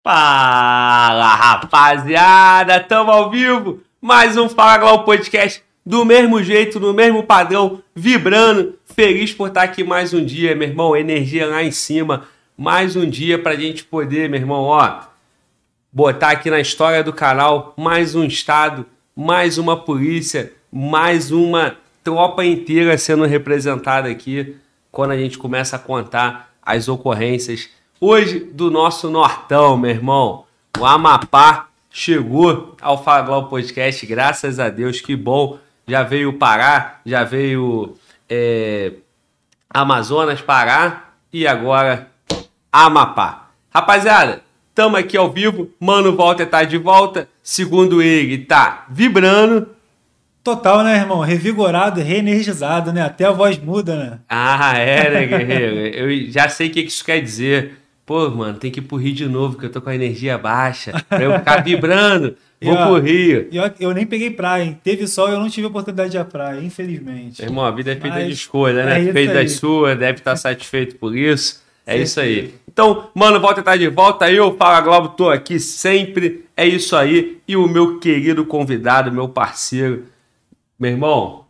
Fala, rapaziada, tamo ao vivo, mais um Fala Glau Podcast, do mesmo jeito, no mesmo padrão, vibrando, feliz por estar aqui mais um dia, meu irmão, energia lá em cima, mais um dia pra gente poder, meu irmão, botar aqui na história do canal, mais um estado, mais uma polícia, mais uma tropa inteira sendo representada aqui, quando a gente começa a contar as ocorrências hoje do nosso Nortão, meu irmão. O Amapá chegou ao Fala Glau Podcast, graças a Deus, que bom. Já veio o Pará, já veio Amazonas, Pará e agora Amapá. Rapaziada, estamos aqui ao vivo, Mano Walter tá de volta, segundo ele, tá vibrando. Total, né, irmão? Revigorado, reenergizado, né? Até a voz muda, né? Né, guerreiro? Eu já sei o que isso quer dizer. Pô, mano, tem que ir pro Rio de novo, que eu tô com a energia baixa. Pra eu ficar vibrando, vou pro Rio. Eu nem peguei praia, hein? Teve sol e eu não tive a oportunidade de ir à praia, infelizmente. Irmão, a vida é feita de escolha, né? Feita das suas, deve estar satisfeito por isso. É isso aí. Então, Mano Walter tá de volta. Eu, Fala Glau, tô aqui sempre. É isso aí. E o meu querido convidado, meu parceiro. Meu irmão,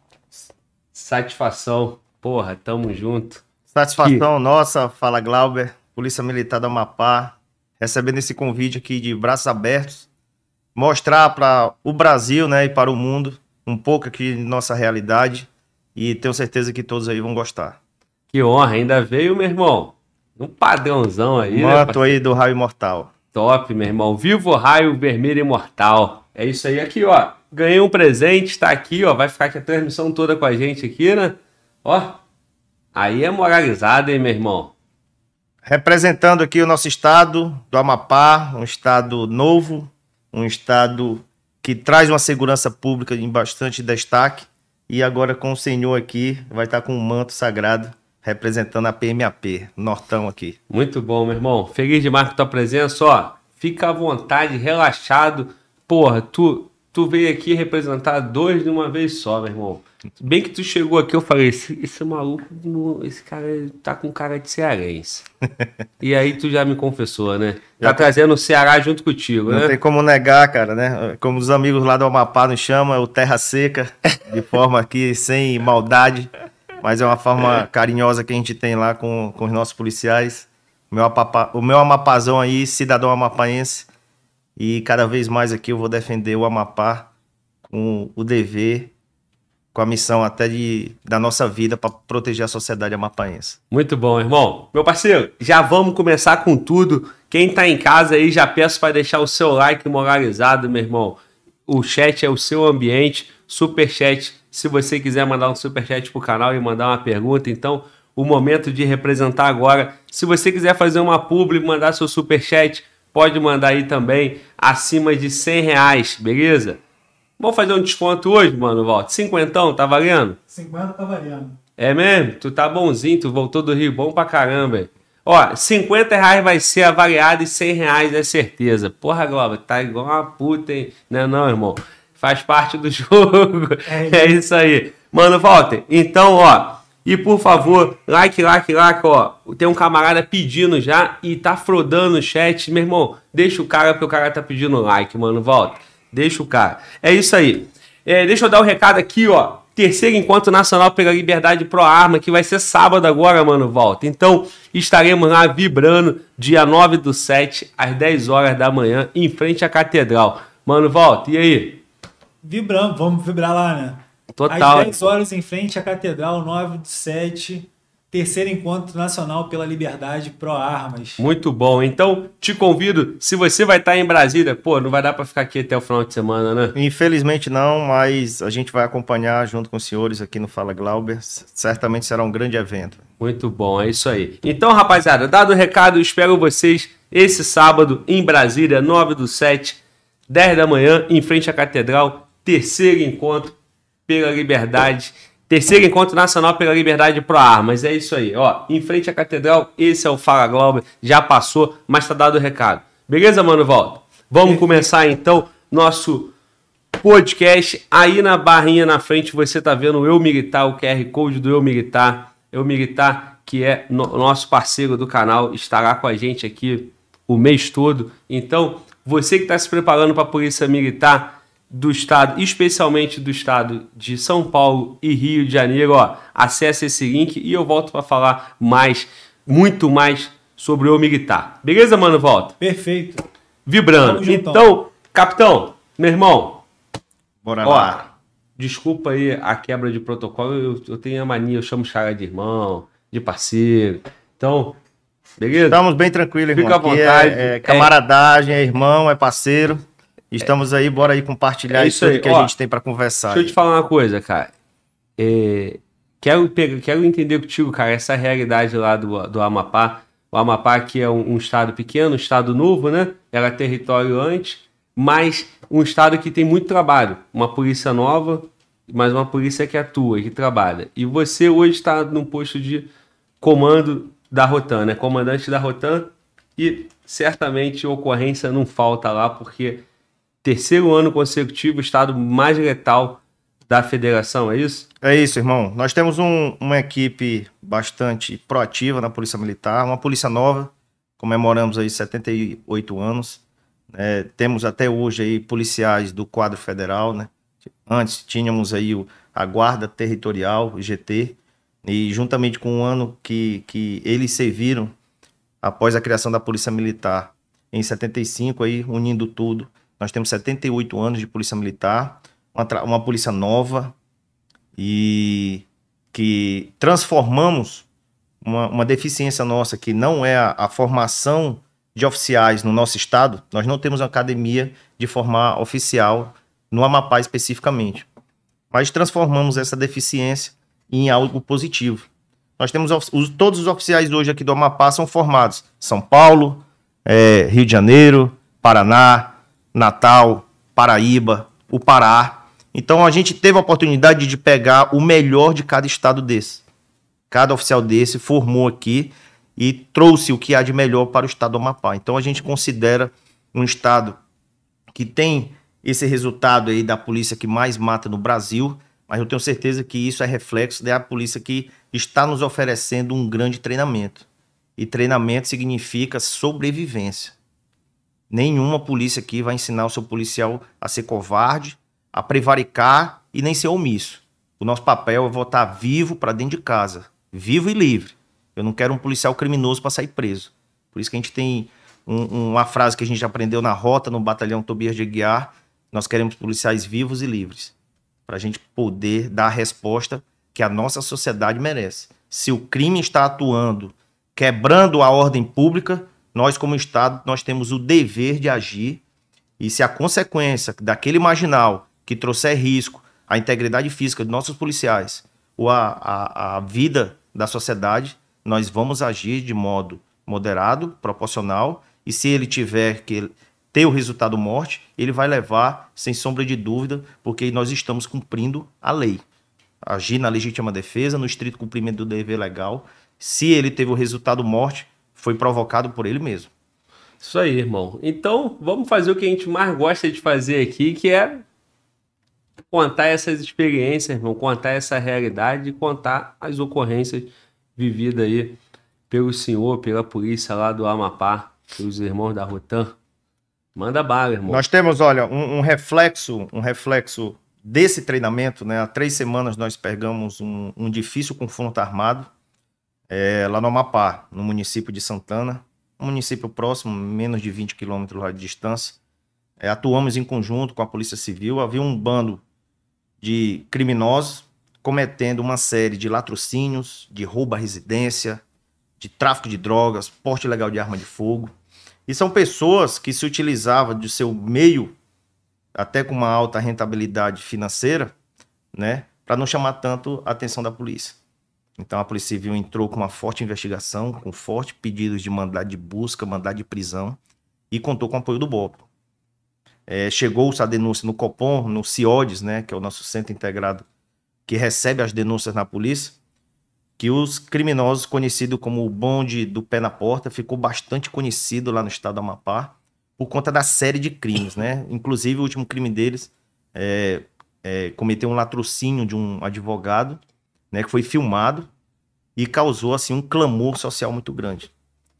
satisfação. Porra, tamo junto. Satisfação nossa, Fala Glauber. Polícia Militar do Amapá, recebendo esse convite aqui de braços abertos, mostrar para o Brasil, né, e para o mundo um pouco aqui de nossa realidade, e tenho certeza que todos aí vão gostar. Que honra, ainda veio, meu irmão, um padrãozão aí, Manto aí do Raio Imortal. Top, meu irmão, vivo Raio Vermelho Imortal. É isso aí, aqui, ó, ganhei um presente, tá aqui, ó, vai ficar aqui a transmissão toda com a gente aqui, né, ó, aí é moralizado, hein, meu irmão. Representando aqui o nosso estado do Amapá, um estado novo, um estado que traz uma segurança pública em bastante destaque. E agora com o senhor aqui, vai estar com um manto sagrado, representando a PMAP, Nortão aqui. Muito bom, meu irmão. Feliz demais com a tua presença, ó. Fica à vontade, relaxado. Porra, tu veio aqui representar dois de uma vez só, meu irmão. Bem que tu chegou aqui, eu falei, esse maluco, esse cara tá com cara de cearense. E aí tu já me confessou, né? Tá trazendo o Ceará junto contigo, né? Não tem como negar, cara, né? Como os amigos lá do Amapá nos chamam, é o Terra Seca, de forma aqui, sem maldade. Mas é uma forma carinhosa que a gente tem lá com os nossos policiais. O meu amapazão aí, cidadão amapaense. E cada vez mais aqui eu vou defender o Amapá com o dever, com a missão até da nossa vida para proteger a sociedade amapaense. Muito bom, irmão. Meu parceiro, já vamos começar com tudo. Quem tá em casa aí, já peço para deixar o seu like moralizado, meu irmão. O chat é o seu ambiente, superchat. Se você quiser mandar um superchat pro canal e mandar uma pergunta, então o momento de representar agora. Se você quiser fazer uma publi, mandar seu superchat, pode mandar aí também, acima de R$100, beleza? Vamos fazer um desconto hoje, Mano Walter? 50, tá valendo? 50 tá valendo. É mesmo? Tu tá bonzinho, tu voltou do Rio, bom pra caramba. Hein? Ó, R$50 vai ser avaliado e R$100 é certeza. Porra, Globo, tá igual uma puta, hein? Não, irmão. Faz parte do jogo. É isso aí. Mano Walter, então, ó, e por favor, like, ó. Tem um camarada pedindo já e tá frodando o chat. Meu irmão, deixa o cara, porque o cara tá pedindo like, Mano Walter. Deixa o cara. É isso aí. Deixa eu dar um recado aqui, ó. Terceiro Encontro Nacional pela Liberdade Pro Arma, que vai ser sábado agora, Mano Walter. Então, estaremos lá vibrando, dia 9/7, às 10 horas da manhã, em frente à Catedral. Mano Walter, e aí? Vibramos, vamos vibrar lá, né? Total. Às 10 horas, em frente à Catedral, 9/7, Terceiro Encontro Nacional pela Liberdade Pro Armas. Muito bom. Então, te convido, se você vai estar em Brasília, pô, não vai dar para ficar aqui até o final de semana, né? Infelizmente não, mas a gente vai acompanhar junto com os senhores aqui no Fala Glauber. Certamente será um grande evento. Muito bom, é isso aí. Então, rapaziada, dado o recado, espero vocês esse sábado em Brasília, 9/7, 10 da manhã, em frente à Catedral, Terceiro Encontro pela Liberdade. Terceiro Encontro Nacional pela Liberdade Pro Armas. É isso aí, ó. Em frente à Catedral, esse é o Fala Glauber. Já passou, mas tá dado o recado. Beleza, Mano Walter? Vamos começar então nosso podcast. Aí na barrinha na frente você tá vendo o Eu Militar, o QR Code do Eu Militar. Eu Militar, que é nosso parceiro do canal, estará com a gente aqui o mês todo. Então, você que está se preparando para a Polícia Militar do Estado, especialmente do Estado de São Paulo e Rio de Janeiro, ó, acesse esse link e eu volto para falar muito mais sobre o militar. Beleza, mano? Volta. Perfeito. Vibrando. Então, capitão, meu irmão. Bora lá. Desculpa aí a quebra de protocolo, eu tenho a mania, eu chamo o cara de irmão, de parceiro. Então, beleza? Estamos bem tranquilos, irmão. Fica à vontade. É camaradagem, é irmão, é parceiro. Estamos aí, bora aí compartilhar isso aí que a gente tem para conversar. Deixa eu te falar uma coisa, cara. Quero entender contigo, cara, essa realidade lá do Amapá. O Amapá que é um estado pequeno, um estado novo, né? Era território antes, mas um estado que tem muito trabalho. Uma polícia nova, mas uma polícia que atua, que trabalha. E você hoje está num posto de comando da Rotan, né? Comandante da Rotan, e certamente ocorrência não falta lá, porque terceiro ano consecutivo, o estado mais letal da federação, é isso? É isso, irmão. Nós temos uma equipe bastante proativa na Polícia Militar, uma polícia nova, comemoramos aí 78 anos. Temos até hoje aí policiais do quadro federal, né? Antes tínhamos aí a Guarda Territorial, o GT, e juntamente com o ano que eles serviram após a criação da Polícia Militar em 75, aí unindo tudo, nós temos 78 anos de Polícia Militar, uma polícia nova, e que transformamos uma deficiência nossa, que não é a formação de oficiais no nosso estado. Nós não temos uma academia de formar oficial no Amapá especificamente, mas transformamos essa deficiência em algo positivo. Nós temos todos os oficiais hoje aqui do Amapá são formados São Paulo, Rio de Janeiro, Paraná, Natal, Paraíba, o Pará. Então a gente teve a oportunidade de pegar o melhor de cada estado desse. Cada oficial desse formou aqui e trouxe o que há de melhor para o estado do Amapá. Então a gente considera um estado que tem esse resultado aí da polícia que mais mata no Brasil, mas eu tenho certeza que isso é reflexo da polícia que está nos oferecendo um grande treinamento. E treinamento significa sobrevivência. Nenhuma polícia aqui vai ensinar o seu policial a ser covarde, a prevaricar e nem ser omisso. O nosso papel é voltar vivo para dentro de casa, vivo e livre. Eu não quero um policial criminoso para sair preso. Por isso que a gente tem uma frase que a gente aprendeu na rota, no batalhão Tobias de Aguiar: nós queremos policiais vivos e livres, para a gente poder dar a resposta que a nossa sociedade merece. Se o crime está atuando, quebrando a ordem pública, nós como Estado, nós temos o dever de agir, e se a consequência daquele marginal que trouxer risco à integridade física de nossos policiais ou à vida da sociedade, nós vamos agir de modo moderado, proporcional, e se ele tiver que ter o resultado morte, ele vai levar sem sombra de dúvida, porque nós estamos cumprindo a lei. Agir na legítima defesa, no estrito cumprimento do dever legal. Se ele teve o resultado morte, foi provocado por ele mesmo. Isso aí, irmão. Então, vamos fazer o que a gente mais gosta de fazer aqui, que é contar essas experiências, irmão, contar essa realidade e contar as ocorrências vividas aí pelo senhor, pela polícia lá do Amapá, pelos irmãos da Rotan. Manda bala, irmão. Nós temos, olha, um reflexo desse treinamento, né? Há 3 semanas nós pegamos um difícil confronto armado lá no Amapá, no município de Santana, um município próximo, menos de 20 quilômetros lá de distância. Atuamos em conjunto com a Polícia Civil. Havia um bando de criminosos cometendo uma série de latrocínios, de roubo à residência, de tráfico de drogas, porte ilegal de arma de fogo. E são pessoas que se utilizavam de seu meio, até com uma alta rentabilidade financeira, né, para não chamar tanto a atenção da polícia. Então a Polícia Civil entrou com uma forte investigação, com fortes pedidos de mandado de busca, mandado de prisão, e contou com o apoio do BOP. Chegou-se a denúncia no Copom, no CIODES, né, que é o nosso centro integrado que recebe as denúncias na polícia, que os criminosos, conhecidos como o bonde do pé na porta, ficou bastante conhecido lá no estado do Amapá, por conta da série de crimes, né? Inclusive, o último crime deles cometeu um latrocínio de um advogado, né, que foi filmado e causou assim um clamor social muito grande.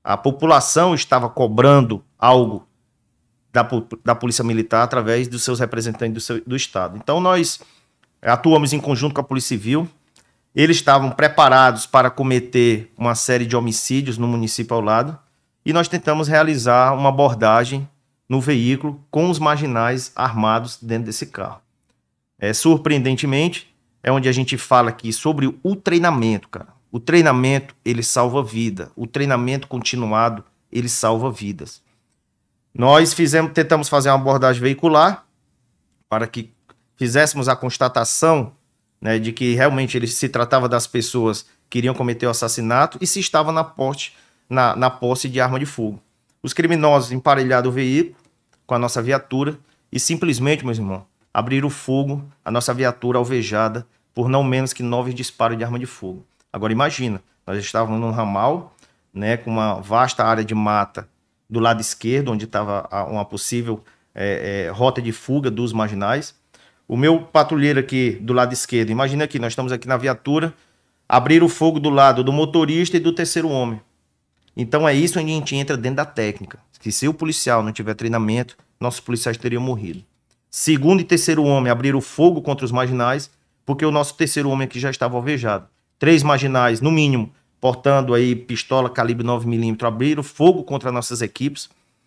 A população estava cobrando algo da Polícia Militar através dos seus representantes do Estado. Então, nós atuamos em conjunto com a Polícia Civil. Eles estavam preparados para cometer uma série de homicídios no município ao lado e nós tentamos realizar uma abordagem no veículo com os marginais armados dentro desse carro. Surpreendentemente, é onde a gente fala aqui sobre o treinamento, cara. O treinamento, ele salva vida. O treinamento continuado, ele salva vidas. Nós tentamos fazer uma abordagem veicular para que fizéssemos a constatação, né, de que realmente ele se tratava das pessoas que iriam cometer o assassinato e se estava na posse de arma de fogo. Os criminosos emparelharam o veículo com a nossa viatura e simplesmente, meus irmãos, abriram fogo, a nossa viatura alvejada por não menos que 9 disparos de arma de fogo. Agora imagina, nós estávamos num ramal, né, com uma vasta área de mata do lado esquerdo, onde estava uma possível rota de fuga dos marginais. O meu patrulheiro aqui do lado esquerdo, imagina aqui, nós estamos aqui na viatura, abriram o fogo do lado do motorista e do terceiro homem. Então é isso onde a gente entra dentro da técnica, que se o policial não tiver treinamento, nossos policiais teriam morrido. Segundo e terceiro homem abriram fogo contra os marginais, porque o nosso terceiro homem aqui já estava alvejado. 3 marginais, no mínimo, portando aí pistola calibre 9mm, abriram fogo contra nossas equipes.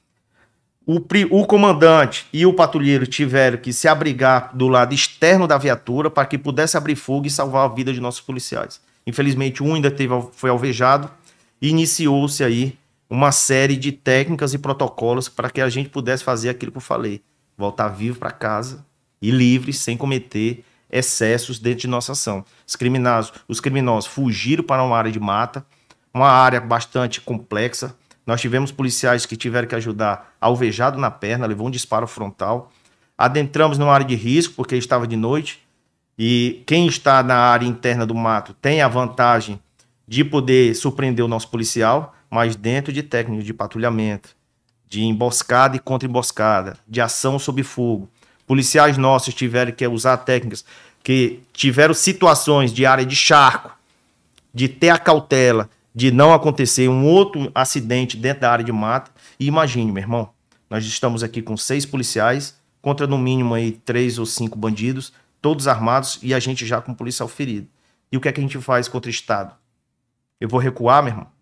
O comandante e o patrulheiro tiveram que se abrigar do lado externo da viatura para que pudesse abrir fogo e salvar a vida de nossos policiais. Infelizmente, um ainda foi alvejado e iniciou-se aí uma série de técnicas e protocolos para que a gente pudesse fazer aquilo que eu falei, voltar vivo para casa e livre, sem cometer excessos dentro de nossa ação. Os criminosos fugiram para uma área de mata, uma área bastante complexa. Nós tivemos policiais que tiveram que ajudar alvejado na perna, levou um disparo frontal. Adentramos numa área de risco, porque estava de noite, e quem está na área interna do mato tem a vantagem de poder surpreender o nosso policial, mas dentro de técnicas de patrulhamento, de emboscada e contra-emboscada, de ação sob fogo. Policiais nossos tiveram que usar técnicas que tiveram situações de área de charco, de ter a cautela de não acontecer um outro acidente dentro da área de mata. E imagine, meu irmão, nós estamos aqui com 6 policiais contra no mínimo aí 3 ou 5 bandidos, todos armados e a gente já com um policial ferido. E o que é que a gente faz contra o Estado? Eu vou recuar, meu irmão?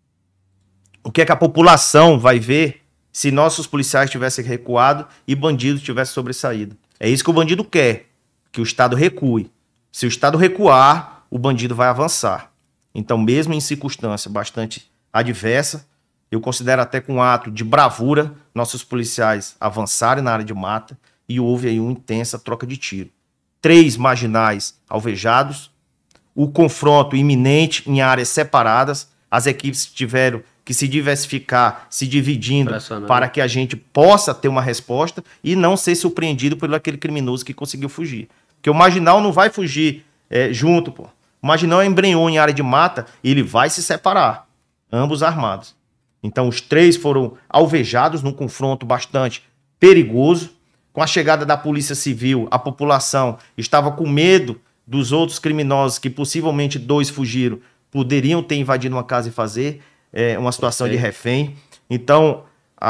O que é que a população vai ver se nossos policiais tivessem recuado e bandido tivesse sobressaído? É isso que o bandido quer, que o Estado recue. Se o Estado recuar, o bandido vai avançar. Então, mesmo em circunstância bastante adversa, eu considero até com um ato de bravura, nossos policiais avançaram na área de mata e houve aí uma intensa troca de tiro. 3 marginais alvejados, o confronto iminente em áreas separadas, as equipes tiveram que se diversificar, se dividindo para que a gente possa ter uma resposta e não ser surpreendido por aquele criminoso que conseguiu fugir. Porque o marginal não vai fugir junto, pô. O marginal embrenhou em área de mata e ele vai se separar, ambos armados. Então os 3 foram alvejados num confronto bastante perigoso. Com a chegada da Polícia Civil, a população estava com medo dos outros criminosos, que possivelmente 2 fugiram, poderiam ter invadido uma casa e fazer uma situação de refém. Então,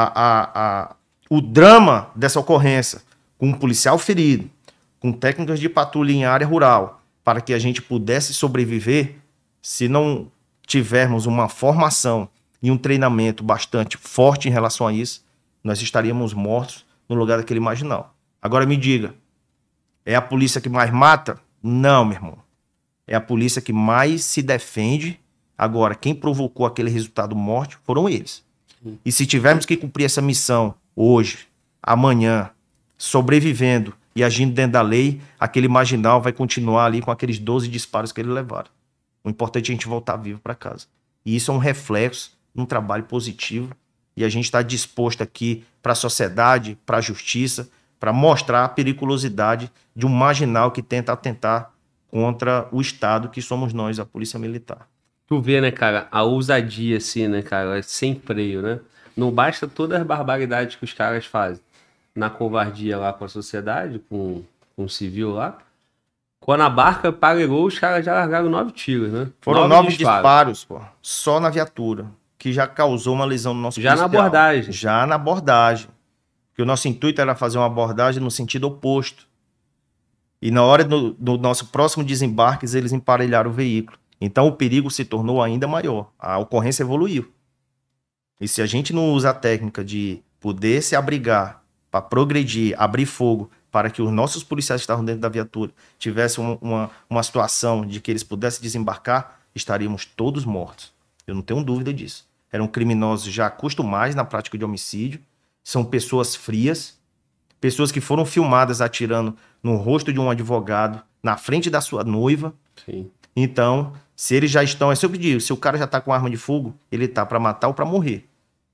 o drama dessa ocorrência, com um policial ferido, com técnicas de patrulha em área rural, para que a gente pudesse sobreviver, se não tivermos uma formação e um treinamento bastante forte em relação a isso, nós estaríamos mortos no lugar daquele marginal. Agora me diga, é a polícia que mais mata? Não, meu irmão. É a polícia que mais se defende. Agora, quem provocou aquele resultado morte foram eles. E se tivermos que cumprir essa missão hoje, amanhã, sobrevivendo e agindo dentro da lei, aquele marginal vai continuar ali com aqueles 12 disparos que ele levaram. O importante é a gente voltar vivo para casa. E isso é um reflexo, um trabalho positivo. E a gente está disposto aqui para a sociedade, para a justiça, para mostrar a periculosidade de um marginal que tenta atentar contra o Estado, que somos nós, a Polícia Militar. Tu vê, né, cara, a ousadia, assim, né, cara, sem freio, né? Não basta todas as barbaridades que os caras fazem na covardia lá com a sociedade, com o civil lá. Quando a barca parou, os caras já largaram 9 tiros, né? Foram 9 disparos, pô, só na viatura. que já causou uma lesão no nosso Já na policial. abordagem. Já na abordagem. Porque o nosso intuito era fazer uma abordagem no sentido oposto. E na hora do nosso próximo desembarque, eles emparelharam o veículo. Então o perigo se tornou ainda maior. A ocorrência evoluiu. E se a gente não usa a técnica de poder se abrigar para progredir, abrir fogo, para que os nossos policiais que estavam dentro da viatura tivessem uma situação de que eles pudessem desembarcar, estaríamos todos mortos. Eu não tenho dúvida disso. Eram criminosos já acostumados na prática de homicídio, são pessoas frias, pessoas que foram filmadas atirando no rosto de um advogado, na frente da sua noiva. Sim. Então, se eles já estão... É sempre digo, se o cara já está com arma de fogo, ele está para matar ou para morrer.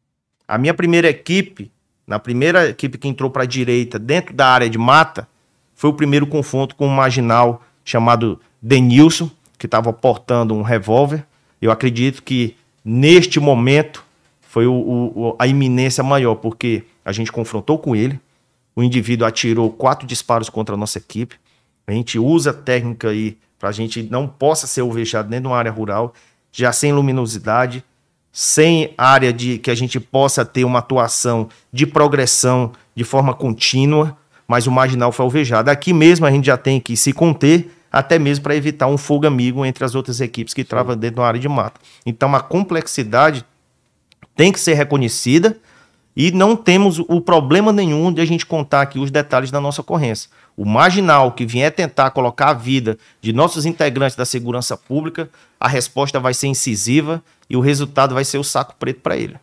A minha primeira equipe, na primeira equipe que entrou para a direita, dentro da área de mata, foi o primeiro confronto com um marginal chamado Denilson, que estava portando um revólver. Eu acredito que, neste momento, foi a iminência maior, porque a gente confrontou com ele, o indivíduo atirou 4 disparos contra a nossa equipe, a gente usa a técnica aí para a gente não possa ser alvejado dentro de uma área rural, já sem luminosidade, sem área de que a gente possa ter uma atuação de progressão de forma contínua, mas o marginal foi alvejado. Aqui mesmo a gente já tem que se conter, até mesmo para evitar um fogo amigo entre as outras equipes que travam dentro de uma área de mata. Então a complexidade tem que ser reconhecida e não temos o problema nenhum de a gente contar aqui os detalhes da nossa ocorrência. O marginal que vier tentar colocar a vida de nossos integrantes da segurança pública, a resposta vai ser incisiva e o resultado vai ser o saco preto para ele.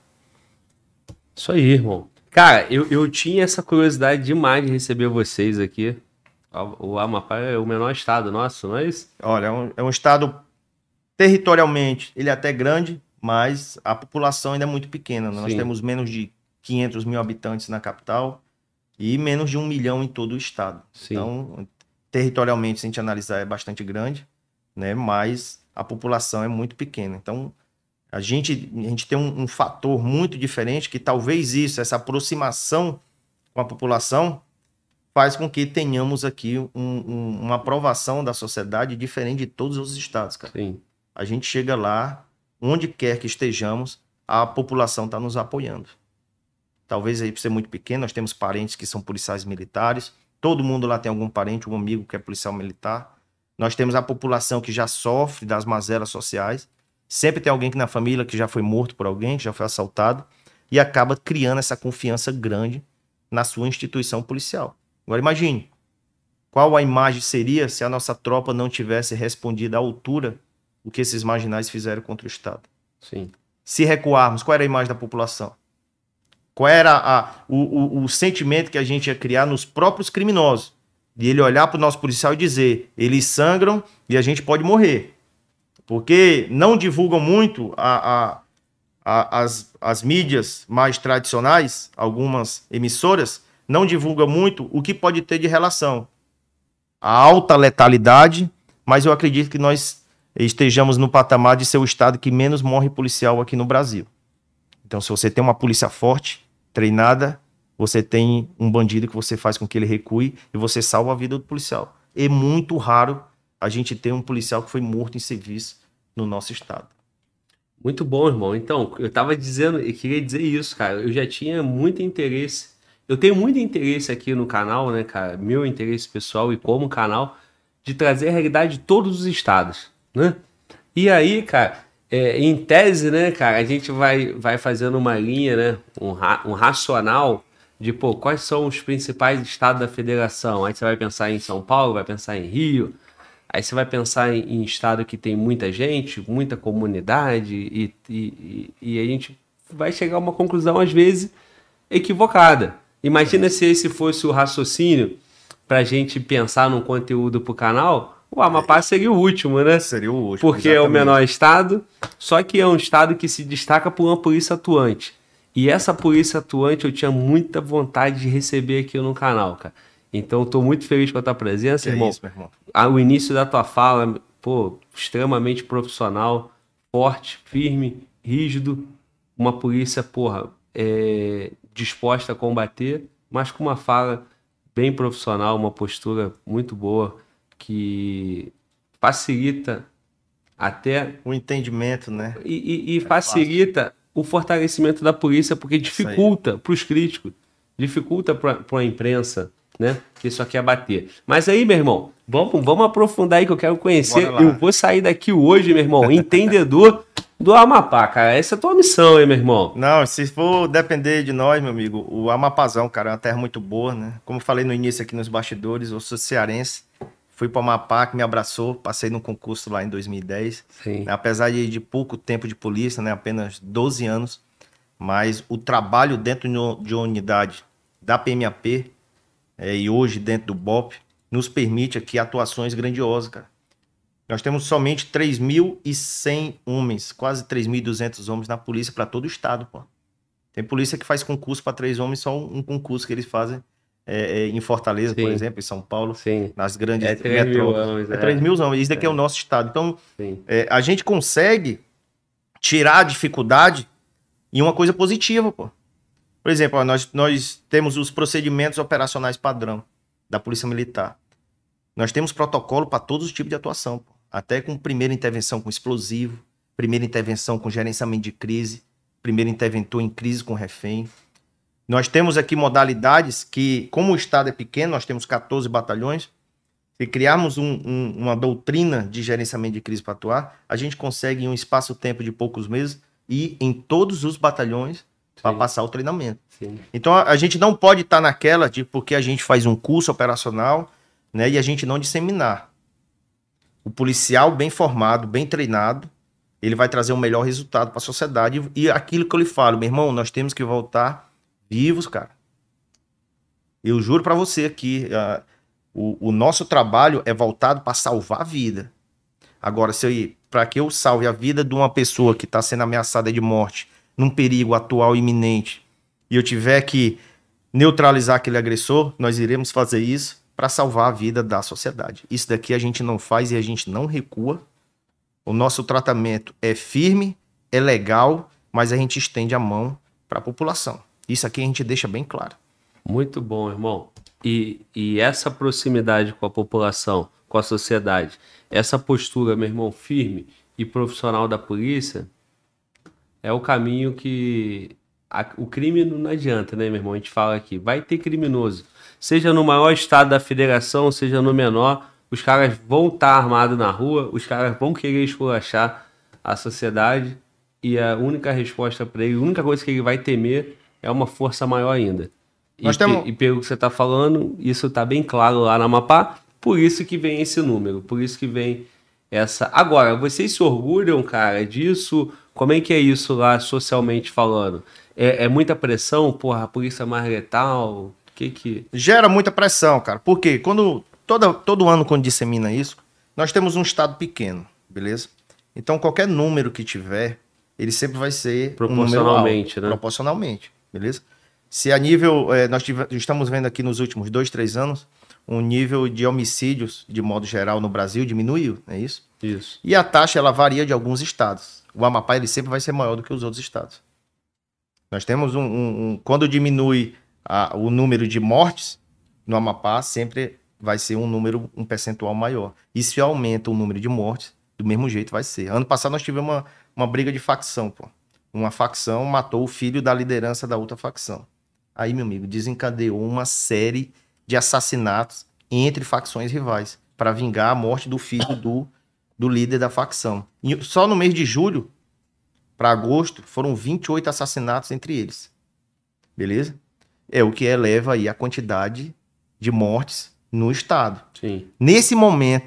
Isso aí, irmão. Cara, eu tinha essa curiosidade demais de receber vocês aqui. O Amapá é o menor estado nosso, não é isso? Olha, é um estado territorialmente, ele é até grande, mas a população ainda é muito pequena. Nós Sim. temos menos de 500 mil habitantes na capital e menos de 1 milhão em todo o estado. Sim. Então, territorialmente, se a gente analisar, é bastante grande, né? Mas a população é muito pequena. Então, a gente tem um fator muito diferente que talvez essa aproximação com a população faz com que tenhamos aqui uma aprovação da sociedade diferente de todos os estados, cara. Sim. A gente chega lá, onde quer que estejamos, a população está nos apoiando. Talvez aí por ser muito pequeno, nós temos parentes que são policiais militares, todo mundo lá tem algum parente, um amigo que é policial militar. Nós temos a população que já sofre das mazelas sociais, sempre tem alguém que na família que já foi morto por alguém, que já foi assaltado, e acaba criando essa confiança grande na sua instituição policial. Agora imagine, qual a imagem seria se a nossa tropa não tivesse respondido à altura o que esses marginais fizeram contra o Estado? Sim. Se recuarmos, qual era a imagem da população? Qual era o sentimento que a gente ia criar nos próprios criminosos? De ele olhar para o nosso policial e dizer, eles sangram e a gente pode morrer. Porque não divulgam muito as mídias mais tradicionais, algumas emissoras, não divulgam muito o que pode ter de relação. A alta letalidade, mas eu acredito que nós estejamos no patamar de ser o estado que menos morre policial aqui no Brasil. Então, se você tem uma polícia forte, treinada, você tem um bandido que você faz com que ele recue e você salva a vida do policial. É muito raro a gente ter um policial que foi morto em serviço no nosso estado. Muito bom, irmão. Então, eu tava dizendo, eu queria dizer isso, cara. Eu já tinha muito interesse. Eu tenho muito interesse aqui no canal, né, cara? Meu interesse pessoal e como canal, de trazer a realidade de todos os estados, né? E aí, cara, em tese, né, cara, a gente vai fazendo uma linha, né? Um racional de, pô, quais são os principais estados da federação? Aí você vai pensar em São Paulo, vai pensar em Rio. Aí você vai pensar em estado que tem muita gente, muita comunidade, e a gente vai chegar a uma conclusão, às vezes, equivocada. Imagina se esse fosse o raciocínio para a gente pensar num conteúdo para o canal, o Amapá seria o último, né? Seria o último, porque exatamente. É o menor estado, só que é um estado que se destaca por uma polícia atuante. E essa polícia atuante eu tinha muita vontade de receber aqui no canal, cara. Então, estou muito feliz com a tua presença, irmão. Isso, meu irmão. O início da tua fala, pô, extremamente profissional, forte, firme, rígido. Uma polícia, porra, disposta a combater, mas com uma fala bem profissional, uma postura muito boa, que facilita até... O entendimento, né? E facilita o fortalecimento da polícia, porque dificulta para os críticos, dificulta para a imprensa, né? Que só quer bater. Mas aí, meu irmão, vamos aprofundar aí que eu quero conhecer. Eu vou sair daqui hoje, meu irmão, entendedor do Amapá, cara. Essa é a tua missão, hein, meu irmão? Não, se for depender de nós, meu amigo, o Amapazão, cara, é uma terra muito boa, né? Como eu falei no início aqui nos bastidores, eu sou cearense, fui para o Amapá, que me abraçou, passei num concurso lá em 2010. Sim. Apesar de pouco tempo de polícia, né? Apenas 12 anos, mas o trabalho dentro de uma unidade da PMAP e hoje dentro do BOP nos permite aqui atuações grandiosas, cara. Nós temos somente 3.100 homens, quase 3.200 homens na polícia para todo o estado, pô. Tem polícia que faz concurso para 3 homens, só um concurso que eles fazem em Fortaleza, por exemplo, em São Paulo, nas grandes metrópoles. É 3.000 homens, isso daqui é o nosso estado. Então, a gente consegue tirar a dificuldade em uma coisa positiva, pô. Por exemplo, ó, nós temos os procedimentos operacionais padrão da Polícia Militar. Nós temos protocolo para todos os tipos de atuação, pô. Até com primeira intervenção com explosivo, primeira intervenção com gerenciamento de crise, primeiro interventor em crise com refém. Nós temos aqui modalidades que, como o estado é pequeno, nós temos 14 batalhões, se criarmos uma doutrina de gerenciamento de crise para atuar, a gente consegue em um espaço-tempo de poucos meses ir em todos os batalhões para passar o treinamento. Sim. Então a gente não pode estar naquela de porque a gente faz um curso operacional, né, e a gente não disseminar. O policial bem formado, bem treinado, ele vai trazer um melhor resultado para a sociedade. E aquilo que eu lhe falo, meu irmão, nós temos que voltar vivos, cara. Eu juro para você aqui, o nosso trabalho é voltado para salvar a vida. Agora, para que eu salve a vida de uma pessoa que está sendo ameaçada de morte, num perigo atual iminente, e eu tiver que neutralizar aquele agressor, nós iremos fazer isso para salvar a vida da sociedade. Isso daqui a gente não faz e a gente não recua. O nosso tratamento é firme, é legal, mas a gente estende a mão para a população. Isso aqui a gente deixa bem claro. Muito bom, irmão. E essa proximidade com a população, com a sociedade, essa postura, meu irmão, firme e profissional da polícia, é o caminho que... O crime não adianta, né, meu irmão? A gente fala aqui, vai ter criminoso. Seja no maior estado da federação, seja no menor, os caras vão estar armados na rua, os caras vão querer esculachar a sociedade e a única resposta para ele, a única coisa que ele vai temer é uma força maior ainda. E pelo que você está falando, isso está bem claro lá na Amapá, por isso que vem esse número, por isso que vem essa... Agora, vocês se orgulham, cara, disso? Como é que é isso lá, socialmente falando? É muita pressão? Porra, a polícia mais letal? Que... Gera muita pressão, cara. Porque todo ano, quando dissemina isso, nós temos um estado pequeno, beleza? Então, qualquer número que tiver, ele sempre vai ser proporcionalmente, né? Proporcionalmente, beleza? Se a nível... nós estamos vendo aqui nos últimos 2, 3 anos, um nível de homicídios, de modo geral, no Brasil diminuiu, não é isso? Isso. E a taxa, ela varia de alguns estados. O Amapá, ele sempre vai ser maior do que os outros estados. Nós temos quando diminui o número de mortes, no Amapá sempre vai ser um percentual maior. E se aumenta o número de mortes, do mesmo jeito vai ser. Ano passado nós tivemos uma briga de facção, pô. Uma facção matou o filho da liderança da outra facção. Aí, meu amigo, desencadeou uma série de assassinatos entre facções rivais para vingar a morte do filho do líder da facção. E só no mês de julho para agosto foram 28 assassinatos entre eles. Beleza? É o que eleva aí a quantidade de mortes no estado. Sim. Nesse momento,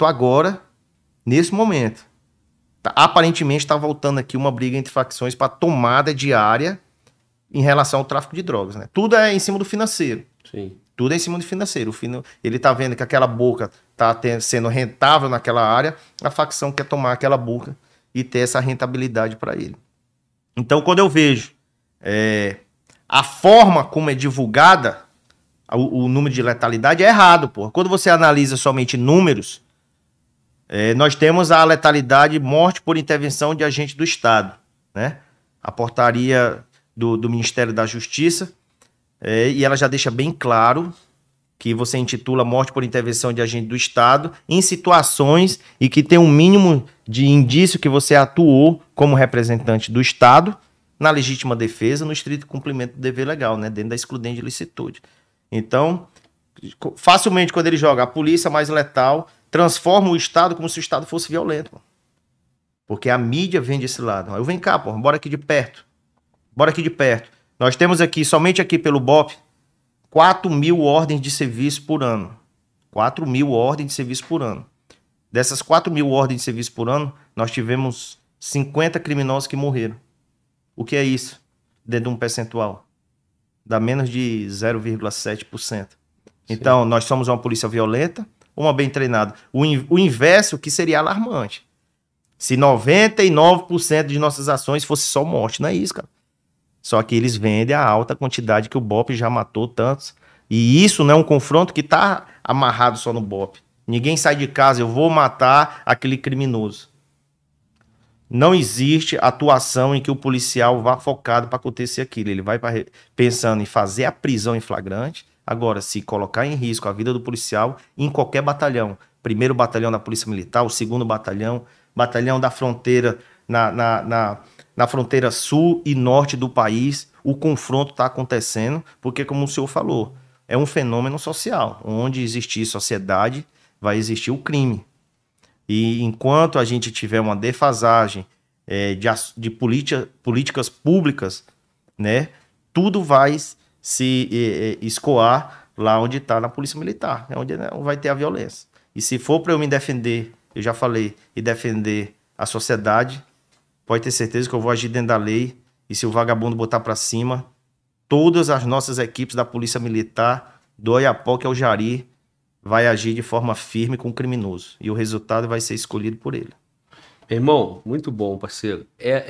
aparentemente está voltando aqui uma briga entre facções para tomada de área em relação ao tráfico de drogas, né? Tudo é em cima do financeiro. Sim. Tudo é em cima do financeiro. Ele tá vendo que aquela boca tá sendo rentável naquela área, a facção quer tomar aquela boca e ter essa rentabilidade para ele. Então, quando eu vejo a forma como é divulgada o número de letalidade, é errado, pô. Quando você analisa somente números, nós temos a letalidade morte por intervenção de agente do Estado, né? A portaria do Ministério da Justiça, e ela já deixa bem claro que você intitula morte por intervenção de agente do Estado em situações e que tem um mínimo de indício que você atuou como representante do Estado, na legítima defesa, no estrito cumprimento do dever legal, né? Dentro da excludente de licitude. Então, facilmente, quando ele joga a polícia mais letal, transforma o Estado como se o Estado fosse violento. Pô. Porque a mídia vem desse lado. Eu venho cá, pô, bora aqui de perto. Bora aqui de perto. Nós temos aqui, somente aqui pelo BOP, 4.000 ordens de serviço por ano. 4.000 ordens de serviço por ano. Dessas 4.000 ordens de serviço por ano, nós tivemos 50 criminosos que morreram. O que é isso? Dentro de um percentual. Dá menos de 0,7%. Então, nós somos uma polícia violenta ou uma bem treinada? O inverso que seria alarmante. Se 99% de nossas ações fosse só morte, não é isso, cara. Só que eles vendem a alta quantidade que o BOP já matou tantos. E isso não é um confronto que está amarrado só no BOP. Ninguém sai de casa, eu vou matar aquele criminoso. Não existe atuação em que o policial vá focado para acontecer aquilo. Ele vai pensando em fazer a prisão em flagrante. Agora, se colocar em risco a vida do policial em qualquer batalhão, 1º batalhão da Polícia Militar, o 2º batalhão, batalhão da fronteira, na fronteira sul e norte do país, o confronto está acontecendo, porque, como o senhor falou, é um fenômeno social. Onde existir sociedade, vai existir o crime. E enquanto a gente tiver uma defasagem de políticas públicas, né, tudo vai se escoar lá onde está na Polícia Militar, é onde vai ter a violência. E se for para eu me defender, eu já falei, e defender a sociedade, pode ter certeza que eu vou agir dentro da lei, e se o vagabundo botar para cima, todas as nossas equipes da Polícia Militar, do Oiapoque ao Jari, vai agir de forma firme com o criminoso. E o resultado vai ser escolhido por ele. Irmão, muito bom, parceiro.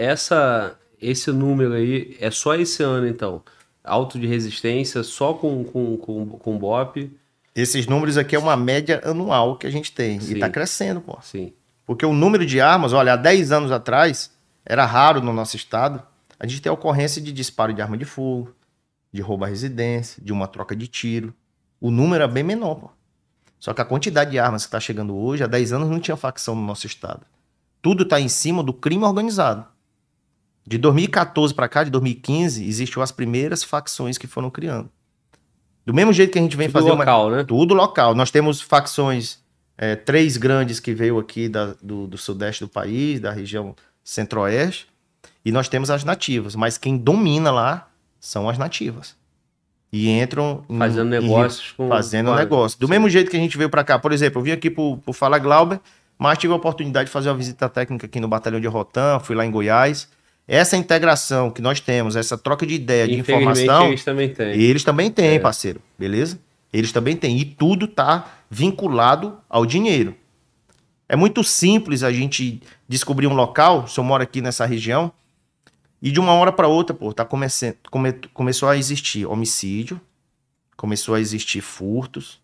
Esse número aí é só esse ano, então? Auto de resistência, só com BOP? Esses números aqui é uma média anual que a gente tem. Sim. E tá crescendo, pô. Sim. Porque o número de armas, olha, há 10 anos atrás, era raro no nosso estado a gente ter a ocorrência de disparo de arma de fogo, de roubo à residência, de uma troca de tiro. O número é bem menor, pô. Só que a quantidade de armas que está chegando hoje, há 10 anos não tinha facção no nosso estado. Tudo está em cima do crime organizado. De 2014 para cá, de 2015, existiam as primeiras facções que foram criando. Do mesmo jeito que a gente vem tudo fazer... local, né? Tudo local. Nós temos facções, 3 grandes que veio aqui do sudeste do país, da região centro-oeste, e nós temos as nativas. Mas quem domina lá são as nativas. E entram... Fazendo negócios com... Fazendo negócio. Do mesmo jeito que a gente veio para cá. Por exemplo, eu vim aqui por Fala Glauber, mas tive a oportunidade de fazer uma visita técnica aqui no Batalhão de Rotan, fui lá em Goiás. Essa integração que nós temos, essa troca de ideia, de informação... eles também têm. Eles também têm, parceiro. Beleza? Eles também têm. E tudo está vinculado ao dinheiro. É muito simples a gente descobrir um local, se eu moro aqui nessa região, e de uma hora para outra, pô, começou a existir homicídio, começou a existir furtos,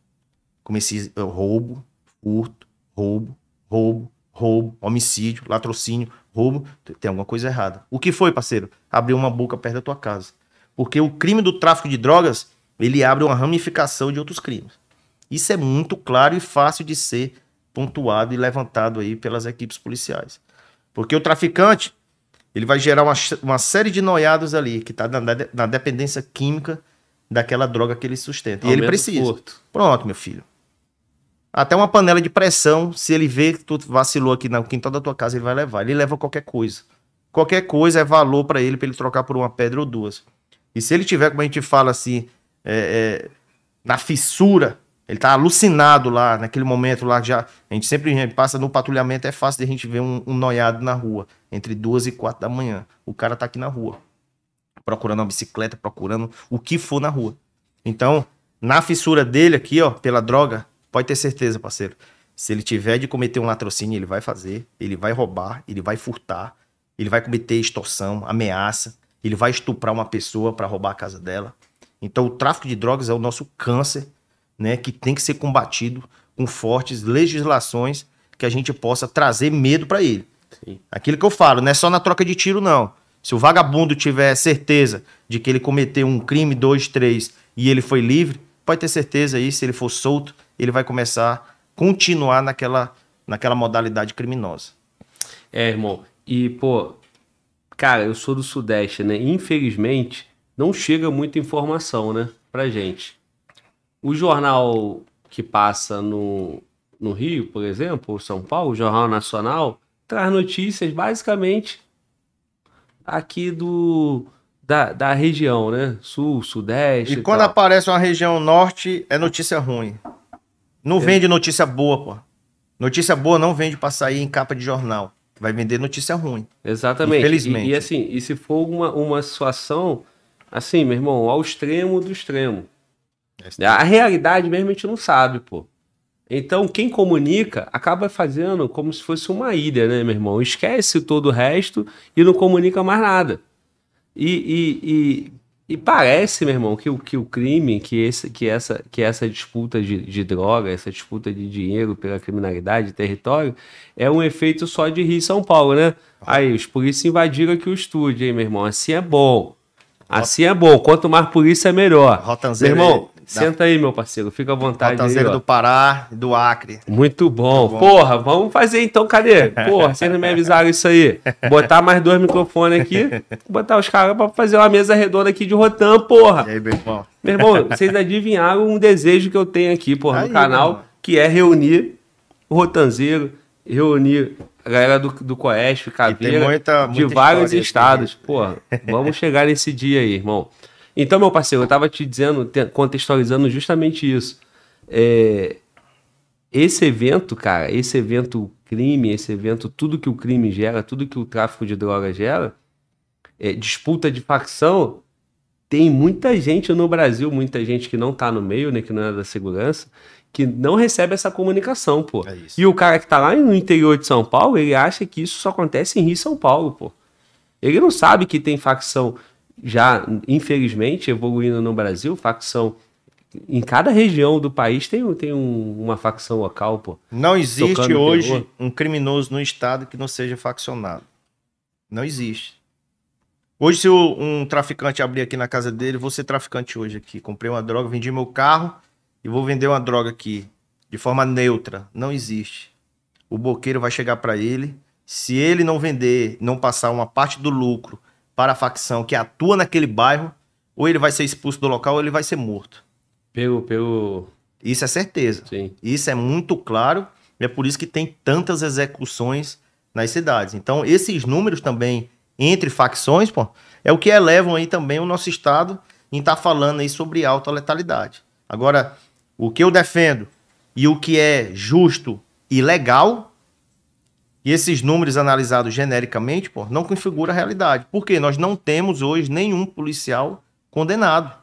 roubo, furto, roubo, homicídio, latrocínio, roubo. Tem alguma coisa errada. O que foi, parceiro? Abriu uma boca perto da tua casa. Porque o crime do tráfico de drogas, ele abre uma ramificação de outros crimes. Isso é muito claro e fácil de ser pontuado e levantado aí pelas equipes policiais. Porque o traficante... ele vai gerar uma série de noiados ali, que está na dependência química daquela droga que ele sustenta. Aumenta e ele precisa. Furto. Pronto, meu filho. Até uma panela de pressão, se ele vê que tu vacilou aqui no quintal da tua casa, ele vai levar. Ele leva qualquer coisa. Qualquer coisa é valor para ele trocar por uma pedra ou duas. E se ele tiver, como a gente fala assim, na fissura, ele tá alucinado lá, naquele momento lá, já a gente sempre passa no patrulhamento, é fácil de a gente ver um noiado na rua, entre 2 e 4 da manhã. O cara tá aqui na rua, procurando uma bicicleta, procurando o que for na rua. Então, na fissura dele aqui, ó, pela droga, pode ter certeza, parceiro, se ele tiver de cometer um latrocínio, ele vai fazer, ele vai roubar, ele vai furtar, ele vai cometer extorsão, ameaça, ele vai estuprar uma pessoa para roubar a casa dela. Então, o tráfico de drogas é o nosso câncer, né, que tem que ser combatido com fortes legislações que a gente possa trazer medo para ele. Sim. Aquilo que eu falo, não é só na troca de tiro, não. Se o vagabundo tiver certeza de que ele cometeu um crime, 2, 3, e ele foi livre, pode ter certeza aí, se ele for solto, ele vai começar a continuar naquela modalidade criminosa. Irmão. E, pô, cara, eu sou do Sudeste, né? Infelizmente, não chega muita informação, né, pra gente. O jornal que passa no Rio, por exemplo, ou São Paulo, o Jornal Nacional, traz notícias basicamente aqui da região, né? Sul, Sudeste E quando tal. aparece uma região norte, é notícia ruim. Não vende notícia boa, pô. Notícia boa não vende pra sair em capa de jornal. Vai vender notícia ruim. Exatamente. Infelizmente. E assim, e se for uma situação, assim, meu irmão, ao extremo do extremo. A realidade mesmo a gente não sabe, pô. Então, quem comunica acaba fazendo como se fosse uma ilha, né, meu irmão? Esquece todo o resto e não comunica mais nada. E parece, meu irmão, que o crime, que essa disputa de droga, essa disputa de dinheiro pela criminalidade de território, é um efeito só de Rio e São Paulo, né? Aí, os polícias invadiram aqui o estúdio, hein, meu irmão? Assim é bom. Assim é bom. Quanto mais polícia, melhor. Rotanzeiro Meu irmão, senta aí, meu parceiro. Fica à vontade aí, Rotanzeiro ó. do Pará e do Acre. Muito bom. Muito bom. Porra, vamos fazer então, cadê? Porra, vocês não me avisaram isso aí. Botar mais 2 microfones aqui, botar os caras pra fazer uma mesa redonda aqui de Rotan, porra. E aí, meu irmão? Meu irmão, vocês adivinharam um desejo que eu tenho aqui, porra, Aí, no meu canal, irmão. que é reunir o Rotanzeiro, reunir a galera do Coeste, Caveira, muita de vários história estados. Porra, vamos chegar nesse dia aí, irmão. Então, meu parceiro, eu tava te dizendo, contextualizando justamente isso. Esse evento, cara, esse evento crime, esse evento, tudo que o crime gera, tudo que o tráfico de droga gera, disputa de facção, tem muita gente no Brasil, muita gente que não tá no meio, né, que não é da segurança, que não recebe essa comunicação, pô. É isso. E o cara que tá lá no interior de São Paulo, ele acha que isso só acontece em Rio e São Paulo, pô. Ele não sabe que tem facção já, infelizmente, evoluindo no Brasil, facção... Em cada região do país tem uma facção local, pô. Não existe Tocando hoje terror. um criminoso no estado que não seja faccionado. Não existe. Hoje, se um traficante abrir aqui na casa dele, vou ser traficante hoje aqui. Comprei uma droga, vendi meu carro e vou vender uma droga aqui. De forma neutra. Não existe. O boqueiro vai chegar para ele. Se ele não vender, não passar uma parte do lucro para a facção que atua naquele bairro, ou ele vai ser expulso do local ou ele vai ser morto. Isso é certeza. Sim. Isso é muito claro. E é por isso que tem tantas execuções nas cidades. Então, esses números também entre facções, pô, é o que elevam aí também o nosso estado em estar falando aí sobre alta letalidade. Agora, o que eu defendo e o que é justo e legal, e esses números analisados genericamente, pô, não configura a realidade. Por quê? Nós não temos hoje nenhum policial condenado.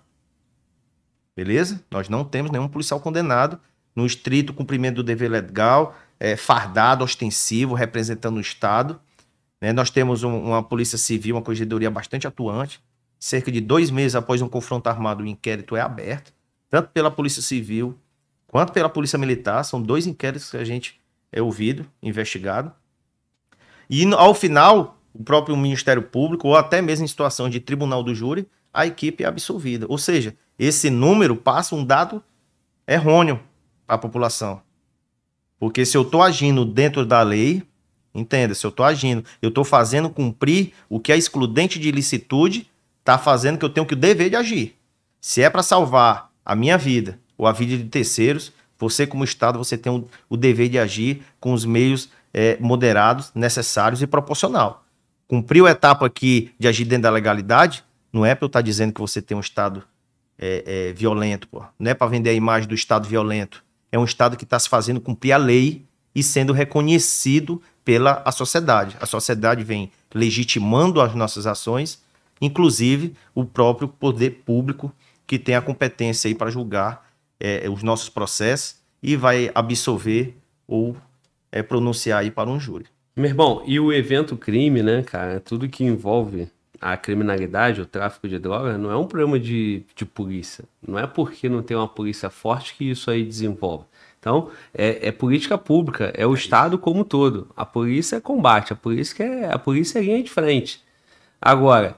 Beleza? Nós não temos nenhum policial condenado no estrito cumprimento do dever legal, fardado, ostensivo, representando o Estado. Né? Nós temos uma polícia civil, uma corregedoria bastante atuante. Cerca de 2 meses após um confronto armado, o inquérito é aberto, tanto pela Polícia Civil quanto pela Polícia Militar. São 2 inquéritos que a gente é ouvido, investigado. E ao final, o próprio Ministério Público, ou até mesmo em situação de tribunal do júri, a equipe é absolvida. Ou seja, esse número passa um dado errôneo para a população. Porque se eu estou agindo dentro da lei, entenda, se eu estou agindo, eu estou fazendo cumprir o que a excludente de ilicitude está fazendo, que eu tenho que o dever de agir. Se é para salvar a minha vida ou a vida de terceiros, você como Estado, você tem o dever de agir com os meios moderados, necessários e proporcional. Cumpriu a etapa aqui de agir dentro da legalidade, não é para eu estar dizendo que você tem um Estado violento, pô. Não é para vender a imagem do Estado violento. É um Estado que está se fazendo cumprir a lei e sendo reconhecido pela a sociedade. A sociedade vem legitimando as nossas ações, inclusive o próprio poder público, que tem a competência aí para julgar os nossos processos e vai absolver ou pronunciar aí para um júri. Meu irmão, e o evento crime, né, cara? Tudo que envolve a criminalidade, o tráfico de droga, não é um problema de polícia. Não é porque não tem uma polícia forte que isso aí desenvolve. Então, é política pública, é o Estado como um todo. A polícia é combate, a polícia é linha de frente. Agora,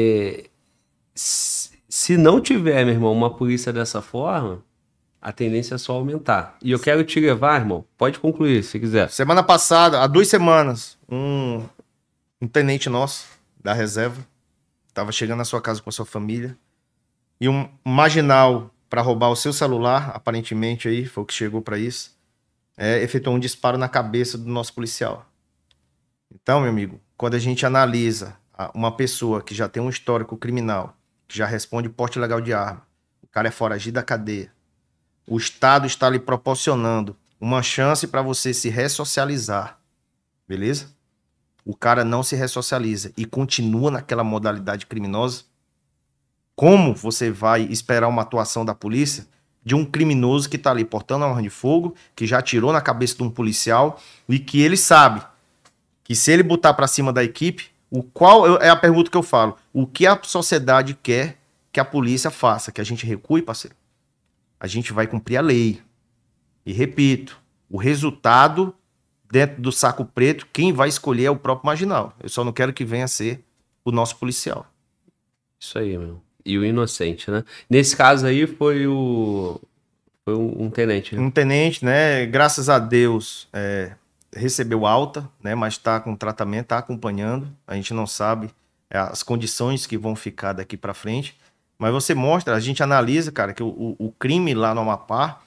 se não tiver, meu irmão, uma polícia dessa forma, a tendência é só aumentar. E eu quero te levar, irmão, pode concluir, se quiser. Semana passada, há 2 semanas, um tenente nosso, da reserva, estava chegando na sua casa com a sua família, e um marginal para roubar o seu celular, aparentemente aí, foi o que chegou para isso, efetuou um disparo na cabeça do nosso policial. Então, meu amigo, quando a gente analisa uma pessoa que já tem um histórico criminal, que já responde porte ilegal de arma, o cara é foragido da cadeia, o Estado está lhe proporcionando uma chance para você se ressocializar, beleza? O cara não se ressocializa e continua naquela modalidade criminosa. Como você vai esperar uma atuação da polícia de um criminoso que está ali portando uma arma de fogo, que já atirou na cabeça de um policial e que ele sabe que se ele botar para cima da equipe, é a pergunta que eu falo, o que a sociedade quer que a polícia faça? Que a gente recue, parceiro? A gente vai cumprir a lei. E repito, o resultado dentro do saco preto, quem vai escolher é o próprio marginal. Eu só não quero que venha a ser o nosso policial. Isso aí, meu. E o inocente, né? Nesse caso aí foi um tenente. Né? Um tenente, né? Graças a Deus, recebeu alta, né? Mas está com tratamento, está acompanhando. A gente não sabe as condições que vão ficar daqui para frente. Mas você mostra, a gente analisa, cara, que o crime lá no Amapá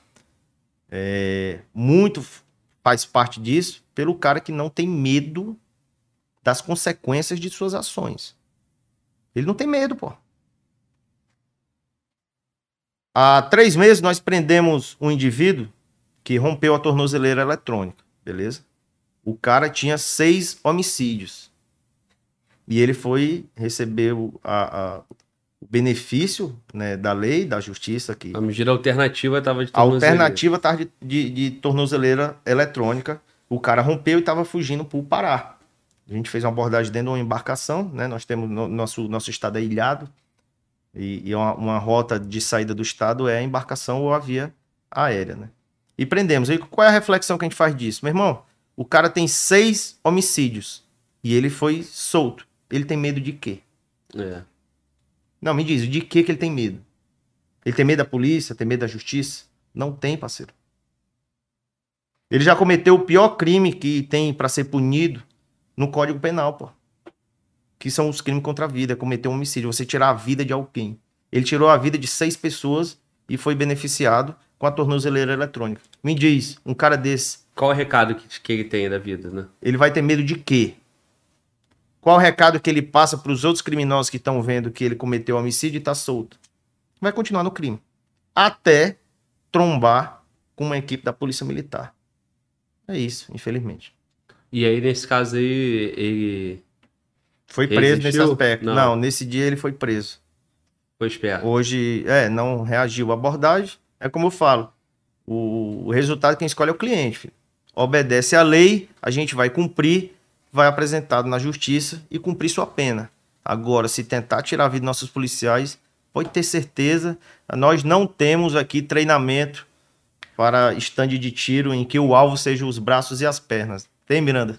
muito faz parte disso pelo cara que não tem medo das consequências de suas ações. Ele não tem medo, pô. Há 3 meses nós prendemos um indivíduo que rompeu a tornozeleira eletrônica, beleza? O cara tinha 6 homicídios. E ele recebeu o benefício, né, da lei, da justiça. Que a medida alternativa estava de tornozeleira. A alternativa estava de tornozeleira eletrônica. O cara rompeu e estava fugindo para o Pará. A gente fez uma abordagem dentro de uma embarcação, né? Nós temos nosso estado é ilhado. E uma rota de saída do estado é a embarcação ou a via aérea, né? E prendemos. E qual é a reflexão que a gente faz disso? Meu irmão, o cara tem 6 homicídios e ele foi solto. Ele tem medo de quê? Não, me diz, de que ele tem medo? Ele tem medo da polícia? Tem medo da justiça? Não tem, parceiro. Ele já cometeu o pior crime que tem para ser punido no Código Penal, pô. Que são os crimes contra a vida, cometer um homicídio, você tirar a vida de alguém. Ele tirou a vida de 6 pessoas e foi beneficiado com a tornozeleira eletrônica. Me diz, um cara desse... Qual é o recado que ele tem da vida, né? Ele vai ter medo de quê? Qual o recado que ele passa para os outros criminosos que estão vendo que ele cometeu homicídio e está solto? Vai continuar no crime. Até trombar com uma equipe da Polícia Militar. É isso, infelizmente. E aí, nesse caso aí, ele... Foi preso nesse aspecto. Não, nesse dia ele foi preso. Foi esperto. Hoje, não reagiu à abordagem. É como eu falo, o resultado quem escolhe é o cliente, filho. Obedece à lei, a gente vai cumprir, vai apresentado na justiça e cumprir sua pena. Agora, se tentar tirar a vida dos nossos policiais, pode ter certeza, nós não temos aqui treinamento para estande de tiro em que o alvo seja os braços e as pernas. Tem, Miranda?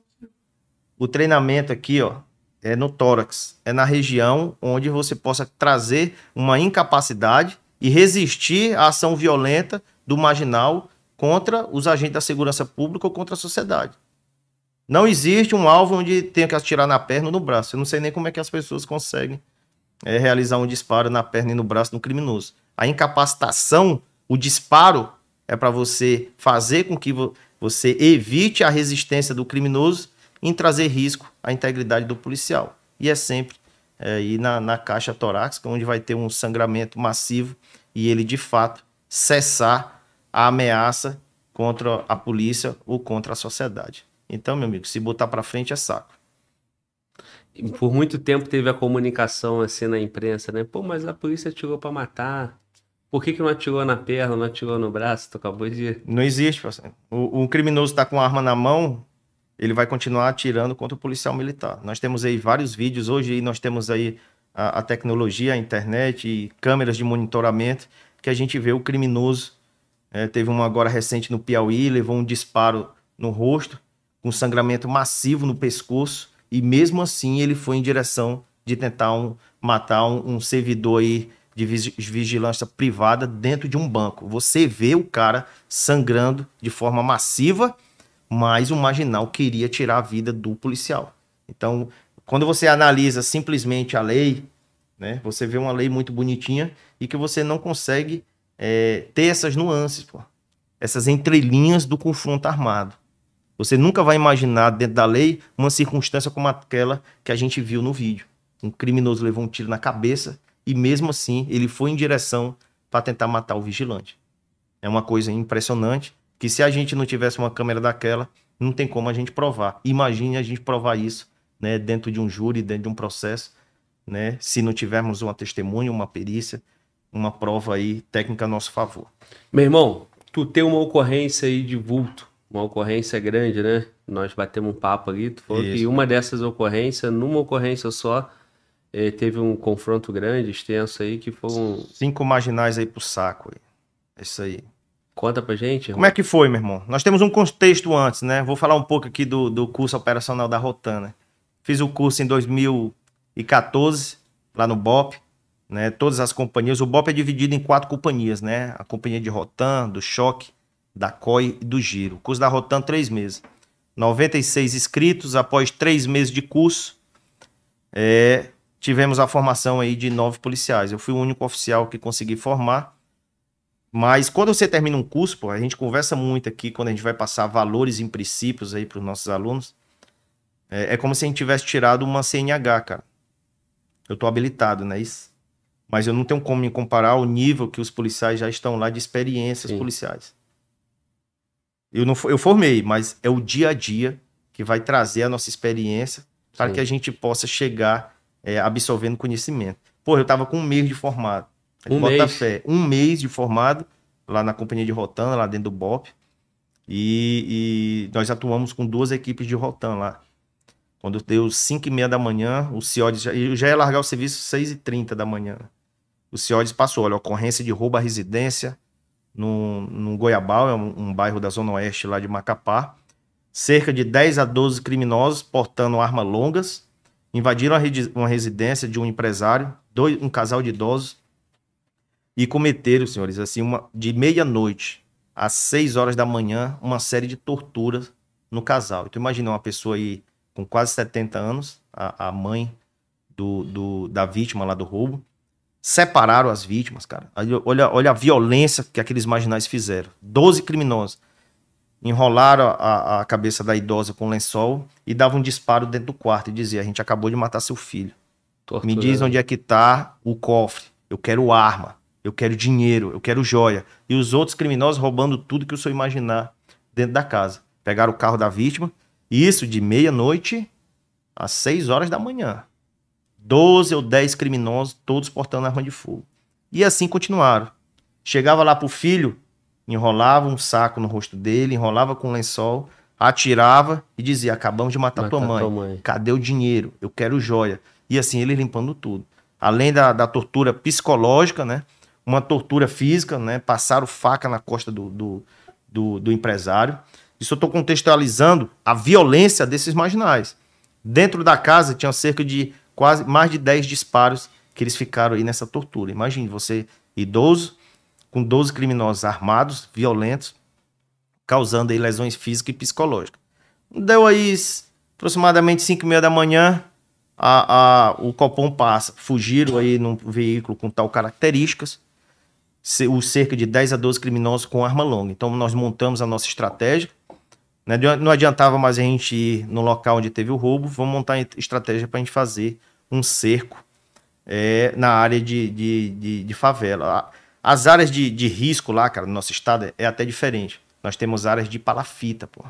O treinamento aqui, ó, é no tórax, é na região onde você possa trazer uma incapacidade e resistir à ação violenta do marginal contra os agentes da segurança pública ou contra a sociedade. Não existe um alvo onde tenha que atirar na perna ou no braço. Eu não sei nem como é que as pessoas conseguem realizar um disparo na perna e no braço do criminoso. A incapacitação, o disparo, é para você fazer com que você evite a resistência do criminoso em trazer risco à integridade do policial. E é sempre ir na caixa torácica, onde vai ter um sangramento massivo e ele, de fato, cessar a ameaça contra a polícia ou contra a sociedade. Então, meu amigo, se botar para frente é saco. Por muito tempo teve a comunicação assim na imprensa, né? Pô, mas a polícia atirou para matar. Por que não atirou na perna, não atirou no braço? Tu acabou de... Não existe, parceiro. O criminoso está com a arma na mão, ele vai continuar atirando contra o policial militar. Nós temos aí vários vídeos. Hoje nós temos aí a tecnologia, a internet e câmeras de monitoramento que a gente vê o criminoso. Teve um agora recente no Piauí, levou um disparo no rosto, com sangramento massivo no pescoço, e mesmo assim ele foi em direção de tentar matar um servidor aí de vigilância privada dentro de um banco. Você vê o cara sangrando de forma massiva, mas o marginal queria tirar a vida do policial. Então, Quando você analisa simplesmente a lei, né, você vê uma lei muito bonitinha e que você não consegue ter essas nuances, pô. Essas entrelinhas do confronto armado. Você nunca vai imaginar dentro da lei uma circunstância como aquela que a gente viu no vídeo. Um criminoso levou um tiro na cabeça e mesmo assim ele foi em direção para tentar matar o vigilante. É uma coisa impressionante que se a gente não tivesse uma câmera daquela, não tem como a gente provar. Imagine a gente provar isso, né, dentro de um júri, dentro de um processo, né, se não tivermos uma testemunha, uma perícia, uma prova aí técnica a nosso favor. Meu irmão, tu tem uma ocorrência aí de vulto, uma ocorrência grande, né? Nós batemos um papo ali, tu falou que uma dessas ocorrências, numa ocorrência só, teve um confronto grande, extenso aí, que foi 5 marginais aí pro saco. Aí. É isso aí. Conta pra gente, irmão. Como é que foi, meu irmão? Nós temos um contexto antes, né? Vou falar um pouco aqui do curso operacional da Rotan, né? Fiz o curso em 2014, lá no BOP, né? Todas as companhias. O BOP é dividido em 4 companhias, né? A companhia de Rotan, do Choque, da COI e do Giro. O curso da Rotan, 3 meses. 96 inscritos, após 3 meses de curso, tivemos a formação aí de 9 policiais. Eu fui o único oficial que consegui formar. Mas quando você termina um curso, pô, a gente conversa muito aqui quando a gente vai passar valores e princípios aí para os nossos alunos. É como se a gente tivesse tirado uma CNH, cara. Eu tô habilitado, não é isso? Mas eu não tenho como me comparar ao nível que os policiais já estão lá de experiências policiais. Eu formei, mas é o dia a dia que vai trazer a nossa experiência para que a gente possa chegar absorvendo conhecimento. Pô, eu tava com 1 mês de formado. Um mês de formado lá na companhia de Rotan, lá dentro do BOP. E nós atuamos com 2 equipes de Rotan lá. Quando deu 5h30 da manhã, o CIODES eu já ia largar o serviço 6h30 da manhã. O CIODES passou, olha, ocorrência de roubo à residência no Goiabal, é um bairro da Zona Oeste lá de Macapá. Cerca de 10 a 12 criminosos portando armas longas invadiram uma residência de um empresário, um casal de idosos, e cometeram, senhores, assim, de meia-noite às 6 horas da manhã, uma série de torturas no casal. Então imagina uma pessoa aí com quase 70 anos, a mãe da vítima lá do roubo, separaram as vítimas, cara. Olha a violência que aqueles marginais fizeram. 12 criminosos enrolaram a cabeça da idosa com lençol e davam um disparo dentro do quarto e dizia: a gente acabou de matar seu filho. Me diz onde é que tá o cofre. Eu quero arma, eu quero dinheiro, eu quero joia. E os outros criminosos roubando tudo que o senhor imaginar dentro da casa. Pegaram o carro da vítima, e isso de meia-noite às 6 horas da manhã. 12 ou 10 criminosos, todos portando arma de fogo. E assim continuaram. Chegava lá pro filho, enrolava um saco no rosto dele, enrolava com um lençol, atirava e dizia: acabamos de matar tua mãe. Cadê o dinheiro? Eu quero joia. E assim ele limpando tudo. Além da tortura psicológica, né? Uma tortura física, né? Passaram faca na costa do empresário. Isso eu estou contextualizando a violência desses marginais. Dentro da casa tinha cerca de quase mais de 10 disparos que eles ficaram aí nessa tortura. Imagine você, idoso, com 12 criminosos armados, violentos, causando aí lesões físicas e psicológicas. Deu aí aproximadamente 5h30 da manhã, o Copom passa. Fugiram aí num veículo com tal características, os cerca de 10 a 12 criminosos com arma longa. Então nós montamos a nossa estratégia. Não adiantava mais a gente ir no local onde teve o roubo, vamos montar estratégia para a gente fazer um cerco na área de favela. As áreas de risco lá, cara, no nosso estado é até diferente. Nós temos áreas de palafita, pô.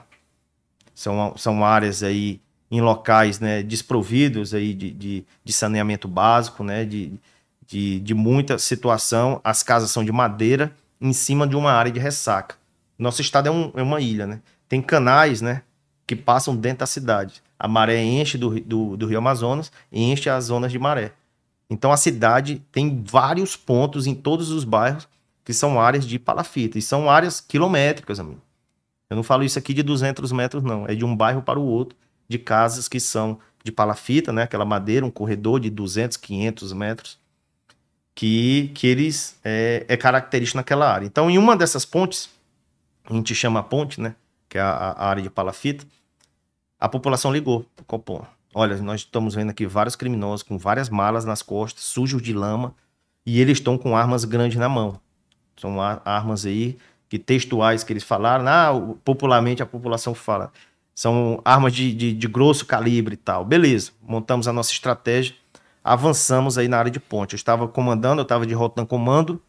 São áreas aí em locais, né, desprovidos aí de saneamento básico, né, de muita situação. As casas são de madeira em cima de uma área de ressaca. Nosso estado é uma ilha, né? Tem canais, né, que passam dentro da cidade. A maré enche do Rio Amazonas e enche as zonas de maré. Então a cidade tem vários pontos em todos os bairros que são áreas de palafita. E são áreas quilométricas, amigo. Eu não falo isso aqui de 200 metros, não. É de um bairro para o outro, de casas que são de palafita, né? Aquela madeira, um corredor de 200, 500 metros, que eles é característico naquela área. Então, em uma dessas pontes, a gente chama ponte, né? Que é a área de palafita, a população ligou pro Copom. olha, nós estamos vendo aqui vários criminosos com várias malas nas costas, sujos de lama, e eles estão com armas grandes na mão. São armas aí que textuais que eles falaram, popularmente a população fala. São armas de grosso calibre e tal. Beleza, montamos a nossa estratégia, avançamos aí na área de ponte. Eu estava comandando, eu estava de Rotan Comando,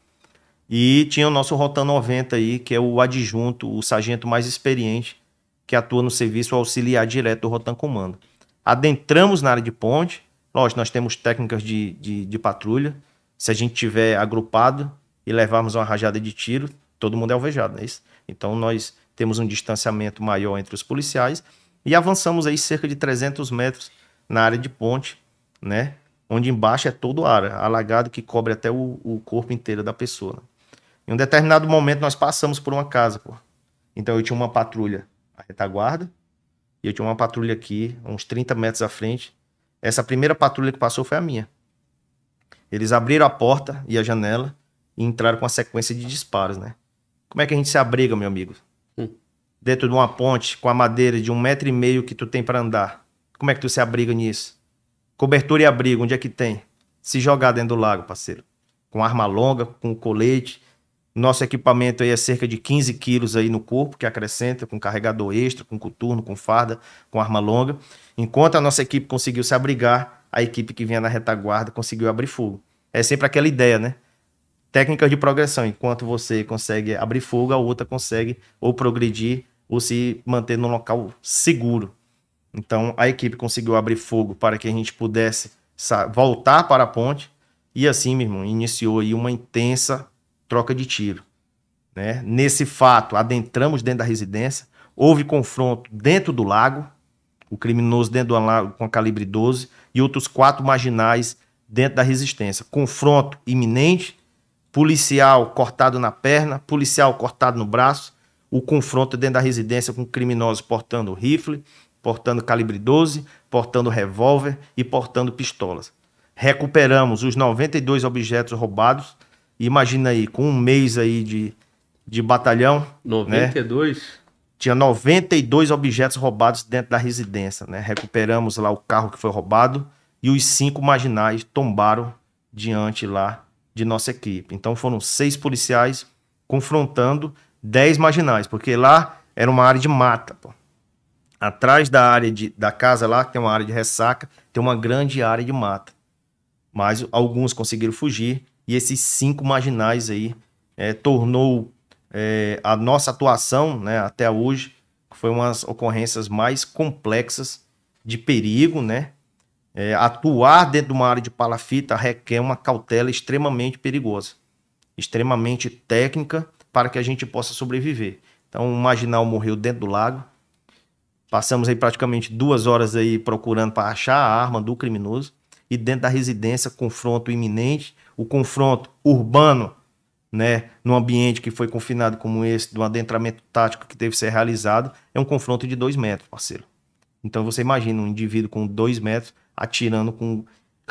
e tinha o nosso Rotan 90 aí, que é o adjunto, o sargento mais experiente, que atua no serviço auxiliar direto do Rotan Comando. Adentramos na área de ponte, lógico, nós temos técnicas de patrulha. Se a gente tiver agrupado e levarmos uma rajada de tiro, todo mundo é alvejado, não é isso? Então nós temos um distanciamento maior entre os policiais e avançamos aí cerca de 300 metros na área de ponte, né? Onde embaixo é todo ar alagado que cobre até o corpo inteiro da pessoa. Né? Em um determinado momento nós passamos por uma casa, pô. Então eu tinha uma patrulha à retaguarda e eu tinha uma patrulha aqui, uns 30 metros à frente. Essa primeira patrulha que passou foi a minha. Eles abriram a porta e a janela e entraram com uma sequência de disparos, né? Como é que a gente se abriga, meu amigo? Dentro de uma ponte com a madeira de 1,5 metro que tu tem para andar. Como é que tu se abriga nisso? Cobertura e abrigo, onde é que tem? Se jogar dentro do lago, parceiro. Com arma longa, com colete. Nosso equipamento aí é cerca de 15 quilos aí no corpo, que acrescenta, com carregador extra, com coturno, com farda, com arma longa. Enquanto a nossa equipe conseguiu se abrigar, a equipe que vinha na retaguarda conseguiu abrir fogo. É sempre aquela ideia, né? Técnicas de progressão. Enquanto você consegue abrir fogo, a outra consegue ou progredir ou se manter num local seguro. Então, a equipe conseguiu abrir fogo para que a gente pudesse voltar para a ponte e assim, meu irmão, iniciou aí uma intensa troca de tiro. Né? Nesse fato, adentramos dentro da residência, houve confronto dentro do lago, o criminoso dentro do lago com a calibre 12 e outros 4 marginais dentro da resistência. Confronto iminente, policial cortado na perna, policial cortado no braço, o confronto dentro da residência com criminosos portando rifle, portando calibre 12, portando revólver e portando pistolas. Recuperamos os 92 objetos roubados. Imagina aí, com um mês aí de batalhão... 92? Né? Tinha 92 objetos roubados dentro da residência. Né? Recuperamos lá o carro que foi roubado e os 5 marginais tombaram diante lá de nossa equipe. Então foram 6 policiais confrontando 10 marginais, porque lá era uma área de mata, pô. Atrás da área da casa lá, que tem uma área de ressaca, tem uma grande área de mata. Mas alguns conseguiram fugir e esses 5 marginais aí tornou a nossa atuação, né, até hoje, foi uma das ocorrências mais complexas de perigo, né? Atuar dentro de uma área de palafita requer uma cautela extremamente perigosa, extremamente técnica para que a gente possa sobreviver. Então, um marginal morreu dentro do lago. Passamos aí praticamente 2 horas aí procurando para achar a arma do criminoso. E dentro da residência, confronto iminente. O confronto urbano, né, num ambiente que foi confinado como esse, de um adentramento tático que teve que ser realizado, é um confronto de 2 metros, parceiro. Então você imagina um indivíduo com 2 metros atirando com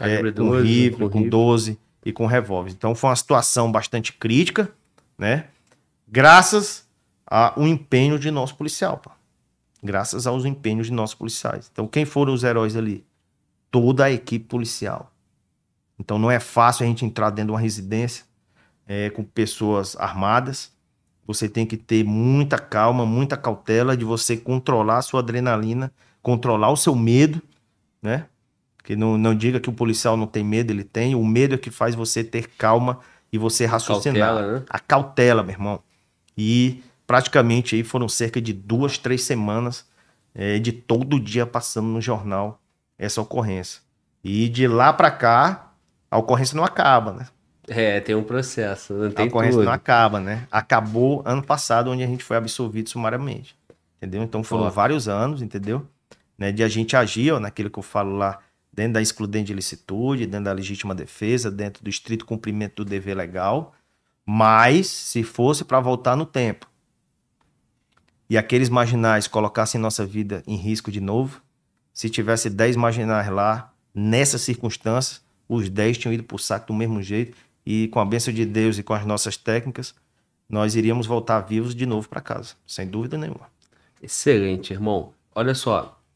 rifle, com 12 e com revólver. Então foi uma situação bastante crítica, né? Graças ao empenho de nosso policial, pô. Graças aos empenhos de nossos policiais. Então, quem foram os heróis ali? Toda a equipe policial. Então, não é fácil a gente entrar dentro de uma residência com pessoas armadas. Você tem que ter muita calma, muita cautela de você controlar a sua adrenalina, controlar o seu medo, né? Que não diga que o policial não tem medo, ele tem. O medo é que faz você ter calma e você raciocinar. Cautela, né? A cautela, meu irmão. E praticamente aí foram cerca de 2, 3 semanas de todo dia passando no jornal essa ocorrência. E de lá para cá, a ocorrência não acaba, né? Tem um processo, não tem a ocorrência tudo. não acaba, né? Acabou ano passado, onde a gente foi absolvido sumariamente. Entendeu? Então foram vários anos, entendeu? Né? De a gente agir, ó, naquilo que eu falo lá, dentro da excludente de ilicitude, dentro da legítima defesa, dentro do estrito cumprimento do dever legal. Mas, se fosse para voltar no tempo, e aqueles marginais colocassem nossa vida em risco de novo, se tivesse 10 marginais lá, nessas circunstâncias, os 10 tinham ido pro saco do mesmo jeito, e com a bênção de Deus e com as nossas técnicas, nós iríamos voltar vivos de novo para casa, sem dúvida nenhuma. Excelente, irmão. Olha só,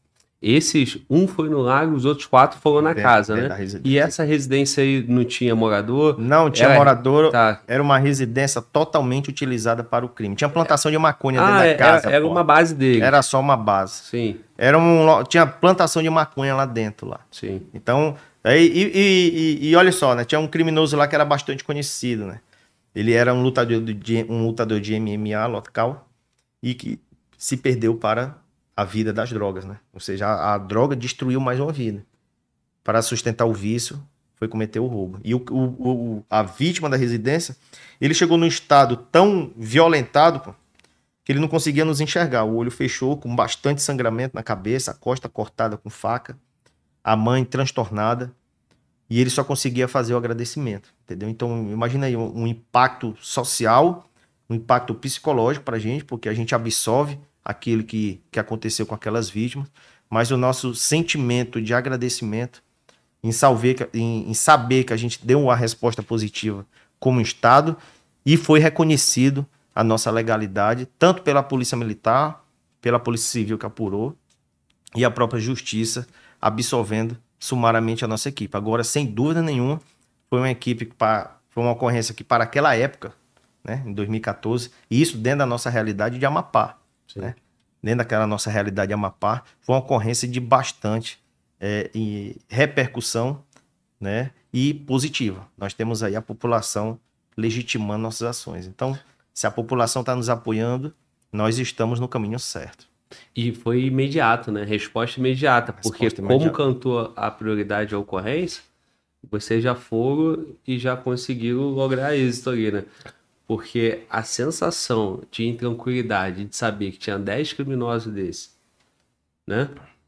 Um foi no lago, os outros 4 foram na casa, dentro né? da residência. E essa residência aí não tinha morador? Não tinha morador, Tá. era uma residência totalmente utilizada para o crime. Tinha plantação de maconha dentro da casa. Era uma base dele. Era só uma base. Sim, Tinha plantação de maconha lá dentro, lá. sim. Então, e olha só, né? Tinha um criminoso lá que era bastante conhecido, né? Ele era um lutador de MMA local e que se perdeu para a vida das drogas, né? Ou seja, a droga destruiu mais uma vida. Para sustentar o vício, foi cometer o roubo. E a vítima da residência, ele chegou num estado tão violentado, pô, que ele não conseguia nos enxergar. O olho fechou, com bastante sangramento na cabeça, a costa cortada com faca, a mãe transtornada, e ele só conseguia fazer o agradecimento, entendeu? Então, imagina aí um impacto social, um impacto psicológico pra gente, porque a gente absorve aquilo que aconteceu com aquelas vítimas, mas o nosso sentimento de agradecimento em saber que a gente deu uma resposta positiva como Estado e foi reconhecido a nossa legalidade, tanto pela Polícia Militar, pela Polícia Civil que apurou, e a própria Justiça absolvendo sumariamente a nossa equipe. Agora, sem dúvida nenhuma, foi uma ocorrência que para aquela época, né, em 2014, e isso dentro da nossa realidade de Amapá, né? Dentro daquela nossa realidade de Amapá, foi uma ocorrência de bastante repercussão, né, e positiva. Nós temos aí a população legitimando nossas ações. Então, se a população está nos apoiando, nós estamos no caminho certo. E foi imediato, né? Resposta imediata, porque como cantou a prioridade à ocorrência, vocês já foram e já conseguiram lograr êxito ali, né? Porque a sensação de intranquilidade de saber que tinha 10 criminosos desses, né?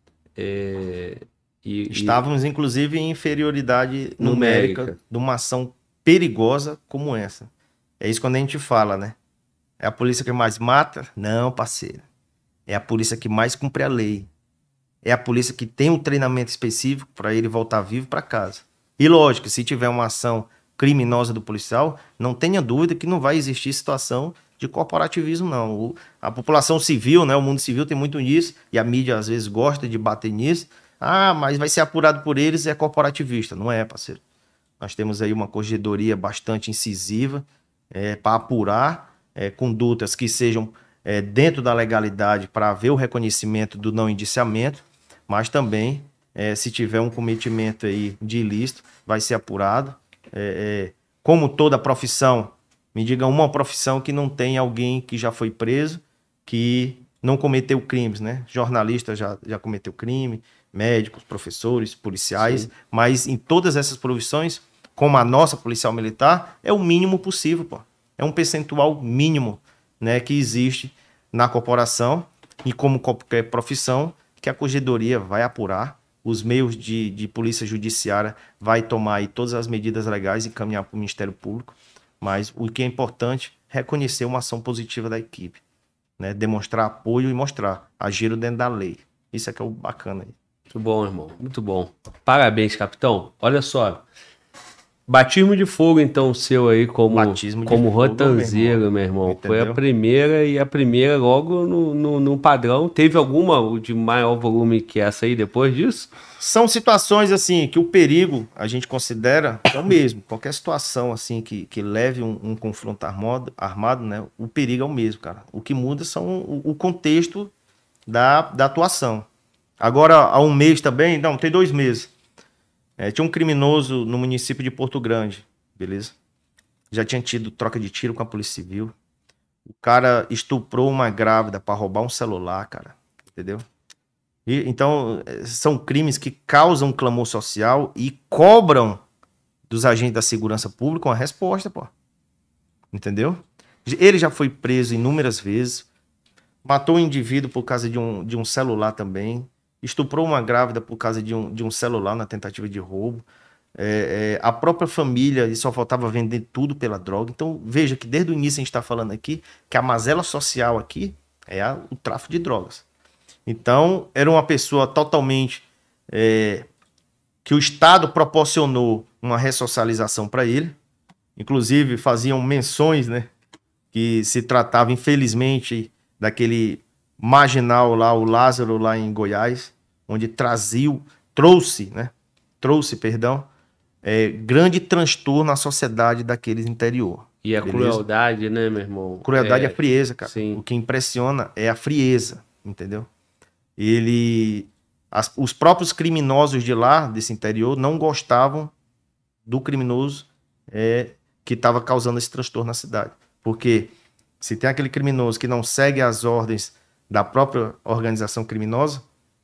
Estávamos, inclusive, em inferioridade numérica de uma ação perigosa como essa. É isso quando a gente fala, né? É a polícia que mais mata? Não, parceiro. É a polícia que mais cumpre a lei. É a polícia que tem um treinamento específico para ele voltar vivo para casa. E lógico, se tiver uma ação criminosa do policial, não tenha dúvida que não vai existir situação de corporativismo, não. A população civil, né, o mundo civil tem muito nisso, e a mídia às vezes gosta de bater nisso. Ah, mas vai ser apurado por eles, é corporativista. Não é, parceiro. Nós temos aí uma corregedoria bastante incisiva para apurar condutas que sejam dentro da legalidade para haver o reconhecimento do não indiciamento, mas também, se tiver um cometimento aí de ilícito, vai ser apurado. Como toda profissão, me diga uma profissão que não tem alguém que já foi preso, que não cometeu crimes, né? Jornalista já cometeu crime, médicos, professores, policiais, sim, mas em todas essas profissões, como a nossa policial militar, é o mínimo possível, pô. É um percentual mínimo, né, que existe na corporação e como qualquer profissão que a corregedoria vai apurar, os meios de polícia judiciária vai tomar aí todas as medidas legais e encaminhar para o Ministério Público, mas o que é importante é reconhecer uma ação positiva da equipe, né, demonstrar apoio e mostrar, agir dentro da lei. Isso é que é o bacana aí. Muito bom, irmão, muito bom. Parabéns, capitão. Olha só, batismo de fogo, então, seu aí como rotanzeiro, meu irmão. Entendeu? Foi a primeira logo no padrão. Teve alguma de maior volume que essa aí depois disso? São situações, assim, que o perigo a gente considera é o mesmo. Qualquer situação, assim, que leve um confronto armado, né? O perigo é o mesmo, cara. O que muda são o contexto da atuação. Agora, há um mês também, não, tem 2 meses. Tinha um criminoso no município de Porto Grande, beleza? Já tinha tido troca de tiro com a Polícia Civil. O cara estuprou uma grávida para roubar um celular, cara, entendeu? Então, são crimes que causam clamor social e cobram dos agentes da segurança pública uma resposta, pô. Entendeu? Ele já foi preso inúmeras vezes, matou um indivíduo por causa de um celular também, estuprou uma grávida por causa de um celular na tentativa de roubo. A própria família, e só faltava vender tudo pela droga. Então, veja que desde o início a gente está falando aqui que a mazela social aqui é o tráfico de drogas. Então, era uma pessoa totalmente... que o Estado proporcionou uma ressocialização para ele. Inclusive, faziam menções, né, que se tratava, infelizmente, daquele marginal lá, o Lázaro, lá em Goiás, onde trouxe, perdão, grande transtorno à sociedade daqueles interior. E a beleza? crueldade, né, meu irmão? Crueldade e a frieza, cara. Sim. O que impressiona é a frieza, entendeu? Os próprios criminosos de lá, desse interior, não gostavam do criminoso que estava causando esse transtorno na cidade. Porque se tem aquele criminoso que não segue as ordens da própria organização criminosa,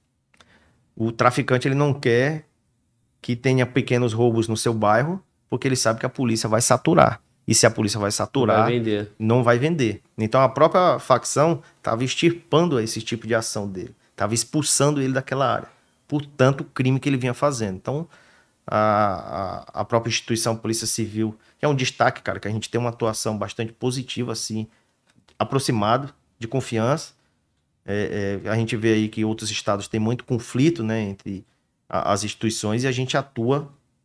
o traficante ele não quer que tenha pequenos roubos no seu bairro, porque ele sabe que a polícia vai saturar. E se a polícia vai saturar, não vai vender. Então a própria facção estava extirpando esse tipo de ação dele. Estava expulsando ele daquela área. Por tanto, o crime que ele vinha fazendo. Então, a própria instituição Polícia Civil, que é um destaque, cara, que a gente tem uma atuação bastante positiva, assim, aproximado, de confiança. A gente vê aí que outros estados têm muito conflito, né, entre as instituições, e a gente atua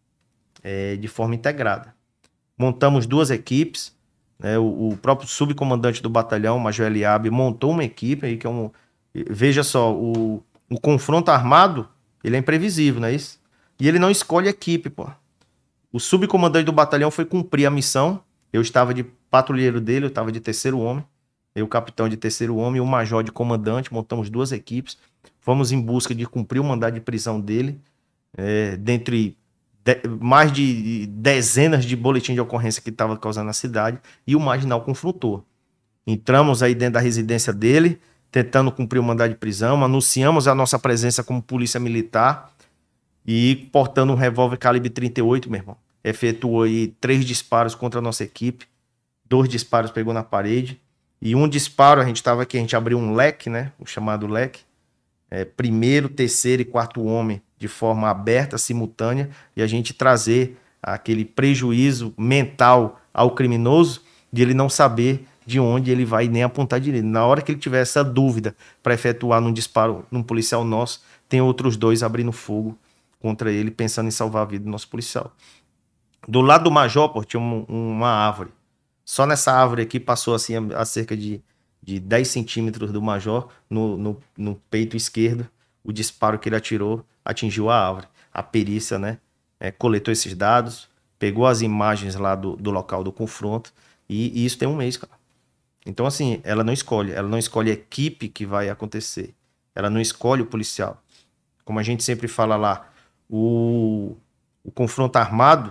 de forma integrada. Montamos 2 equipes, né, o próprio subcomandante do batalhão, Major Eliabe, montou uma equipe aí que é veja só, o confronto armado, ele é imprevisível, não é isso? E ele não escolhe equipe, pô. O subcomandante do batalhão foi cumprir a missão, eu estava de patrulheiro dele, eu estava de terceiro homem, eu capitão de terceiro homem, o major de comandante, montamos 2 equipes, fomos em busca de cumprir o mandado de prisão dele, dentre mais de dezenas de boletins de ocorrência que estava causando na cidade, e o marginal confrontou. Entramos aí dentro da residência dele, tentando cumprir o mandado de prisão, anunciamos a nossa presença como polícia militar e portando um revólver calibre 38, meu irmão. Efetuou aí 3 disparos contra a nossa equipe, 2 disparos pegou na parede e um disparo, a gente abriu um leque, né, o chamado leque, primeiro, terceiro e quarto homem de forma aberta, simultânea, e a gente trazer aquele prejuízo mental ao criminoso de ele não saber de onde ele vai nem apontar direito. Na hora que ele tiver essa dúvida para efetuar num disparo num policial nosso, tem outros 2 abrindo fogo contra ele, pensando em salvar a vida do nosso policial. Do lado do major, pô, tinha uma árvore. Só nessa árvore aqui passou assim a cerca de 10 centímetros do major no peito esquerdo. O disparo que ele atirou atingiu a árvore. A perícia, né, coletou esses dados, pegou as imagens lá do local do confronto e isso tem 1 mês, cara. Então, assim, ela não escolhe a equipe que vai acontecer. Ela não escolhe o policial. Como a gente sempre fala lá, o confronto armado,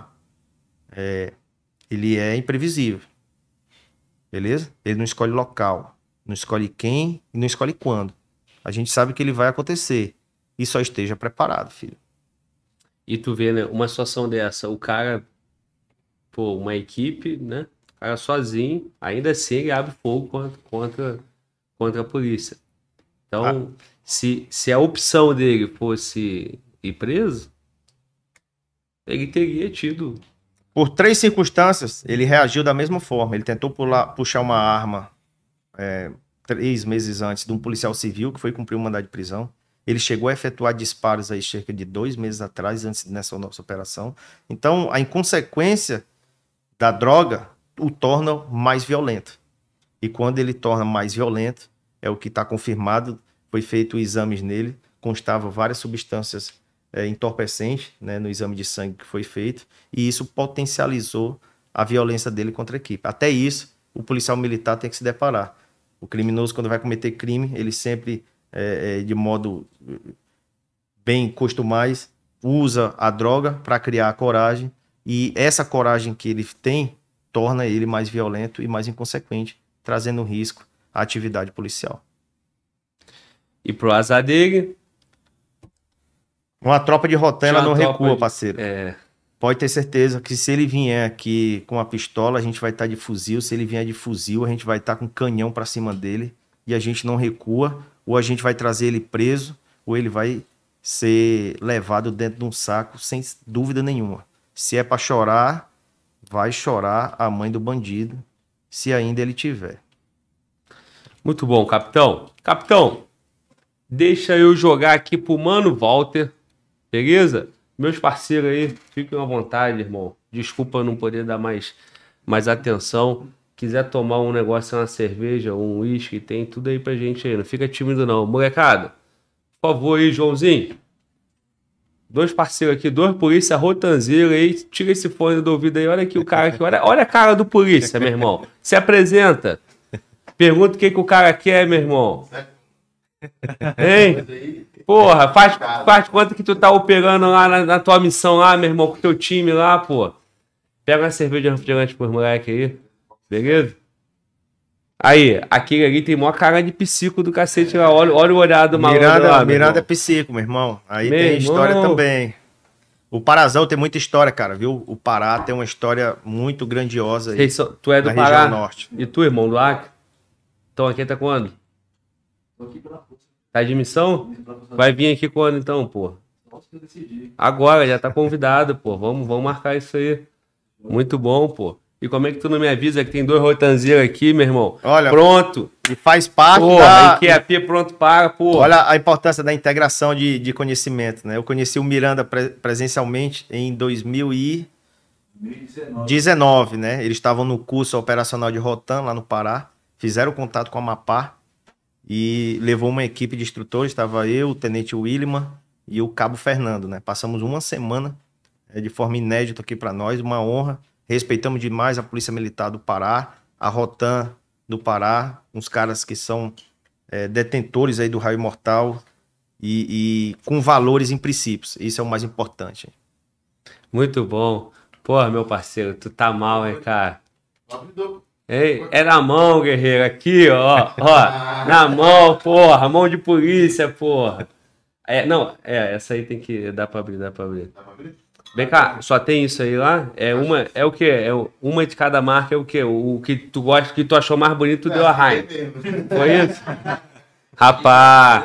ele é imprevisível. Beleza? Ele não escolhe local, não escolhe quem e não escolhe quando. A gente sabe que ele vai acontecer. E só esteja preparado, filho. E tu vê, né, uma situação dessa, o cara, pô, uma equipe, né? O cara sozinho, ainda assim ele abre fogo contra a polícia. Então, se a opção dele fosse ir preso, ele teria tido... Por 3 circunstâncias, ele reagiu da mesma forma. Ele tentou puxar uma arma 3 meses antes de um policial civil que foi cumprir um mandado de prisão. Ele chegou a efetuar disparos aí cerca de 2 meses atrás, antes dessa nossa operação. Então, a inconsequência da droga o torna mais violento. E quando ele torna mais violento, é o que está confirmado, foi feito exames nele, constava várias substâncias entorpecentes, né, no exame de sangue que foi feito, e isso potencializou a violência dele contra a equipe. Até isso, o policial militar tem que se deparar. O criminoso, quando vai cometer crime, ele sempre, de modo bem costumais, usa a droga para criar a coragem, e essa coragem que ele tem torna ele mais violento e mais inconsequente, trazendo risco à atividade policial. E pro azar dele... Uma tropa de rotela não recua, parceiro. Pode ter certeza que se ele vier aqui com a pistola, a gente vai estar de fuzil. Se ele vier de fuzil, a gente vai estar com um canhão para cima dele. E a gente não recua. Ou a gente vai trazer ele preso, ou ele vai ser levado dentro de um saco, sem dúvida nenhuma. Se é para chorar, vai chorar a mãe do bandido, se ainda ele tiver. Muito bom, capitão. Capitão, deixa eu jogar aqui pro Mano Walter. Beleza? Meus parceiros aí, fiquem à vontade, irmão. Desculpa não poder dar mais atenção. Quiser tomar um negócio, uma cerveja, um uísque, tem tudo aí pra gente aí. Não fica tímido não. Molecada, Por favor aí, Joãozinho. 2 parceiros aqui, 2 polícia rotanzeiros aí. Tira esse fone do ouvido aí. Olha aqui o cara aqui. Olha a cara do polícia, meu irmão. Se apresenta. Pergunta o que o cara quer, meu irmão. Hein? Porra, faz conta que tu tá operando lá na tua missão lá, meu irmão, com o teu time lá, pô. Pega uma cerveja refrigerante pros moleques aí. Beleza? Aí, aquele ali tem maior cara de psico do cacete lá. Olha o olhar do maluco lá, Miranda é psico, meu irmão. Aí meu tem história também. O Parazão tem muita história, cara, viu? O Pará tem uma história muito grandiosa aí. Tu é do Pará? Norte. E tu, irmão, do Acre? Então aqui tá quando? Tô aqui pela força. Tá de missão? Vai vir aqui quando então, pô? Agora, já tá convidado, pô. Vamos marcar isso aí. Muito bom, pô. E como é que tu não me avisa que tem 2 rotanzeiros aqui, meu irmão? Olha, pronto. E faz parte da... IQAP pronto para, pô. Olha a importância da integração de conhecimento, né? Eu conheci o Miranda presencialmente em 2019, né? Eles estavam no curso operacional de Rotan, lá no Pará. Fizeram contato com a Amapá e levou uma equipe de instrutores. Estava eu, o Tenente Williman e o Cabo Fernando, né? Passamos uma semana de forma inédita aqui para nós, uma honra. Respeitamos demais a Polícia Militar do Pará, a Rotan do Pará, uns caras que são detentores aí do raio mortal e com valores em princípios. Isso é o mais importante. Muito bom. Porra, meu parceiro, tu tá mal, hein, cara? Ei, é na mão, guerreiro, aqui, ó, na mão, porra, mão de polícia, porra. Essa aí tem que, dá pra abrir. Vem cá, só tem isso aí lá? É o quê? Uma de cada marca é o quê? O que tu gosta, que tu achou mais bonito, deu a Heineken. Foi isso? Rapaz.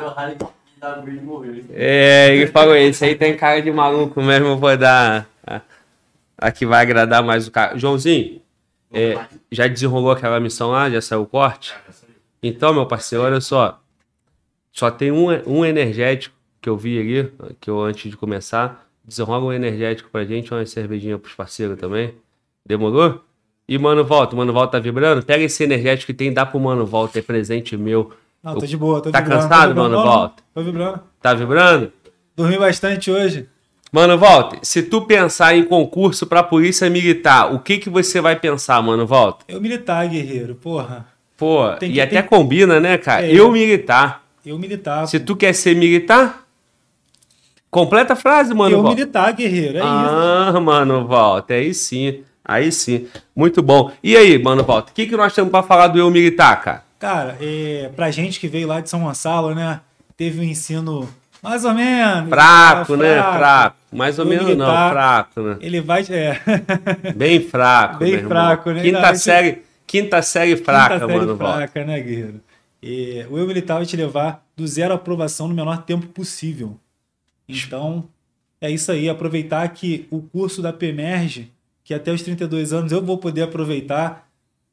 Ele falou, esse aí tem cara de maluco mesmo, eu vou dar a que vai agradar mais o cara. Joãozinho, já desenrolou aquela missão lá? Já saiu o corte? Então, meu parceiro, olha só. Só tem um energético que eu vi ali, que eu antes de começar... Desenrola um energético pra gente, uma cervejinha pros parceiros também. Demorou? E Mano Volta tá vibrando? Pega esse energético que tem, dá pro Mano Volta, é presente meu. Não, tô de boa, tô tá vibrando. Tá cansado, Mano Volta? Tô vibrando. Tá vibrando? Dormi bastante hoje. Mano Volta, se tu pensar em concurso pra polícia militar, o que você vai pensar, Mano Volta? Eu militar, guerreiro, porra. Pô, até combina, né, cara? Militar. Eu militar. Se tu quer ser militar... Completa a frase, Mano Volta. Militar, guerreiro, isso. Mano Volta, aí sim. Muito bom. E aí, Mano Volta, o que nós temos pra falar do eu militar, cara? Cara, pra gente que veio lá de São Gonçalo, né, teve um ensino mais ou menos... Fraco, né? Fraco. Mais ou menos militar, não, fraco, né? Ele vai... Bem fraco, bem fraco, né? Quinta série fraca, Mano Volta. Fraca, né, guerreiro? O eu militar vai te levar do 0 à aprovação no menor tempo possível. Então, é isso aí. Aproveitar que o curso da PEMERGE, que até os 32 anos eu vou poder aproveitar,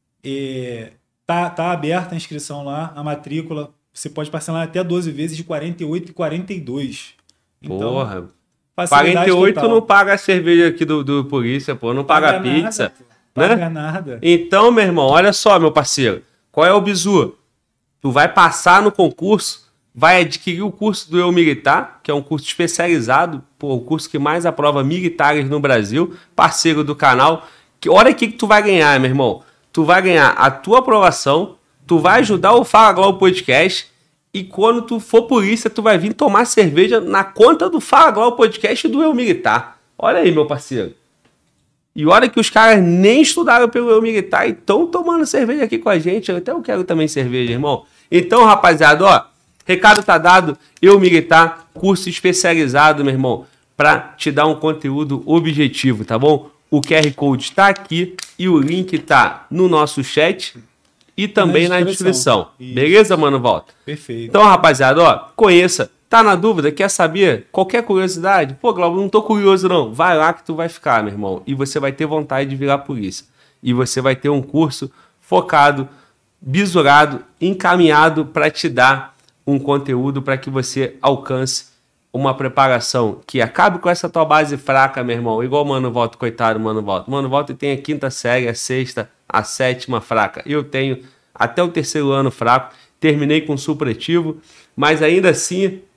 tá aberta a inscrição lá, a matrícula. Você pode parcelar até 12 vezes de 48 e 42. Então, porra. 48 total. Não paga a cerveja aqui do polícia, pô. Não paga pizza. Nada, né? Paga nada. Então, meu irmão, olha só, meu parceiro. Qual é o bizu? Tu vai passar no concurso, vai adquirir o curso do Eu Militar, que é um curso especializado, o curso que mais aprova militares no Brasil, parceiro do canal. Olha o que tu vai ganhar, meu irmão. Tu vai ganhar a tua aprovação, tu vai ajudar o Fala Globo Podcast, e quando tu for polícia, tu vai vir tomar cerveja na conta do Fala Globo Podcast e do Eu Militar. Olha aí, meu parceiro. E olha que os caras nem estudaram pelo Eu Militar e estão tomando cerveja aqui com a gente. Eu quero também cerveja, irmão. Então, rapaziada, ó, recado tá dado. Eu Militar, curso especializado, meu irmão, pra te dar um conteúdo objetivo, tá bom? O QR Code tá aqui e o link tá no nosso chat e também na descrição. Beleza, Mano Volta? Perfeito. Então, rapaziada, ó, conheça. Tá na dúvida? Quer saber? Qualquer curiosidade? Pô, Glauber, não tô curioso não. Vai lá que tu vai ficar, meu irmão. E você vai ter vontade de virar polícia. E você vai ter um curso focado, bisurado, encaminhado para te dar um conteúdo para que você alcance uma preparação que acabe com essa tua base fraca, meu irmão. Igual o Mano Volta, coitado, Mano Volta. Mano Volta tem a 5ª série, a 6ª, a 7ª fraca. Eu tenho até o 3º ano fraco. Terminei com supletivo, mas ainda assim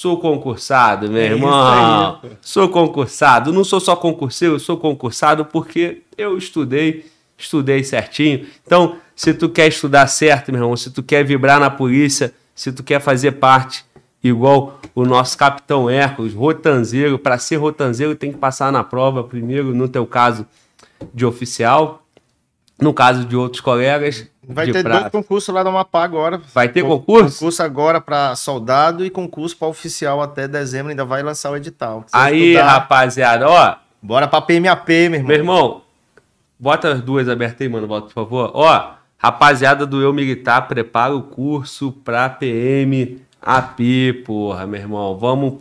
Sou concursado, meu É irmão. isso aí, pô. Sou concursado. Não sou só concurseiro, sou concursado porque eu estudei certinho. Então, se tu quer estudar certo, meu irmão, se tu quer vibrar na polícia, se tu quer fazer parte igual o nosso capitão Hércules, rotanzeiro, para ser rotanzeiro tem que passar na prova primeiro, no teu caso de oficial, no caso de outros colegas. Vai de ter prata. 2 concursos lá no Amapá agora. Vai ter concurso? Concurso agora para soldado e concurso para oficial até dezembro. Ainda vai lançar o edital. Se Aí, estudar, rapaziada, ó, bora pra PMAP, meu irmão. meu irmão, bota as duas abertas aí, mano, bota, por favor. Ó, rapaziada do Eu Militar, prepara o curso pra PM AP, porra, meu irmão. Vamos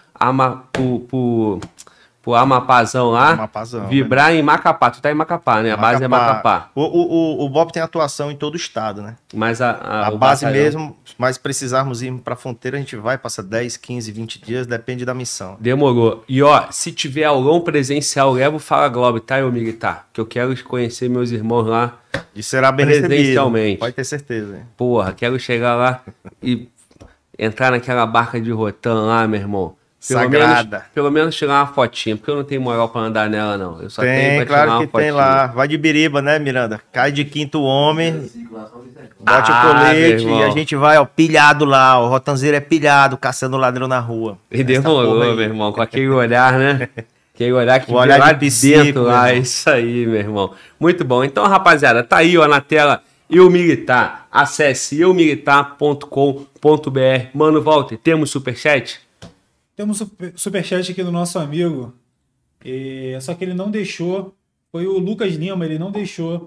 pro Amapazão lá. Amapazão, Vibrar em Macapá. Tu tá em Macapá, né? A base é Macapá. O BOP tem atuação em todo o estado, né? Mas A o base batalhão- mesmo, mas precisarmos ir pra fronteira, a gente vai, passa 10, 15, 20 dias, depende da missão. Demorou. E ó, se tiver aulão presencial, leva o Fala Globo, tá, Eu Militar? Que eu quero conhecer meus irmãos lá. E será bem recebido. Presencialmente. Pode ter certeza. Hein? Porra, quero chegar lá e entrar naquela barca de Rotan lá, meu irmão. Sagrada. Pelo menos tirar uma fotinha, porque eu não tenho moral pra andar nela, não. Eu só tenho Tem, pra claro tirar que uma fotinha. tem lá. Vai de biriba, né, Miranda? Cai de quinto homem, bote o Ah, colete meu e a irmão. gente vai, ó, pilhado lá. O rotanzeiro é pilhado, caçando ladrão na rua. E Essa porra demorou, aí. meu irmão, com aquele olhar, né? Aquele olhar que O olhar vê lá de psico, dentro, meu lá. irmão. Isso aí, meu irmão. Muito bom. Então, rapaziada, tá aí, ó, na tela, Eu Militar. Acesse eumilitar.com.br. Mano, Walter, temos superchat? Temos superchat aqui do nosso amigo. Só que ele não deixou. Foi o Lucas Lima, ele não deixou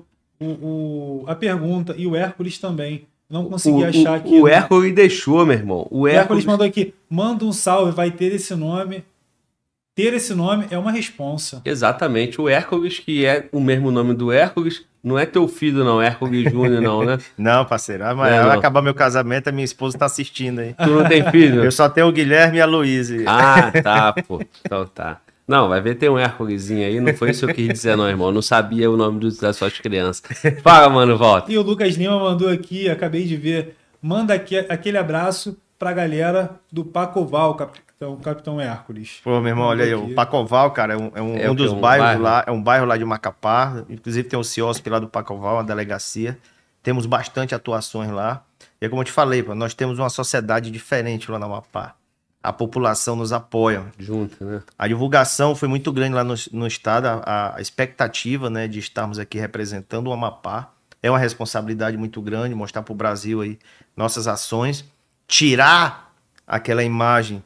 a pergunta. E o Hércules também. Não consegui achar aqui. O Hércules deixou, meu irmão. O O Hércules Hércules mandou aqui. Manda um salve, vai ter esse nome. Ter esse nome é uma responsa. Exatamente. O Hércules, que é o mesmo nome do Hércules, não é teu filho, não. Hércules Júnior, não, né? Não, parceiro. Não, Vai não. acabar meu casamento, a minha esposa tá assistindo aí. Tu não tem filho? Eu só tenho o Guilherme e a Luísa. Ah, tá, pô. Então tá. Não, vai ver, tem um Hérculesinho aí. Não foi isso que eu quis dizer, não, irmão. Não sabia o nome das suas crianças. Fala, mano, volta. E o Lucas Lima mandou aqui, acabei de ver. Manda aqui, aquele abraço pra galera do Pacoval, Capitão Hércules. Pô, meu irmão, olha aí, o Pacoval, cara, é um É o dos quê? Um bairros bairro? lá, é um bairro lá de Macapá, inclusive tem o CIOSP lá do Pacoval, uma delegacia, temos bastante atuações lá, e é como eu te falei, pô, nós temos uma sociedade diferente lá no Amapá, a população nos apoia, Junto, né? a divulgação foi muito grande lá no estado, a expectativa, né, de estarmos aqui representando o Amapá, é uma responsabilidade muito grande, mostrar para o Brasil aí nossas ações, tirar aquela imagem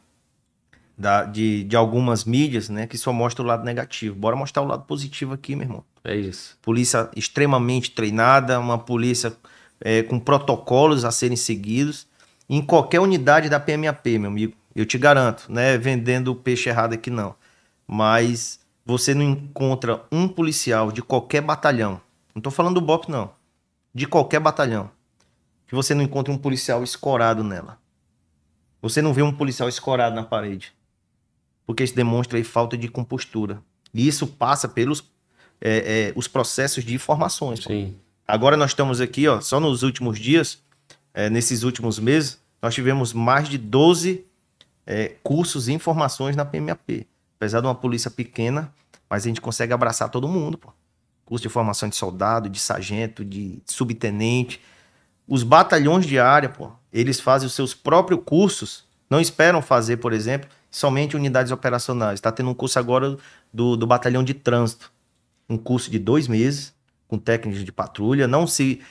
de algumas mídias, né, que só mostra o lado negativo. Bora mostrar o lado positivo aqui, meu irmão. É isso. Polícia extremamente treinada, uma polícia com protocolos a serem seguidos, em qualquer unidade da PMAP, meu amigo. Eu te garanto, né, vendendo peixe errado aqui não. Mas você não encontra um policial de qualquer batalhão, não tô falando do BOP não, de qualquer batalhão, que você não encontre um policial escorado nela. Você não vê um policial escorado na parede. Porque isso demonstra aí falta de compostura. E isso passa pelos os processos de informações. Sim. Agora nós estamos aqui, ó, só nos últimos dias, nesses últimos meses, nós tivemos mais de 12 cursos e informações na PMAP. Apesar de uma polícia pequena, mas a gente consegue abraçar todo mundo, pô. Curso de formação de soldado, de sargento, de subtenente. Os batalhões de área, pô, eles fazem os seus próprios cursos, não esperam fazer, por exemplo, somente unidades operacionais. Está tendo um curso agora do batalhão de trânsito. Um curso de 2 meses, com técnicas de patrulha. Não se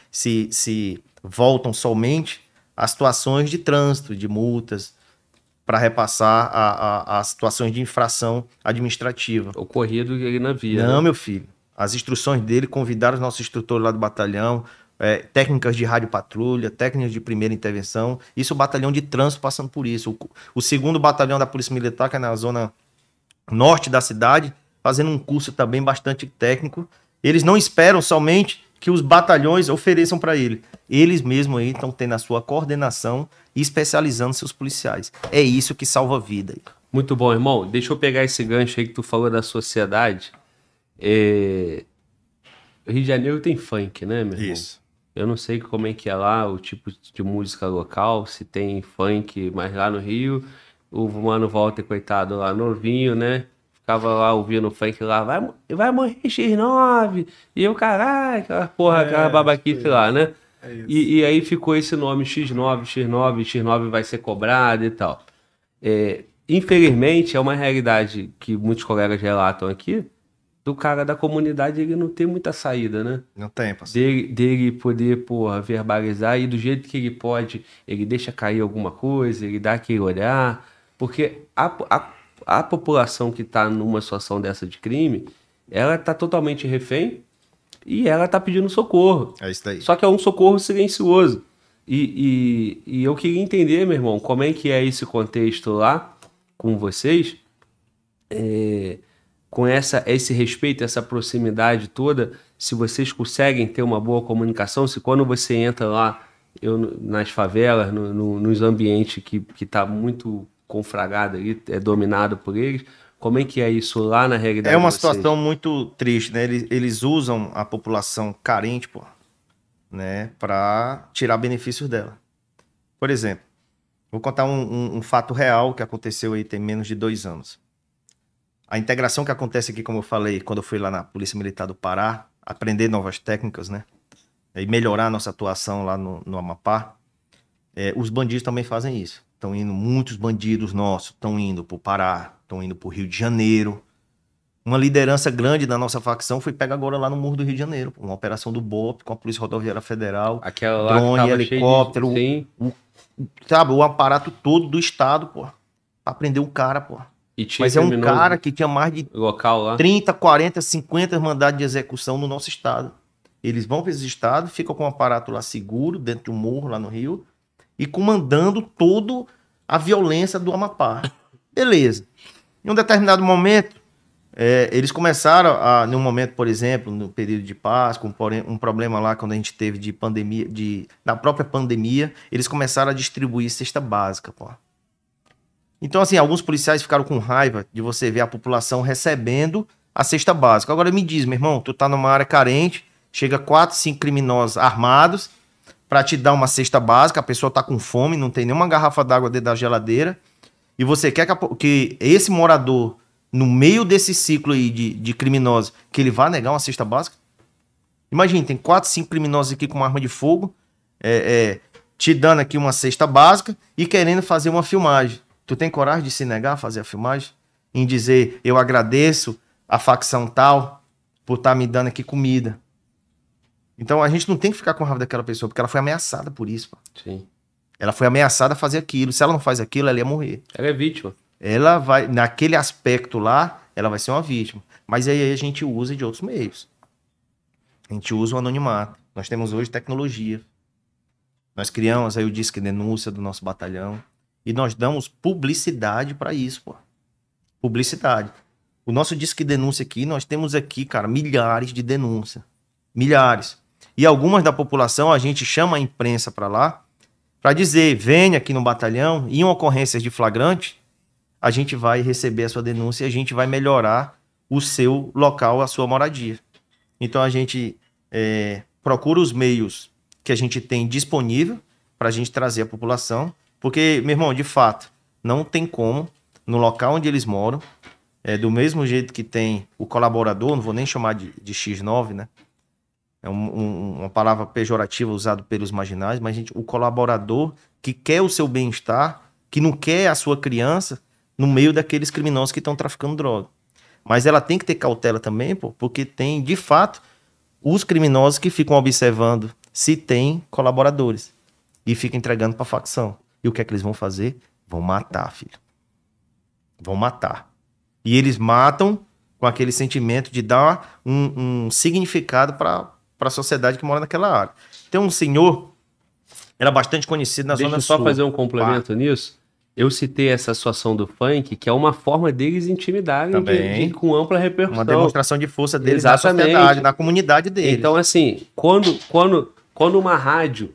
voltam somente às situações de trânsito, de multas, para repassar as situações de infração administrativa. Ocorrido ali na via. Não, né? meu filho. As instruções dele convidaram os nossos instrutores lá do batalhão, técnicas de rádio patrulha, técnicas de primeira intervenção. Isso o batalhão de trânsito passando por isso. O 2º batalhão da Polícia Militar, que é na zona norte da cidade, fazendo um curso também bastante técnico. Eles não esperam somente que os batalhões ofereçam para ele. Eles mesmos aí estão tendo a sua coordenação e especializando seus policiais. É isso que salva a vida. Muito bom, irmão. Deixa eu pegar esse gancho aí que tu falou da sociedade. O Rio de Janeiro tem funk, né, meu irmão? Isso. Eu não sei como é que é lá o tipo de música local, se tem funk, mas lá no Rio o Mano Walter, coitado, lá novinho, né? Ficava lá ouvindo o funk lá, vai morrer X9, e eu, caralho, aquela porra, aquela babaquice lá, né? É isso. E aí ficou esse nome X9, X9 vai ser cobrado e tal. Infelizmente, é uma realidade que muitos colegas relatam aqui, do cara da comunidade, ele não tem muita saída, né? Não tem, parceiro. Dele poder, porra, verbalizar, e do jeito que ele pode, ele deixa cair alguma coisa, ele dá aquele olhar, porque a população que tá numa situação dessa de crime, ela tá totalmente refém e ela tá pedindo socorro. É isso daí. Só que é um socorro silencioso. E eu queria entender, meu irmão, como é que é esse contexto lá com vocês, com esse respeito, essa proximidade toda, se vocês conseguem ter uma boa comunicação, se quando você entra lá nas favelas, nos ambientes que tá muito confragado ali, é dominado por eles, como é que é isso lá na realidade É uma de vocês? situação muito triste, né? Eles usam a população carente, pô, né, para tirar benefícios dela. Por exemplo, vou contar um fato real que aconteceu aí tem menos de 2 anos. A integração que acontece aqui, como eu falei, quando eu fui lá na Polícia Militar do Pará, aprender novas técnicas, né, e melhorar a nossa atuação lá no Amapá, os bandidos também fazem isso. Estão indo, muitos bandidos nossos estão indo para o Pará, estão indo para o Rio de Janeiro. Uma liderança grande da nossa facção foi pega agora lá no Morro do Rio de Janeiro. Uma operação do BOP com a Polícia Rodoviária Federal. Aquela lá drone, que tava helicóptero. cheio de... Sabe, o aparato todo do Estado, pô. Pra prender um cara, pô. E tinha Mas é um criminoso cara que tinha mais de local lá. 30, 40, 50 mandados de execução no nosso estado. Eles vão para esse estado, ficam com o aparato lá seguro, dentro de um morro lá no Rio, e comandando toda a violência do Amapá. Beleza. Em um determinado momento, eles começaram num momento, por exemplo, no período de Páscoa, um problema lá quando a gente teve de pandemia, na própria pandemia, eles começaram a distribuir cesta básica, pô. Então, assim, alguns policiais ficaram com raiva de você ver a população recebendo a cesta básica. Agora me diz, meu irmão, tu tá numa área carente, chega 4, 5 criminosos armados pra te dar uma cesta básica, a pessoa tá com fome, não tem nenhuma garrafa d'água dentro da geladeira, e você quer que esse morador, no meio desse ciclo aí de criminosos, que ele vá negar uma cesta básica? Imagina, tem 4, 5 criminosos aqui com uma arma de fogo, te dando aqui uma cesta básica e querendo fazer uma filmagem. Tu tem coragem de se negar a fazer a filmagem? Em dizer, eu agradeço a facção tal por estar me dando aqui comida. Então a gente não tem que ficar com raiva daquela pessoa, porque ela foi ameaçada por isso. Pô. Sim. Ela foi ameaçada a fazer aquilo. Se ela não faz aquilo, ela ia morrer. Ela é vítima. Ela vai, naquele aspecto lá, ela vai ser uma vítima. Mas aí a gente usa de outros meios. A gente usa o anonimato. Nós temos hoje tecnologia. Nós criamos aí o Disque Denúncia do nosso batalhão. E nós damos publicidade para isso, pô. Publicidade. O nosso Disque Denúncia aqui, nós temos aqui, cara, milhares de denúncias. Milhares. E algumas da população, a gente chama a imprensa para lá, para dizer, venha aqui no batalhão, em ocorrências de flagrante, a gente vai receber a sua denúncia e a gente vai melhorar o seu local, a sua moradia. Então a gente procura os meios que a gente tem disponível para a gente trazer a população. Porque, meu irmão, de fato, não tem como, no local onde eles moram, do mesmo jeito que tem o colaborador, não vou nem chamar de X9, né? É uma palavra pejorativa usada pelos marginais, mas, gente, o colaborador que quer o seu bem-estar, que não quer a sua criança no meio daqueles criminosos que estão traficando droga. Mas ela tem que ter cautela também, pô, porque tem, de fato, os criminosos que ficam observando se tem colaboradores e ficam entregando para a facção. E o que é que eles vão fazer? Vão matar, filho. Vão matar. E eles matam com aquele sentimento de dar um significado para a sociedade que mora naquela área. Tem um senhor, era bastante conhecido na Zona Sul. Deixa eu só fazer um complemento nisso. Eu citei essa situação do funk, que é uma forma deles intimidarem com ampla repercussão. Uma demonstração de força deles Exatamente. Na sociedade, na comunidade deles. Então, assim, quando uma rádio,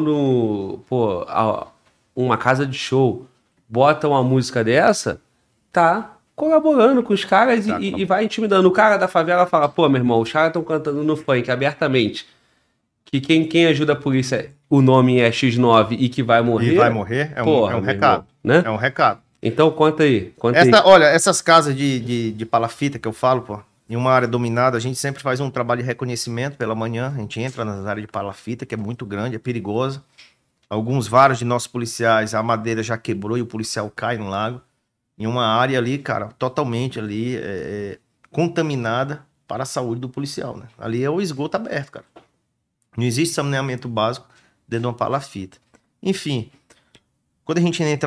uma casa de show bota uma música dessa, tá colaborando com os caras e vai intimidando. O cara da favela fala, pô, meu irmão, os caras estão cantando no funk abertamente, que quem ajuda a polícia, o nome é X9 e que vai morrer. E vai morrer, é um recado. Irmão, né? É um recado. Então conta aí. Conta aí. Olha, essas casas de palafita que eu falo, pô, em uma área dominada, a gente sempre faz um trabalho de reconhecimento pela manhã. A gente entra nas áreas de palafita, que é muito grande, é perigosa. Vários de nossos policiais, a madeira já quebrou e o policial cai no lago. Em uma área ali, cara, totalmente ali contaminada para a saúde do policial, né? Ali é o esgoto aberto, cara. Não existe saneamento básico dentro de uma palafita. Enfim, quando a gente entra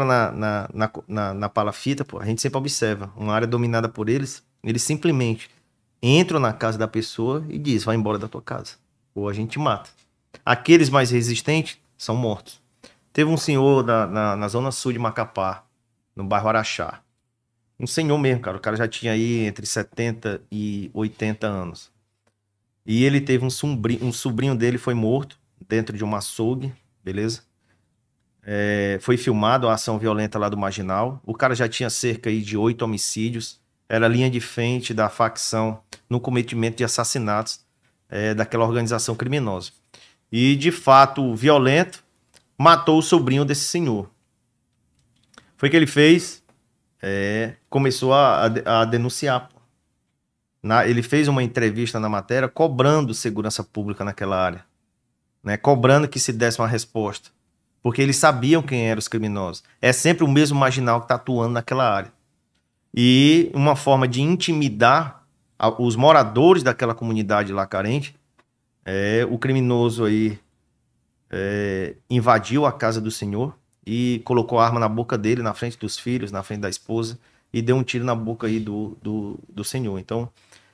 na palafita, pô, a gente sempre observa uma área dominada por eles simplesmente entram na casa da pessoa e diz, vai embora da tua casa, ou a gente mata. Aqueles mais resistentes são mortos. Teve um senhor na zona sul de Macapá, no bairro Araxá. Um senhor mesmo, cara. O cara já tinha aí entre 70 e 80 anos. E ele teve um sobrinho dele foi morto dentro de uma açougue, beleza? Foi filmado a ação violenta lá do Marginal. O cara já tinha cerca aí de 8 homicídios. Era linha de frente da facção no cometimento de assassinatos daquela organização criminosa. E, de fato, violento, matou o sobrinho desse senhor. Foi o que ele fez, começou a denunciar. Ele fez uma entrevista na matéria cobrando segurança pública naquela área, né? Cobrando que se desse uma resposta, porque eles sabiam quem eram os criminosos. É sempre o mesmo marginal que está atuando naquela área. E uma forma de intimidar os moradores daquela comunidade lá carente, o criminoso aí invadiu a casa do senhor e colocou a arma na boca dele, na frente dos filhos, na frente da esposa, e deu um tiro na boca aí do senhor. Então,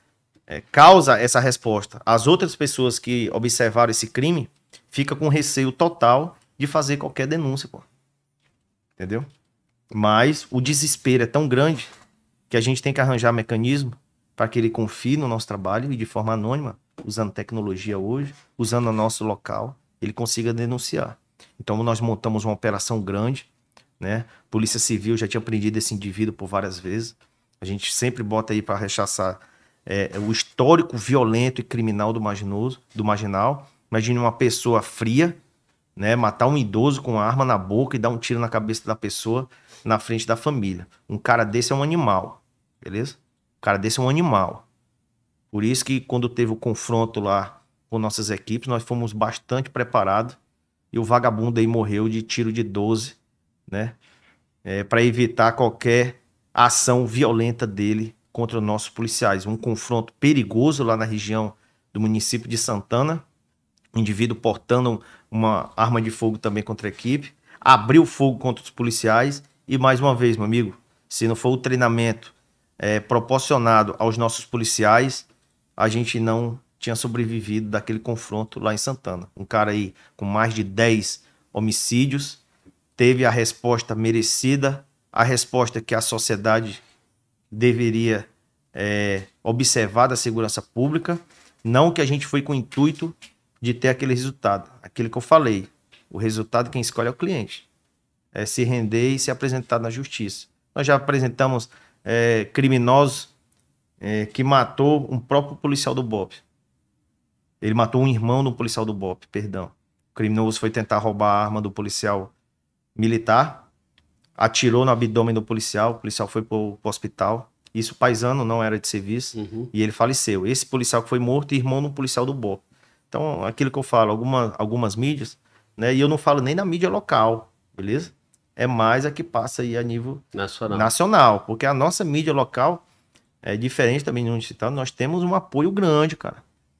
causa essa resposta. As outras pessoas que observaram esse crime ficam com receio total de fazer qualquer denúncia, pô. Entendeu? Mas o desespero é tão grande que a gente tem que arranjar mecanismo para que ele confie no nosso trabalho e de forma anônima, usando tecnologia hoje, usando o nosso local, ele consiga denunciar. Então nós montamos uma operação grande, né? Polícia Civil já tinha prendido esse indivíduo por várias vezes. A gente sempre bota aí para rechaçar o histórico violento e criminal do marginal. Imagine uma pessoa fria, né? Matar um idoso com uma arma na boca e dar um tiro na cabeça da pessoa na frente da família. Um cara desse é um animal, beleza? Um cara desse é um animal. Por isso que quando teve o confronto lá com nossas equipes, nós fomos bastante preparados e o vagabundo aí morreu de tiro de 12, né? Para evitar qualquer ação violenta dele contra os nossos policiais. Um confronto perigoso lá na região do município de Santana, um indivíduo portando uma arma de fogo também contra a equipe, abriu fogo contra os policiais e, mais uma vez, meu amigo, se não for o treinamento proporcionado aos nossos policiais, a gente não tinha sobrevivido daquele confronto lá em Santana. Um cara aí com mais de 10 homicídios, teve a resposta merecida, a resposta que a sociedade deveria observar da segurança pública, não que a gente foi com o intuito de ter aquele resultado. Aquilo que eu falei, o resultado quem escolhe é o cliente. É se render e se apresentar na justiça. Nós já apresentamos criminosos que matou um próprio policial do BOPE. Ele matou um irmão do policial do BOPE, perdão. O criminoso foi tentar roubar a arma do policial militar, atirou no abdômen do policial, o policial foi pro hospital. Isso paisano, não era de serviço, e ele faleceu. Esse policial que foi morto, irmão do policial do BOPE. Então, aquilo que eu falo, algumas mídias, né? E eu não falo nem na mídia local, beleza? É mais a que passa aí a nível nacional, porque a nossa mídia local é diferente também de onde está. Nós temos um apoio grande, cara.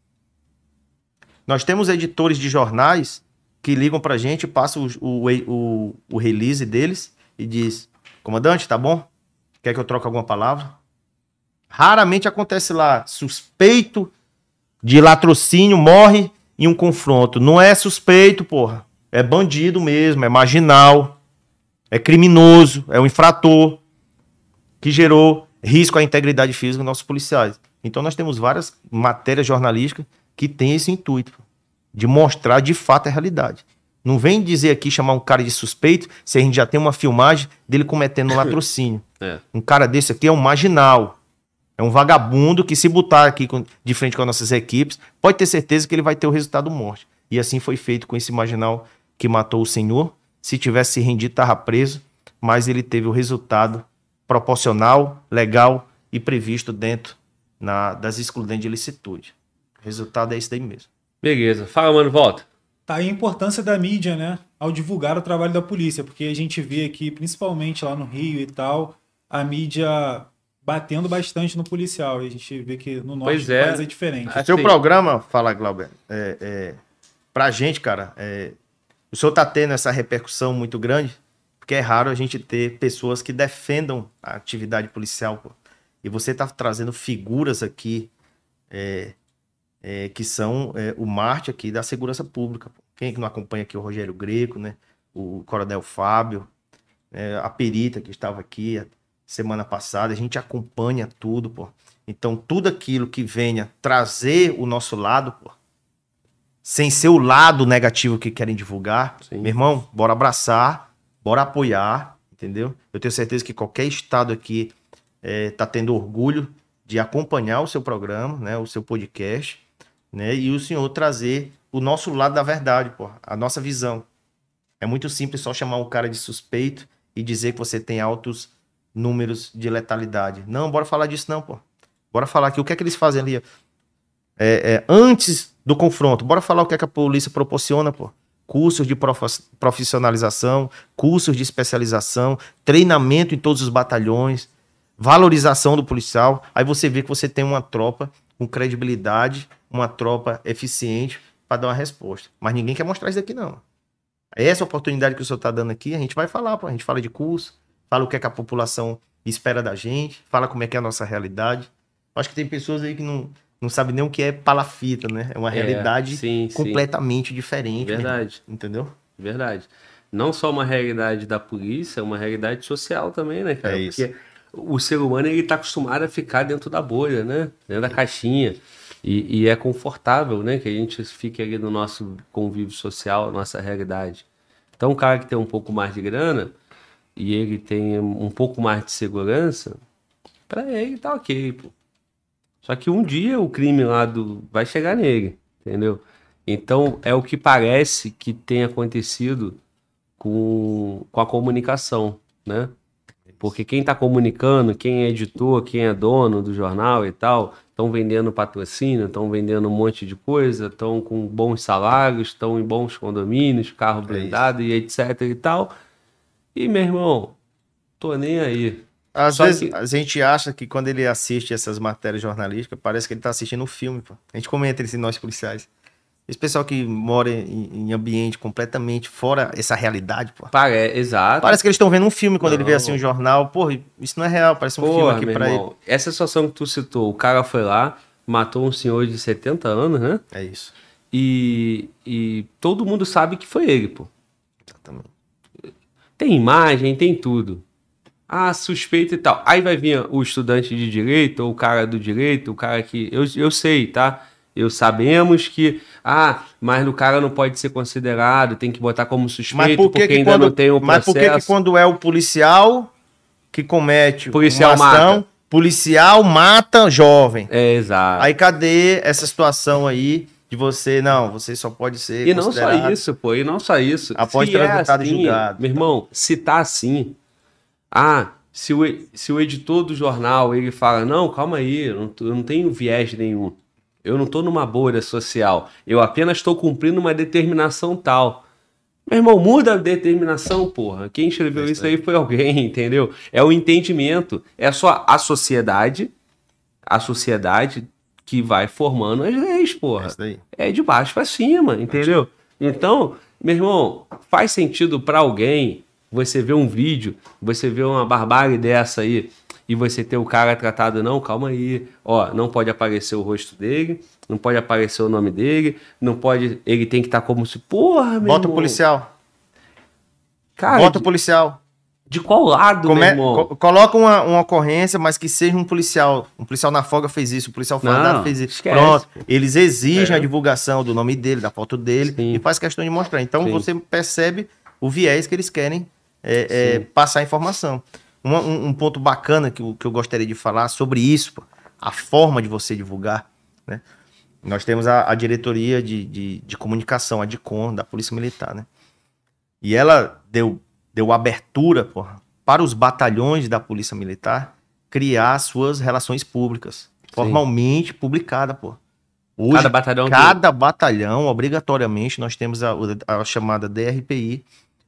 Nós temos editores de jornais que ligam pra gente, passam o release deles e diz: comandante, tá bom? Quer que eu troque alguma palavra? Raramente acontece lá, suspeito de latrocínio morre em um confronto. Não é suspeito, porra. É bandido mesmo, é marginal, é criminoso, é um infrator que gerou risco à integridade física dos nossos policiais. Então nós temos várias matérias jornalísticas que têm esse intuito de mostrar de fato a realidade. Não vem dizer aqui, chamar um cara de suspeito, se a gente já tem uma filmagem dele cometendo um latrocínio. Um cara desse aqui é um marginal. É um vagabundo que, se botar aqui de frente com as nossas equipes, pode ter certeza que ele vai ter o resultado morte. E assim foi feito com esse marginal que matou o senhor. Se tivesse se rendido, estava preso. mas ele teve o resultado proporcional, legal e previsto dentro das excludentes de ilicitude. O resultado é esse daí mesmo. Beleza. Fala, mano, volta. Tá aí a importância da mídia, né? Ao divulgar o trabalho da polícia, porque a gente vê aqui, principalmente lá no Rio e tal, a mídia batendo bastante no policial. E a gente vê que no norte do país é diferente. O seu programa, fala, Glauber, pra gente, cara, o senhor tá tendo essa repercussão muito grande, porque é raro a gente ter pessoas que defendam a atividade policial, pô. E você tá trazendo figuras aqui que são o Marte aqui da segurança pública. Pô. Quem é que não acompanha aqui? O Rogério Greco, né? O Coronel Fábio, a perita que estava aqui semana passada. A gente acompanha tudo, pô. Então, tudo aquilo que venha trazer o nosso lado, pô, sem ser o lado negativo que querem divulgar, sim, meu irmão, bora abraçar, bora apoiar, entendeu? Eu tenho certeza que qualquer estado aqui tá tendo orgulho de acompanhar o seu programa, né, o seu podcast, né, e o senhor trazer o nosso lado da verdade, pô, a nossa visão. É muito simples só chamar um cara de suspeito e dizer que você tem altos números de letalidade. Não, bora falar disso não, pô. Bora falar aqui o que é que eles fazem ali. Antes do confronto, bora falar o que é que a polícia proporciona, pô. Cursos de profissionalização, cursos de especialização, treinamento em todos os batalhões, valorização do policial. Aí você vê que você tem uma tropa com credibilidade, uma tropa eficiente para dar uma resposta. Mas ninguém quer mostrar isso aqui, não. Essa oportunidade que o senhor está dando aqui, a gente vai falar, pô. A gente fala de curso, fala o que é que a população espera da gente, fala como é que é a nossa realidade. Acho que tem pessoas aí que não sabem nem o que é palafita, né? É uma realidade completamente diferente. Verdade. Mesmo, entendeu? Verdade. Não só uma realidade da polícia, é uma realidade social também, né, cara? É isso. Porque o ser humano, ele tá acostumado a ficar dentro da bolha, né? Dentro da caixinha. E é confortável, né? Que a gente fique ali no nosso convívio social, nossa realidade. Então, um cara que tem um pouco mais de grana e ele tem um pouco mais de segurança, pra ele tá ok, pô. Só que um dia o crime lá vai chegar nele, entendeu? Então, é o que parece que tem acontecido com a comunicação, né? Porque quem está comunicando, quem é editor, quem é dono do jornal e tal, estão vendendo patrocínio, estão vendendo um monte de coisa, estão com bons salários, estão em bons condomínios, carro blindado e etc e tal. E, meu irmão, tô nem aí. Às vezes a gente acha que quando ele assiste essas matérias jornalísticas, parece que ele tá assistindo um filme, pô. A gente comenta entre nós policiais. Esse pessoal que mora em ambiente completamente fora essa realidade, pô. Exato. Parece que eles estão vendo um filme quando ele vê assim um jornal. Porra, isso não é real, parece um filme aqui pra ele. Essa situação que tu citou, o cara foi lá, matou um senhor de 70 anos, né? É isso. E todo mundo sabe que foi ele, pô. Exatamente. Tem imagem, tem tudo. Ah, suspeito e tal. Aí vai vir o estudante de direito, ou o cara do direito, o cara que... Eu sei, tá? Sabemos que... mas o cara não pode ser considerado, tem que botar como suspeito, porque ainda não tem o processo. Mas por que quando é o policial que comete uma ação, mata. Policial mata jovem? Exato. Aí cadê essa situação aí de você... Não, você só pode ser E não só isso, pô, e não só isso. Após transitado assim, julgado. Meu irmão, se tá assim... se o editor do jornal, ele fala, não, calma aí, eu não tenho viés nenhum. Eu não tô numa bolha social. Eu apenas estou cumprindo uma determinação tal. Meu irmão, muda a determinação, porra. Quem escreveu isso aí foi alguém, entendeu? É o entendimento. É só a sociedade que vai formando as leis, porra. É de baixo pra cima, entendeu? Então, meu irmão, faz sentido pra alguém você ver um vídeo, você ver uma barbárie dessa aí, e você ter o cara tratado, não, calma aí, ó, não pode aparecer o rosto dele, não pode aparecer o nome dele, não pode, ele tem que estar como se, porra, meu Bota irmão. o policial. Cara, bota o policial. De qual lado, meu irmão? Coloca uma ocorrência, mas que seja um policial. Um policial na folga fez isso, um policial fardado fez isso. Esquece, pronto, eles exigem a divulgação do nome dele, da foto dele, Sim. e faz questão de mostrar. Então você percebe o viés que eles querem passar a informação. Um ponto bacana que eu gostaria de falar sobre isso, pô, a forma de você divulgar, né? Nós temos a diretoria de comunicação, a DICOM, da Polícia Militar, né? E ela deu abertura, porra, para os batalhões da Polícia Militar criar suas relações públicas, formalmente publicada, pô. Hoje, cada batalhão, obrigatoriamente, nós temos a chamada DRPI,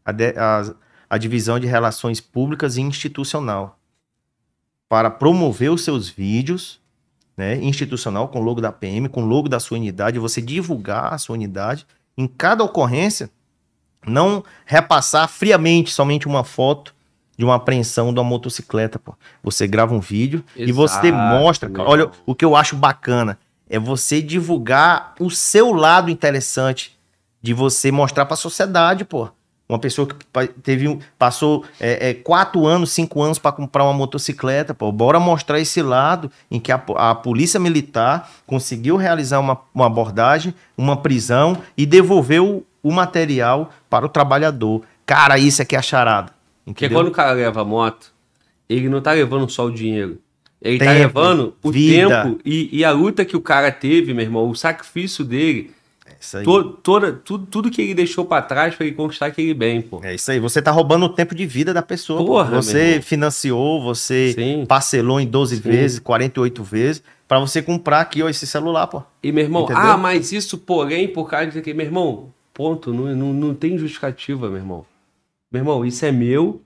a Divisão de Relações Públicas e Institucional, para promover os seus vídeos, né, institucional, com o logo da PM, com o logo da sua unidade, você divulgar a sua unidade, em cada ocorrência, não repassar friamente somente uma foto de uma apreensão de uma motocicleta, pô. Você grava um vídeo e você mostra, cara, olha, o que eu acho bacana é você divulgar o seu lado interessante, de você mostrar para a sociedade, pô. Uma pessoa que passou 4 anos, 5 anos para comprar uma motocicleta, pô. Bora mostrar esse lado em que a Polícia Militar conseguiu realizar uma abordagem, uma prisão e devolveu o material para o trabalhador. Cara, isso aqui é a charada. Porque quando o cara leva a moto, ele não tá levando só o dinheiro. Ele tá levando o tempo e a luta que o cara teve, meu irmão, o sacrifício dele. É isso aí. Tudo que ele deixou pra trás pra ele conquistar aquele bem, pô. É isso aí. Você tá roubando o tempo de vida da pessoa. Porra, você financiou, você parcelou em 12 vezes, 48 vezes, pra você comprar aqui, ó, esse celular, pô. E, meu irmão, mas isso, porém, por causa de que, meu irmão, ponto, não tem justificativa, meu irmão. Meu irmão, isso é meu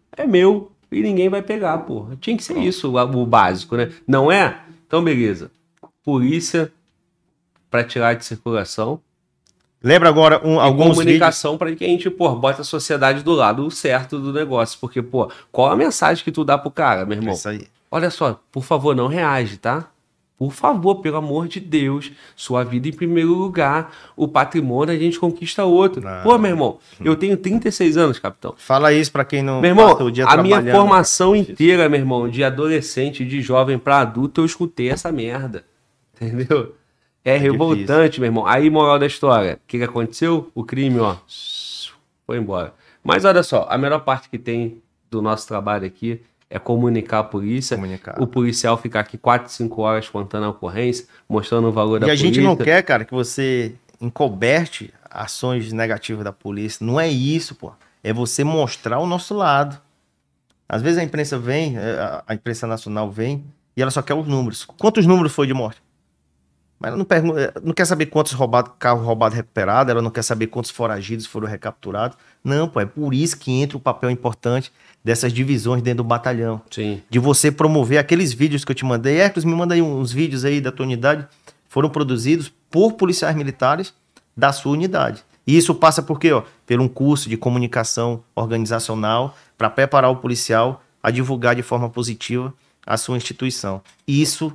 e ninguém vai pegar, porra. Tinha que ser isso, o básico, né? Não é? Então, beleza. Polícia pra tirar de circulação. Lembra agora alguns comunicação para que a gente, pô, bota a sociedade do lado certo do negócio. Porque, pô, qual a mensagem que tu dá pro cara, meu irmão? Isso aí. Olha só, por favor, não reage, tá? Por favor, pelo amor de Deus, sua vida em primeiro lugar, o patrimônio a gente conquista outro. Pô, meu irmão, eu tenho 36 anos, capitão. Fala isso pra quem não... Meu irmão, a minha formação inteira, meu irmão, de adolescente, de jovem pra adulto, eu escutei essa merda. Entendeu? É revoltante, meu irmão. Aí, moral da história, o que aconteceu? O crime, ó, foi embora. Mas olha só, a melhor parte que tem do nosso trabalho aqui é comunicar a polícia, o policial ficar aqui 4, 5 horas contando a ocorrência, mostrando o valor da polícia. E a gente não quer, cara, que você encoberte ações negativas da polícia. Não é isso, pô. É você mostrar o nosso lado. Às vezes a imprensa vem, a imprensa nacional vem, e ela só quer os números. Quantos números foi de morte? Mas ela não quer saber quantos carros roubados recuperados, ela não quer saber quantos foragidos foram recapturados. Não, pô, é por isso que entra o papel importante dessas divisões dentro do batalhão. Sim. De você promover aqueles vídeos que eu te mandei. Hércules, me manda aí uns vídeos aí da tua unidade. Foram produzidos por policiais militares da sua unidade. E isso passa por quê? Por um curso de comunicação organizacional para preparar o policial a divulgar de forma positiva a sua instituição. Isso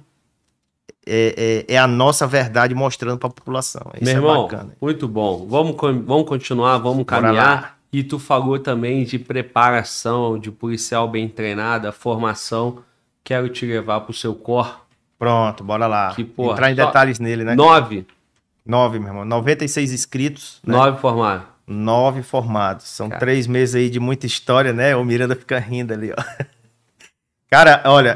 é a nossa verdade mostrando para a população. Isso meu irmão, bacana. Muito bom. Vamos continuar, vamos caminhar. E tu falou também de preparação, de policial bem treinado, formação. Quero te levar pro seu cor. Pronto, bora lá. Que, porra, entrar em detalhes nele, né? 9, meu irmão. 96 inscritos. Né? 9 formados. 9 formados. São 3 meses aí de muita história, né? O Miranda fica rindo ali, ó. Cara, olha,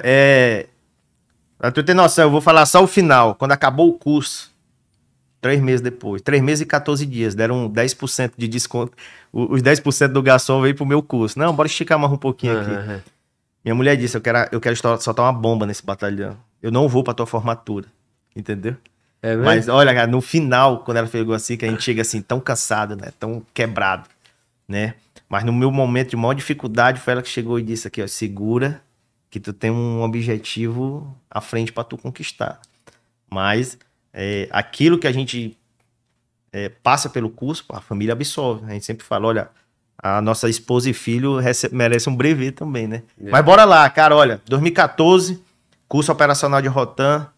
pra tu ter noção, eu vou falar só o final. Quando acabou o curso, 3 meses depois, 3 meses e 14 dias, deram 10% de desconto. Os 10% do garçom veio pro meu curso. Não, bora esticar mais um pouquinho aqui. Minha mulher disse, eu quero soltar uma bomba nesse batalhão. Eu não vou pra tua formatura. Entendeu? É mesmo? Mas olha, cara, no final, quando ela pegou assim, que a gente chega assim, tão cansado, né? Tão quebrado, né? Mas no meu momento de maior dificuldade, foi ela que chegou e disse aqui, ó, segura que tu tem um objetivo à frente pra tu conquistar. Mas aquilo que a gente passa pelo curso, a família absorve. A gente sempre fala, olha, a nossa esposa e filho merece um brevet também, né? Mas bora lá, cara, olha, 2014, curso operacional de Rotan,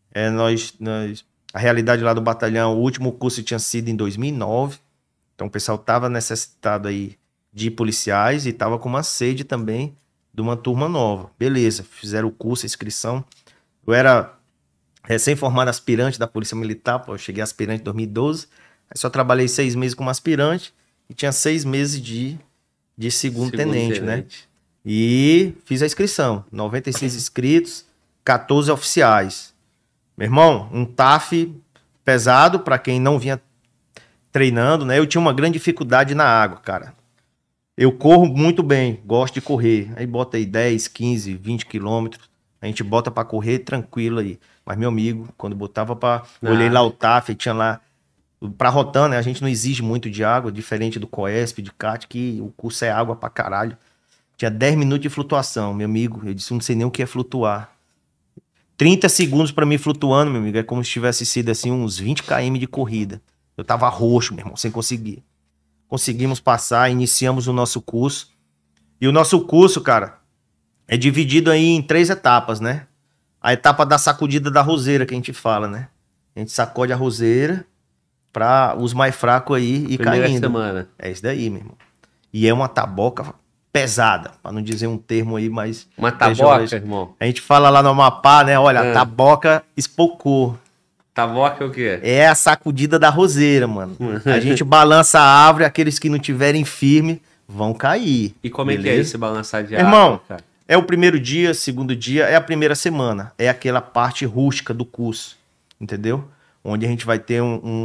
a realidade lá do batalhão, o último curso tinha sido em 2009, então o pessoal tava necessitado aí de policiais e tava com uma sede também de uma turma nova. Beleza, fizeram o curso, a inscrição. Eu era recém-formado aspirante da Polícia Militar, pô, eu cheguei aspirante em 2012, aí só trabalhei 6 meses como aspirante e tinha 6 meses de segundo tenente, né? E fiz a inscrição, 96 inscritos, 14 oficiais. Meu irmão, um TAF pesado para quem não vinha treinando, né? Eu tinha uma grande dificuldade na água, cara. Eu corro muito bem, gosto de correr. Aí bota aí 10, 15, 20 quilômetros. A gente bota pra correr tranquilo aí. Mas, meu amigo, quando botava pra... Olhei lá o TAF, tinha lá... Pra Rotan, né? A gente não exige muito de água, diferente do COESP, de CAT, que o curso é água pra caralho. Tinha 10 minutos de flutuação, meu amigo. Eu disse, não sei nem o que é flutuar. 30 segundos pra mim flutuando, meu amigo. É como se tivesse sido, assim, uns 20 km de corrida. Eu tava roxo, meu irmão, sem conseguir. Conseguimos passar, iniciamos o nosso curso. E o nosso curso, cara, é dividido aí em 3 etapas, né? A etapa da sacudida da roseira, que a gente fala, né? A gente sacode a roseira para os mais fracos aí e Primeira caindo. semana. É isso daí, meu irmão. E é uma taboca pesada, para não dizer um termo aí mais... Uma taboca, irmão. A gente fala lá no Amapá, né? Olha, a taboca espocou. Taboca é o quê? É a sacudida da roseira, mano. A gente balança a árvore, aqueles que não tiverem firme vão cair. E como é que é esse balançar de Irmão, árvore, cara? é o primeiro dia, segundo dia, é a primeira semana. É aquela parte rústica do curso, entendeu? Onde a gente vai ter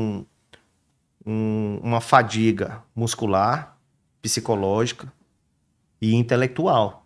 uma fadiga muscular, psicológica e intelectual.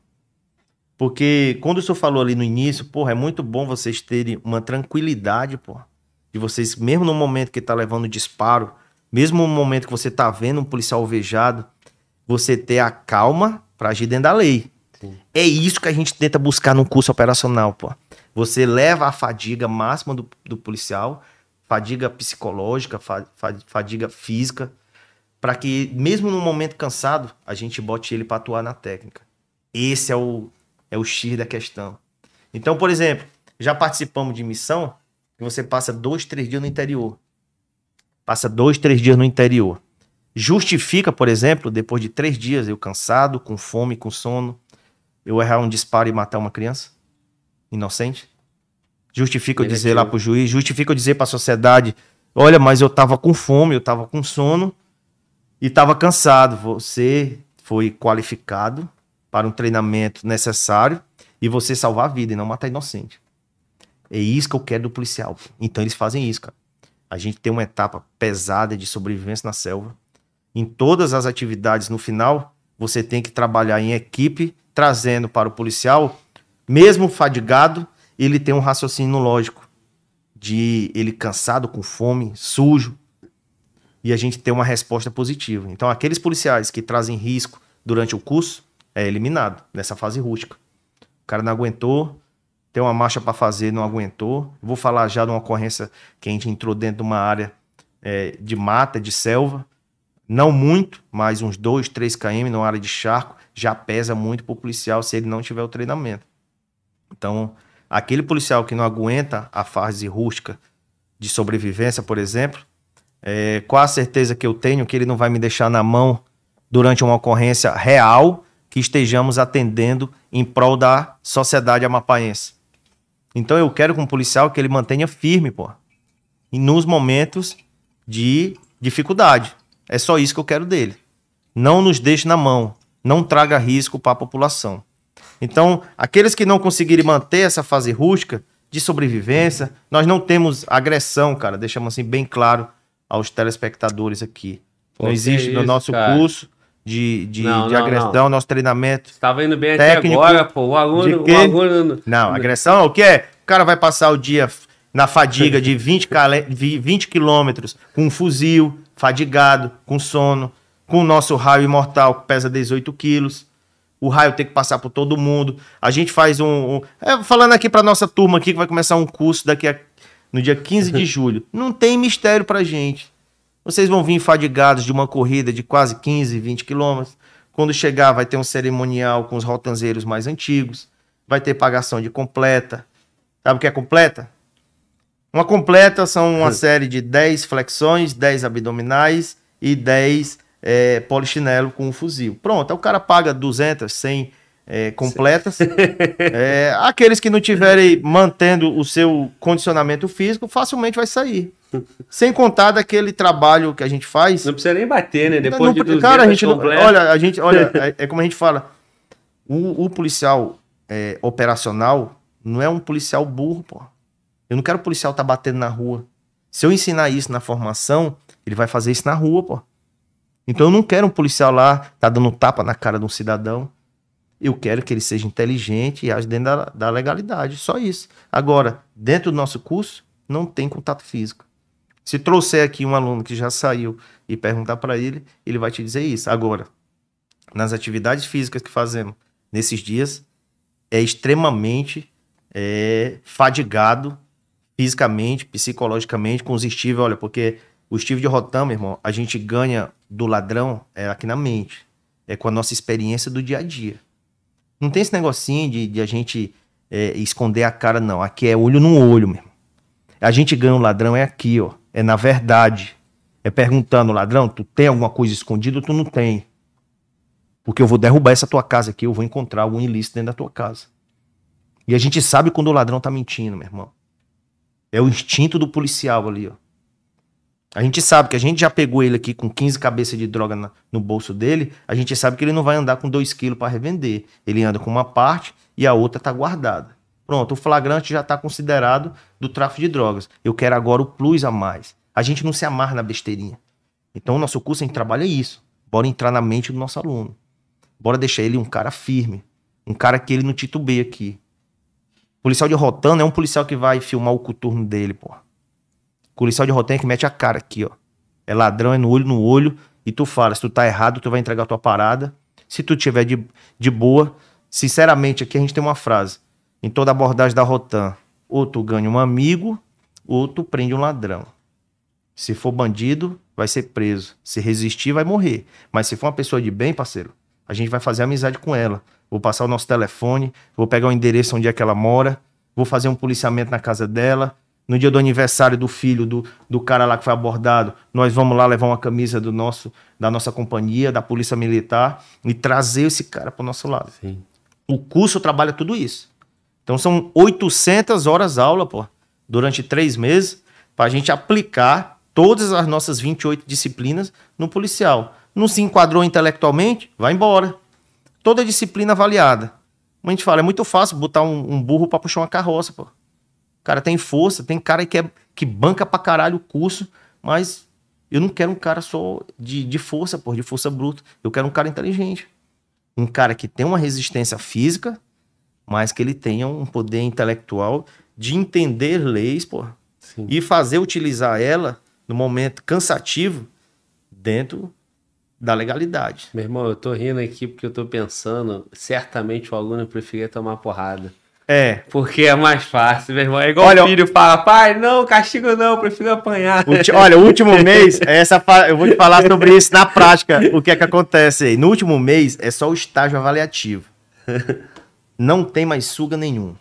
Porque quando o senhor falou ali no início, porra, é muito bom vocês terem uma tranquilidade, porra, de vocês, mesmo no momento que tá levando disparo, mesmo no momento que você tá vendo um policial alvejado, você ter a calma para agir dentro da lei. Sim. É isso que a gente tenta buscar num curso operacional, pô. Você leva a fadiga máxima do policial, fadiga psicológica, fadiga física, para que mesmo no momento cansado, a gente bote ele para atuar na técnica. Esse é o X da questão. Então, por exemplo, já participamos de missão que você passa 2, 3 dias no interior. Passa 2, 3 dias no interior. Justifica, por exemplo, depois de 3 dias, eu cansado, com fome, com sono, eu errar um disparo e matar uma criança inocente? Justifica eu dizer lá pro juiz, justifica eu dizer pra sociedade, olha, mas eu tava com fome, eu tava com sono e tava cansado. Você foi qualificado para um treinamento necessário e você salvar a vida e não matar inocente. É isso que eu quero do policial. Então eles fazem isso, cara. A gente tem uma etapa pesada de sobrevivência na selva. Em todas as atividades, no final, você tem que trabalhar em equipe, trazendo para o policial, mesmo fadigado, ele tem um raciocínio lógico. De ele cansado, com fome, sujo. E a gente tem uma resposta positiva. Então, aqueles policiais que trazem risco durante o curso, é eliminado nessa fase rústica. O cara não aguentou, tem uma marcha para fazer, não aguentou. Vou falar já de uma ocorrência que a gente entrou dentro de uma área de mata, de selva. Não muito, mas uns 2, 3 km numa área de charco já pesa muito pro policial se ele não tiver o treinamento. Então, aquele policial que não aguenta a fase rústica de sobrevivência, por exemplo, qual a certeza que eu tenho que ele não vai me deixar na mão durante uma ocorrência real que estejamos atendendo em prol da sociedade amapaense. Então eu quero com um policial que ele mantenha firme, pô, e nos momentos de dificuldade. É só isso que eu quero dele. Não nos deixe na mão, não traga risco para a população. Então, aqueles que não conseguirem manter essa fase rústica de sobrevivência, nós não temos agressão, cara, deixamos assim bem claro aos telespectadores aqui. Pô, não existe no nosso curso de agressão, nosso treinamento. Estava indo bem técnico, até agora, pô. O aluno. Não, agressão é o que é? O cara vai passar o dia na fadiga de 20 quilômetros com um fuzil, fadigado, com sono, com o nosso raio imortal que pesa 18 quilos. O raio tem que passar por todo mundo. A gente faz falando aqui para nossa turma aqui que vai começar um curso no dia 15 de julho. Não tem mistério pra gente. Vocês vão vir fadigados de uma corrida de quase 15, 20 quilômetros. Quando chegar, vai ter um cerimonial com os rotanzeiros mais antigos. Vai ter pagação de completa. Sabe o que é completa? Uma completa são uma série de 10 flexões, 10 abdominais e 10 polichinelo com um fuzil. Pronto, aí o cara paga 200, 100 completas. Aqueles que não tiverem mantendo o seu condicionamento físico, facilmente vai sair. Sem contar daquele trabalho que a gente faz. Não precisa nem bater, né? Depois de 200 cara, a gente olha, é como a gente fala. O policial operacional não é um policial burro, pô. Eu não quero o policial estar batendo na rua. Se eu ensinar isso na formação, ele vai fazer isso na rua, pô. Então eu não quero um policial lá, tá dando tapa na cara de um cidadão. Eu quero que ele seja inteligente e age dentro da legalidade, só isso. Agora, dentro do nosso curso, não tem contato físico. Se trouxer aqui um aluno que já saiu e perguntar para ele, ele vai te dizer isso. Agora, nas atividades físicas que fazemos nesses dias, é extremamente fadigado fisicamente, psicologicamente, com os Steve. Olha, porque o Steve de Rotan, meu irmão, a gente ganha do ladrão aqui na mente. É com a nossa experiência do dia a dia. Não tem esse negocinho de a gente esconder a cara, não. Aqui é olho no olho, meu irmão. A gente ganha o ladrão aqui, ó. É na verdade. É perguntando, ladrão, tu tem alguma coisa escondida ou tu não tem? Porque eu vou derrubar essa tua casa aqui, eu vou encontrar algum ilícito dentro da tua casa. E a gente sabe quando o ladrão tá mentindo, meu irmão. É o instinto do policial ali, ó. A gente sabe que a gente já pegou ele aqui com 15 cabeças de droga no bolso dele, a gente sabe que ele não vai andar com 2 quilos para revender. Ele anda com uma parte e a outra tá guardada. Pronto, o flagrante já tá considerado do tráfico de drogas. Eu quero agora o plus a mais. A gente não se amarra na besteirinha. Então o nosso curso a gente trabalha isso. Bora entrar na mente do nosso aluno. Bora deixar ele um cara firme. Um cara que ele não titubeia aqui. O policial de Rotan não é um policial que vai filmar o coturno dele, pô. O policial de Rotan é que mete a cara aqui, ó. É ladrão, é no olho, e tu fala, se tu tá errado, tu vai entregar a tua parada. Se tu tiver de boa, sinceramente, aqui a gente tem uma frase. Em toda abordagem da Rotan, ou tu ganha um amigo, ou tu prende um ladrão. Se for bandido, vai ser preso. Se resistir, vai morrer. Mas se for uma pessoa de bem, parceiro, a gente vai fazer amizade com ela. Vou passar o nosso telefone, vou pegar o endereço onde é que ela mora, vou fazer um policiamento na casa dela. No dia do aniversário do filho do cara lá que foi abordado, nós vamos lá levar uma camisa da nossa companhia, da Polícia Militar, e trazer esse cara pro nosso lado. Sim. O curso trabalha tudo isso. Então são 800 horas aula, pô, durante 3 meses, pra gente aplicar todas as nossas 28 disciplinas no policial. Não se enquadrou intelectualmente? Vai embora. Toda disciplina avaliada. Como a gente fala, é muito fácil botar um burro pra puxar uma carroça, pô. O cara tem força, tem cara que banca pra caralho o curso, mas eu não quero um cara só de força, pô, de força bruta. Eu quero um cara inteligente. Um cara que tem uma resistência física, mas que ele tenha um poder intelectual de entender leis, pô. Sim. E utilizar ela no momento cansativo dentro da legalidade. Meu irmão, eu tô rindo aqui porque eu tô pensando, certamente o aluno preferia tomar porrada. Porque é mais fácil, meu irmão. É igual o filho fala, pai, não, castigo não, eu prefiro apanhar. Olha, o último mês, eu vou te falar sobre isso na prática, o que é que acontece aí. No último mês, é só o estágio avaliativo. Não tem mais suga nenhum.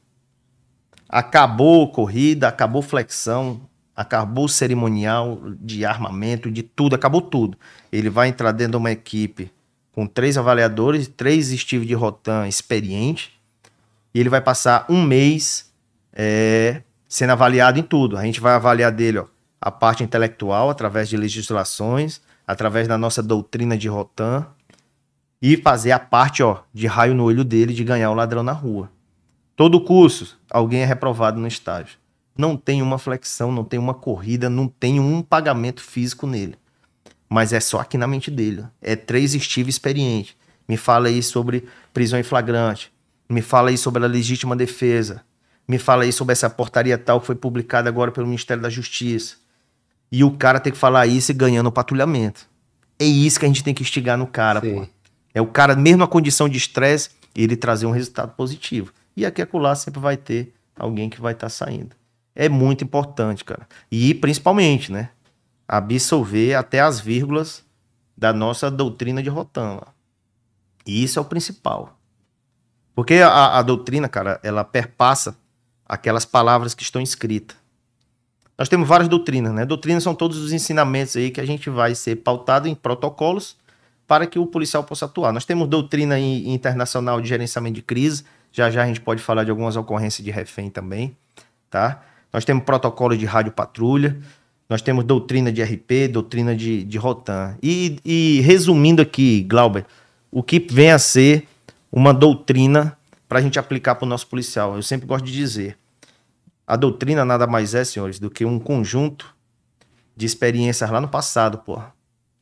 Acabou corrida, acabou flexão, acabou cerimonial de armamento, de tudo, acabou tudo. Ele vai entrar dentro de uma equipe com 3 avaliadores, 3 Steve de Rotan experientes, e ele vai passar 1 mês sendo avaliado em tudo. A gente vai avaliar dele, ó, a parte intelectual, através de legislações, através da nossa doutrina de Rotan, e fazer a parte, ó, de raio no olho dele de ganhar o ladrão na rua. Todo curso, alguém é reprovado no estágio. Não tem uma flexão, não tem uma corrida, não tem um pagamento físico nele. Mas é só aqui na mente dele. É 3 Steve experientes. Me fala aí sobre prisão em flagrante. Me fala aí sobre a legítima defesa. Me fala aí sobre essa portaria tal que foi publicada agora pelo Ministério da Justiça. E o cara tem que falar isso e ganhando o patrulhamento. É isso que a gente tem que instigar no cara, Sim. pô. É o cara, mesmo na condição de estresse, ele trazer um resultado positivo. E aqui e acolá sempre vai ter alguém que vai estar saindo. É muito importante, cara. E principalmente, né? Absorver até as vírgulas da nossa doutrina de Rotan. Lá. E isso é o principal. Porque a doutrina, cara, ela perpassa aquelas palavras que estão escritas. Nós temos várias doutrinas, né? Doutrinas são todos os ensinamentos aí que a gente vai ser pautado em protocolos para que o policial possa atuar. Nós temos doutrina internacional de gerenciamento de crise. Já a gente pode falar de algumas ocorrências de refém também, tá? Nós temos protocolo de rádio patrulha. Nós temos doutrina de RP, doutrina de Rotan. E resumindo aqui, Glauber, o que vem a ser uma doutrina para a gente aplicar para o nosso policial. Eu sempre gosto de dizer, a doutrina nada mais é, senhores, do que um conjunto de experiências lá no passado, porra.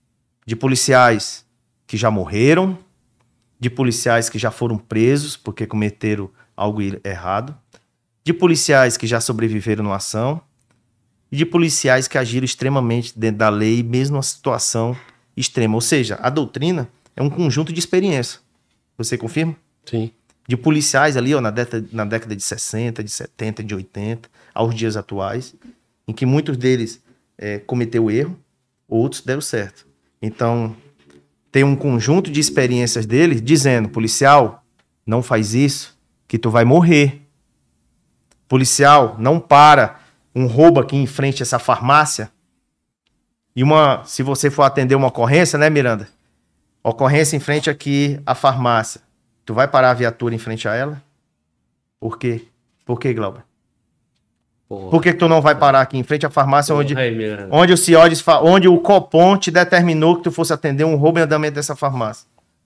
de policiais que já morreram, de policiais que já foram presos porque cometeram algo errado, de policiais que já sobreviveram numa ação e de policiais que agiram extremamente dentro da lei, mesmo numa situação extrema. Ou seja, a doutrina é um conjunto de experiência. Você confirma? Sim. De policiais ali, ó, na década de 60, de 70, de 80, aos dias atuais, em que muitos deles cometeu erro, outros deram certo. Então, tem um conjunto de experiências deles dizendo, policial, não faz isso, que tu vai morrer. Policial, não para um roubo aqui em frente a essa farmácia. E se você for atender uma ocorrência, né, Miranda? Ocorrência em frente aqui à farmácia. Tu vai parar a viatura em frente a ela? Por quê? Por quê, Glauber? Porra. Por que tu não vai parar aqui em frente à farmácia Porra, onde o Copom te determinou que tu fosse atender um roubo em andamento dessa farmácia?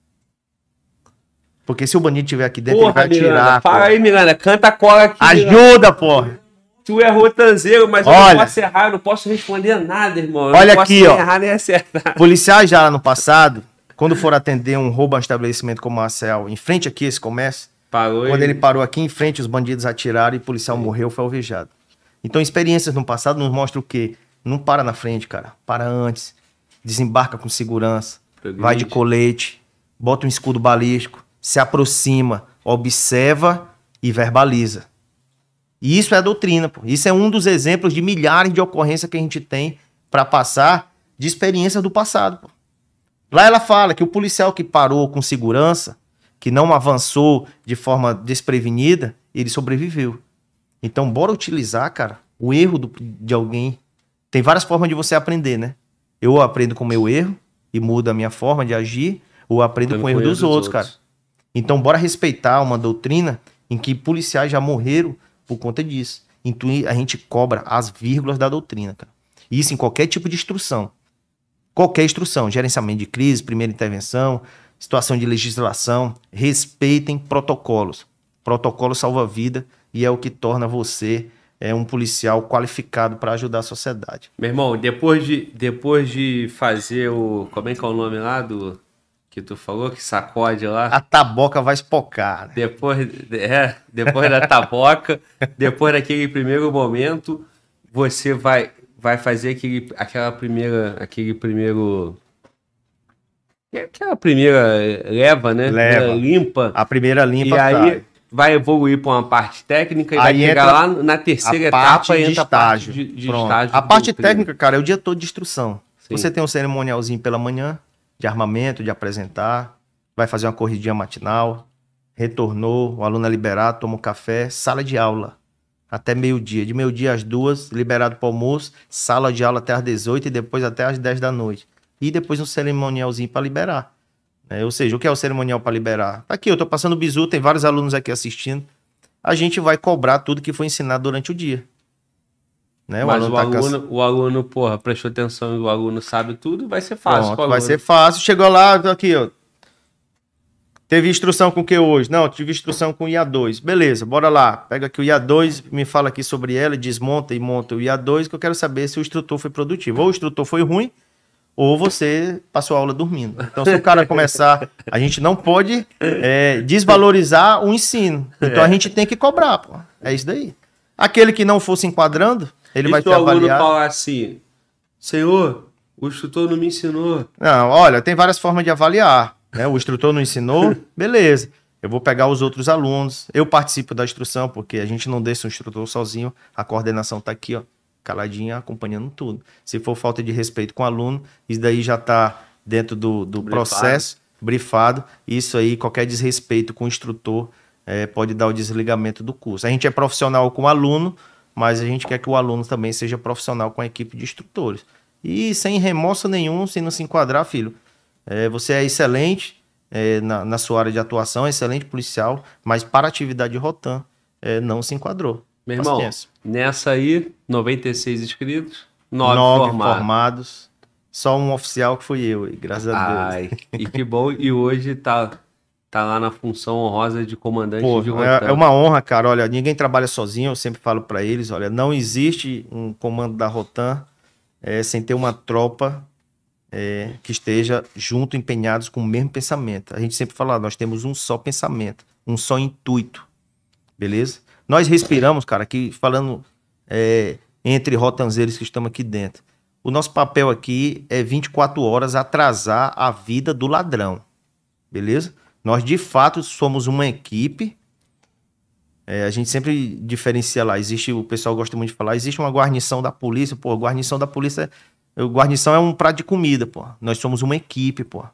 Porque se o bandido estiver aqui dentro, porra, ele vai Miranda, atirar. para aí, Miranda. Canta a cola aqui. Ajuda, porra! Tu é rotanzeiro, mas eu Olha, não posso errar, eu não posso responder nada, irmão. Eu olha não posso aqui, nem ó. errar nem acertar. Policiais já no passado, quando for atender um roubo a um estabelecimento comercial em frente aqui a esse comércio, Parou quando e- ele parou aqui em frente, os bandidos atiraram e o policial morreu, foi alvejado. Então, experiências no passado nos mostram o quê? Não para na frente, cara. Para antes. Desembarca com segurança. Progride. Vai de colete. Bota um escudo balístico. Se aproxima. Observa e verbaliza. E isso é a doutrina, pô. Isso é um dos exemplos de milhares de ocorrências que a gente tem para passar de experiências do passado, pô. Lá ela fala que o policial que parou com segurança, que não avançou de forma desprevenida, ele sobreviveu. Então, bora utilizar, cara, o erro de alguém. Tem várias formas de você aprender, né? Eu aprendo com o meu erro e mudo a minha forma de agir, ou aprendo com o erro dos outros, cara. Então, bora respeitar uma doutrina em que policiais já morreram por conta disso. Então, a gente cobra as vírgulas da doutrina, cara. Isso em qualquer tipo de instrução. Qualquer instrução, gerenciamento de crise, primeira intervenção, situação de legislação, respeitem protocolos. Protocolo salva vida e é o que torna você um policial qualificado para ajudar a sociedade. Meu irmão, depois de fazer o... Como é que é o nome lá do... Que tu falou, que sacode lá? A taboca vai espocar, né? Depois da taboca, depois daquele primeiro momento, você vai fazer aquela primeira leva, né? Leva. Limpa. A primeira limpa E aí sai. vai evoluir para uma parte técnica e Aí vai chegar entra lá na terceira a parte etapa de entra a parte estágio. de Pronto. estágio. A de parte doutrina. técnica, cara, é o dia todo de instrução. Sim. Você tem um cerimonialzinho pela manhã, de armamento, de apresentar, vai fazer uma corridinha matinal, retornou, o aluno é liberado, toma um café, sala de aula, até meio-dia. De meio-dia às 2, liberado para o almoço, sala de aula até às 18 e depois até às 10 da noite. E depois um cerimonialzinho para liberar. Ou seja, o que é o cerimonial para liberar? Aqui, eu tô passando o bizu, tem vários alunos aqui assistindo. A gente vai cobrar tudo que foi ensinado durante o dia. Né? Mas tá o aluno, porra, prestou atenção e o aluno sabe tudo, vai ser fácil. Pronto, pro vai aluno. ser fácil. Chegou lá, aqui, ó. Teve instrução com o que hoje? Não, tive instrução com o IA2. Beleza, bora lá. Pega aqui o IA2, me fala aqui sobre ela, desmonta e monta o IA2, que eu quero saber se o instrutor foi produtivo. Ou o instrutor foi ruim, ou você passou a aula dormindo. Então, se o cara começar... A gente não pode desvalorizar o ensino. Então, a gente tem que cobrar, pô. É isso daí. Aquele que não fosse enquadrando, ele vai se te o aluno avaliar. falar assim, senhor, o instrutor não me ensinou. Não, olha, tem várias formas de avaliar. Né? O instrutor não ensinou, beleza. Eu vou pegar os outros alunos. Eu participo da instrução, porque a gente não deixa o instrutor sozinho. A coordenação está aqui, ó, caladinha, acompanhando tudo. Se for falta de respeito com o aluno, isso daí já está dentro do processo, brifado. Isso aí, qualquer desrespeito com o instrutor pode dar o desligamento do curso. A gente é profissional com o aluno, mas a gente quer que o aluno também seja profissional com a equipe de instrutores. E sem remorso nenhum, sem não se enquadrar, filho. Você é excelente na sua área de atuação, excelente policial, mas para a atividade de Rotan não se enquadrou. Meu irmão, Paciência. nessa aí, 96 inscritos, 9 formados. Só um oficial que fui eu, e graças a Deus. Ai, e que bom. E hoje tá lá na função honrosa de comandante Pô, de Rotan. é uma honra, cara. Olha, ninguém trabalha sozinho, eu sempre falo para eles, olha, não existe um comando da Rotan sem ter uma tropa que esteja junto, empenhados com o mesmo pensamento. A gente sempre fala, nós temos um só pensamento, um só intuito, beleza? Nós respiramos, cara, aqui falando entre rotanzeiros que estamos aqui dentro. O nosso papel aqui é 24 horas atrasar a vida do ladrão, beleza? Nós, de fato, somos uma equipe. A gente sempre diferencia lá. O pessoal gosta muito de falar, existe uma guarnição da polícia. Pô, guarnição da polícia... Guarnição é um prato de comida, pô. Nós somos uma equipe, pô.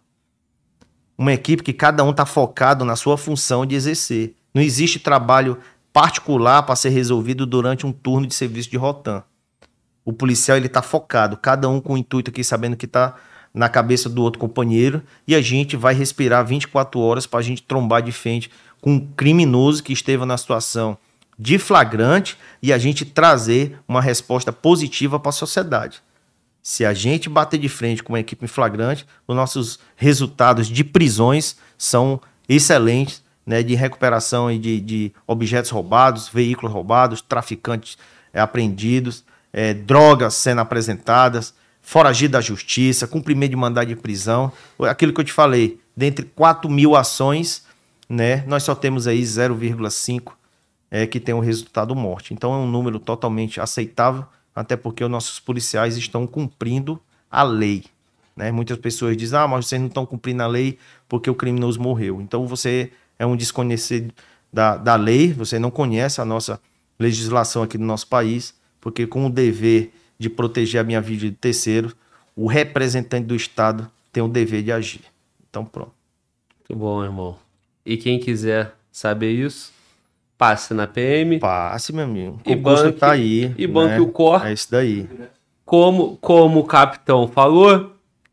Uma equipe que cada um tá focado na sua função de exercer. Não existe trabalho particular para ser resolvido durante um turno de serviço de Rotan. O policial, ele tá focado, cada um com o intuito aqui, sabendo que tá na cabeça do outro companheiro, e a gente vai respirar 24 horas para a gente trombar de frente com um criminoso que esteve na situação de flagrante e a gente trazer uma resposta positiva para a sociedade. Se a gente bater de frente com uma equipe em flagrante, os nossos resultados de prisões são excelentes, né, de recuperação e de objetos roubados, veículos roubados, traficantes apreendidos, drogas sendo apresentadas, foragido da justiça, cumprimento de mandado de prisão. Aquilo que eu te falei, dentre 4.000 ações, né, nós só temos aí 0,5 que tem o resultado morte. Então é um número totalmente aceitável, até porque os nossos policiais estão cumprindo a lei, né? Muitas pessoas dizem, mas vocês não estão cumprindo a lei porque o criminoso morreu. Então você é um desconhecido da lei, você não conhece a nossa legislação aqui no nosso país, porque com o dever de proteger a minha vida de terceiro, o representante do Estado tem o dever de agir. Então pronto. Muito bom, irmão. E quem quiser saber isso, passe na PM. Passe, meu amigo. E O curso banque, tá aí. E banque o COR. É isso daí. Como o capitão falou,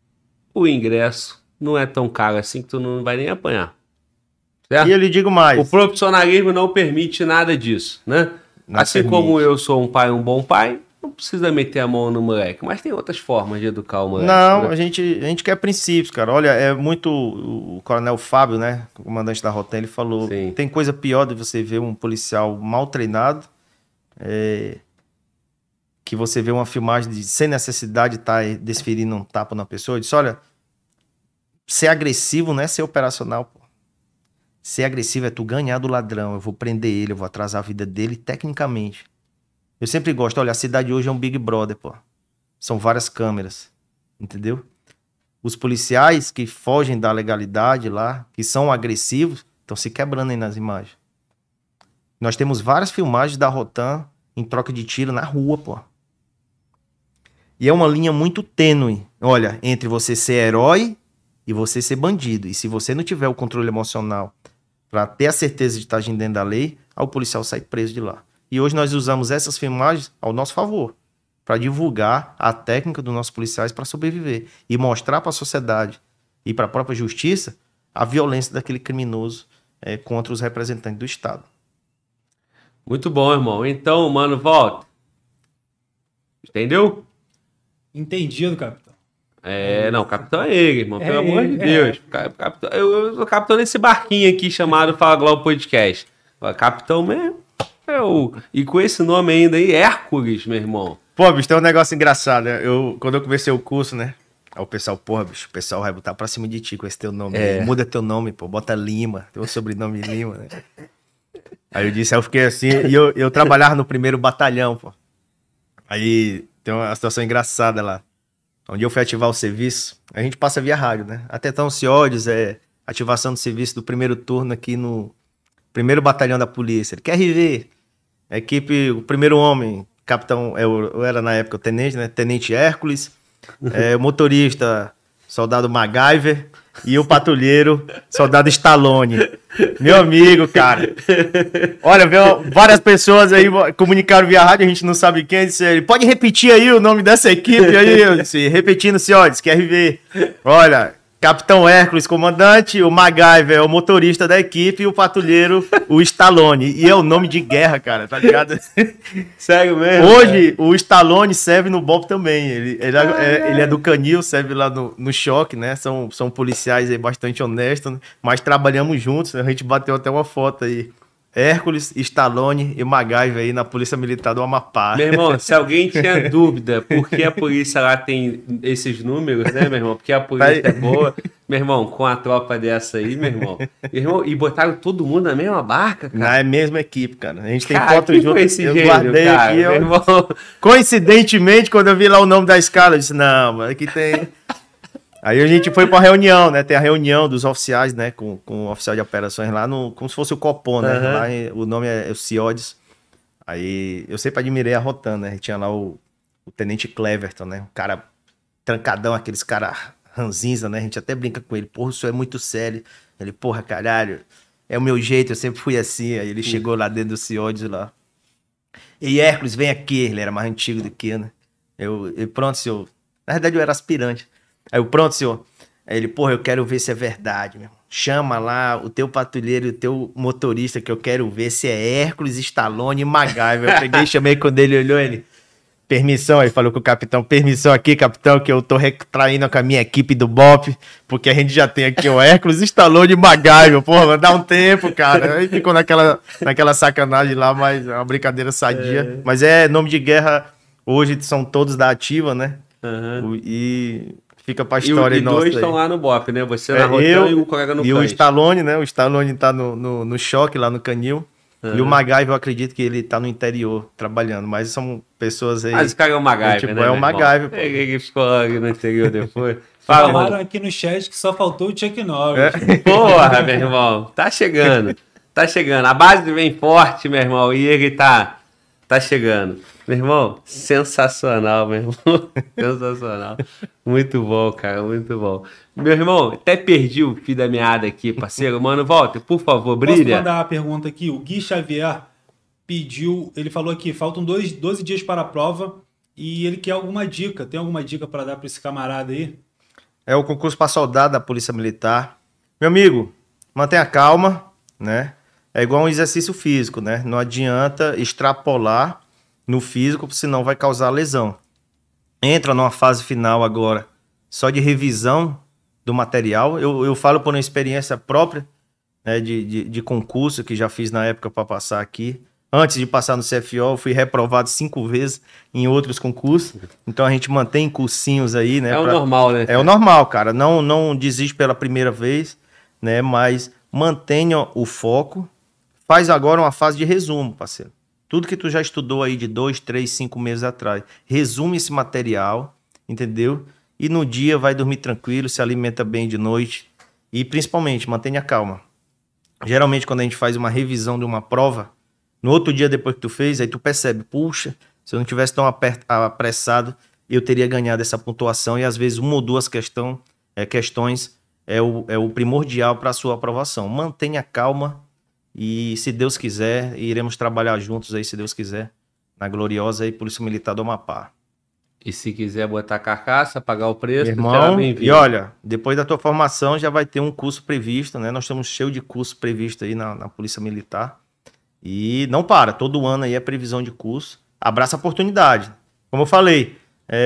o ingresso não é tão caro assim que tu não vai nem apanhar. Certo? E eu lhe digo mais. O profissionalismo não permite nada disso, né? Não assim permite. como eu sou um bom pai, não precisa meter a mão no moleque. Mas tem outras formas de educar o moleque. Não, né? a gente quer princípios, cara. Olha, é muito... O coronel Fábio, né? O comandante da Rotan, ele falou... Sim. Tem coisa pior de você ver um policial mal treinado, que você vê uma filmagem sem necessidade de estar desferindo um tapa na pessoa. Eu disse, olha, ser agressivo não é ser operacional, pô. Ser agressivo é tu ganhar do ladrão. Eu vou prender ele, eu vou atrasar a vida dele tecnicamente. Eu sempre gosto, olha, a cidade hoje é um Big Brother, pô. São várias câmeras, entendeu? Os policiais que fogem da legalidade lá, que são agressivos, estão se quebrando aí nas imagens. Nós temos várias filmagens da Rotan em troca de tiro na rua, pô. E é uma linha muito tênue, olha, entre você ser herói e você ser bandido. E se você não tiver o controle emocional para ter a certeza de estar agindo dentro da lei, aí o policial sai preso de lá. E hoje nós usamos essas filmagens ao nosso favor, para divulgar a técnica dos nossos policiais para sobreviver e mostrar para a sociedade e para a própria justiça a violência daquele criminoso contra os representantes do Estado. Muito bom, irmão. Então, mano, volta. Entendeu? Entendido, capitão. Não, o capitão é ele, irmão. Pelo amor de ele, Deus. Capitão, eu sou capitão desse barquinho aqui chamado Fala Globo Podcast. O capitão mesmo. E com esse nome ainda aí, Hércules, meu irmão. Pô, bicho, tem um negócio engraçado, né? Quando eu comecei o curso, né? Aí o pessoal, porra, bicho, o pessoal vai botar pra cima de ti com esse teu nome. Muda teu nome, pô, bota Lima, teu sobrenome Lima, né? Aí eu fiquei assim, e eu trabalhava no 1º batalhão, pô. Aí tem uma situação engraçada lá. Onde eu fui ativar o serviço, a gente passa via rádio, né? Até então, Ciódios, ativação do serviço do 1º turno aqui no 1º batalhão da polícia. Ele quer rever. A equipe, o 1º homem, capitão, eu era na época o tenente, né? Tenente Hércules, o motorista, soldado MacGyver, e o patrulheiro, soldado Stallone. Meu amigo, cara. Olha, veio várias pessoas aí comunicaram via rádio, a gente não sabe quem. Disse, pode repetir aí o nome dessa equipe aí? Eu disse, repetindo, senhores, quer ver? Olha, Capitão Hércules, comandante, o MacGyver é o motorista da equipe e o patrulheiro, o Stallone. E é o nome de guerra, cara, tá ligado? Sério mesmo? Hoje, o Stallone serve no BOP também. Ele é do Canil, serve lá no Choque, né? São policiais aí bastante honestos, né? Mas trabalhamos juntos. A gente bateu até uma foto aí Hércules, Stallone e MacGyver aí na Polícia Militar do Amapá. Meu irmão, se alguém tinha dúvida por que a polícia lá tem esses números, né, meu irmão? Porque a polícia é boa. Meu irmão, com a tropa dessa aí, meu irmão. E botaram todo mundo na mesma barca, cara. Na mesma equipe, cara. A gente tem Cara, foto que junto. foi esse Eu gênio, guardei cara, aqui. meu irmão. Coincidentemente, quando eu vi lá o nome da escala, eu disse, não, mano, aqui tem... Aí a gente foi pra reunião, né? Tem a reunião dos oficiais, né? Com o oficial de operações lá, como se fosse o Copom, né? Uhum. Lá, o nome é o CIODES. Aí eu sempre admirei a Rotan, né? Tinha lá o Tenente Cleverton, né? Um cara trancadão, aqueles caras ranzinza, né? A gente até brinca com ele. Porra, isso é muito sério. Ele, porra, caralho, é o meu jeito, eu sempre fui assim. Aí ele chegou lá dentro do CIODES lá. E Hércules, vem aqui. Ele era mais antigo do que eu, né? Eu pronto, senhor. Na verdade, eu era aspirante. Aí eu, pronto, senhor. Aí ele, porra, eu quero ver se é verdade, meu. Chama lá o teu patrulheiro e o teu motorista que eu quero ver se é Hércules, Stallone e MacGyver. Eu peguei, chamei quando ele olhou, ele... Permissão, aí falou com o capitão, permissão aqui, capitão, que eu tô retraindo com a minha equipe do BOP, porque a gente já tem aqui o Hércules, Stallone e MacGyver. Porra, dá um tempo, cara. Aí ficou naquela sacanagem lá, mas é uma brincadeira sadia. Mas é nome de guerra, hoje são todos da ativa, né? Uhum. E fica pra história e nossa. dois estão lá no BOP, né? Você na Rotan e o colega no E Cães. o Stallone, né? O Stallone tá no choque lá no Canil. E o MacGyver, eu acredito que ele tá no interior trabalhando, mas são pessoas aí... Mas esse cara é o MacGyver, tipo, né? é o meu MacGyver, irmão? pô. Ele ficou ali no interior depois. Fala, Falaram mano. aqui no chat que só faltou o Chuck Norris. Porra, meu irmão. Tá chegando. Tá chegando. A base vem forte, meu irmão. E ele tá chegando. Meu irmão, sensacional, meu irmão. Sensacional. Muito bom, cara. Muito bom. Meu irmão, até perdi o fio da meada aqui, parceiro. Mano, volta, por favor, Posso brilha. mandar uma pergunta aqui? O Gui Xavier pediu, ele falou aqui, faltam 12 dias para a prova e ele quer alguma dica. Tem alguma dica para dar para esse camarada aí? É o concurso para soldado da Polícia Militar. Meu amigo, mantenha calma, né? É igual um exercício físico, né? Não adianta extrapolar no físico, senão vai causar lesão. Entra numa fase final agora, só de revisão do material. Eu falo por uma experiência própria, né, de concurso que já fiz na época para passar aqui. Antes de passar no CFO, eu fui reprovado 5 vezes em outros concursos. Então a gente mantém cursinhos aí, né? É o normal, né? É o normal, cara. Não desiste pela primeira vez, né? Mas mantenha o foco. Faz agora uma fase de resumo, parceiro. Tudo que tu já estudou aí de 2, 3, 5 meses atrás. Resume esse material, entendeu? E no dia vai dormir tranquilo, se alimenta bem de noite. E principalmente, mantenha calma. Geralmente quando a gente faz uma revisão de uma prova, no outro dia depois que tu fez, aí tu percebe, puxa, se eu não tivesse tão apressado, eu teria ganhado essa pontuação. E às vezes uma ou duas questões é o primordial para a sua aprovação. Mantenha calma e, se Deus quiser, iremos trabalhar juntos aí, se Deus quiser, na gloriosa aí Polícia Militar do Amapá. E se quiser botar carcaça, pagar o preço, Meu será irmão, bem-vindo. e olha, depois da tua formação já vai ter um curso previsto, né? Nós estamos cheios de curso previsto aí na Polícia Militar. E não para, todo ano aí é previsão de curso. Abraça a oportunidade. Como eu falei,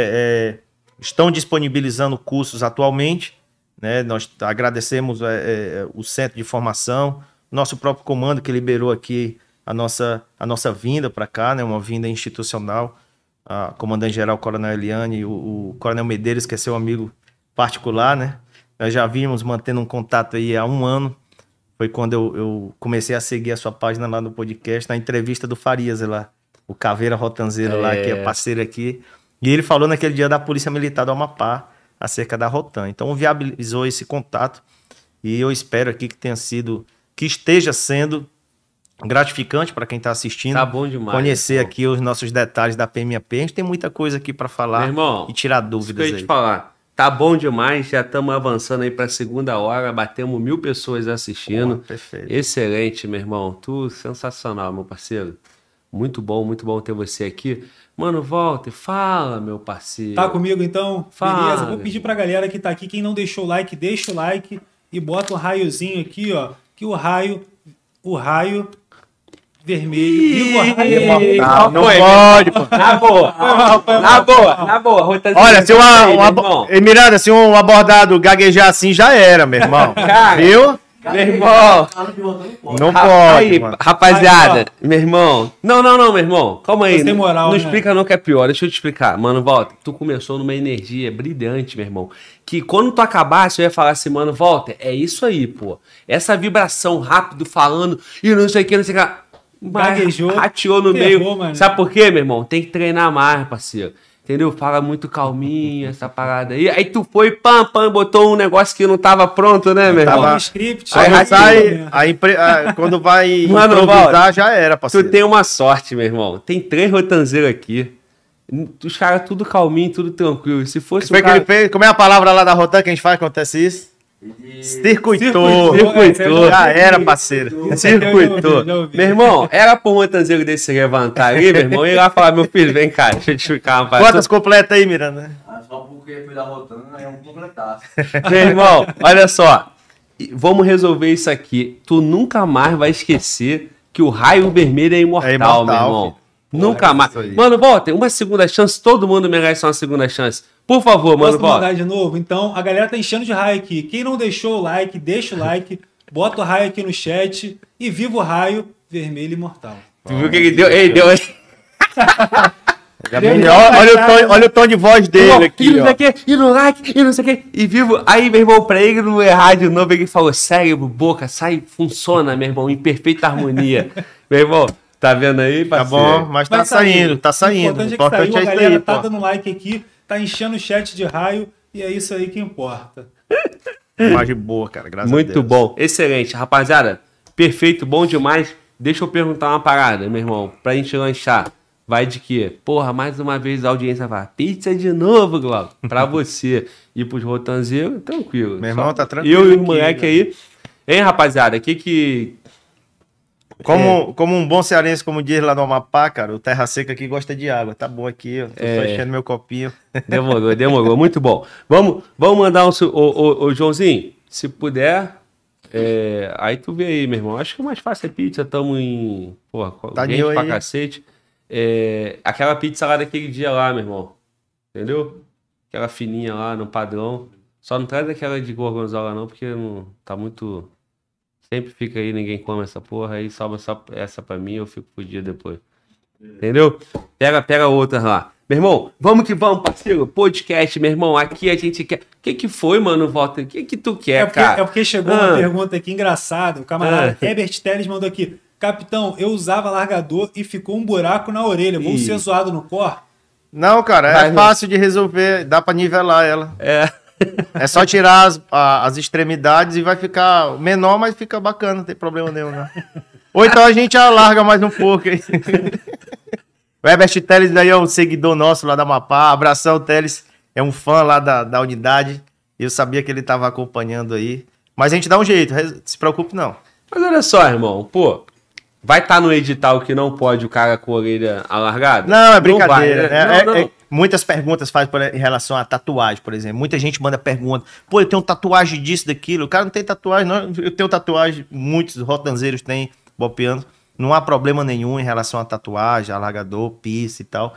estão disponibilizando cursos atualmente, né? Nós agradecemos o Centro de Formação, nosso próprio comando que liberou aqui a nossa vinda para cá, né? Uma vinda institucional. A comandante-geral Coronel Eliane e o Coronel Medeiros, que é seu amigo particular, né? Nós já vimos mantendo um contato aí há 1 ano. Foi quando eu comecei a seguir a sua página lá no podcast, na entrevista do Farias lá, o Caveira Rotanzeiro lá, que é parceiro aqui. E ele falou naquele dia da Polícia Militar do Amapá, acerca da Rotan. Então viabilizou esse contato e eu espero aqui que esteja sendo gratificante para quem está assistindo. Tá bom demais. Conhecer aqui os nossos detalhes da PMAP. A gente tem muita coisa aqui para falar, meu irmão, e tirar isso dúvidas que eu ia aí. te falar. Tá bom demais, já estamos avançando aí para a 2ª hora, batemos 1000 pessoas assistindo. Pô, perfeito. Excelente, meu irmão. Tu sensacional, meu parceiro. Muito bom ter você aqui. Mano, Walter, fala, meu parceiro. Tá comigo então? Fala. Beleza, vou pedir pra galera que tá aqui, quem não deixou o like, deixa o like e bota o raiozinho aqui, ó, que o raio vermelho. Viva o raio. Não pode, pô. Na boa. Olha, se irmão. Miranda, se um abordado gaguejar assim, já era, meu irmão. Cara, viu? Meu irmão. Não Aí, pode, mano. rapaziada, meu irmão. Não, meu irmão. Calma aí. Tô sem moral, não né? explica não que é pior. Deixa eu te explicar. Mano, Walter, tu começou numa energia brilhante, meu irmão. Que quando tu acabasse, eu ia falar assim, mano, Walter, é isso aí, pô. Essa vibração rápido falando e não sei o que, não sei o que. Gaguejou, Rateou no ferrou, meio. mano. Sabe por quê, meu irmão? Tem que treinar mais, parceiro. Entendeu? Fala muito calminho, essa parada aí. Aí tu foi, pam, botou um negócio que não tava pronto, né, meu irmão? Tava no script. Aí Quando sai, sai, quando vai Mano, improvisar, Valdo, já era, Tu parceiro. tem uma sorte, meu irmão. Tem 3 rotanzeiros aqui. Os caras tudo calminho, tudo tranquilo. Se fosse Foi um que cara... ele fez. Como é a palavra lá da Rotan que a gente faz quando acontece isso? Circuitou. Circuitou. Já era, parceiro. Circuitou. Já ouvi. Meu irmão, era pra um rotanzeiro desse se levantar ali, meu irmão, e ir lá falar, meu filho, vem cá, deixa eu te explicar uma parada. Quantas completas aí, Miranda? Só porque foi da Rotana é um completaço. Meu irmão, olha só. Vamos resolver isso aqui. Tu nunca mais vai esquecer que o raio vermelho é imortal, É imortal, meu irmão. filho. Nunca Porra, mais. isso aí. Mano, Walter, uma segunda chance. Todo mundo merece uma segunda chance. Por favor, mano, Posso Walter. mandar de novo? Então, a galera tá enchendo de raio aqui. Quem não deixou o like, deixa o like, bota o raio aqui no chat e viva o raio vermelho imortal. Tu viu o que ele deu? Ele deu. Olha o tom de voz dele E aqui, não sei ó. o que, e no like, e não sei o que, e vivo. Aí, meu irmão, pra ele não errar de novo, ele falou: cérebro, boca, sai, funciona, meu irmão, em perfeita harmonia. Meu irmão, tá vendo aí, Tá parceiro? bom, mas tá Vai sair. saindo, tá O saindo. O importante é que importante saiu, é a isso galera aí, tá pô. dando like aqui, tá enchendo o chat de raio e é isso aí que importa. Imagem boa, cara, graças a Deus. Muito bom, excelente. Rapaziada, perfeito, bom demais. Deixa eu perguntar uma parada, meu irmão, pra gente lanchar. Vai de quê? Porra, mais uma vez a audiência vai. Pizza de novo, Glauco. Pra você. E pros rotanzeiros, tranquilo. Meu irmão, Só tá tranquilo Eu e o aqui, moleque velho. aí. Hein, rapaziada? Que... Como um bom cearense, como diz lá no Amapá, cara, o Terra Seca aqui gosta de água. Tá bom aqui, ó. Tô só enchendo meu copinho. Demorou. Muito bom. Vamos mandar um... Ô, Joãozinho, se puder... aí tu vê aí, meu irmão. Acho que o mais fácil é pizza. Tamo em... Porra, Tá gente new pra aí. cacete. Aquela pizza lá daquele dia lá, meu irmão. Entendeu? Aquela fininha lá, no padrão. Só não traz aquela de gorgonzola não, porque não tá muito... Sempre fica aí, ninguém come essa porra. Aí sobra só essa pra mim, eu fico fudido depois. Entendeu? Pega outras lá. Meu irmão, vamos que vamos, parceiro. Podcast, meu irmão. Aqui a gente quer... O que foi, mano, Walter? O que tu quer, cara? É porque chegou uma pergunta aqui engraçada. O camarada Herbert Teles mandou aqui. Capitão, eu usava largador e ficou um buraco na orelha. Vou ser zoado no core? Não, cara, Vai, é fácil de resolver. Dá pra nivelar ela. É só tirar as extremidades e vai ficar menor, mas fica bacana, não tem problema nenhum, né? Ou então a gente alarga mais um pouco. Aí. O Herbert Teles daí é um seguidor nosso lá da Amapá. Abração, Teles. É um fã lá da unidade. Eu sabia que ele tava acompanhando aí. Mas a gente dá um jeito, se preocupe não. Mas olha só, irmão. Pô, vai estar no edital que não pode o cara com a orelha alargada? Não, é brincadeira. Não vai, né? Não. Muitas perguntas faz em relação a tatuagem, por exemplo. Muita gente manda pergunta. Pô, eu tenho tatuagem disso, daquilo. O cara não tem tatuagem, não. Eu tenho tatuagem, muitos rotanzeiros têm, bopeando. Não há problema nenhum em relação a tatuagem, alargador, piercing e tal.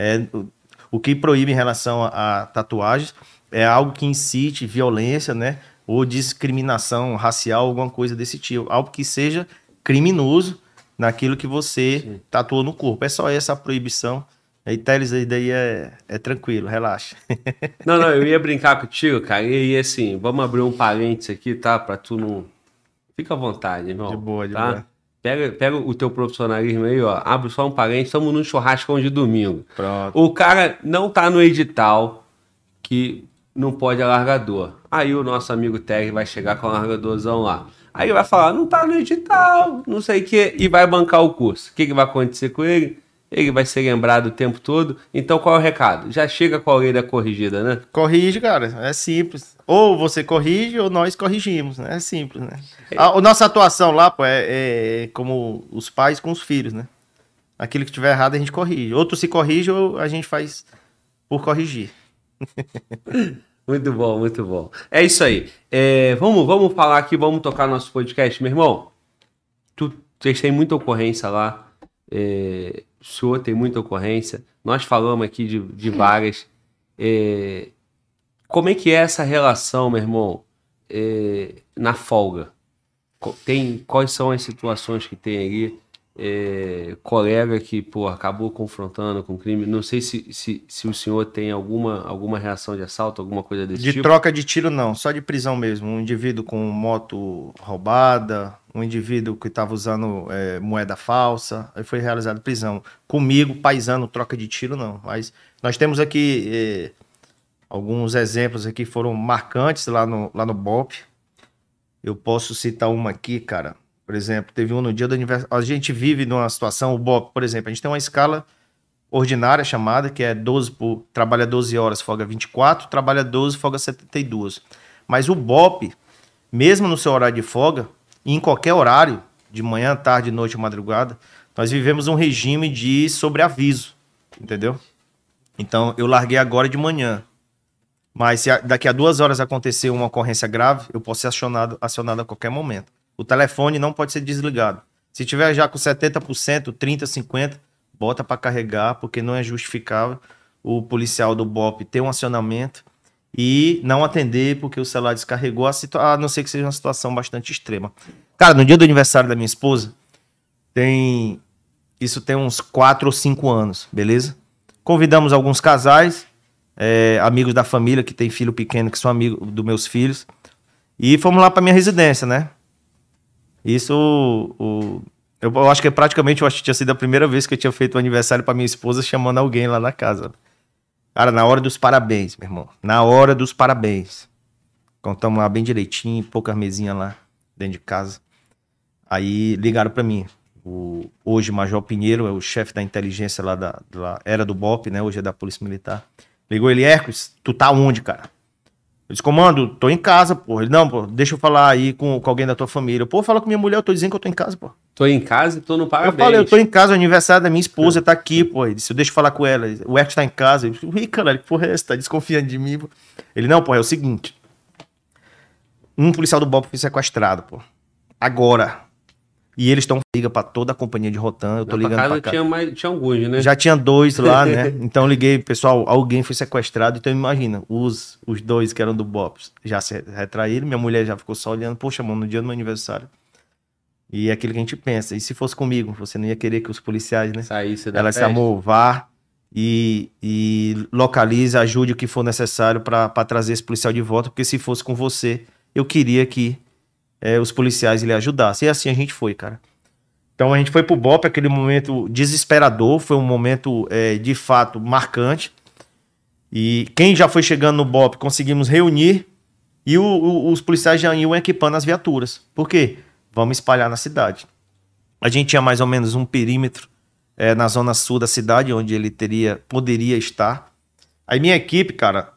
O que proíbe em relação a tatuagens é algo que incite violência, né? Ou discriminação racial, alguma coisa desse tipo. Algo que seja criminoso naquilo que você tatuou no corpo. É só essa a proibição. Aí, Teles, aí daí é tranquilo, relaxa. Não, eu ia brincar contigo, cara. E assim, vamos abrir um parênteses aqui, tá? Pra tu não... Fica à vontade, irmão. De boa, de tá? boa. Pega o teu profissionalismo aí, ó. Abre só um parênteses. Estamos num churrascão de domingo. Pronto. O cara não tá no edital que não pode alargador. Aí o nosso amigo Terry vai chegar com o alargadorzão lá. Aí ele vai falar, não tá no edital, não sei o quê, e vai bancar o curso. O que vai acontecer com ele? Ele vai ser lembrado o tempo todo. Então qual é o recado? Já chega com a orelha corrigida, né? Corrige, cara. É simples. Ou você corrige ou nós corrigimos, né? É simples, né? A nossa atuação lá, pô, é como os pais com os filhos, né? Aquilo que tiver errado a gente corrige. Outro se corrige ou a gente faz por corrigir. Muito bom, muito bom. É isso aí. Vamos falar aqui, vamos tocar nosso podcast. Meu irmão, vocês têm muita ocorrência lá. O senhor tem muita ocorrência. Nós falamos aqui de várias. Como é que é essa relação, meu irmão, na folga? Quais são as situações que tem ali? Colega que, pô, acabou confrontando com crime. Não sei se o senhor tem alguma reação de assalto, alguma coisa desse De tipo. troca de tiro, não. Só de prisão mesmo. Um indivíduo com moto roubada, um indivíduo que estava usando moeda falsa, aí foi realizada prisão. Comigo, paisano, troca de tiro, não. Mas nós temos aqui alguns exemplos aqui que foram marcantes lá no BOP. Eu posso citar uma aqui, cara. Por exemplo, teve um no dia do aniversário. A gente vive numa situação, o BOP, por exemplo, a gente tem uma escala ordinária chamada, que é 12 trabalha 12 horas, folga 24, trabalha 12, folga 72. Mas o BOP, mesmo no seu horário de folga, em qualquer horário, de manhã, tarde, noite, madrugada, nós vivemos um regime de sobreaviso, entendeu? Então, eu larguei agora de manhã. Mas se daqui a 2 horas acontecer uma ocorrência grave, eu posso ser acionado a qualquer momento. O telefone não pode ser desligado. Se tiver já com 70%, 30%, 50%, bota para carregar, porque não é justificável o policial do BOP ter um acionamento e não atender porque o celular descarregou, a não ser que seja uma situação bastante extrema. Cara, no dia do aniversário da minha esposa, isso tem uns 4 ou 5 anos, beleza? Convidamos alguns casais, amigos da família que tem filho pequeno, que são amigos dos meus filhos, e fomos lá para minha residência, né? Isso, eu acho que tinha sido a primeira vez que eu tinha feito um aniversário para minha esposa chamando alguém lá na casa. Cara, na hora dos parabéns, meu irmão. Na hora dos parabéns. Contamos lá bem direitinho, poucas mesinhas lá dentro de casa. Aí ligaram para mim. Hoje, Major Pinheiro, é o chefe da inteligência lá era do BOP, né? Hoje é da Polícia Militar. Ligou ele, Hércules, tu tá onde, cara? Eu disse, comando, tô em casa, pô. Ele, não, pô, deixa eu falar aí com alguém da tua família. Pô, fala com minha mulher, eu tô dizendo que eu tô em casa, pô. Tô em casa e tô no parabéns. Eu falei, eu tô em casa, o aniversário da minha esposa tá aqui, pô. Ele disse, deixa eu falar com ela. O Hércules tá em casa. Eu disse, ui, caralho, que porra é essa? Tá desconfiando de mim, pô. Ele, não, pô, é o seguinte. Um policial do BOP foi sequestrado, pô. Agora. E eles estão liga pra toda a companhia de Rotan. Eu tô ligando pra cá. Tinha alguns, né? Já tinha 2 lá, né? Então eu liguei, pessoal, alguém foi sequestrado. Então imagina, os 2 que eram do BOP já se retraíram. Minha mulher já ficou só olhando. Poxa, mano, no dia do meu aniversário. E é aquilo que a gente pensa. E se fosse comigo, você não ia querer que os policiais, né? Saísse da Ela se amou, vá e localize, ajude o que for necessário pra trazer esse policial de volta. Porque se fosse com você, eu queria que os policiais lhe ajudassem. E assim a gente foi, cara. Então a gente foi pro BOP, aquele momento desesperador, foi um momento de fato marcante. E quem já foi chegando no BOP, conseguimos reunir e os policiais já iam equipando as viaturas. Por quê? Vamos espalhar na cidade. A gente tinha mais ou menos um perímetro na zona sul da cidade, onde ele poderia estar. Aí minha equipe, cara,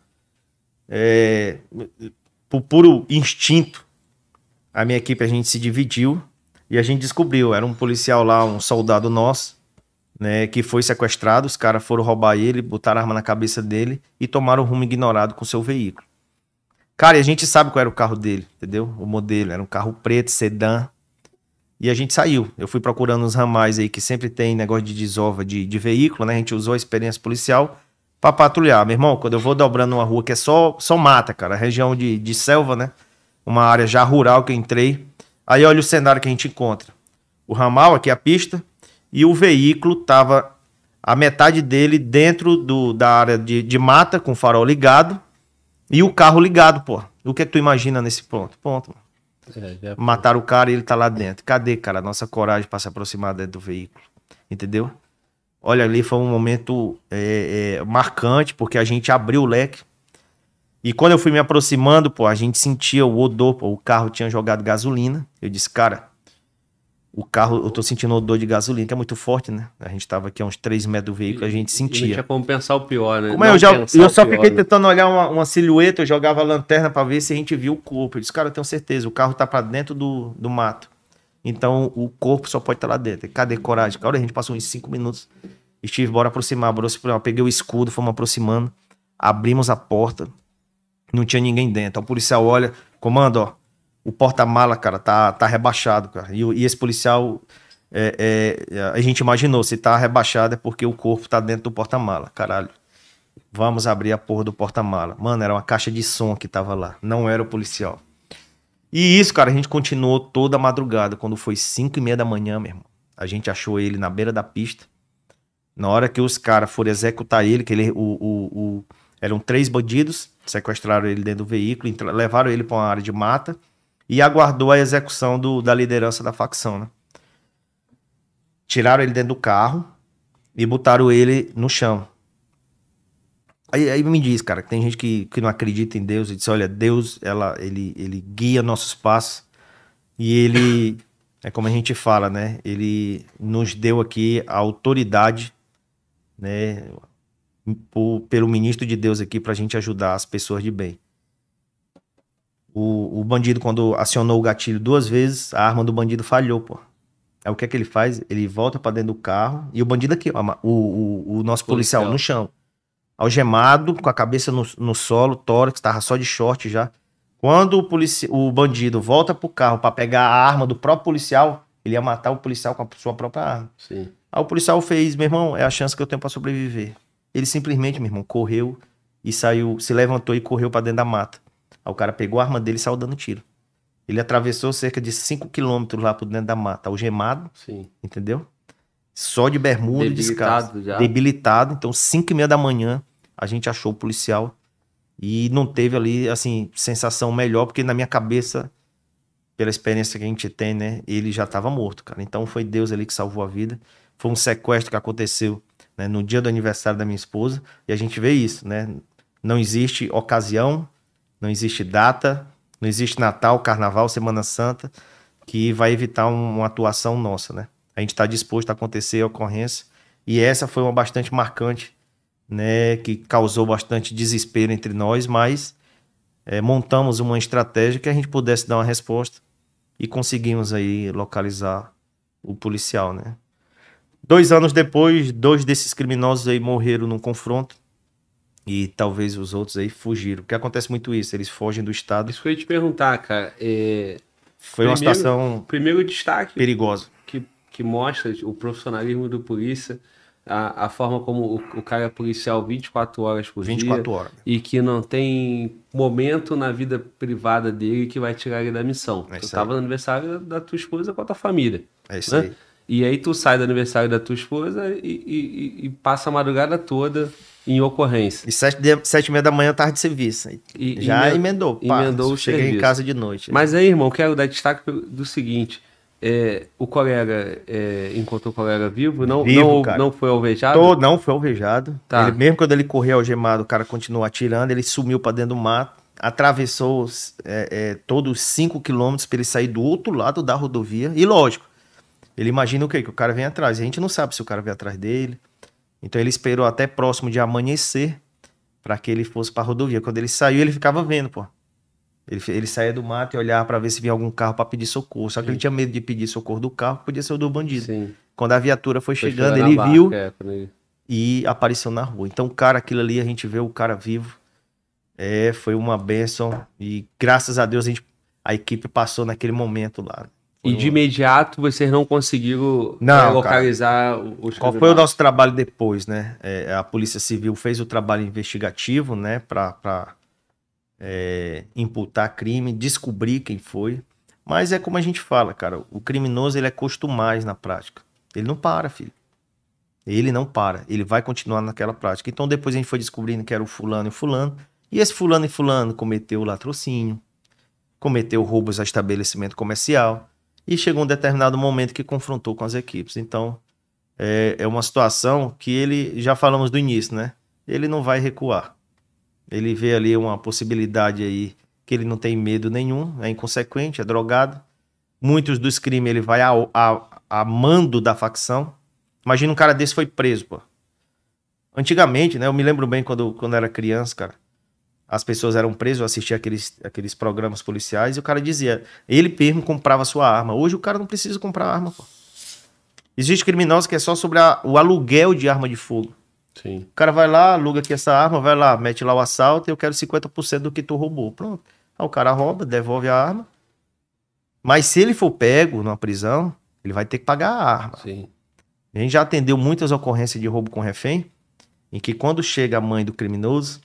por puro instinto, a minha equipe a gente se dividiu e a gente descobriu, era um policial lá, um soldado nosso, né, que foi sequestrado, os caras foram roubar ele, botaram a arma na cabeça dele e tomaram o rumo ignorado com seu veículo. Cara, e a gente sabe qual era o carro dele, entendeu? O modelo, era um carro preto, sedã, e a gente saiu. Eu fui procurando uns ramais aí que sempre tem negócio de desova de veículo, né, a gente usou a experiência policial pra patrulhar. Meu irmão, quando eu vou dobrando uma rua que é só mata, cara, região de selva, né, uma área já rural que eu entrei. Aí olha o cenário que a gente encontra. O ramal, aqui a pista, e o veículo tava a metade dele dentro da área de mata, com o farol ligado, e o carro ligado, pô. O que é que tu imagina nesse ponto? Ponto. Mataram o cara e ele tá lá dentro. Cadê, cara, a nossa coragem pra se aproximar dentro do veículo? Entendeu? Olha, ali foi um momento marcante, porque a gente abriu o leque. E quando eu fui me aproximando, pô, a gente sentia o odor, pô, o carro tinha jogado gasolina. Eu disse, cara, o carro, eu tô sentindo odor de gasolina, que é muito forte, né? A gente tava aqui a uns 3 metros do veículo, a gente sentia. Não tinha como pensar o pior, né? Como eu só fiquei tentando olhar uma silhueta, eu jogava a lanterna pra ver se a gente via o corpo. Eu disse, cara, eu tenho certeza, o carro tá pra dentro do mato. Então o corpo só pode estar lá dentro. Cadê coragem? Cara, a gente passou uns 5 minutos. Steve, bora aproximar, peguei o escudo, fomos aproximando, abrimos a porta. Não tinha ninguém dentro. O policial olha, comando, ó, o porta-mala, cara, tá rebaixado, cara. E esse policial, a gente imaginou, se tá rebaixado é porque o corpo tá dentro do porta-mala, caralho. Vamos abrir a porra do porta-mala. Mano, era uma caixa de som que tava lá, não era o policial. E isso, cara, a gente continuou toda a madrugada. Quando foi 5h30 da manhã, meu irmão, a gente achou ele na beira da pista. Na hora que os caras foram executar ele, que ele, eram 3 bandidos, sequestraram ele dentro do veículo, levaram ele para uma área de mata e aguardou a execução da liderança da facção, né? Tiraram ele dentro do carro e botaram ele no chão. Aí me diz, cara, que tem gente que não acredita em Deus e diz, olha, Deus, ele guia nossos passos e ele, é como a gente fala, né? Ele nos deu aqui a autoridade, né? Pelo ministro de Deus aqui pra gente ajudar as pessoas de bem. O bandido, quando acionou o gatilho 2 vezes, a arma do bandido falhou, pô. Aí o que é que ele faz? Ele volta pra dentro do carro e o bandido aqui, ó, o nosso policial no chão. Algemado, com a cabeça no solo, tórax, tava só de short já. Quando o bandido volta pro carro pra pegar a arma do próprio policial, ele ia matar o policial com a sua própria arma. Sim. Aí o policial fez, meu irmão, é a chance que eu tenho pra sobreviver. Ele simplesmente, meu irmão, correu e saiu, se levantou e correu pra dentro da mata. Aí o cara pegou a arma dele e saiu dando tiro. Ele atravessou cerca de 5 quilômetros lá por dentro da mata, algemado, Sim. entendeu? Só de bermuda e descalço. Já. Debilitado. Então, 5h30 da manhã, a gente achou o policial e não teve ali, assim, sensação melhor, porque na minha cabeça, pela experiência que a gente tem, né, ele já estava morto, cara. Então, foi Deus ali que salvou a vida. Foi um sequestro que aconteceu, né, no dia do aniversário da minha esposa e a gente vê isso, né? Não existe ocasião, não existe data, não existe Natal, Carnaval, Semana Santa que vai evitar uma atuação nossa, né? A gente está disposto a acontecer a ocorrência e essa foi uma bastante marcante, né, que causou bastante desespero entre nós, mas montamos uma estratégia que a gente pudesse dar uma resposta e conseguimos aí localizar o policial, né? 2 anos depois, 2 desses criminosos aí morreram num confronto e talvez os outros aí fugiram. Porque acontece muito isso, eles fogem do estado. Isso que eu ia te perguntar, cara. Foi uma situação primeiro destaque perigosa. Que mostra o profissionalismo do polícia, a forma como o cara é policial 24 horas por 24 dia. horas. E que não tem momento na vida privada dele que vai tirar ele da missão. É Tu isso tava no aniversário da tua esposa com a tua família. É isso né? aí. E aí tu sai do aniversário da tua esposa e passa a madrugada toda em ocorrência. E 7h30 da manhã eu tava de serviço. Já emendou. Pá, emendou o cheguei serviço. em casa de noite. Mas aí, irmão, quero dar destaque do seguinte. O colega encontrou o colega vivo? Vivo, cara. Não foi alvejado? Não foi alvejado. Tá. Ele, mesmo quando ele correu algemado, o cara continuou atirando, ele sumiu pra dentro do mato, atravessou todos os 5 quilômetros pra ele sair do outro lado da rodovia. E lógico, ele imagina o quê? Que o cara vem atrás. A gente não sabe se o cara vem atrás dele. Então ele esperou até próximo de amanhecer pra que ele fosse pra rodovia. Quando ele saiu, ele ficava vendo, pô. Ele saía do mato e olhava pra ver se vinha algum carro pra pedir socorro. Só que ele tinha medo de pedir socorro do carro, que podia ser o do bandido. Sim. Quando a viatura foi chegando, chegar ele na viu barca, e apareceu na rua. Então, cara, aquilo ali, a gente vê o cara vivo. Foi uma bênção. E graças a Deus a equipe passou naquele momento lá. E de imediato vocês não conseguiram localizar os Qual foi o nosso trabalho depois, né? A Polícia Civil fez o trabalho investigativo, né? Para imputar crime, descobrir quem foi. Mas é como a gente fala, cara. O criminoso, ele é costumaz na prática. Ele não para, filho. Ele não para. Ele vai continuar naquela prática. Então depois a gente foi descobrindo que era o fulano e fulano. E esse fulano e fulano cometeu latrocínio, cometeu roubos a estabelecimento comercial. E chegou um determinado momento que confrontou com as equipes. Então, é uma situação que ele, já falamos do início, né? Ele não vai recuar. Ele vê ali uma possibilidade aí que ele não tem medo nenhum, é inconsequente, é drogado. Muitos dos crimes ele vai a mando da facção. Imagina um cara desse foi preso, pô. Antigamente, né? Eu me lembro bem quando eu era criança, cara. As pessoas eram presas, eu assistia aqueles programas policiais e o cara dizia, ele mesmo comprava sua arma. Hoje o cara não precisa comprar arma, pô. Existe criminoso que é só sobre o aluguel de arma de fogo. Sim. O cara vai lá, aluga aqui essa arma, vai lá, mete lá o assalto e eu quero 50% do que tu roubou. Pronto. Aí o cara rouba, devolve a arma. Mas se ele for pego numa prisão, ele vai ter que pagar a arma. Sim. A gente já atendeu muitas ocorrências de roubo com refém, em que quando chega a mãe do criminoso,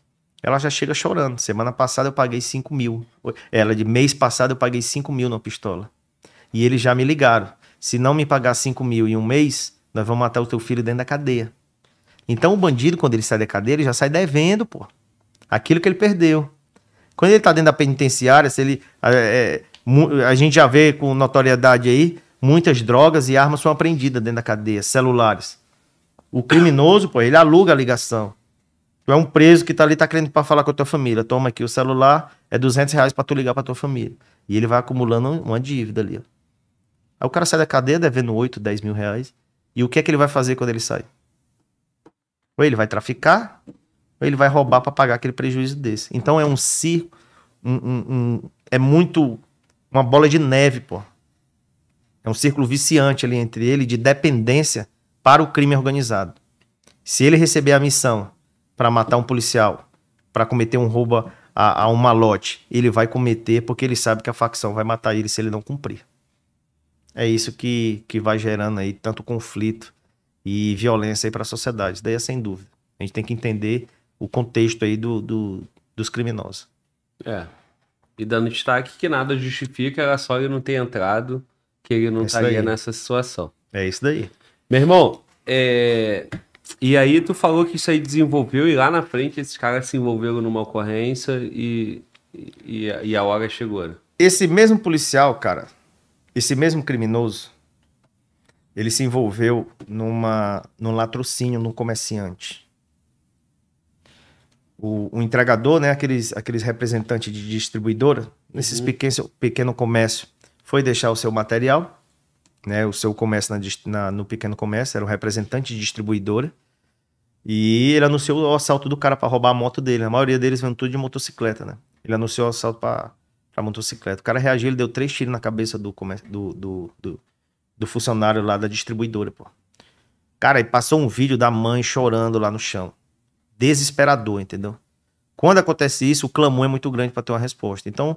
ela já chega chorando. Semana passada eu paguei 5 mil. Ela, de mês passado eu paguei 5 mil na pistola. E eles já me ligaram. Se não me pagar 5 mil em um mês, nós vamos matar o teu filho dentro da cadeia. Então o bandido, quando ele sai da cadeia, ele já sai devendo, pô. Aquilo que ele perdeu. Quando ele tá dentro da penitenciária, se ele, a gente já vê com notoriedade aí, muitas drogas e armas são apreendidas dentro da cadeia, celulares. O criminoso, pô, ele aluga a ligação. Tu é um preso que tá ali, tá querendo pra falar com a tua família. Toma aqui o celular, é R$200 pra tu ligar pra tua família. E ele vai acumulando uma dívida ali, ó. Aí o cara sai da cadeia devendo 8, 10 mil reais. E o que é que ele vai fazer quando ele sai? Ou ele vai traficar, ou ele vai roubar pra pagar aquele prejuízo desse. Então é um circo, é muito uma bola de neve, pô. É um círculo viciante ali entre ele, de dependência para o crime organizado. Se ele receber a missão para matar um policial, para cometer um roubo a um malote, ele vai cometer porque ele sabe que a facção vai matar ele se ele não cumprir. É isso que vai gerando aí tanto conflito e violência aí para a sociedade. Isso daí é sem dúvida. A gente tem que entender o contexto aí dos criminosos. E dando destaque que nada justifica, era só ele não ter entrado, que ele não estaria nessa situação. É isso daí. Meu irmão, e aí tu falou que isso aí desenvolveu e lá na frente esses caras se envolveram numa ocorrência e a hora chegou, né? Esse mesmo policial, cara, esse mesmo criminoso, ele se envolveu num latrocínio, num comerciante. O entregador, né, aqueles representantes de distribuidora, nesses pequeno comércio, foi deixar o seu material, né, o seu comércio no pequeno comércio, era um representante de distribuidora, e ele anunciou o assalto do cara para roubar a moto dele. A maioria deles vendo tudo de motocicleta, né? Ele anunciou o assalto para motocicleta. O cara reagiu, ele deu 3 tiros na cabeça do funcionário lá da distribuidora, pô. Cara, e passou um vídeo da mãe chorando lá no chão. Desesperador, entendeu? Quando acontece isso, o clamor é muito grande para ter uma resposta. Então,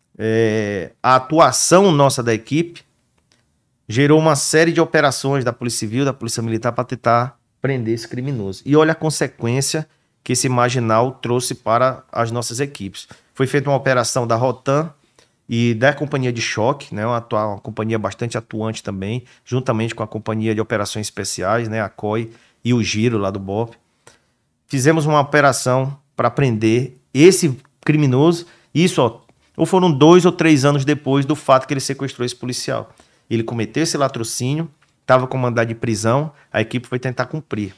a atuação nossa da equipe gerou uma série de operações da Polícia Civil, da Polícia Militar para tentar prender esse criminoso. E olha a consequência que esse marginal trouxe para as nossas equipes. Foi feita uma operação da Rotan e da Companhia de Choque, né, uma companhia bastante atuante também, juntamente com a Companhia de Operações Especiais, né, a COI e o Giro lá do BOP. Fizemos uma operação para prender esse criminoso, isso, ó, ou foram 2 ou 3 anos depois do fato que ele sequestrou esse policial. Ele cometeu esse latrocínio, estava com mandado de prisão, a equipe foi tentar cumprir.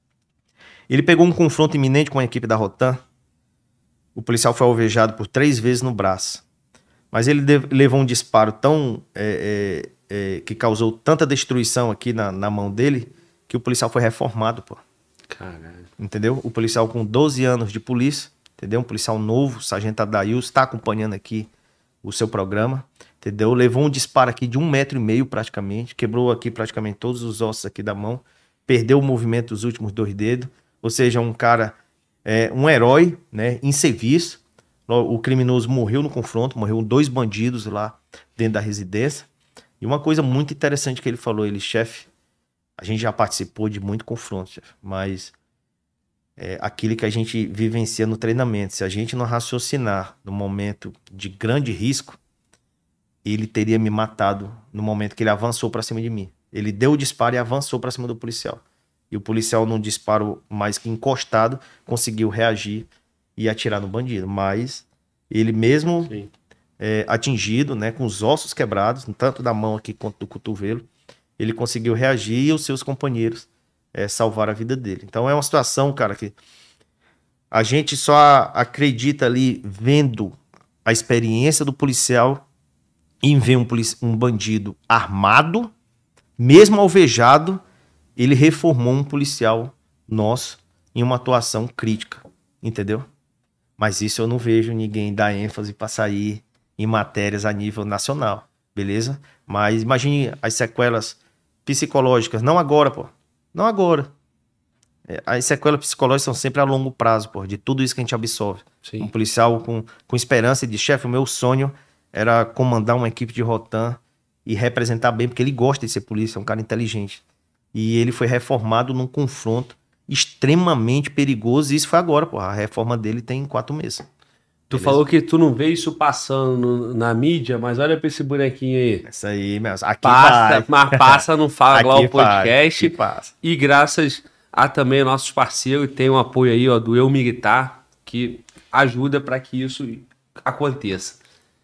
Ele pegou um confronto iminente com a equipe da Rotan, o policial foi alvejado por 3 vezes no braço, mas ele levou um disparo tão que causou tanta destruição aqui na mão dele, que o policial foi reformado, pô. Caralho. Entendeu? O policial com 12 anos de polícia, entendeu? Um policial novo, sargento Adailson, está acompanhando aqui o seu programa, entendeu? Levou um disparo aqui de 1,5 m praticamente, quebrou aqui praticamente todos os ossos aqui da mão, perdeu o movimento dos últimos 2 dedos, ou seja, um cara, um herói, né, em serviço. O criminoso morreu no confronto, morreu 2 bandidos lá dentro da residência. E uma coisa muito interessante que ele falou, chefe, a gente já participou de muito confronto, chefe, mas aquilo que a gente vivencia no treinamento, se a gente não raciocinar no momento de grande risco, ele teria me matado no momento que ele avançou para cima de mim. Ele deu o disparo e avançou para cima do policial. E o policial, num disparo mais que encostado, conseguiu reagir e atirar no bandido. Mas ele mesmo atingido, né, com os ossos quebrados, tanto da mão aqui quanto do cotovelo, ele conseguiu reagir e os seus companheiros salvaram a vida dele. Então é uma situação, cara, que a gente só acredita ali vendo a experiência do policial em ver um bandido armado, mesmo alvejado, ele reformou um policial nosso em uma atuação crítica, entendeu? Mas isso eu não vejo ninguém dar ênfase para sair em matérias a nível nacional, beleza? Mas imagine as sequelas psicológicas, não agora, pô, não agora. As sequelas psicológicas são sempre a longo prazo, pô, de tudo isso que a gente absorve. Sim. Um policial com esperança de chefe, o meu sonho era comandar uma equipe de Rotan e representar bem, porque ele gosta de ser polícia, é um cara inteligente. E ele foi reformado num confronto extremamente perigoso. E isso foi agora, porra. A reforma dele tem 4 meses. Tu falou que tu não vê isso passando na mídia, mas olha pra esse bonequinho aí. Isso aí, mesmo. Aqui Passa, vai. mas passa, não fala lá Aqui o podcast. aqui passa. E graças a também nossos parceiros, tem um apoio aí, ó, do Eu Militar, que ajuda para que isso aconteça.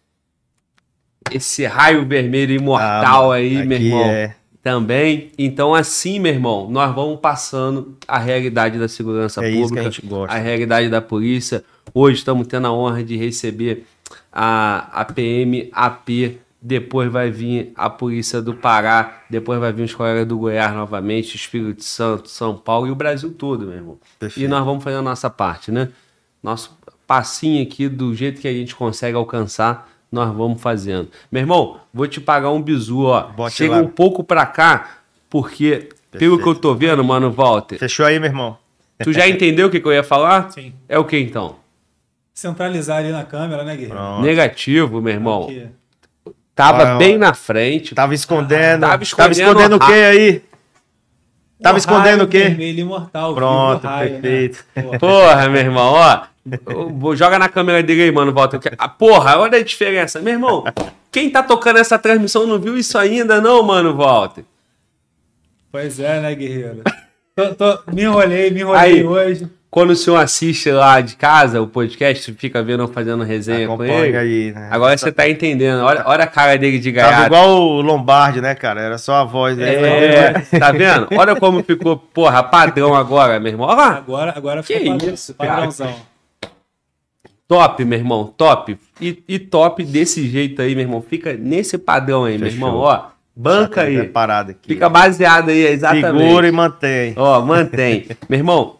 Esse raio vermelho imortal aí, meu irmão, também. Então, assim, meu irmão, nós vamos passando a realidade da segurança pública, isso que a gente gosta. a realidade da polícia. Hoje estamos tendo a honra de receber a PM-AP, depois vai vir a Polícia do Pará, depois vai vir os colegas do Goiás novamente, Espírito Santo, São Paulo e o Brasil todo, meu irmão. Perfeito. E nós vamos fazer a nossa parte, né? Nosso passinho aqui, do jeito que a gente consegue alcançar, nós vamos fazendo. Meu irmão, vou te pagar um bizu, ó. Bote Chega lá. um pouco pra cá, porque, pelo que eu tô vendo, mano, Walter, Fechou aí, meu irmão? tu já entendeu o que eu ia falar? Sim. É o que então? Centralizar ali na câmera, né, Guerreiro? Pronto. Negativo, meu irmão. Aqui. Tava Ó, bem na frente. Tava escondendo. Tava Tava escondendo escondendo o que aí? Tava escondendo o quê? Vermelho imortal. Pronto, vivo raio, né? perfeito. Porra. Porra, meu irmão, ó. Joga na câmera dele aí, mano, Walter. Porra, olha a diferença. Meu irmão, quem tá tocando essa transmissão não viu isso ainda, não, mano, Walter? Pois é, né, Guerreiro? Me enrolei Aí. hoje. Quando o senhor assiste lá de casa o podcast, fica vendo eu fazendo resenha com Acompanha ele. aí, né? Agora você tá entendendo. Olha a cara dele de Tava gaiato. igual o Lombardi, né, cara? Era só a voz dele. Tá vendo? Olha como ficou, porra, padrão agora, meu irmão. Olha lá. Agora Que ficou isso, cara. padrãozão. Top, meu irmão, top. E top desse jeito aí, meu irmão. Fica nesse padrão aí, meu Fechou. irmão. Ó, banca aí. Parada aqui. Fica baseado aí, exatamente. Segura e mantém. Ó, mantém. Meu irmão,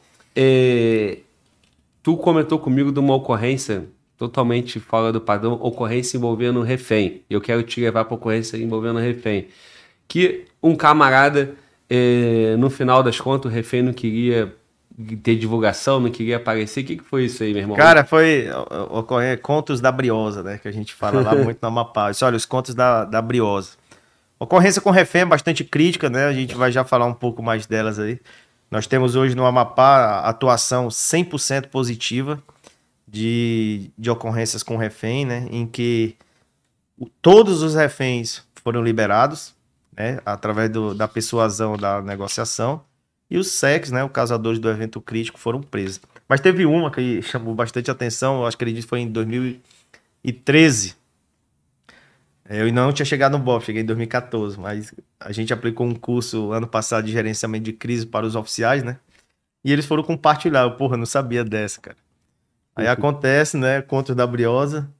tu comentou comigo de uma ocorrência totalmente fora do padrão, ocorrência envolvendo refém. Eu quero te levar para ocorrência envolvendo refém. Que um camarada, no final das contas, o refém não queria ter divulgação, não queria aparecer. O que foi isso aí, meu irmão? Cara, foi ocorrer contos da Briosa, né? Que a gente fala lá muito no Amapá. Olha, os contos da Briosa. Ocorrência com refém é bastante crítica, né? A gente vai já falar um pouco mais delas aí. Nós temos hoje no Amapá a atuação 100% positiva de ocorrências com refém, né? Em que todos os reféns foram liberados, né? Através da persuasão da negociação. E os SECs, né? Os causadores do evento crítico foram presos. Mas teve uma que chamou bastante atenção, eu acredito que foi em 2013. Eu ainda não tinha chegado no BOP, cheguei em 2014, mas a gente aplicou um curso ano passado de gerenciamento de crise para os oficiais, né? E eles foram compartilhar. Eu, porra, não sabia dessa, cara. Aí acontece, né? Contos da Briosa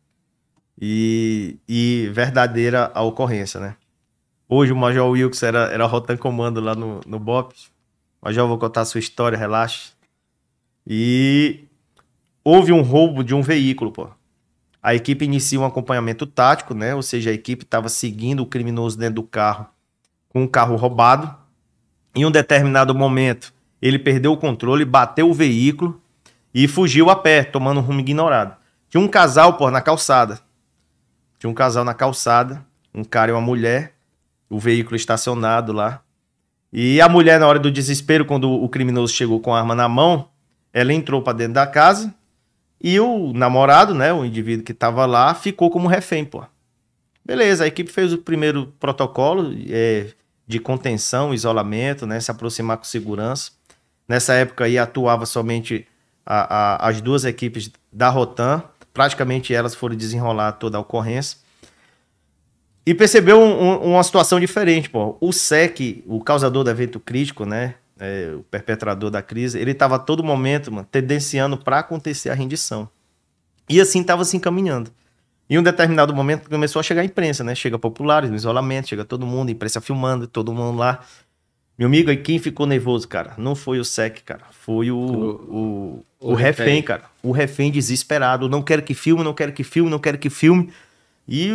e verdadeira a ocorrência, né? Hoje o Major Wilkes era Rotan Comando lá no BOP. Major, eu vou contar a sua história, relaxe. E houve um roubo de um veículo, pô. A equipe inicia um acompanhamento tático, né? Ou seja, a equipe estava seguindo o criminoso dentro do carro com o carro roubado. Em um determinado momento, ele perdeu o controle, bateu o veículo e fugiu a pé, tomando um rumo ignorado. Tinha um casal, pô, na calçada. Tinha um casal na calçada, um cara e uma mulher, o veículo estacionado lá. E a mulher, na hora do desespero, quando o criminoso chegou com a arma na mão, ela entrou para dentro da casa. E o namorado, né, o indivíduo que estava lá, ficou como refém, pô. Beleza, a equipe fez o primeiro protocolo de contenção, isolamento, né, se aproximar com segurança. Nessa época aí atuava somente as duas equipes da Rotan, praticamente elas foram desenrolar toda a ocorrência. E percebeu uma situação diferente, pô. O SEC, o causador do evento crítico, né, o perpetrador da crise, ele estava a todo momento, mano, tendenciando para acontecer a rendição. E assim estava se encaminhando. Em um determinado momento começou a chegar a imprensa, né? Chega populares no isolamento, chega todo mundo, imprensa filmando, todo mundo lá. Meu amigo, aí quem ficou nervoso, cara? Não foi o SEC, cara. Foi o refém, cara. O refém desesperado. Não quero que filme, não quero que filme, não quero que filme. E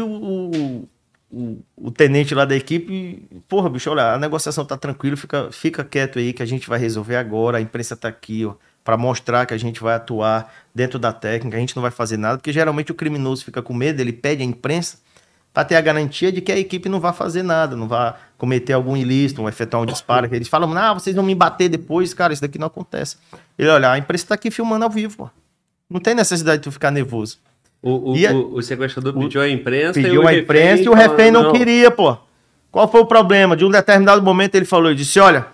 o tenente lá da equipe, porra, bicho, olha, a negociação tá tranquila, fica quieto aí que a gente vai resolver agora, a imprensa tá aqui, ó, pra mostrar que a gente vai atuar dentro da técnica, a gente não vai fazer nada, porque geralmente o criminoso fica com medo, ele pede a imprensa para ter a garantia de que a equipe não vai fazer nada, não vai cometer algum ilícito, ou efetuar um disparo. Eles falam, vocês vão me bater depois, cara, isso daqui não acontece. Ele, olha, a imprensa tá aqui filmando ao vivo, pô. Não tem necessidade de tu ficar nervoso. O sequestrador pediu a imprensa e o refém não queria, pô. Qual foi o problema? De um determinado momento ele falou, ele disse, olha,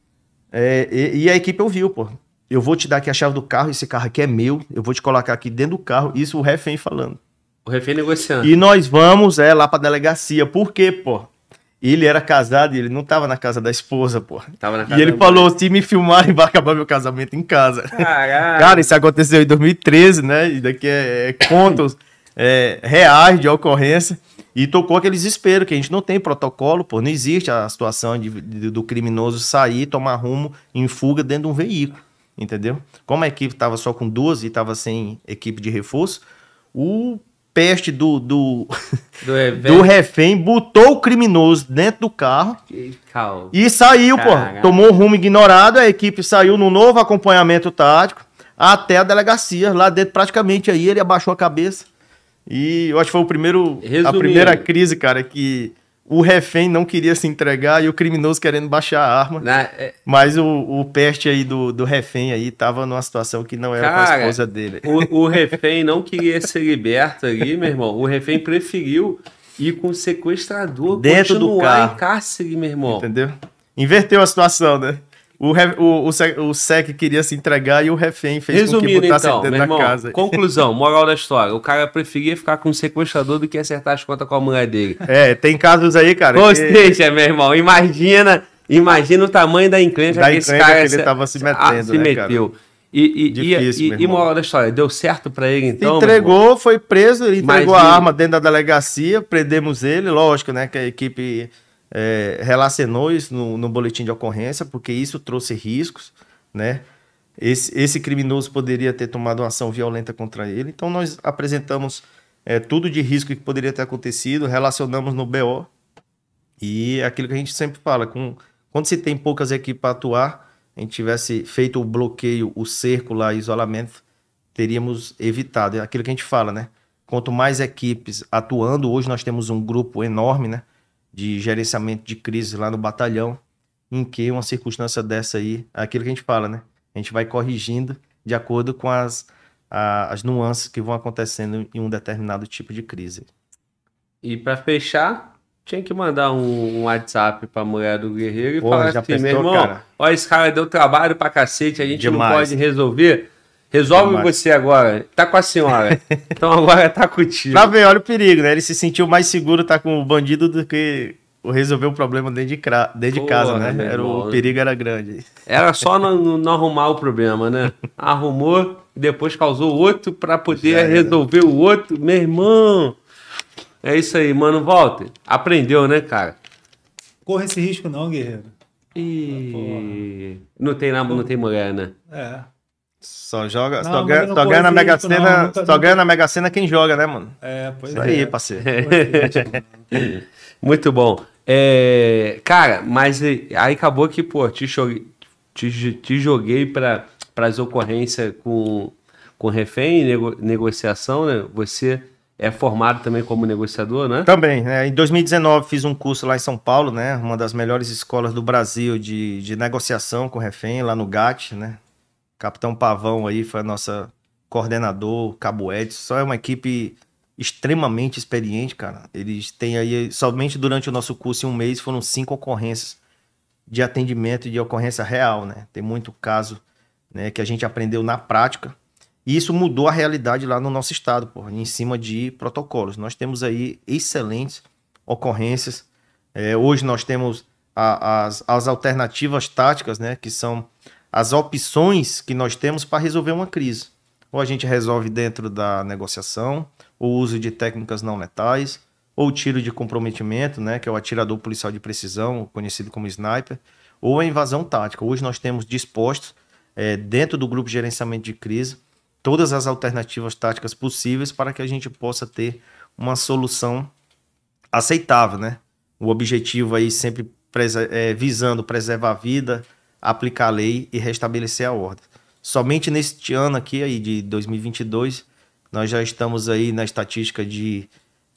e a equipe ouviu, pô. Eu vou te dar aqui a chave do carro, esse carro aqui é meu, eu vou te colocar aqui dentro do carro, isso o refém falando. O refém negociando. E nós vamos lá pra delegacia. Por quê, pô? Ele era casado e ele não tava na casa da esposa, pô. Tava na casa e ele falou, se me filmarem, vai acabar meu casamento em casa. Caralho. Cara, isso aconteceu em 2013, né? E daqui é contos reais de ocorrência. E tocou aquele desespero, que a gente não tem protocolo, pô. Não existe a situação do criminoso sair, tomar rumo em fuga dentro de um veículo. Entendeu? Como a equipe tava só com 2 e tava sem equipe de reforço, o peste do refém botou o criminoso dentro do carro e saiu, pô. Tomou um rumo ignorado, a equipe saiu no novo acompanhamento tático até a delegacia. Lá dentro, praticamente, aí ele abaixou a cabeça. E eu acho que foi a primeira crise, cara, que o refém não queria se entregar e o criminoso querendo baixar a arma. Mas o peste aí do refém aí tava numa situação que não era com a esposa dele. O refém não queria ser liberto ali, meu irmão. O refém preferiu ir com o sequestrador dentro do carro. Em cárcere, meu irmão. Entendeu? Inverteu a situação, né? O SEC queria se entregar e o refém fez com que botasse então, dentro da casa. Conclusão, moral da história. O cara preferia ficar com o sequestrador do que acertar as contas com a mulher dele. Tem casos aí, cara. Ou seja, meu irmão, imagina o tamanho da encrenca que esse cara que ele tava se metendo, se meteu. Cara? E moral da história, deu certo pra ele então? Se entregou, foi preso, ele entregou a arma dentro da delegacia, prendemos ele, lógico, né, que a equipe relacionou isso no boletim de ocorrência, porque isso trouxe riscos, né? Esse criminoso poderia ter tomado uma ação violenta contra ele, então nós apresentamos tudo de risco que poderia ter acontecido, relacionamos no BO, e aquilo que a gente sempre fala, quando se tem poucas equipes para atuar, a gente tivesse feito o bloqueio, o cerco lá, isolamento, teríamos evitado. É aquilo que a gente fala, né? Quanto mais equipes atuando, hoje nós temos um grupo enorme, né, de gerenciamento de crise lá no batalhão, em que uma circunstância dessa aí, é aquilo que a gente fala, né? A gente vai corrigindo de acordo com as nuances que vão acontecendo em um determinado tipo de crise. E para fechar, tinha que mandar um WhatsApp pra mulher do Guerreiro e falar assim, meu irmão, cara, ó, esse cara deu trabalho pra cacete, a gente não pode resolver. Resolve você agora. Tá com a senhora. Então agora tá contigo. Pra ver, olha o perigo, né? Ele se sentiu mais seguro tá com o bandido do que resolver o problema dentro de casa, né? O perigo era grande. Era só não arrumar o problema, né? Arrumou e depois causou outro pra poder resolver o outro. Meu irmão. É isso aí, mano. Walter. Aprendeu, né, cara? Corra esse risco não, guerreiro. Não tem mulher, né? Só ganha na Mega Sena, ganha na Mega Sena quem joga, né, mano? Pois isso aí, parceiro. Muito bom. Cara, mas aí acabou que, pô, te joguei para as ocorrências com refém, negociação, né? Você é formado também como negociador, né? Também, né? Em 2019 fiz um curso lá em São Paulo, né? Uma das melhores escolas do Brasil de negociação com refém, lá no GAT, né? Capitão Pavão aí foi a nossa coordenador, Cabo Edson, só é uma equipe extremamente experiente, cara. Eles têm aí, somente durante o nosso curso em um mês, foram 5 ocorrências de atendimento e de ocorrência real, né? Tem muito caso, né, que a gente aprendeu na prática. E isso mudou a realidade lá no nosso estado, pô, em cima de protocolos. Nós temos aí excelentes ocorrências. Hoje nós temos as alternativas táticas, né, que são as opções que nós temos para resolver uma crise. Ou a gente resolve dentro da negociação, o uso de técnicas não letais, ou tiro de comprometimento, né, que é o atirador policial de precisão, conhecido como sniper, ou a invasão tática. Hoje nós temos dispostos, dentro do grupo de gerenciamento de crise, todas as alternativas táticas possíveis para que a gente possa ter uma solução aceitável, né? O objetivo aí sempre visando preservar a vida, aplicar a lei e restabelecer a ordem. Somente neste ano aqui aí de 2022, nós já estamos aí na estatística de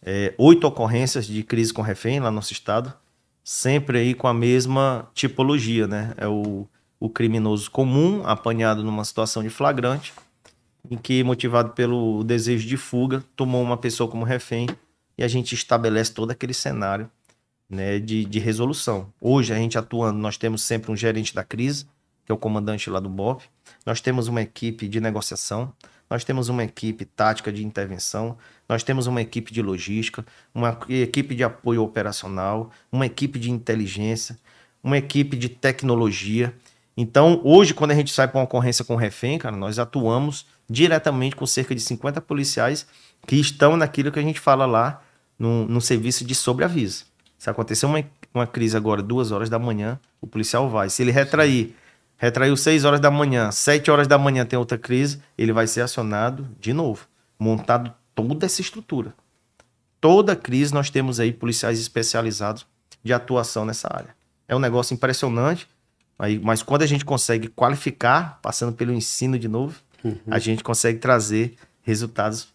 8 ocorrências de crise com refém lá no nosso estado, sempre aí com a mesma tipologia, né? É o criminoso comum apanhado numa situação de flagrante, em que, motivado pelo desejo de fuga, tomou uma pessoa como refém e a gente estabelece todo aquele cenário, né, de resolução. Hoje, a gente atuando, nós temos sempre um gerente da crise, que é o comandante lá do BOP, nós temos uma equipe de negociação, nós temos uma equipe tática de intervenção, nós temos uma equipe de logística, uma equipe de apoio operacional, uma equipe de inteligência, uma equipe de tecnologia. Então, hoje, quando a gente sai para uma ocorrência com refém, cara, nós atuamos diretamente com cerca de 50 policiais que estão naquilo que a gente fala lá no serviço de sobreaviso. Se acontecer uma crise agora, 2 horas da manhã, o policial vai. Se ele retraiu 6 horas da manhã, 7 horas da manhã tem outra crise, ele vai ser acionado de novo. Montado toda essa estrutura. Toda crise nós temos aí policiais especializados de atuação nessa área. É um negócio impressionante, mas quando a gente consegue qualificar, passando pelo ensino de novo, a gente consegue trazer resultados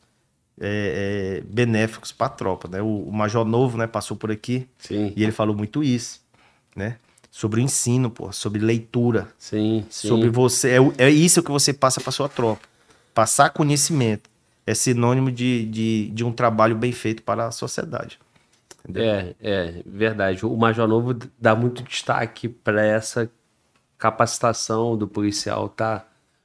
benéficos para a tropa, né? O Major Novo, né, passou por aqui. Sim. E ele falou muito isso, né? Sobre o ensino, pô, sobre leitura. Sim. Sobre você. É isso que você passa para sua tropa. Passar conhecimento é sinônimo de um trabalho bem feito para a sociedade. Entendeu? É verdade. O Major Novo dá muito destaque para essa capacitação do policial tá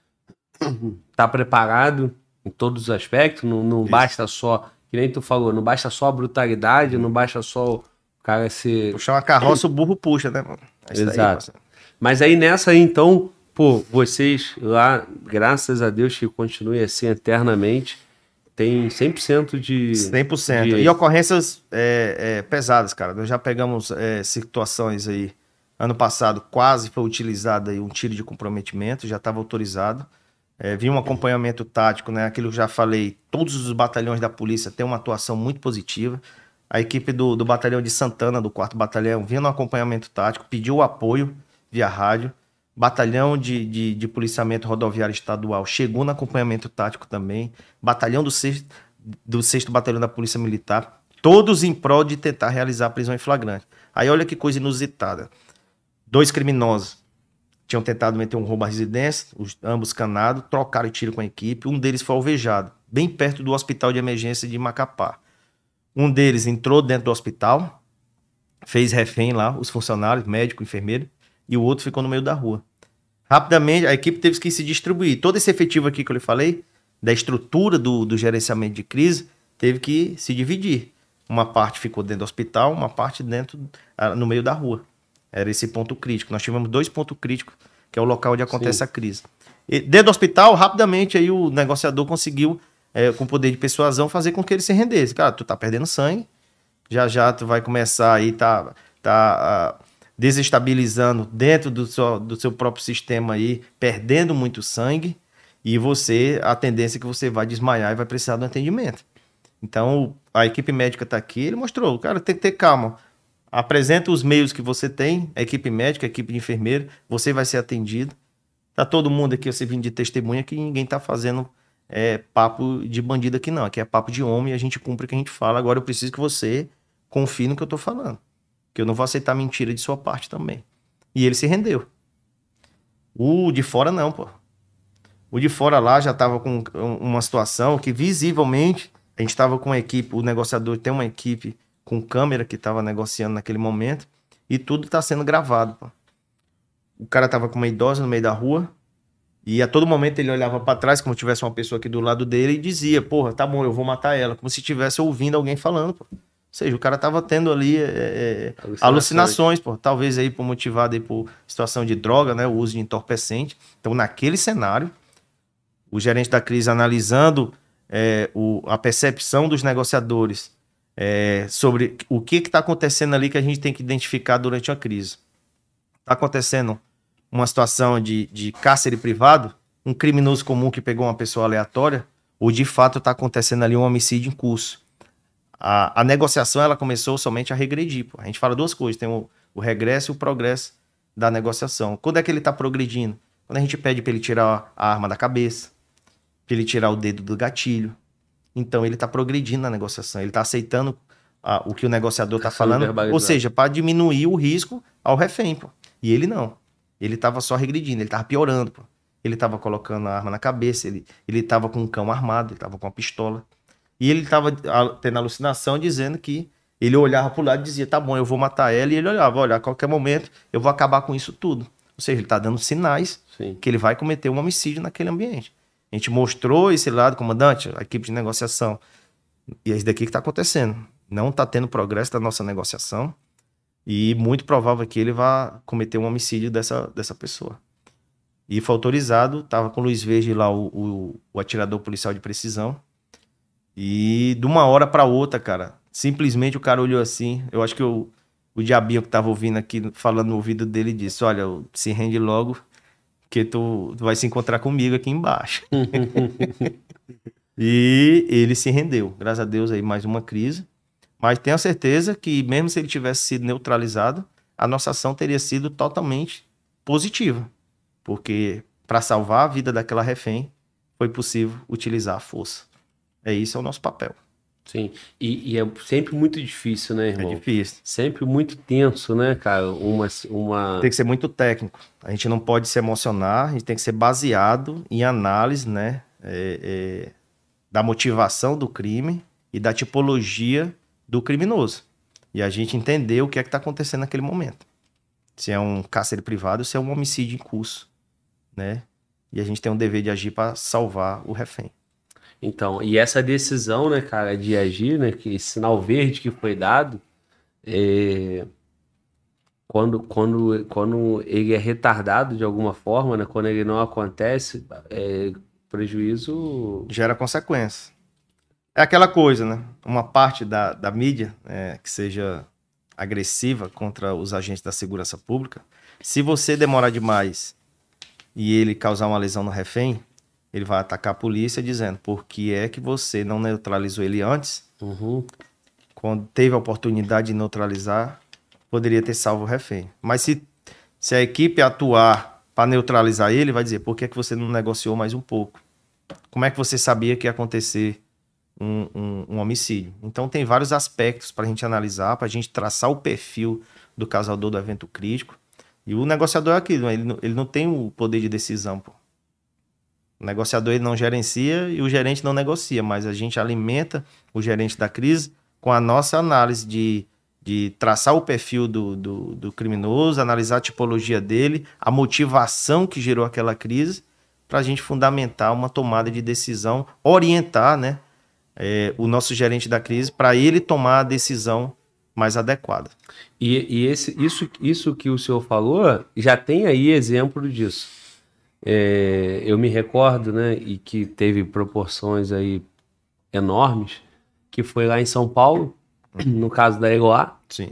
preparado em todos os aspectos, não basta só, que nem tu falou, não basta só a brutalidade, não basta só o cara ser... Puxar uma carroça, o burro puxa, né, mano? Exato. Mas aí nessa aí, então, pô, vocês lá, graças a Deus que continue assim eternamente, tem 100% de... 100%. E ocorrências pesadas, cara. Nós já pegamos situações aí. Ano passado quase foi utilizado aí um tiro de comprometimento, já estava autorizado. Vi um acompanhamento tático, né? Aquilo que eu já falei, todos os batalhões da polícia têm uma atuação muito positiva. A equipe do batalhão de Santana, do 4º batalhão, vinha no acompanhamento tático, pediu apoio via rádio. Batalhão de policiamento rodoviário estadual chegou no acompanhamento tático também. Batalhão do 6º batalhão da Polícia Militar, todos em prol de tentar realizar a prisão em flagrante. Aí olha que coisa inusitada. 2 criminosos tinham tentado meter um roubo à residência, ambos canados, trocaram tiro com a equipe. Um deles foi alvejado, bem perto do hospital de emergência de Macapá. Um deles entrou dentro do hospital, fez refém lá, os funcionários, médico, enfermeiro, e o outro ficou no meio da rua. Rapidamente, a equipe teve que se distribuir. Todo esse efetivo aqui que eu lhe falei, da estrutura do gerenciamento de crise, teve que se dividir. Uma parte ficou dentro do hospital, uma parte no meio da rua. Era esse ponto crítico. Nós tivemos 2 pontos críticos, que é o local onde acontece a crise. E dentro do hospital, rapidamente, aí o negociador conseguiu, com poder de persuasão, fazer com que ele se rendesse. Cara, tu tá perdendo sangue, já tu vai começar aí, desestabilizando dentro do seu próprio sistema aí, perdendo muito sangue, e a tendência é que você vai desmaiar e vai precisar do atendimento. Então, a equipe médica tá aqui, ele mostrou, cara, tem que ter calma. Apresenta os meios que você tem, a equipe médica, a equipe de enfermeiro, você vai ser atendido. Tá todo mundo aqui, você vindo de testemunha, que ninguém tá fazendo papo de bandido aqui não. Aqui é papo de homem, a gente cumpre o que a gente fala. Agora eu preciso que você confie no que eu tô falando. Que eu não vou aceitar mentira de sua parte também. E ele se rendeu. O de fora não, pô. O de fora lá já tava com uma situação que visivelmente a gente tava com uma equipe, o negociador tem uma equipe com câmera que tava negociando naquele momento e tudo tá sendo gravado, pô. O cara tava com uma idosa no meio da rua e a todo momento ele olhava para trás como se tivesse uma pessoa aqui do lado dele e dizia, porra, tá bom, eu vou matar ela, como se estivesse ouvindo alguém falando, pô. Ou seja, o cara tava tendo ali alucinações, pô. Talvez aí motivado aí por situação de droga, né, o uso de entorpecente. Então, naquele cenário, o gerente da crise analisando a percepção dos negociadores sobre o que está acontecendo ali que a gente tem que identificar durante a crise. Está acontecendo uma situação de cárcere privado, um criminoso comum que pegou uma pessoa aleatória, ou de fato está acontecendo ali um homicídio em curso. A negociação ela começou somente a regredir. Pô. A gente fala 2 coisas, tem o regresso e o progresso da negociação. Quando é que ele está progredindo? Quando a gente pede para ele tirar a arma da cabeça, para ele tirar o dedo do gatilho. Então ele está progredindo na negociação, ele está aceitando o que o negociador está Sendo falando, verbalizado. ou seja, para diminuir o risco ao refém, pô. E ele não. Ele estava só regredindo, ele estava piorando, pô. Ele estava colocando a arma na cabeça, ele estava com um cão armado, ele estava com uma pistola. E ele estava tendo alucinação dizendo que ele olhava para o lado e dizia, tá bom, eu vou matar ela. E ele olhava, olha, a qualquer momento eu vou acabar com isso tudo. Ou seja, ele está dando sinais Sim. que ele vai cometer um homicídio naquele ambiente. A gente mostrou esse lado, comandante, a equipe de negociação. E é isso daqui que está acontecendo. Não está tendo progresso da nossa negociação. E muito provável que ele vá cometer um homicídio dessa pessoa. E foi autorizado, estava com luz verde lá o atirador policial de precisão. E de uma hora para outra, cara, simplesmente o cara olhou assim. Eu acho que o diabinho que tava ouvindo aqui, falando no ouvido dele, disse, olha, se rende logo, que tu vai se encontrar comigo aqui embaixo. E ele se rendeu. Graças a Deus aí mais uma crise. Mas tenho a certeza que mesmo se ele tivesse sido neutralizado, a nossa ação teria sido totalmente positiva. Porque para salvar a vida daquela refém, foi possível utilizar a força. Isso é o nosso papel. Sim. E é sempre muito difícil, né, irmão? É difícil. Sempre muito tenso, né, cara? Tem que ser muito técnico. A gente não pode se emocionar, a gente tem que ser baseado em análise, né, da motivação do crime e da tipologia do criminoso. E a gente entender o que é que está acontecendo naquele momento. Se é um cárcere privado, se é um homicídio em curso, né? E a gente tem um dever de agir para salvar o refém. Então, e essa decisão, né, cara, de agir, né, que esse sinal verde que foi dado, quando ele é retardado de alguma forma, né, quando ele não acontece, prejuízo... Gera consequências. É aquela coisa, né? Uma parte da mídia que seja agressiva contra os agentes da segurança pública, se você demorar demais e ele causar uma lesão no refém, ele vai atacar a polícia dizendo por que é que você não neutralizou ele antes, quando teve a oportunidade de neutralizar, poderia ter salvo o refém. Mas se a equipe atuar para neutralizar ele, vai dizer por que é que você não negociou mais um pouco? Como é que você sabia que ia acontecer um homicídio? Então tem vários aspectos para a gente analisar, para a gente traçar o perfil do causador do evento crítico. E o negociador é aquilo, ele não tem o poder de decisão, pô. O negociador ele não gerencia e o gerente não negocia, mas a gente alimenta o gerente da crise com a nossa análise de traçar o perfil do criminoso, analisar a tipologia dele, a motivação que gerou aquela crise, para a gente fundamentar uma tomada de decisão, orientar, né, o nosso gerente da crise para ele tomar a decisão mais adequada. E isso que o senhor falou, já tem aí exemplo disso. Eu me recordo, né, e que teve proporções aí enormes, que foi lá em São Paulo, no caso da Eloá, Sim.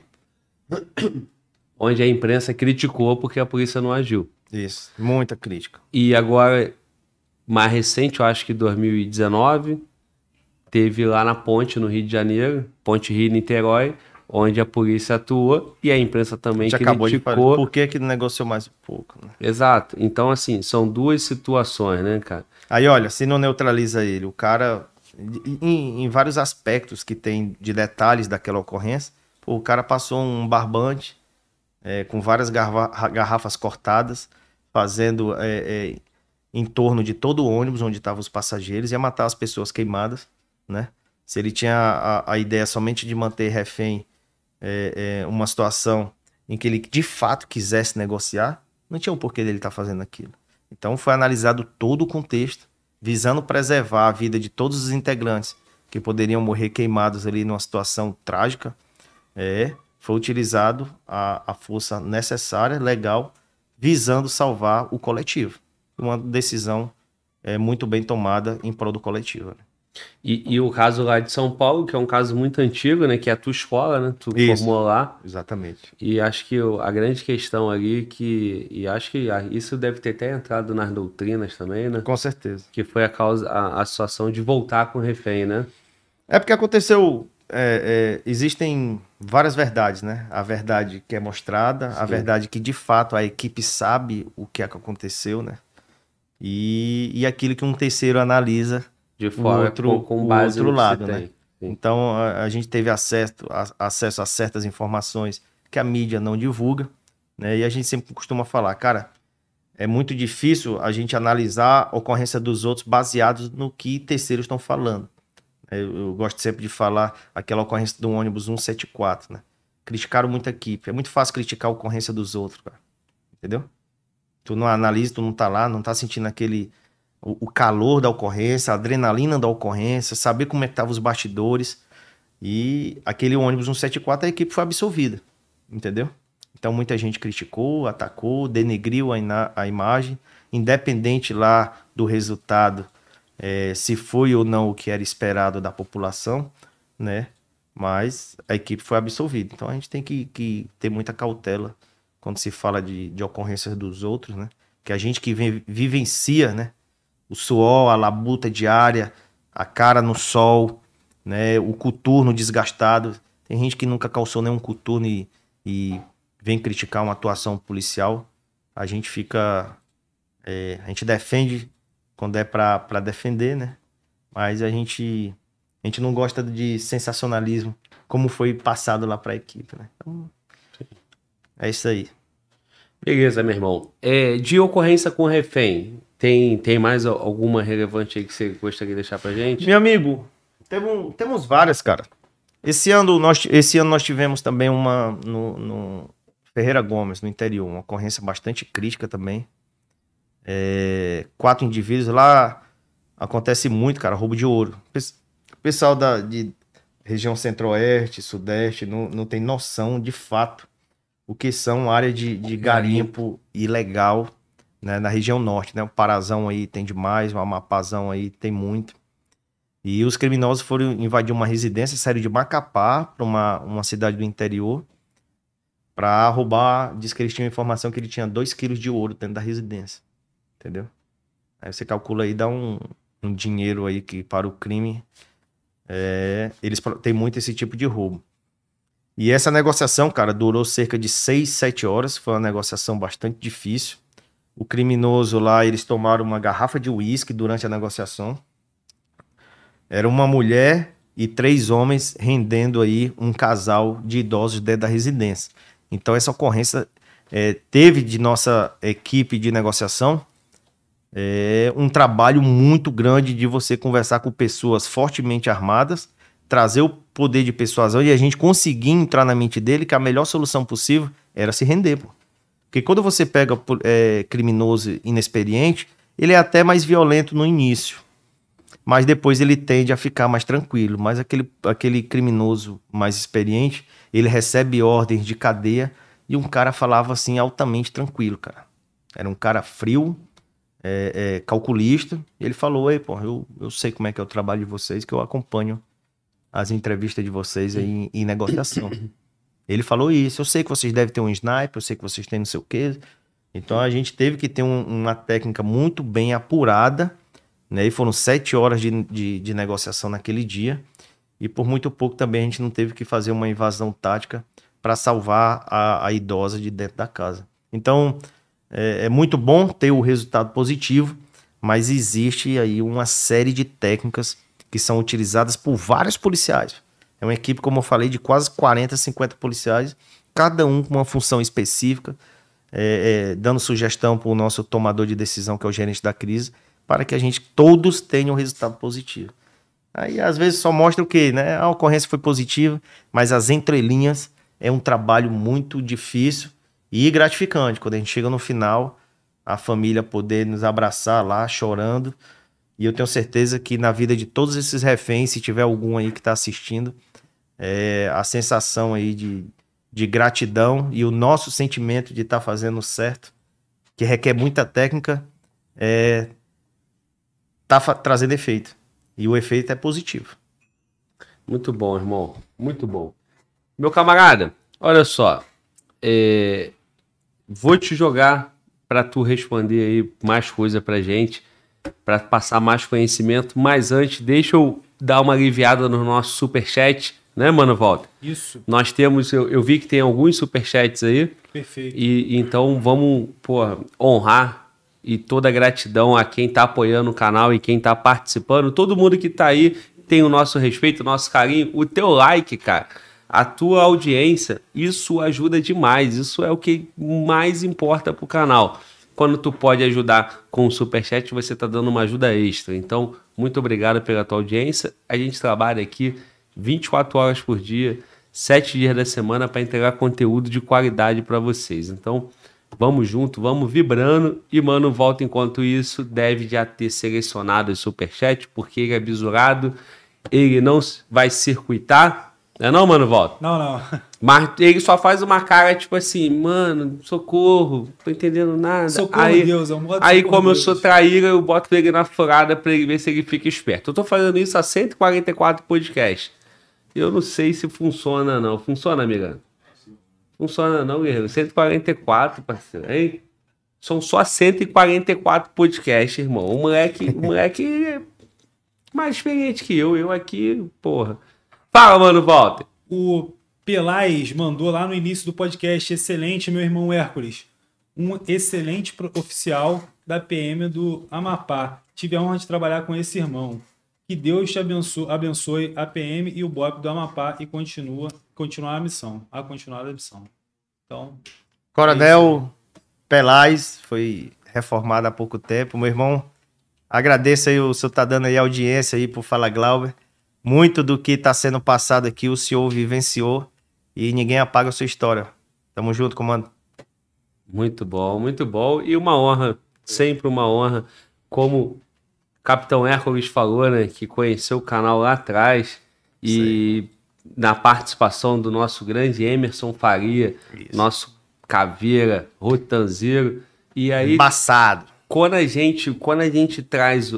onde a imprensa criticou porque a polícia não agiu. Isso, muita crítica. E agora, mais recente, eu acho que 2019, teve lá na ponte, no Rio de Janeiro, Ponte Rio-Niterói, onde a polícia atuou e a imprensa também criticou. Acabou de falar. Por que não negociou mais um pouco? Né? Exato. Então, assim, são duas situações, né, cara? Aí, olha, se não neutraliza ele, o cara, em vários aspectos que tem de detalhes daquela ocorrência, o cara passou um barbante com várias garrafas cortadas, fazendo em torno de todo o ônibus onde estavam os passageiros, ia matar as pessoas queimadas, né? Se ele tinha a ideia somente de manter refém uma situação em que ele de fato quisesse negociar, não tinha o porquê dele estar fazendo aquilo. Então foi analisado todo o contexto, visando preservar a vida de todos os integrantes que poderiam morrer queimados ali numa situação trágica. Foi utilizado a força necessária, legal, visando salvar o coletivo. Uma decisão muito bem tomada em prol do coletivo. Né? E o caso lá de São Paulo, que é um caso muito antigo, né? Que é a tua escola, né? Tu formou lá. Exatamente. E acho que a grande questão ali e acho que isso deve ter até entrado nas doutrinas também, né? Com certeza. Que foi a situação de voltar com o refém, né? É porque aconteceu... existem várias verdades, né? A verdade que é mostrada, sim, a verdade que de fato a equipe sabe o que é que aconteceu, né? E aquilo que um terceiro analisa De fora, com base outro no que lado, se né? tem. Sim. Então, a gente teve acesso a certas informações que a mídia não divulga, né? E a gente sempre costuma falar, cara, é muito difícil a gente analisar a ocorrência dos outros baseados no que terceiros estão falando. Eu gosto sempre de falar aquela ocorrência do ônibus 174, né? Criticaram muito a equipe. É muito fácil criticar a ocorrência dos outros, cara. Entendeu? Tu não analisa, tu não tá lá, não tá sentindo o calor da ocorrência, a adrenalina da ocorrência, saber como é que estavam os bastidores. E aquele ônibus 174, a equipe foi absolvida. Entendeu? Então muita gente criticou, atacou, denegriu a imagem, independente lá do resultado, se foi ou não o que era esperado da população, né? Mas a equipe foi absolvida. Então a gente tem que ter muita cautela quando se fala de ocorrências dos outros, né? Que a gente que vivencia, né? O suor, a labuta diária, a cara no sol, né? O coturno desgastado. Tem gente que nunca calçou nenhum coturno e vem criticar uma atuação policial. A gente fica... a gente defende quando é para defender, né? Mas a gente não gosta de sensacionalismo, como foi passado lá para a equipe, né? Então, é isso aí. Beleza, meu irmão. De ocorrência com refém, tem mais alguma relevante aí que você gostaria de deixar pra gente? Meu amigo, temos várias, cara. Esse ano nós tivemos também uma no Ferreira Gomes, no interior, uma ocorrência bastante crítica também. 4 indivíduos lá, acontece muito, cara, roubo de ouro. O pessoal de região centro-oeste, sudeste, não tem noção de fato o que são áreas de garimpo ilegal, né, na região norte, né? O Parazão aí tem demais, o Amapazão aí tem muito. E os criminosos foram invadir uma residência, saíram de Macapá para uma cidade do interior para roubar. Diz que eles tinham informação que ele tinha 2 quilos de ouro dentro da residência. Entendeu? Aí você calcula aí, dá um dinheiro aí que para o crime. Eles têm muito esse tipo de roubo. E essa negociação, cara, durou cerca de 6, 7 horas. Foi uma negociação bastante difícil. O criminoso lá, eles tomaram uma garrafa de uísque durante a negociação. Era uma mulher e 3 homens rendendo aí um casal de idosos dentro da residência. Então essa ocorrência teve de nossa equipe de negociação um trabalho muito grande de você conversar com pessoas fortemente armadas, trazer o poder de persuasão e a gente conseguir entrar na mente dele que a melhor solução possível era se render, pô. Porque quando você pega criminoso inexperiente, ele é até mais violento no início, mas depois ele tende a ficar mais tranquilo. Mas aquele criminoso mais experiente, ele recebe ordens de cadeia e um cara falava assim altamente tranquilo, cara. Era um cara frio, calculista, e ele falou: ei, pô, eu sei como é que é o trabalho de vocês, que eu acompanho as entrevistas de vocês aí em negociação. Ele falou isso: eu sei que vocês devem ter um sniper, eu sei que vocês têm não sei o quê. Então a gente teve que ter uma técnica muito bem apurada, né? E foram 7 horas de negociação naquele dia, e por muito pouco também a gente não teve que fazer uma invasão tática para salvar a idosa de dentro da casa. Então é muito bom ter o resultado positivo, mas existe aí uma série de técnicas que são utilizadas por vários policiais. É uma equipe, como eu falei, de quase 40, 50 policiais, cada um com uma função específica, dando sugestão para o nosso tomador de decisão, que é o gerente da crise, para que a gente todos tenham um resultado positivo. Aí, às vezes, só mostra o quê, né? A ocorrência foi positiva, mas as entrelinhas é um trabalho muito difícil e gratificante. Quando a gente chega no final, a família poder nos abraçar lá, chorando. E eu tenho certeza que na vida de todos esses reféns, se tiver algum aí que está assistindo, a sensação aí de gratidão e o nosso sentimento de estar fazendo certo, que requer muita técnica, tá trazendo efeito. E o efeito é positivo. Muito bom, irmão. Muito bom. Meu camarada, olha só. Vou te jogar para tu responder aí mais coisa pra gente, para passar mais conhecimento. Mas antes, deixa eu dar uma aliviada no nosso superchat, né, Mano Walter? Isso. Nós temos, eu vi que tem alguns superchats aí. Perfeito. E então vamos, honrar e toda a gratidão a quem tá apoiando o canal e quem tá participando. Todo mundo que tá aí tem o nosso respeito, o nosso carinho, o teu like, cara, a tua audiência, isso ajuda demais. Isso é o que mais importa pro canal. Quando tu pode ajudar com o Superchat, você tá dando uma ajuda extra. Então, muito obrigado pela tua audiência. A gente trabalha aqui 24 horas por dia, 7 dias da semana para entregar conteúdo de qualidade para vocês. Então, vamos junto, vamos vibrando. E Mano Volta, enquanto isso, deve já ter selecionado o Superchat, porque ele é bisurado, ele não vai circuitar. Não é não, Mano Volta? Não. Mas ele só faz uma cara tipo assim, mano, socorro, tô entendendo nada. Socorro, aí, Deus, é um modo aí socorro, como eu Deus. sou traíra, eu boto ele na furada pra ele ver se ele fica esperto. Eu tô fazendo isso há 144 podcasts. Eu não sei se funciona não. Funciona, amiga? Funciona não, guerreiro. 144, parceiro. Hein? São só 144 podcasts, irmão. O moleque é mais experiente que eu. Eu aqui, porra. Fala, Mano Walter. O Pelais mandou lá no início do podcast: excelente, meu irmão Hércules. Um excelente oficial da PM do Amapá. Tive a honra de trabalhar com esse irmão. Que Deus te abençoe a PM e o BOP do Amapá e continuar a missão. A continuar a missão. Então, Coronel Pelais foi reformado há pouco tempo. Meu irmão, agradeço aí, o senhor tá dando aí audiência aí pro Fala Glauber. Muito do que tá sendo passado aqui o senhor vivenciou e ninguém apaga a sua história. Tamo junto, comando. Muito bom, muito bom. E uma honra, sempre uma honra, como Capitão Hércules falou, né, que conheceu o canal lá atrás e na participação do nosso grande Emerson Faria, nosso caveira, rotanzeiro. E aí, Embaçado. quando a gente traz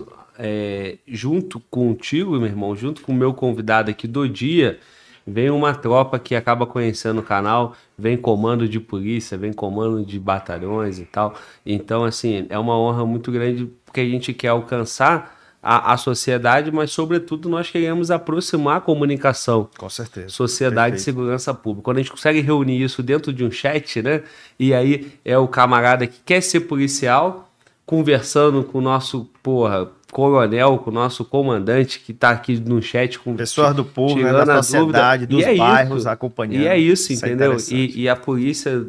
junto contigo, meu irmão, junto com o meu convidado aqui do dia, vem uma tropa que acaba conhecendo o canal, vem comando de polícia, vem comando de batalhões e tal. Então, assim, é uma honra muito grande porque a gente quer alcançar a sociedade, mas, sobretudo, nós queremos aproximar a comunicação. Com certeza. Sociedade Perfeito. e segurança pública. Quando a gente consegue reunir isso dentro de um chat, né? E aí é o camarada que quer ser policial conversando com o nosso, coronel, com o nosso comandante que tá aqui no chat com Pessoas do povo, né, tirando da a sociedade, dúvida. dos E é bairros isso. acompanhando. E é isso, Isso é entendeu? interessante. E a polícia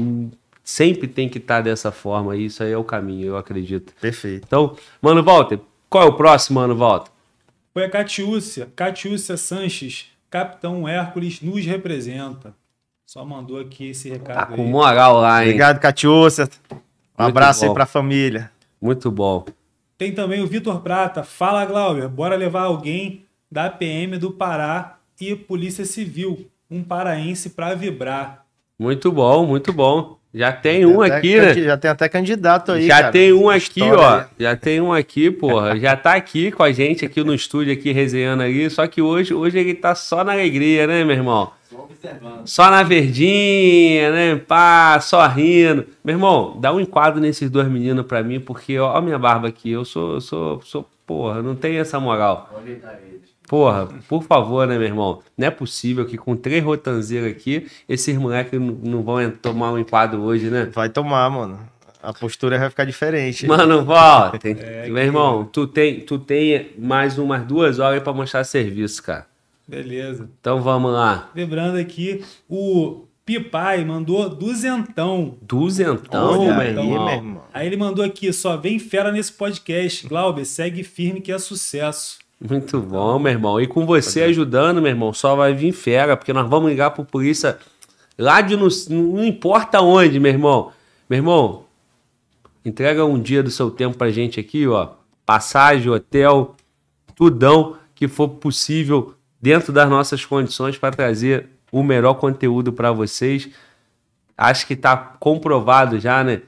sempre tem que estar dessa forma. E isso aí é o caminho, eu acredito. Perfeito. Então, Mano Walter, qual é o próximo, Mano Walter? foi a Catiúcia Sanches, Capitão Hércules nos representa. Só mandou aqui esse recado Tá com aí. moral lá, hein? Obrigado, Catiúcia. Um Muito abraço bom. aí pra família. Muito bom. Tem também o Vitor Prata. Fala, Glauber, bora levar alguém da PM do Pará e Polícia Civil, um paraense pra vibrar. Muito bom, muito bom. Já tem um aqui, né? Já tem até candidato aí, Já cara. tem um aqui, História ó. aí. Já tem um aqui, porra. Já tá aqui com a gente, aqui no estúdio, aqui resenhando ali. Só que hoje ele tá só na alegria, né, meu irmão? Só observando. Só na verdinha, né? Pá, só rindo. Meu irmão, dá um enquadro nesses dois meninos pra mim, porque, ó, a minha barba aqui. Eu sou, porra, não tenho essa moral. Vou ajeitar eles. Porra, por favor, né, meu irmão? Não é possível que com 3 rotanzeiros aqui, esses moleques não vão tomar um enquadro hoje, né? Vai tomar, mano. A postura vai ficar diferente. Mano, volta. Meu irmão, tu tem mais umas 2 horas pra mostrar serviço, cara. Beleza. Então vamos lá. Lembrando aqui, o Pipai mandou duzentão. Duzentão, Olha meu aí, irmão. meu irmão. Aí ele mandou aqui, só vem fera nesse podcast. Glauber, segue firme que é sucesso. Muito bom, meu irmão. E com você ajudando, meu irmão, só vai vir fera, porque nós vamos ligar pro polícia lá de não importa onde, meu irmão. Meu irmão, entrega um dia do seu tempo pra gente aqui, ó. Passagem, hotel, tudão que for possível dentro das nossas condições para trazer o melhor conteúdo para vocês. Acho que tá comprovado já, né?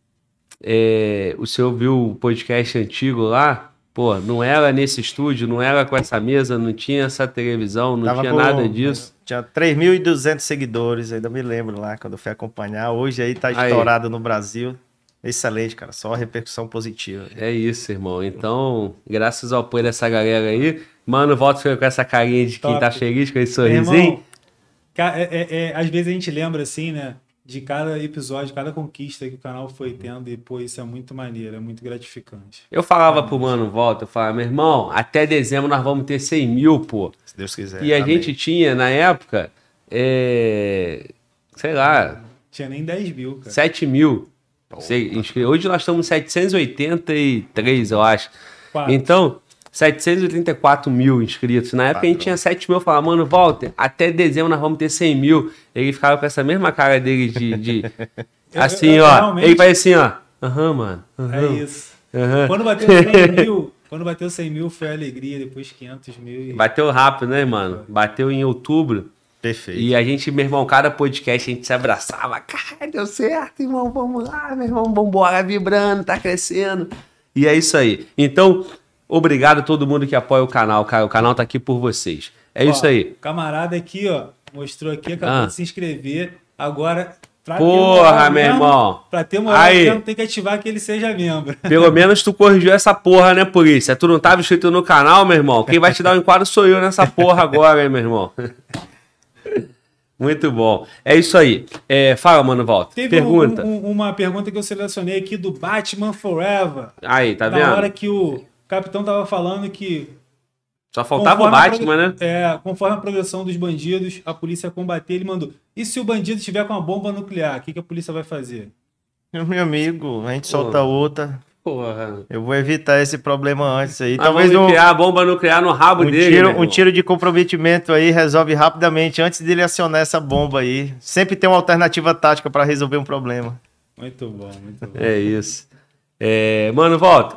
O senhor viu o podcast antigo lá? Pô, não era nesse estúdio, não era com essa mesa, não tinha essa televisão, não Tava tinha com- nada disso. Tinha 3.200 seguidores, ainda me lembro lá quando eu fui acompanhar. Hoje aí tá Aí. estourado no Brasil. Excelente, cara. Só repercussão positiva. É isso, irmão. Então, graças ao apoio dessa galera aí, mano, volta com essa carinha de quem Top. tá feliz, com esse Meu sorrisinho. irmão, às vezes a gente lembra assim, né? de cada episódio, cada conquista que o canal foi tendo. E, pô, isso é muito maneiro, é muito gratificante. Eu falava pro Mano Volta, eu falava, meu irmão, até dezembro nós vamos ter 100 mil, pô. Se Deus quiser. E a amém. gente tinha, na época, sei lá, Tinha nem 10 mil, cara. 7 mil. Hoje nós estamos 783, eu acho. Quatro. Então, 784 mil inscritos. Na época a gente tinha 7 mil. Eu falava, Mano, Walter, até dezembro nós vamos ter 100 mil. Ele ficava com essa mesma cara dele de assim, ó. realmente- Ele faz assim, ó. Aham, mano. É isso. Aham. Quando bateu 100 mil foi alegria, depois 500 mil. E... Bateu rápido, né, mano? Bateu em outubro. Perfeito. E a gente, meu irmão, cada podcast a gente se abraçava. Cara, deu certo, irmão. Vamos lá, meu irmão. Vambora, vibrando, tá crescendo. E é isso aí. Então, obrigado a todo mundo que apoia o canal, cara. O canal tá aqui por vocês. É isso aí. Camarada aqui, ó, mostrou aqui, acabou de se inscrever. Agora, pra ter Porra, moral meu mesmo, irmão. Pra ter moral Aí. mesmo, tem que ativar que ele seja membro. Pelo menos tu corrigiu essa porra, né, polícia? Tu não tava inscrito no canal, meu irmão? Quem vai te dar o enquadro sou eu nessa porra agora, hein, meu irmão? Muito bom. É isso aí. Fala, Mano, volta. Teve Pergunta. uma pergunta que eu selecionei aqui do Batman Forever. Aí, tá Na vendo? hora que o capitão tava falando que... Só faltava o conforme a Batman, né? conforme a progressão dos bandidos, a polícia ia combater. Ele mandou, e se o bandido estiver com uma bomba nuclear, o que a polícia vai fazer? Meu amigo, a gente solta outra. Porra. Eu vou evitar esse problema antes aí. Nós Talvez vamos enfiar a bomba nuclear no rabo dele, meu irmão. um tiro de comprometimento aí resolve rapidamente antes dele acionar essa bomba aí. Sempre tem uma alternativa tática para resolver um problema. Muito bom, muito bom. É isso. Mano, volta.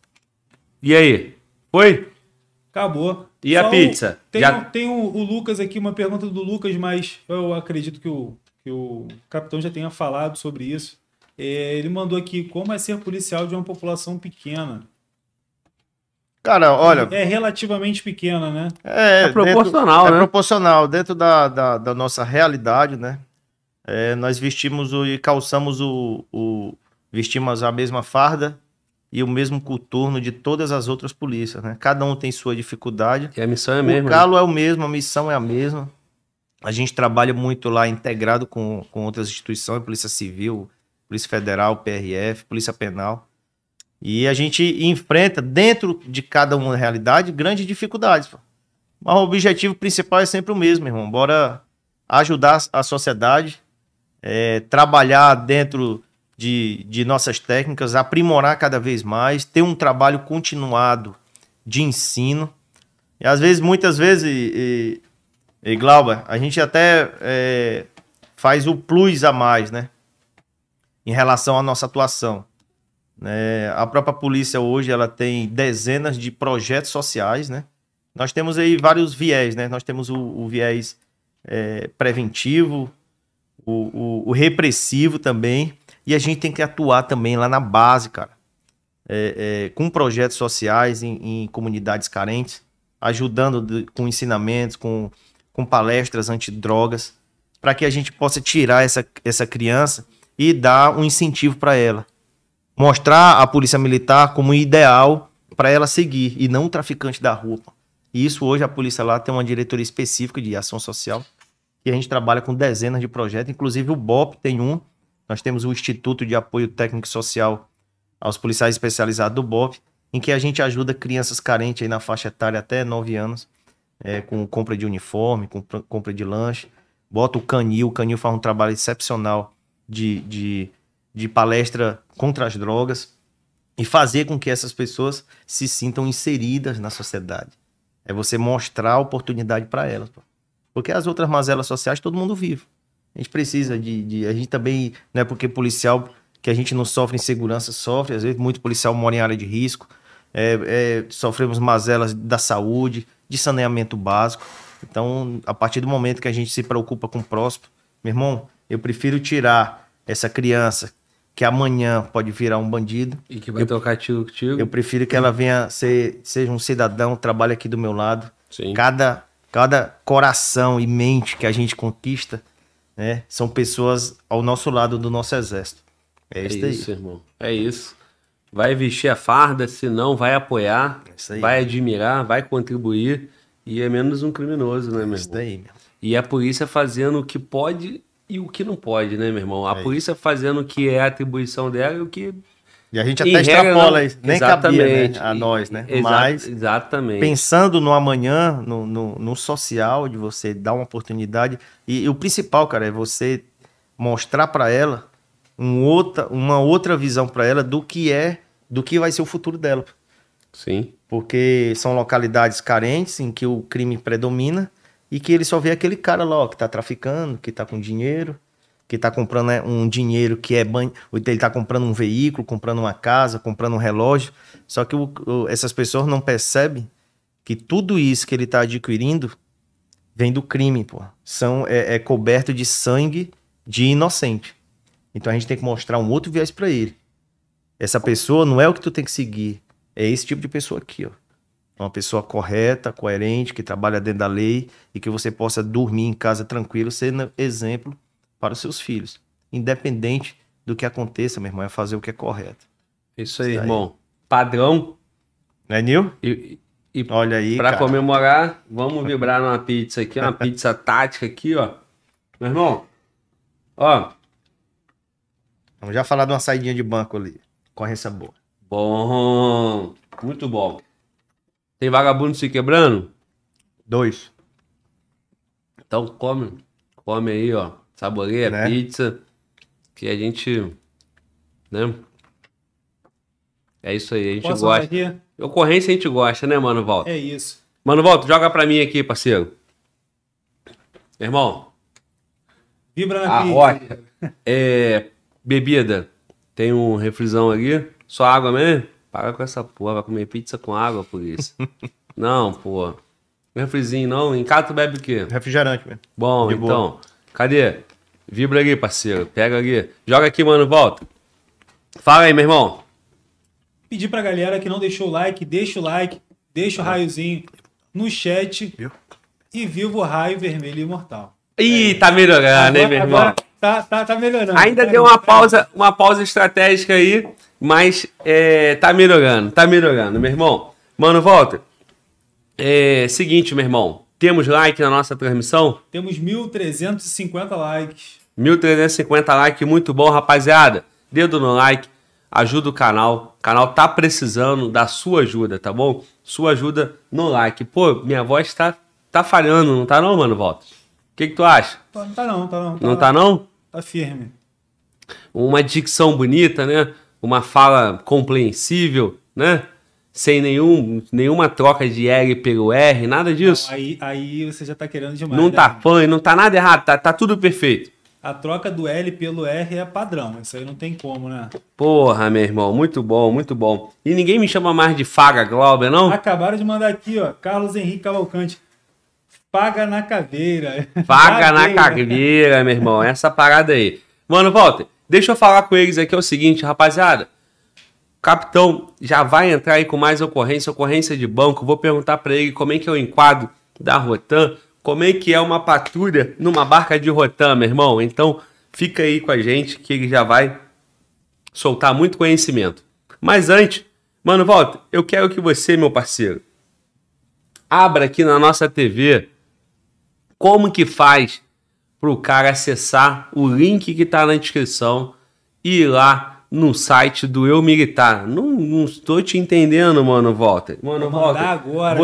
E aí? Foi? Acabou. E a pizza? Tem o Lucas aqui, uma pergunta do Lucas, mas eu acredito que o capitão já tenha falado sobre isso. Ele mandou aqui, como é ser policial de uma população pequena? Cara, olha... É relativamente pequena, né? É proporcional, né? É proporcional. Dentro da nossa realidade, né? Nós vestimos e calçamos vestimos a mesma farda e o mesmo coturno de todas as outras polícias, né? Cada um tem sua dificuldade. E a missão é a O mesma. calo é o mesmo, a missão é a mesma. A gente trabalha muito lá integrado com outras instituições, Polícia Civil, Polícia Federal, PRF, Polícia Penal. E a gente enfrenta, dentro de cada uma realidade, grandes dificuldades. Pô. Mas o objetivo principal é sempre o mesmo, irmão. Bora ajudar a sociedade, trabalhar dentro de nossas técnicas, aprimorar cada vez mais, ter um trabalho continuado de ensino. E às vezes, muitas vezes, Glauber, a gente até faz o plus a mais, né? Em relação à nossa atuação. A própria polícia hoje ela tem dezenas de projetos sociais, né? Nós temos aí vários viés, né? Nós temos o viés preventivo, o repressivo também, e a gente tem que atuar também lá na base, cara, com projetos sociais em comunidades carentes, ajudando com ensinamentos, com palestras antidrogas, para que a gente possa tirar essa criança e dar um incentivo para ela. Mostrar a polícia militar como ideal para ela seguir, e não o traficante da rua. E isso hoje a polícia lá tem uma diretoria específica de ação social, que a gente trabalha com dezenas de projetos, inclusive o BOP tem um. Nós temos o Instituto de Apoio Técnico e Social aos policiais especializados do BOP, em que a gente ajuda crianças carentes aí na faixa etária até 9 anos, com compra de uniforme, com compra de lanche. Bota o Canil faz um trabalho excepcional de palestra contra as drogas e fazer com que essas pessoas se sintam inseridas na sociedade. É você mostrar a oportunidade para elas. Pô. Porque as outras mazelas sociais todo mundo vive. A gente precisa a gente também, não é porque policial que a gente não sofre insegurança, sofre. Às vezes muito policial mora em área de risco. Sofremos mazelas da saúde, de saneamento básico. Então, a partir do momento que a gente se preocupa com o próximo, meu irmão, eu prefiro tirar essa criança que amanhã pode virar um bandido. E que vai tocar tiro contigo. Eu prefiro que ela seja um cidadão, trabalhe aqui do meu lado. Sim. Cada coração e mente que a gente conquista, né, são pessoas ao nosso lado do nosso exército. É isso aí. Irmão. É isso. Vai vestir a farda, se não vai apoiar, vai admirar, vai contribuir e é menos um criminoso, né, meu irmão? Isso daí, meu. E a polícia fazendo o que pode e o que não pode, né, meu irmão? A É polícia fazendo o que é a atribuição dela e o que... E a gente Em até regra, extrapola não. isso. Nem cabia, né, Exatamente. a nós, né? Exa- Mas Exatamente. pensando no amanhã, no social, de você dar uma oportunidade. E o principal, cara, é você mostrar para ela uma outra visão para ela do que vai ser o futuro dela. Sim. Porque são localidades carentes em que o crime predomina e que ele só vê aquele cara lá, ó, que tá traficando, que tá com dinheiro, que tá comprando um dinheiro que é banho, ele tá comprando um veículo, comprando uma casa, comprando um relógio. Só que essas pessoas não percebem que tudo isso que ele tá adquirindo vem do crime, pô. É coberto de sangue de inocente. Então a gente tem que mostrar um outro viés pra ele. Essa pessoa não é o que tu tem que seguir. É esse tipo de pessoa aqui, ó. Uma pessoa correta, coerente, que trabalha dentro da lei e que você possa dormir em casa tranquilo, sendo exemplo para os seus filhos. Independente do que aconteça, meu irmão, é fazer o que é correto. Isso aí, Isso aí. irmão. Padrão. Não é, Nil? E Olha aí, pra cara. comemorar, vamos vibrar numa pizza aqui, uma pizza tática aqui, ó. Meu irmão, ó, Vamos já falar de uma saidinha de banco ali. Concorrência boa. bom, muito bom. Tem vagabundo se quebrando? 2. Então come aí, ó. Saboreia, Né? pizza, que a gente, né? É isso aí, a gente Posso gosta. falar aqui? Ocorrência a gente gosta, né, Mano Volta? É isso. Mano Volta, joga pra mim aqui, parceiro. Meu irmão, Vibra na a pizza. rocha, bebida, tem um refrisão ali, só água mesmo? Para com essa porra, vai comer pizza com água, por isso. Não, pô. Refrizinho não, em casa tu bebe o quê? Refrigerante mesmo. Bom, De então, boa. cadê? Vibra ali, parceiro, pega ali. Joga aqui, Mano Volta. Fala aí, meu irmão. Pedir pra galera que não deixou o like, deixa o raiozinho no chat Viu? e viva o raio vermelho imortal. Ih, tá melhorando, hein, meu irmão? Agora tá melhorando. Ainda Tá deu aí. uma pausa estratégica aí, mas tá melhorando, meu irmão. Mano, volta. Seguinte, meu irmão, temos like na nossa transmissão? Temos 1.350 likes. 1.350 likes, muito bom, rapaziada. Dedo no like, ajuda o canal. O canal tá precisando da sua ajuda, tá bom? Sua ajuda no like. Pô, minha voz tá falhando, não tá não, Mano, volta? O que tu acha? Não tá não. Não tá não? Tá firme. Uma dicção bonita, né? Uma fala compreensível, né? Sem nenhuma troca de L pelo R, nada disso. Aí você já tá querendo demais. Não né, tá mano? fã, não tá nada errado, tá tudo perfeito. A troca do L pelo R é padrão. Isso aí não tem como, né? Porra, meu irmão, muito bom, muito bom. E ninguém me chama mais de Faga Glauber, não? Acabaram de mandar aqui, ó. Carlos Henrique Cavalcante. Paga na caveira. Faga na Caveira. caveira, meu irmão. Essa parada aí. Mano, Walter, deixa eu falar com eles aqui. É o seguinte, rapaziada. O capitão já vai entrar aí com mais ocorrência de banco. Vou perguntar pra ele como é que é o enquadro da Rotan. Como é que é uma patrulha numa barca de Rotan, meu irmão. Então, fica aí com a gente que ele já vai soltar muito conhecimento. Mas antes, Mano, Walter, eu quero que você, meu parceiro, abra aqui na nossa TV como que faz para o cara acessar o link que está na descrição e ir lá no site do Eu Militar. Não estou te entendendo, Mano, Walter. Mano, Vou mandar Walter, agora,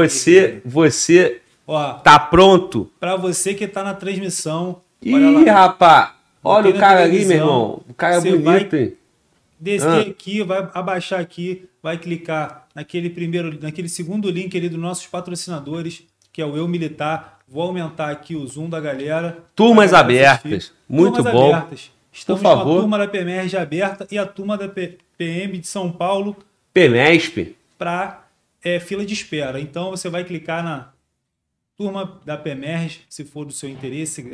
você Ó, tá pronto? pra você que tá na transmissão, olha Ih, lá. rapaz, olha Botei o na cara ali, televisão. meu irmão. O cara é Você bonito, hein? Descer aqui, vai abaixar aqui, vai clicar naquele segundo link ali dos nossos patrocinadores, que é o Eu Militar. Vou aumentar aqui o zoom da galera. Turmas pra galera abertas. assistir. Muito Turmas bom. abertas. Estamos Por favor. com a turma da PMERG aberta e a turma da PM de São Paulo PMESP. para fila de espera. Então você vai clicar na turma da PMERG, se for do seu interesse,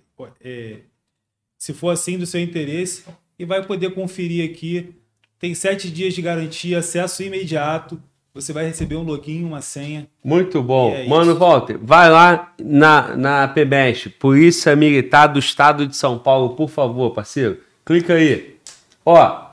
se for assim do seu interesse, e vai poder conferir aqui. Tem 7 dias de garantia, acesso imediato. Você vai receber um login, uma senha. Muito bom. E é Mano, isso. Walter, vai lá na PMESP, Polícia Militar do Estado de São Paulo, por favor, parceiro. Clica aí. Ó,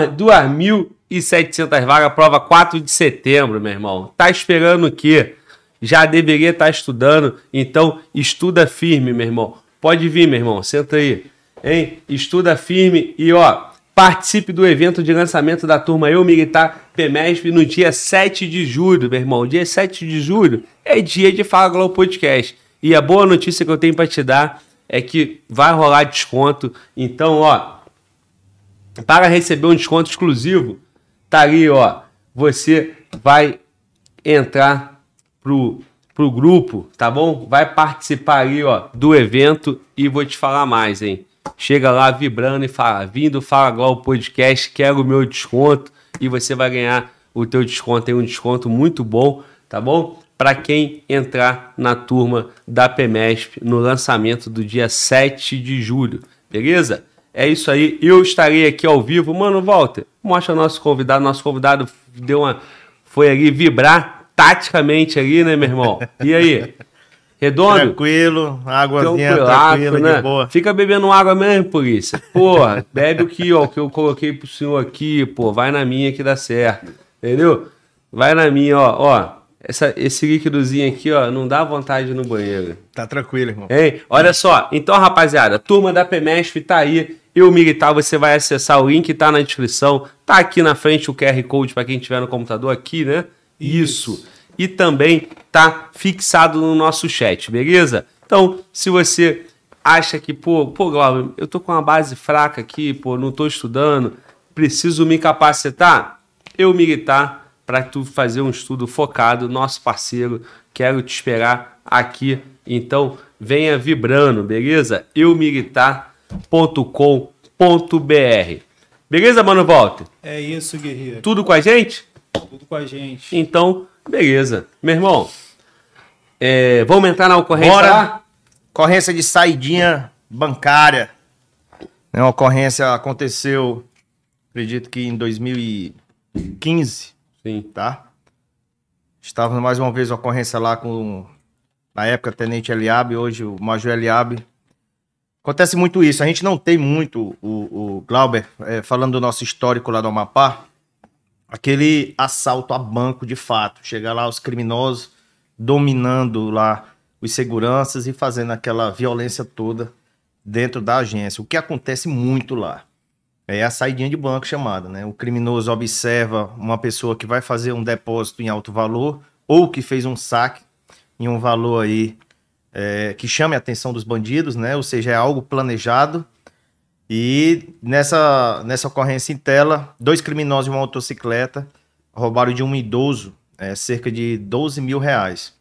2.700 vagas, prova 4 de setembro, meu irmão. Tá esperando o quê? já deveria estar estudando. Então, estuda firme, meu irmão. Pode vir, meu irmão. Senta aí. Hein? Estuda firme e, ó, participe do evento de lançamento da turma Eu Militar PEMESP no dia 7 de julho, meu irmão. Dia 7 de julho é dia de Fala Globo Podcast. E a boa notícia que eu tenho para te dar é que vai rolar desconto. Então, ó, para receber um desconto exclusivo, tá ali, ó. Você vai entrar pro grupo, tá bom? Vai participar ali, ó, do evento e vou te falar mais, hein? Chega lá vibrando e fala, vindo Fala Globo Podcast, quero o meu desconto e você vai ganhar o teu desconto. Tem um desconto muito bom, tá bom? Para quem entrar na turma da PEMESP no lançamento do dia 7 de julho, beleza? É isso aí, eu estarei aqui ao vivo. Mano, Walter, mostra nosso convidado foi ali vibrar taticamente ali, né, meu irmão? E aí? Redondo? Tranquilo, águazinha tranquila, né? de boa. Fica bebendo água mesmo, polícia. Porra, bebe o que, ó, que eu coloquei pro senhor aqui, pô, vai na minha que dá certo, entendeu? Vai na minha, ó. Esse líquidozinho aqui, ó, não dá vontade no banheiro. Tá tranquilo, irmão. Hein? Olha só, então, rapaziada, turma da PEMESP tá aí. Eu Militar, você vai acessar o link, tá na descrição. Tá aqui na frente o QR Code para quem tiver no computador aqui, né? Isso. E também tá fixado no nosso chat, beleza? Então, se você acha que, pô, Glauber, eu tô com uma base fraca aqui, pô, não tô estudando, preciso me capacitar, Eu Militar, para tu fazer um estudo focado, nosso parceiro, quero te esperar aqui. Então, venha vibrando, beleza? eumilitar.com.br. Beleza, mano, Walter? É isso, guerreiro. Tudo com a gente? Tudo com a gente. Então, beleza. Meu irmão, vamos entrar na ocorrência? Bora! Ocorrência de saidinha bancária. Uma ocorrência aconteceu, acredito que em 2015. Sim. Tá? Estávamos mais uma vez uma ocorrência lá com, na época, Tenente Eliabe, hoje o Major Eliabe. Acontece muito isso, a gente não tem muito, o Glauber, falando do nosso histórico lá do Amapá, aquele assalto a banco de fato, chegar lá os criminosos dominando lá os seguranças e fazendo aquela violência toda dentro da agência. O que acontece muito lá é a saidinha de banco chamada, né? O criminoso observa uma pessoa que vai fazer um depósito em alto valor ou que fez um saque em um valor aí que chame a atenção dos bandidos, né? Ou seja, é algo planejado. E nessa ocorrência em tela, 2 criminosos em uma motocicleta roubaram de um idoso cerca de 12 mil reais.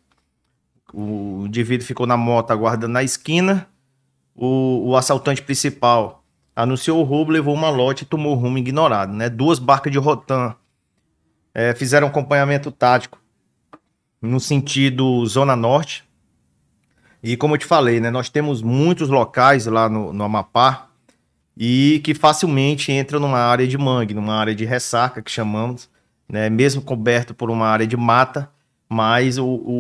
O indivíduo ficou na moto aguardando na esquina. O assaltante principal anunciou o roubo, levou uma lote e tomou o rumo ignorado, né? 2 barcas de Rotan fizeram acompanhamento tático no sentido Zona Norte. E como eu te falei, né? Nós temos muitos locais lá no Amapá e que facilmente entram numa área de mangue, numa área de ressaca, que chamamos, né? Mesmo coberto por uma área de mata, mas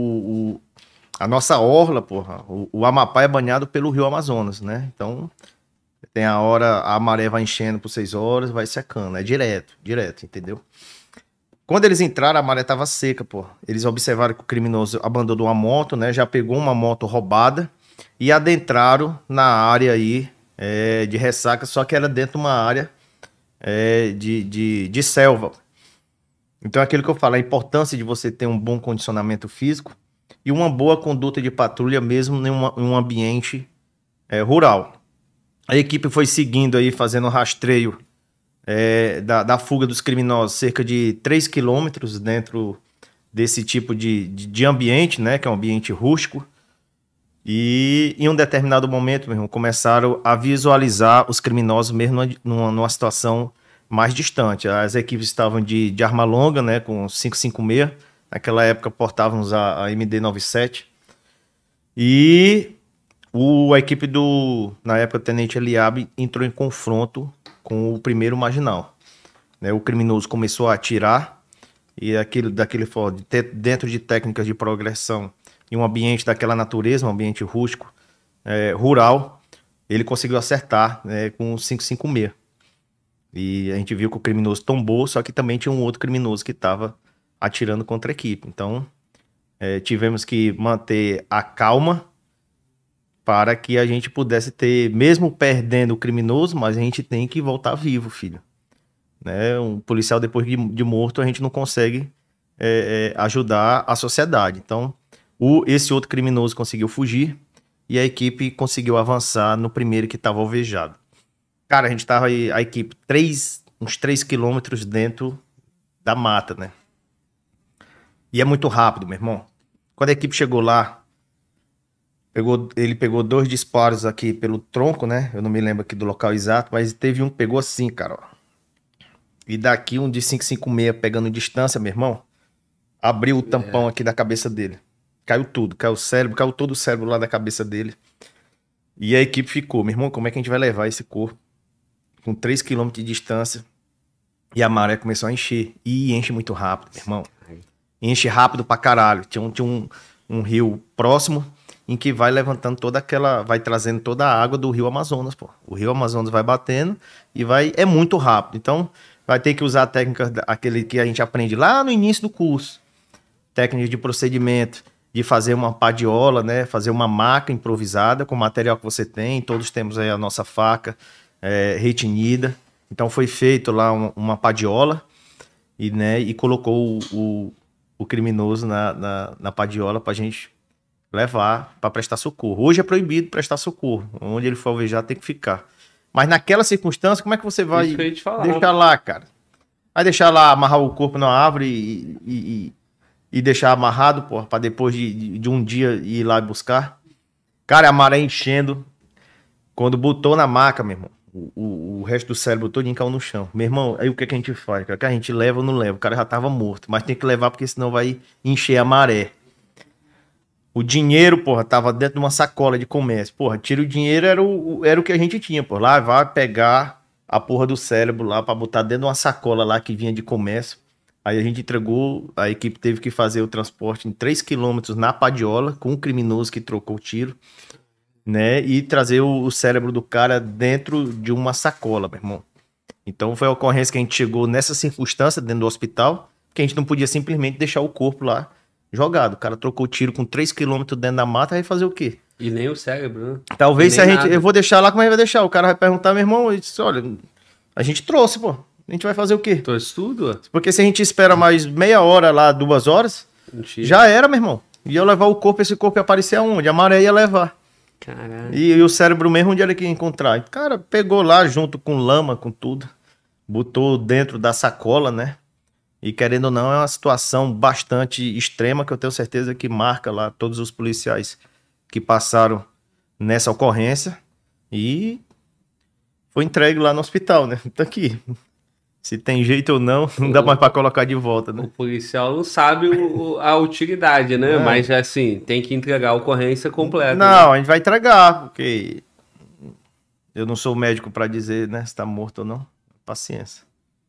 a nossa orla, porra, o Amapá é banhado pelo Rio Amazonas, né? Então, tem a hora, a maré vai enchendo por 6 horas, vai secando, é direto, entendeu? Quando eles entraram, a maré estava seca, pô. Eles observaram que o criminoso abandonou uma moto, né? Já pegou uma moto roubada e adentraram na área aí de ressaca, só que era dentro de uma área de selva. Então é aquilo que eu falo, a importância de você ter um bom condicionamento físico e uma boa conduta de patrulha mesmo em um ambiente rural. A equipe foi seguindo aí, fazendo rastreio da fuga dos criminosos, cerca de 3 quilômetros dentro desse tipo de ambiente, né, que é um ambiente rústico. E em um determinado momento, meu irmão, começaram a visualizar os criminosos mesmo numa situação mais distante. As equipes estavam de arma longa, né, com 5.56. Naquela época portávamos a MD-97. E a equipe na época, Tenente Eliabe entrou em confronto com o primeiro marginal. Né, o criminoso começou a atirar e dentro de técnicas de progressão em um ambiente daquela natureza, um ambiente rústico, rural, ele conseguiu acertar com 5.56. E a gente viu que o criminoso tombou, só que também tinha um outro criminoso que estava atirando contra a equipe. Então, tivemos que manter a calma para que a gente pudesse ter, mesmo perdendo o criminoso, mas a gente tem que voltar vivo, filho. Né? Um policial, depois de morto, a gente não consegue ajudar a sociedade. Então, esse outro criminoso conseguiu fugir e a equipe conseguiu avançar no primeiro que estava alvejado. Cara, a gente estava aí, a equipe, uns 3 quilômetros dentro da mata, né? E é muito rápido, meu irmão. Quando a equipe chegou lá, ele pegou 2 disparos aqui pelo tronco, né? Eu não me lembro aqui do local exato, mas teve um que pegou assim, cara, ó. E daqui um de 5,56 pegando distância, meu irmão, abriu o tampão aqui da cabeça dele. Caiu tudo, caiu o cérebro, caiu todo o cérebro lá da cabeça dele. E a equipe ficou, meu irmão, como é que a gente vai levar esse corpo? Com 3 km de distância. E a maré começou a encher. E enche muito rápido, meu irmão. Enche rápido pra caralho. Tinha um rio próximo em que vai levantando vai trazendo toda a água do rio Amazonas, pô. O rio Amazonas vai batendo e é muito rápido. Então, vai ter que usar a técnica, aquele que a gente aprende lá no início do curso. Técnica de procedimento, de fazer uma padiola, né? Fazer uma maca improvisada com o material que você tem. Todos temos aí a nossa faca retinida. Então, foi feito lá uma padiola e colocou o criminoso na padiola pra gente levar para prestar socorro. Hoje é proibido prestar socorro. Onde ele for alvejado tem que ficar. Mas naquela circunstância, como é que você vai deixar lá, cara? Vai deixar lá, amarrar o corpo na árvore e deixar amarrado, porra, para depois de um dia ir lá buscar? Cara, a maré enchendo. Quando botou na maca, meu irmão, o resto do cérebro todo caiu no chão. Meu irmão, aí o que a gente faz? Que a gente leva ou não leva? O cara já tava morto, mas tem que levar porque senão vai encher a maré. O dinheiro, porra, tava dentro de uma sacola de comércio. Porra, tira o dinheiro, era o que a gente tinha, porra. Lá vai pegar a porra do cérebro lá pra botar dentro de uma sacola lá que vinha de comércio. Aí a gente entregou, a equipe teve que fazer o transporte em 3 quilômetros na padiola com o criminoso que trocou o tiro, né? E trazer o cérebro do cara dentro de uma sacola, meu irmão. Então foi a ocorrência que a gente chegou nessa circunstância dentro do hospital, que a gente não podia simplesmente deixar o corpo lá jogado. O cara trocou o tiro com 3 km dentro da mata, vai fazer o quê? E nem o cérebro, né? Talvez se a gente... Eu vou deixar lá, como é que vai deixar? O cara vai perguntar, meu irmão, eu disse, olha, a gente trouxe, pô. A gente vai fazer o quê? Trouxe tudo? Porque se a gente espera mais meia hora lá, 2 horas, já era, meu irmão. Ia levar o corpo, esse corpo ia aparecer aonde? A maré ia levar. Caralho. E o cérebro mesmo, onde ele ia encontrar? O cara pegou lá junto com lama, com tudo. Botou dentro da sacola, né? E querendo ou não, é uma situação bastante extrema que eu tenho certeza que marca lá todos os policiais que passaram nessa ocorrência. E foi entregue lá no hospital, né? Tá aqui. Se tem jeito ou não, não dá mais pra colocar de volta, né? O policial não sabe a utilidade, né? Mas assim, tem que entregar a ocorrência completa. Não, né? a gente vai entregar, porque eu não sou médico pra dizer, né, se tá morto ou não. Paciência.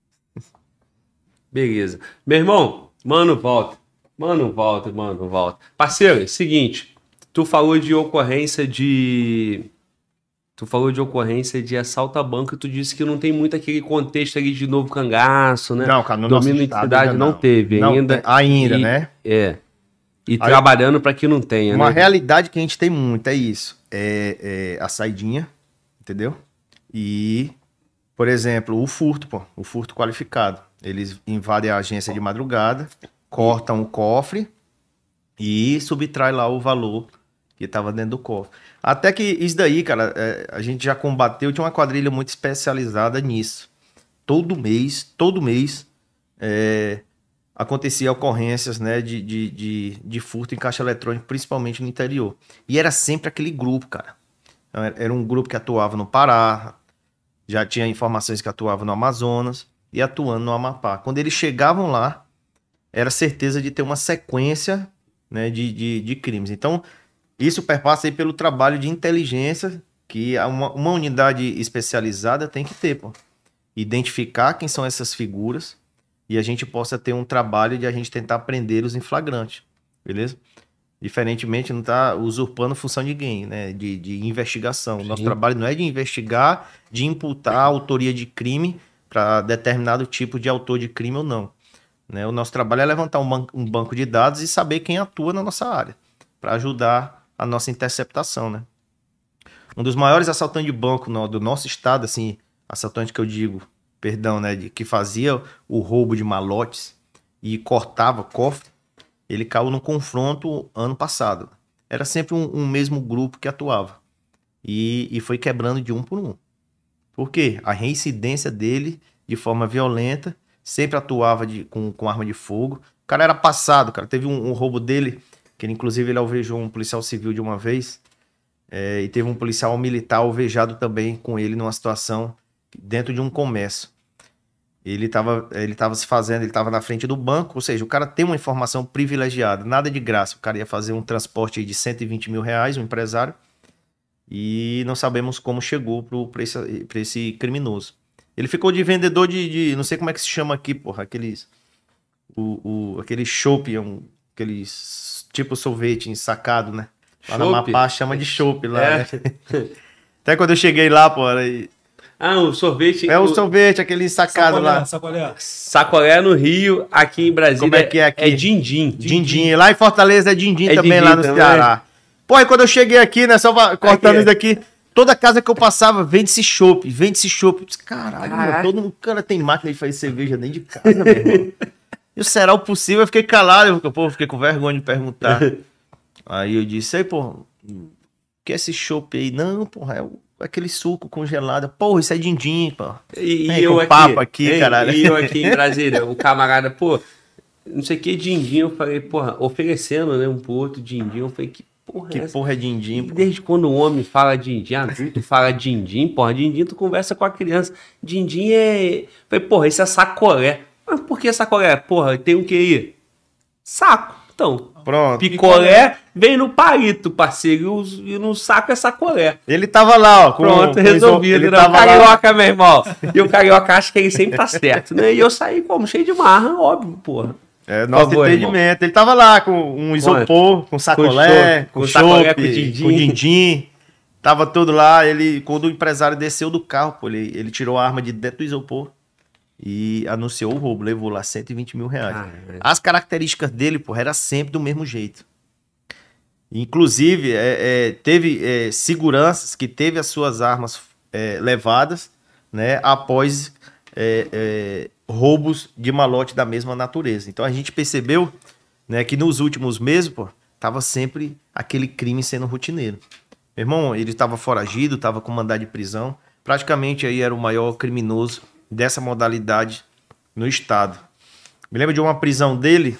Beleza. Meu irmão, mano, volta. Parceiro, seguinte. Tu falou de ocorrência de assalto a banco e tu disse que não tem muito aquele contexto ali de Novo Cangaço, né? Não, cara, no Domínio nosso de cidade não teve não ainda. Tem, ainda, né? E trabalhando para que não tenha, uma né? realidade que a gente tem muito, é isso. É a saidinha, entendeu? E, por exemplo, o furto qualificado. Eles invadem a agência de madrugada, cortam o cofre e subtrai lá o valor que estava dentro do cofre. Até que isso daí, cara, a gente já combateu, tinha uma quadrilha muito especializada nisso. Todo mês, acontecia ocorrências, né, de furto em caixa eletrônico, principalmente no interior. E era sempre aquele grupo, cara. Era um grupo que atuava no Pará, já tinha informações que atuava no Amazonas e atuando no Amapá. Quando eles chegavam lá, era certeza de ter uma sequência, né, de crimes. Então, isso perpassa aí pelo trabalho de inteligência que uma unidade especializada tem que ter, pô. Identificar quem são essas figuras e a gente possa ter um trabalho de a gente tentar prendê-los em flagrante, beleza? Diferentemente, não tá usurpando função de ninguém, né? De investigação. Sim. Nosso trabalho não é de investigar, de imputar a autoria de crime para determinado tipo de autor de crime ou não. né? O nosso trabalho é levantar um banco de dados e saber quem atua na nossa área, para ajudar a nossa interceptação, né? Um dos maiores assaltantes de banco do nosso estado, assim, assaltante que eu digo, perdão, né, que fazia o roubo de malotes e cortava cofre, ele caiu no confronto ano passado. Era sempre um mesmo grupo que atuava. E foi quebrando de um por um. Por quê? A reincidência dele, de forma violenta, sempre atuava com arma de fogo. O cara era passado, cara. Teve um roubo dele, que inclusive ele alvejou um policial civil de uma vez, e teve um policial militar alvejado também com ele numa situação dentro de um comércio. Ele estava se fazendo, ele estava na frente do banco, ou seja, o cara tem uma informação privilegiada, nada de graça. O cara ia fazer um transporte de R$120 mil, um empresário, e não sabemos como chegou para esse criminoso. Ele ficou de vendedor não sei como é que se chama aqui, porra, aqueles chopp, aqueles tipo sorvete ensacado, né? Lá na Amapá chama de chopp lá, né? Até quando eu cheguei lá, porra, o sorvete. o sorvete, aquele sacado lá. Sacolé no Rio, aqui em Brasília. Como é que é aqui? É din-din. Din-din. Lá em Fortaleza é din-din também, lá no Ceará. Pô, aí quando eu cheguei aqui, né, só cortando isso daqui, toda casa que eu passava, vende-se chopp. Caralho, mano, todo mundo, cara, tem máquina de fazer cerveja dentro de casa, meu irmão. E será o possível? Eu fiquei calado, fiquei com vergonha de perguntar. Aí eu disse, aí, pô, o que é esse chopp aí? Não, porra, é aquele suco congelado. Porra, isso é din-din, pô. E eu papo aqui, caralho. E eu aqui em Brasília, o camarada, pô, não sei o que, din-din. Eu falei, porra, oferecendo, né, um pro outro din-din. Eu falei, que porra é din-din? Desde quando o homem fala din-din, adulto fala din-din, porra, din-din tu conversa com a criança. Din-din é... Falei, porra, isso é sacolé. Mas por que sacolé? Porra, tem o que aí? Saco. Então, pronto. Picolé vem no palito, parceiro, e no saco é sacolé. Ele tava lá, ó. Pronto, resolvido. Ele tava carioca, lá. Meu irmão. E o carioca acha que ele sempre tá certo, né? E eu saí como? Cheio de marra, óbvio, porra. Nosso entendimento. Irmão. Ele tava lá com um isopor, com sacolé, com din-din. Tava todo lá. Quando o empresário desceu do carro, pô, ele tirou a arma de dentro do isopor e anunciou o roubo, levou lá R$120 mil. As características dele, pô, era sempre do mesmo jeito. Inclusive, teve seguranças que teve as suas armas levadas, né, após roubos de malote da mesma natureza. Então a gente percebeu, né, que nos últimos meses, pô, tava sempre aquele crime sendo rotineiro. Meu irmão, ele estava foragido, estava com mandado de prisão, praticamente aí era o maior criminoso dessa modalidade no estado. Me lembro de uma prisão dele,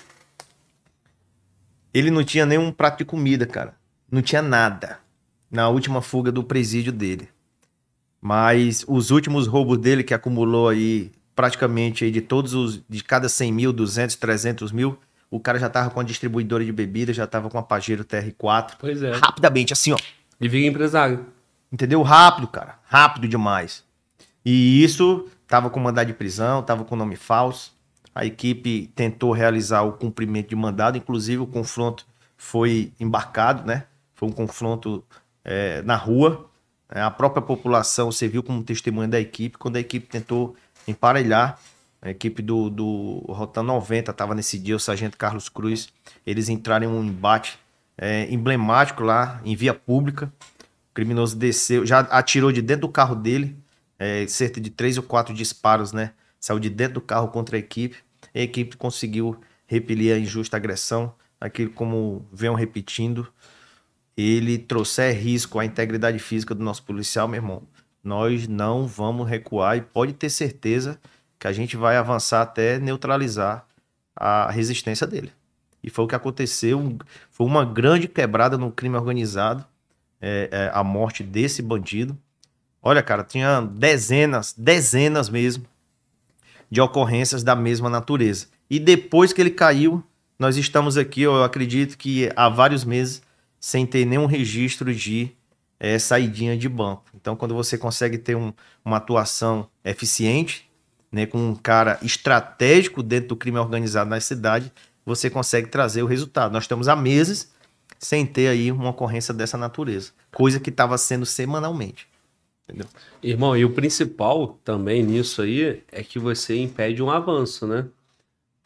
ele não tinha nenhum prato de comida, cara. Não tinha nada na última fuga do presídio dele. Mas os últimos roubos dele, que acumulou aí praticamente aí de cada 100 mil, 200, 300 mil, o cara já tava com a distribuidora de bebida, já tava com a Pajero TR4. Pois é. Rapidamente, assim, ó. E vira empresário. Entendeu? Rápido, cara. Rápido demais. E isso tava com mandado de prisão, tava com nome falso. A equipe tentou realizar o cumprimento de mandado, inclusive o confronto foi embarcado, né? Foi um confronto na rua. A própria população serviu como testemunha da equipe. Quando a equipe tentou emparelhar, a equipe do Rotan 90 estava nesse dia, o sargento Carlos Cruz. Eles entraram em um embate emblemático lá em via pública. O criminoso desceu, já atirou de dentro do carro dele, cerca de 3 ou 4 disparos, né? Saiu de dentro do carro contra a equipe. A equipe conseguiu repelir a injusta agressão. Aquilo, como venham repetindo, ele trouxer risco à integridade física do nosso policial, meu irmão, nós não vamos recuar e pode ter certeza que a gente vai avançar até neutralizar a resistência dele. E foi o que aconteceu, foi uma grande quebrada no crime organizado, a morte desse bandido. Olha, cara, tinha dezenas mesmo, de ocorrências da mesma natureza. E depois que ele caiu, nós estamos aqui, eu acredito que há vários meses, sem ter nenhum registro de saidinha de banco. Então, quando você consegue ter uma atuação eficiente, né, com um cara estratégico dentro do crime organizado na cidade, você consegue trazer o resultado. Nós estamos há meses sem ter aí uma ocorrência dessa natureza. Coisa que estava sendo semanalmente. Entendeu? Irmão, e o principal também nisso aí é que você impede um avanço, né?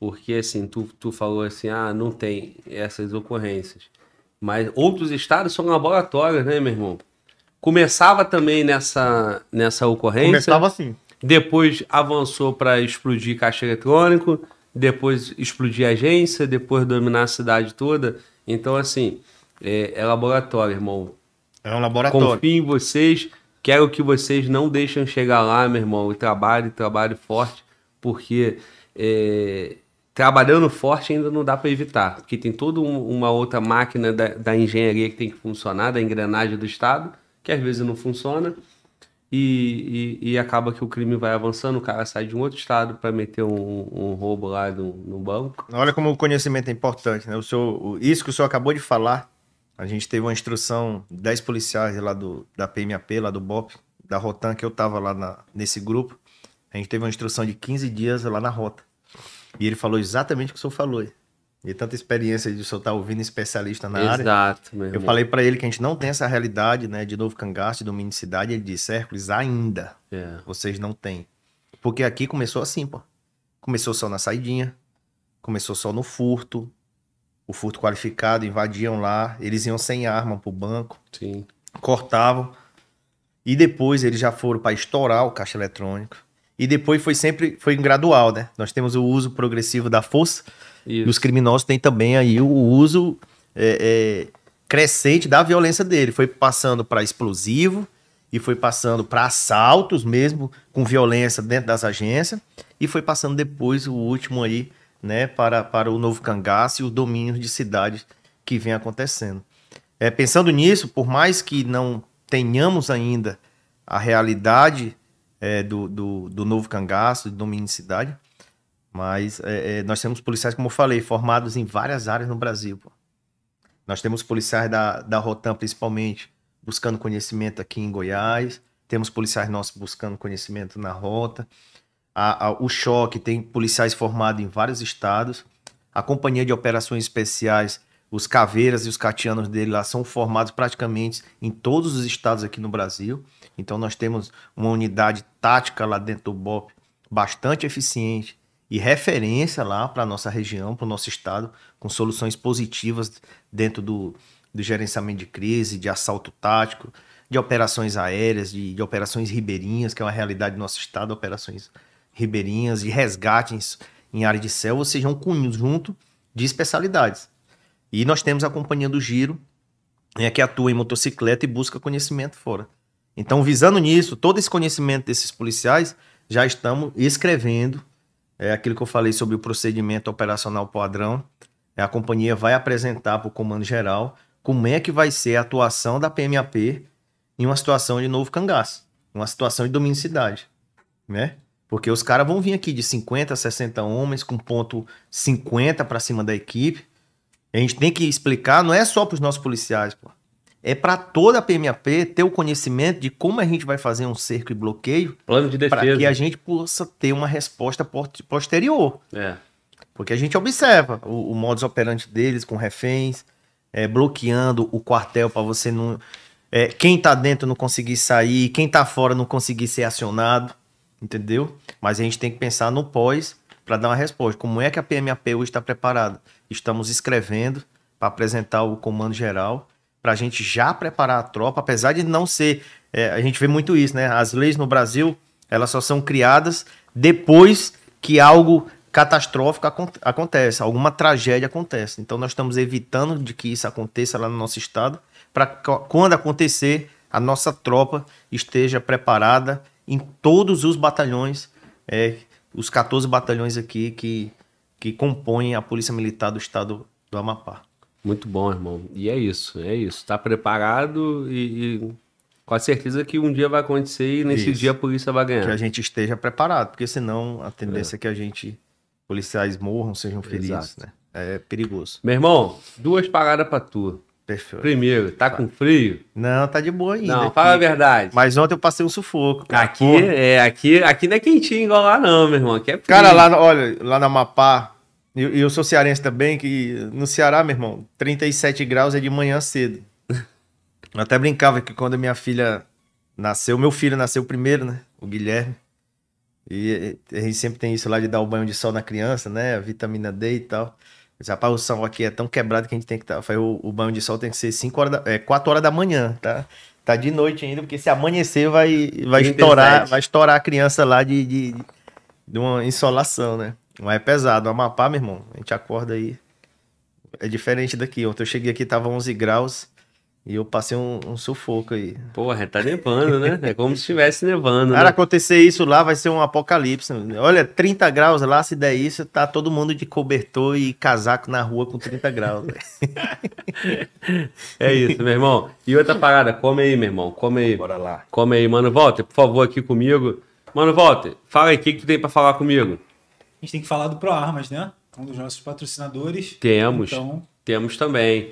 porque assim, tu falou assim, não tem essas ocorrências. Mas outros estados são laboratórios, né, meu irmão? Começava também nessa ocorrência. Começava assim. Depois avançou para explodir caixa eletrônico, depois explodir agência, depois dominar a cidade toda. Então, assim, é laboratório, irmão. É um laboratório. Confio em vocês, quero que vocês não deixem chegar lá, meu irmão. E trabalhe forte, porque trabalhando forte ainda não dá para evitar. Porque tem toda uma outra máquina da engenharia que tem que funcionar, da engrenagem do Estado, que às vezes não funciona. E acaba que o crime vai avançando, o cara sai de um outro estado para meter um roubo lá no banco. Olha como o conhecimento é importante, né? Isso que o senhor acabou de falar, a gente teve uma instrução, 10 policiais lá da PMAP, lá do BOP, da Rotan, que eu tava lá nesse grupo. A gente teve uma instrução de 15 dias lá na rota. E ele falou exatamente o que o senhor falou aí. E tanta experiência de o senhor estar ouvindo especialista na área. Exato, meu irmão. Eu falei para ele que a gente não tem essa realidade, né, de Novo Cangaço, de domínio de cidade. Ele disse, Hércules, ainda vocês não têm. Porque aqui começou assim, pô. Começou só na saidinha, começou só no furto, o furto qualificado, invadiam lá, eles iam sem arma pro banco, Sim. cortavam. E depois eles já foram para estourar o caixa eletrônico. E depois foi gradual, né? Nós temos o uso progressivo da força. Isso. E os criminosos têm também aí o uso crescente da violência dele. Foi passando para explosivo e foi passando para assaltos mesmo, com violência dentro das agências. E foi passando depois o último aí, né, para o Novo Cangaço e os domínios de cidades que vem acontecendo. Pensando nisso, por mais que não tenhamos ainda a realidade do Novo Cangaço, do domínio de cidade, mas nós temos policiais, como eu falei, formados em várias áreas no Brasil. Pô. Nós temos policiais da Rotan, principalmente, buscando conhecimento aqui em Goiás. Temos policiais nossos buscando conhecimento na Rota. O Choque tem policiais formados em vários estados. A Companhia de Operações Especiais, os Caveiras e os Catianos dele lá são formados praticamente em todos os estados aqui no Brasil. Então nós temos uma unidade tática lá dentro do BOP bastante eficiente e referência lá para a nossa região, para o nosso estado, com soluções positivas dentro do gerenciamento de crise, de assalto tático, de operações aéreas, de operações ribeirinhas, que é uma realidade do nosso estado, operações ribeirinhas, de resgates em área de selva, ou seja, um conjunto de especialidades. E nós temos a Companhia do Giro, que atua em motocicleta e busca conhecimento fora. Então, visando nisso, todo esse conhecimento desses policiais, já estamos escrevendo aquilo que eu falei sobre o procedimento operacional padrão. A companhia vai apresentar para o Comando Geral como é que vai ser a atuação da PMAP em uma situação de Novo Cangaço, uma situação de domínio de cidade, né? Porque os caras vão vir aqui de 50 a 60 homens com ponto 50 para cima da equipe. A gente tem que explicar, não é só para os nossos policiais, pô. É para toda a PMAP ter o conhecimento de como a gente vai fazer um cerco e bloqueio. Plano de defesa. Para que a gente possa ter uma resposta posterior. Porque a gente observa o modus operandi deles com reféns, bloqueando o quartel para você não... quem tá dentro não conseguir sair, quem tá fora não conseguir ser acionado, entendeu? Mas a gente tem que pensar no pós para dar uma resposta. Como é que a PMAP hoje está preparada? Estamos escrevendo para apresentar o Comando Geral, para a gente já preparar a tropa, apesar de não ser... a gente vê muito isso, né? As leis no Brasil, elas só são criadas depois que algo catastrófico acontece, alguma tragédia acontece. Então nós estamos evitando de que isso aconteça lá no nosso estado, para quando acontecer, a nossa tropa esteja preparada em todos os batalhões, os 14 batalhões aqui que compõem a Polícia Militar do Estado do Amapá. Muito bom, irmão. E é isso. Tá preparado e com a certeza que um dia vai acontecer e nesse dia a polícia vai ganhar. Que a gente esteja preparado, porque senão a tendência é que policiais morram, sejam felizes, né? É perigoso. Meu irmão, 2 paradas pra tu. Perfeito. Primeiro, tá com frio? Não, tá de boa ainda. Não, fala a verdade. Mas ontem eu passei um sufoco. Cara. Aqui não é quentinho igual lá não, meu irmão. Aqui é frio. Cara, olha, lá no Amapá, e eu sou cearense também, que no Ceará, meu irmão, 37 graus é de manhã cedo. Eu até brincava que quando a minha filha nasceu, meu filho nasceu primeiro, né? O Guilherme. E a gente sempre tem isso lá de dar o banho de sol na criança, né? A vitamina D e tal. Mas, rapaz, o sol aqui é tão quebrado que a gente tem que estar. O banho de sol tem que ser 4 horas da manhã, tá? Tá de noite ainda, porque se amanhecer vai estourar a criança lá de uma insolação, né? Mas é pesado. O Amapá, meu irmão, a gente acorda aí. É diferente daqui. Ontem eu cheguei aqui, tava 11 graus e eu passei um sufoco aí. Porra, tá nevando, né? É como se estivesse nevando, Cara, né? acontecer isso lá vai ser um apocalipse. Olha, 30 graus lá, se der isso, tá todo mundo de cobertor e casaco na rua com 30 graus. É isso, meu irmão. E outra parada, come aí, meu irmão. Come aí. Bora lá. Come aí, Mano Walter, por favor, aqui comigo. Mano Walter, fala aí, o que tu tem pra falar comigo? A gente tem que falar do ProArmas, né? Um dos nossos patrocinadores. Temos. Então, Temos também.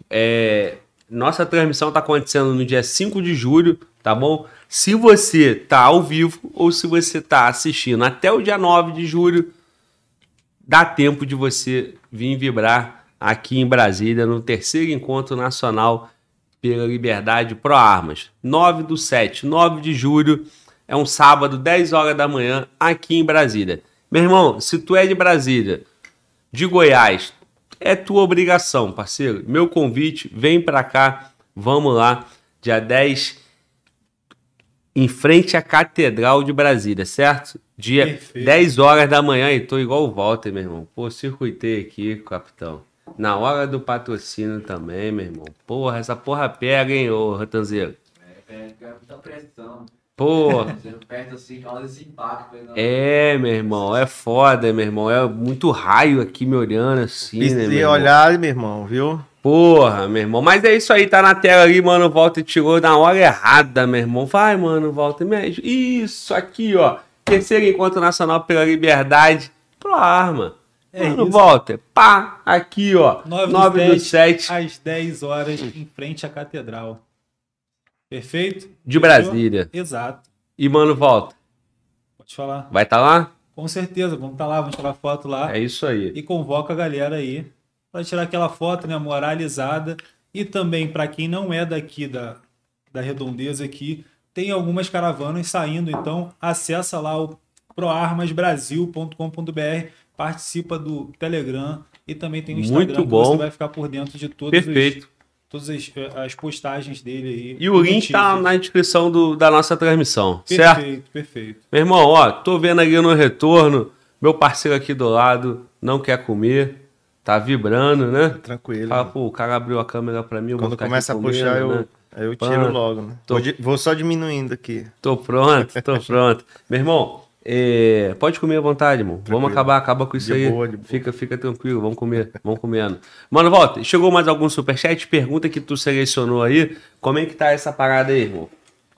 Nossa transmissão tá acontecendo no dia 5 de julho, tá bom? Se você tá ao vivo ou se você tá assistindo até o dia 9 de julho, dá tempo de você vir vibrar aqui em Brasília no terceiro encontro nacional pela liberdade ProArmas. 9/7, 9 de julho, é um sábado, 10 horas da manhã, aqui em Brasília. Meu irmão, se tu é de Brasília, de Goiás, é tua obrigação, parceiro. Meu convite, vem pra cá, vamos lá, dia 10, em frente à Catedral de Brasília, certo? Dia Perfeito. 10 horas da manhã, e tô igual o Walter, meu irmão. Pô, circuitei aqui, capitão. Na hora do patrocínio também, meu irmão. Porra, essa porra pega, hein, ô Ratanzeiro. É muita pressão. Porra. Você não perde assim, causa esse impacto. Aí, não. Meu irmão, é foda, meu irmão. É muito raio aqui me olhando assim, né, meu E irmão? olhar, meu irmão, viu? Porra, meu irmão. Mas é isso aí, tá na tela ali, mano. Volta e tirou na hora errada, meu irmão. Vai, mano, volta e mexe. Isso aqui, ó. Terceiro Encontro Nacional pela Liberdade. ProArma. Mano, isso. Walter. Pá, aqui, ó. 9/7 às 10 horas, em frente à Catedral. Perfeito? de Fechou? Brasília. Exato. E, mano, volta. Pode falar. Vai tá lá? Com certeza, vamos estar lá, vamos tirar foto lá. É isso aí. E convoca a galera aí para tirar aquela foto, né, moralizada. E também, para quem não é daqui da redondeza aqui, tem algumas caravanas saindo, então acessa lá o proarmasbrasil.com.br, participa do Telegram e também tem o Instagram, Muito que bom. você vai ficar por dentro de Perfeito. todas as postagens dele aí. E o link tá notícias. na descrição da nossa transmissão, certo? Perfeito, perfeito. Meu irmão, ó, tô vendo aqui no retorno, meu parceiro aqui do lado não quer comer, tá vibrando, né? Tranquilo. Fala, pô, o cara abriu a câmera pra mim, eu vou Quando ficar começa a aqui puxar, comendo, né? eu Pá. tiro logo, né? Vou só diminuindo aqui. Tô pronto, tô pronto. Meu irmão, pode comer à vontade, irmão. Vamos acaba com isso De aí. boa, de boa. Fica tranquilo, vamos comendo. Mano, Walter, chegou mais algum superchat? Pergunta que tu selecionou aí. Como é que tá essa parada aí, irmão?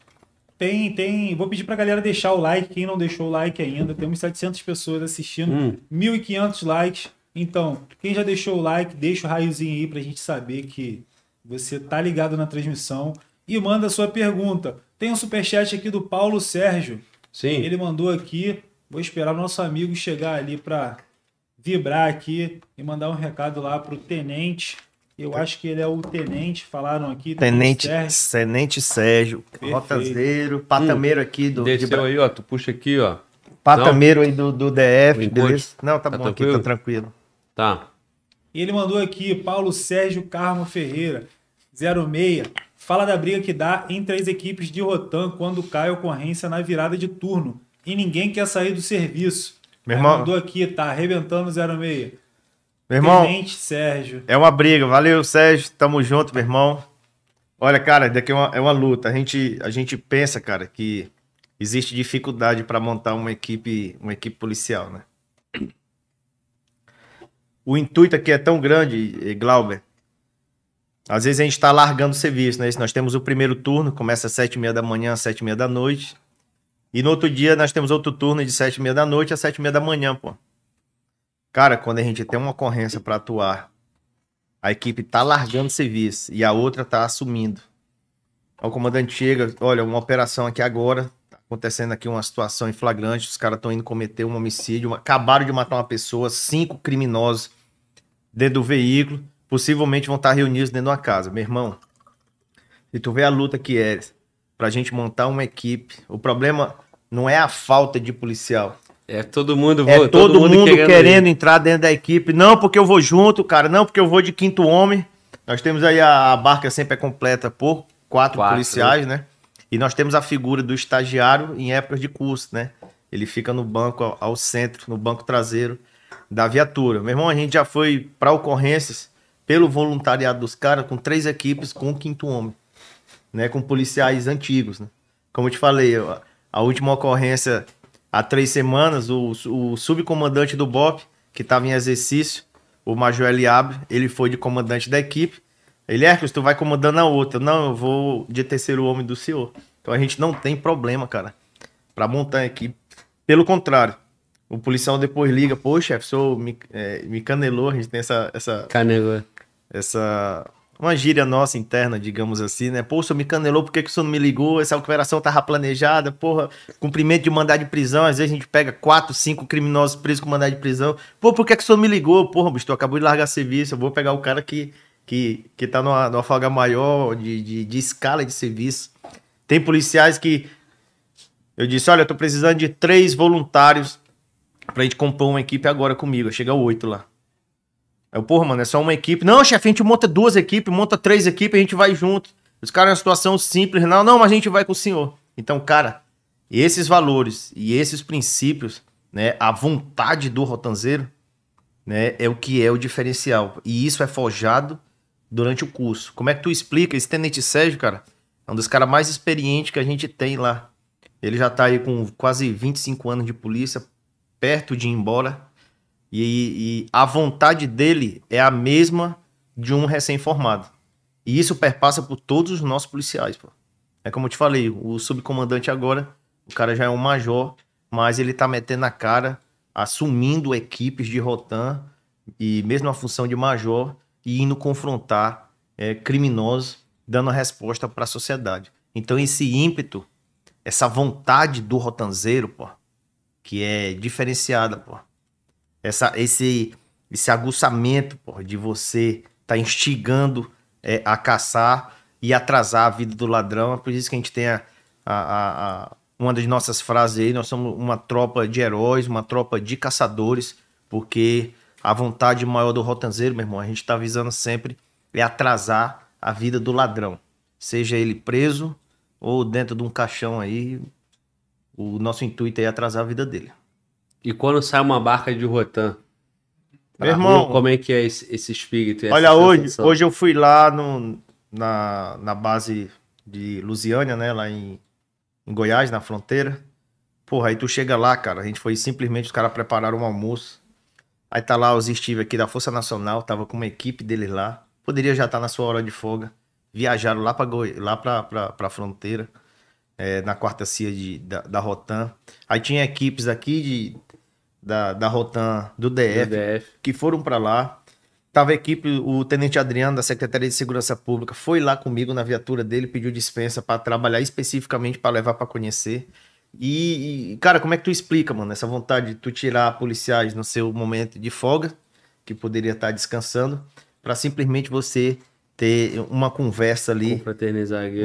Tem. Vou pedir pra galera deixar o like. Quem não deixou o like ainda, temos 700 pessoas assistindo, 1.500 likes. Então, quem já deixou o like, deixa o raiozinho aí pra gente saber que você tá ligado na transmissão. E manda a sua pergunta. Tem um superchat aqui do Paulo Sérgio. Sim. Ele mandou aqui. Vou esperar o nosso amigo chegar ali pra vibrar aqui e mandar um recado lá pro tenente. Eu acho que ele é o tenente, falaram aqui. Tenente Perfeito. Sérgio, rotazeiro, patameiro aqui Desceu aí, ó. Tu puxa aqui, ó. Patameiro aí do DF, O encosto. beleza? Não, tá Tá bom tranquilo? aqui, tá tranquilo. Tá. E ele mandou aqui, Paulo Sérgio Carmo Ferreira, 06. Fala da briga que dá entre as equipes de Rotan quando cai a ocorrência na virada de turno e ninguém quer sair do serviço. Meu Aí irmão- mandou aqui, tá arrebentando 06. Meu irmão, Tenente Sérgio. é uma briga. Valeu, Sérgio. Tamo junto, meu irmão. Olha, cara, daqui é uma luta. A gente pensa, cara, que existe dificuldade para montar uma equipe policial, né? O intuito aqui é tão grande, Glauber. Às vezes a gente está largando o serviço, né? Nós temos o primeiro turno, começa às 7h30 da manhã, às 7h30 da noite. E no outro dia nós temos outro turno de 7h30 da noite às 7h30 da manhã, pô. Cara, quando a gente tem uma ocorrência para atuar, a equipe tá largando o serviço e a outra tá assumindo. Aí o comandante chega, olha, uma operação aqui agora, tá acontecendo aqui uma situação em flagrante, os caras estão indo cometer um homicídio, acabaram de matar uma pessoa, 5 criminosos dentro do veículo, possivelmente vão estar reunidos dentro de uma casa. Meu irmão, se tu vê a luta que é pra gente montar uma equipe, o problema não é a falta de policial. É todo mundo, É todo mundo querendo ir. entrar dentro da equipe. Não porque eu vou junto, cara. Não porque eu vou de quinto homem. Nós temos aí a barca sempre é completa por quatro policiais, né? E nós temos a figura do estagiário em épocas de curso, né? Ele fica no banco ao centro, no banco traseiro da viatura. Meu irmão, a gente já foi para ocorrências pelo voluntariado dos caras com 3 equipes com o quinto homem, né? Com policiais antigos, né? Como eu te falei, a última ocorrência há 3 semanas, o subcomandante do BOP, que estava em exercício, o Major Eliabe, ele foi de comandante da equipe. Ele, Hércules, tu vai comandando a outra. Não, eu vou de terceiro homem do senhor. Então a gente não tem problema, cara, para montar a equipe. Pelo contrário, o policial depois liga, pô, chefe, o senhor me canelou, a gente tem Canelou. uma gíria nossa interna, digamos assim, né? Pô, o senhor me canelou, por que o senhor não me ligou? Essa operação tava planejada, porra, cumprimento de mandado de prisão, às vezes a gente pega 4, 5 criminosos presos com mandado de prisão. Pô, por que o senhor me ligou? Porra, bicho, tu acabou de largar serviço, eu vou pegar o cara que tá numa folga maior de escala de serviço. Tem policiais que... Eu disse, olha, eu tô precisando de 3 voluntários pra gente compor uma equipe agora comigo. Chega 8 lá. Eu, porra, mano, é só uma equipe. Não, chefe, a gente monta 2 equipes, monta 3 equipes, a gente vai junto. Os caras, é uma situação simples. Não, mas a gente vai com o senhor. Então, cara, esses valores e esses princípios, né, a vontade do rotanzeiro, né, é o que é o diferencial. E isso é forjado durante o curso. Como é que tu explica? Esse Tenente Sérgio, cara, é um dos caras mais experientes que a gente tem lá. Ele já tá aí com quase 25 anos de polícia, perto de ir embora. E a vontade dele é a mesma de um recém-formado. E isso perpassa por todos os nossos policiais, pô. É como eu te falei, o subcomandante agora, o cara já é um major, mas ele tá metendo a cara, assumindo equipes de rotan, e mesmo a função de major, e indo confrontar criminosos, dando a resposta para a sociedade. Então esse ímpeto, essa vontade do rotanzeiro, pô, que é diferenciada, pô. Esse aguçamento, pô, de você tá instigando a caçar e atrasar a vida do ladrão. É por isso que a gente tem uma das nossas frases aí, nós somos uma tropa de heróis, uma tropa de caçadores, porque a vontade maior do rotanzeiro, meu irmão, a gente tá visando sempre é atrasar a vida do ladrão. Seja ele preso ou dentro de um caixão aí, o nosso intuito é atrasar a vida dele. E quando sai uma barca de rotan? Meu irmão, como é que é esse espírito? Olha, hoje eu fui lá na base de Lusiânia, né, lá em Goiás, na fronteira. Porra, aí tu chega lá, cara, a gente foi simplesmente, os caras prepararam um almoço. Aí tá lá os Steve aqui da Força Nacional, tava com uma equipe deles lá. Poderia já estar na sua hora de folga. Viajaram lá pra fronteira, na quarta CIA da Rotan. Aí tinha equipes aqui da Rotan do DF que foram pra lá. Tava a equipe, o Tenente Adriano da Secretaria de Segurança Pública foi lá comigo na viatura dele, pediu dispensa para trabalhar especificamente para levar para conhecer. E, cara, como é que tu explica, mano, essa vontade de tu tirar policiais no seu momento de folga, que poderia estar descansando, para simplesmente você ter uma conversa ali, confraternizar aqui,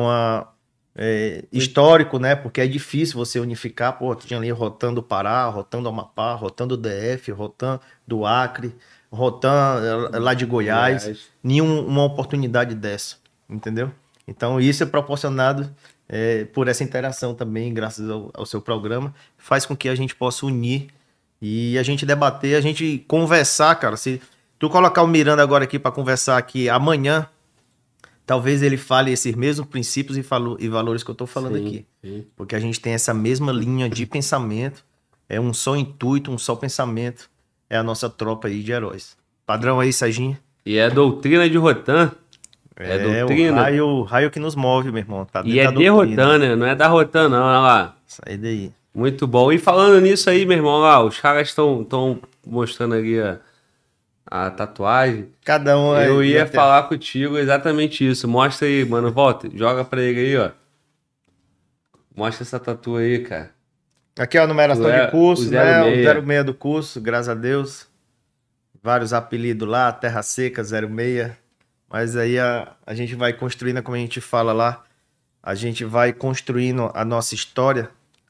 histórico, né? Porque é difícil você unificar, pô, tu tinha ali Rotan do Pará, Rotan do Amapá, Rotan do DF, Rotan do Acre, Rotan lá de Goiás, nenhuma oportunidade dessa, entendeu? Então isso é proporcionado por essa interação também, graças ao seu programa, faz com que a gente possa unir e a gente debater, a gente conversar, cara. Se tu colocar o Miranda agora aqui para conversar aqui amanhã, talvez ele fale esses mesmos princípios e valores que eu tô falando aqui. Sim. Porque a gente tem essa mesma linha de pensamento, é um só intuito, um só pensamento, é a nossa tropa aí de heróis. Padrão aí, Serginho. E é a doutrina de Rotan. É doutrina. O raio que nos move, meu irmão. Tá e é de Rotan, né? Não é da Rotan, não. Olha lá. Sai daí. Muito bom. E falando nisso aí, meu irmão, lá, os caras estão mostrando ali a tatuagem. Cada um aí. Eu ia falar contigo exatamente isso. Mostra aí, mano. Volta. Joga pra ele aí, ó. Mostra essa tatu aí, cara. Aqui é a numeração de curso, né? O 06 do curso, graças a Deus. Vários apelidos lá, Terra Seca, 06. Mas aí a gente vai construindo, como a gente fala lá, a gente vai construindo a nossa história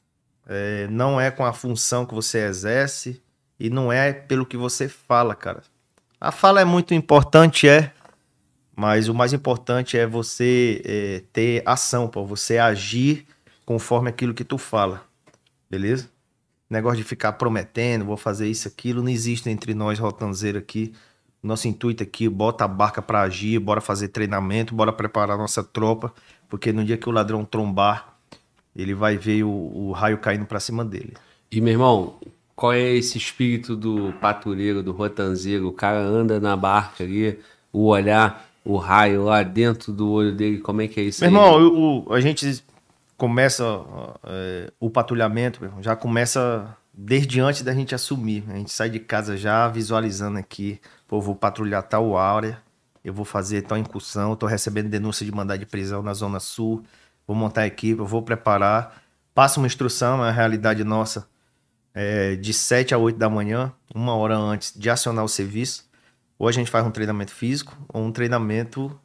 não é com a função que você exerce e não é pelo que você fala, cara. A fala é muito importante, mas o mais importante é você ter ação, pô, você agir conforme aquilo que tu fala, beleza? Negócio de ficar prometendo, vou fazer isso, aquilo, não existe entre nós, rotanzeiro aqui. Nosso intuito aqui, bota a barca pra agir, bora fazer treinamento, bora preparar nossa tropa, porque no dia que o ladrão trombar, ele vai ver o raio caindo pra cima dele. E, meu irmão, qual é esse espírito do patrulheiro, do rotanzeiro? O cara anda na barca ali, o olhar, o raio lá dentro do olho dele, como é que é isso Meu aí? irmão, a gente começa o patrulhamento, meu irmão, já começa desde antes da gente assumir. A gente sai de casa já visualizando aqui, pô, vou patrulhar tal área, eu vou fazer tal incursão, tô recebendo denúncia de mandado de prisão na Zona Sul, vou montar a equipe, eu vou preparar, passa uma instrução, é a realidade nossa, de 7 a 8 da manhã, 1 hora antes de acionar o serviço. Ou a gente faz um treinamento físico ou um treinamento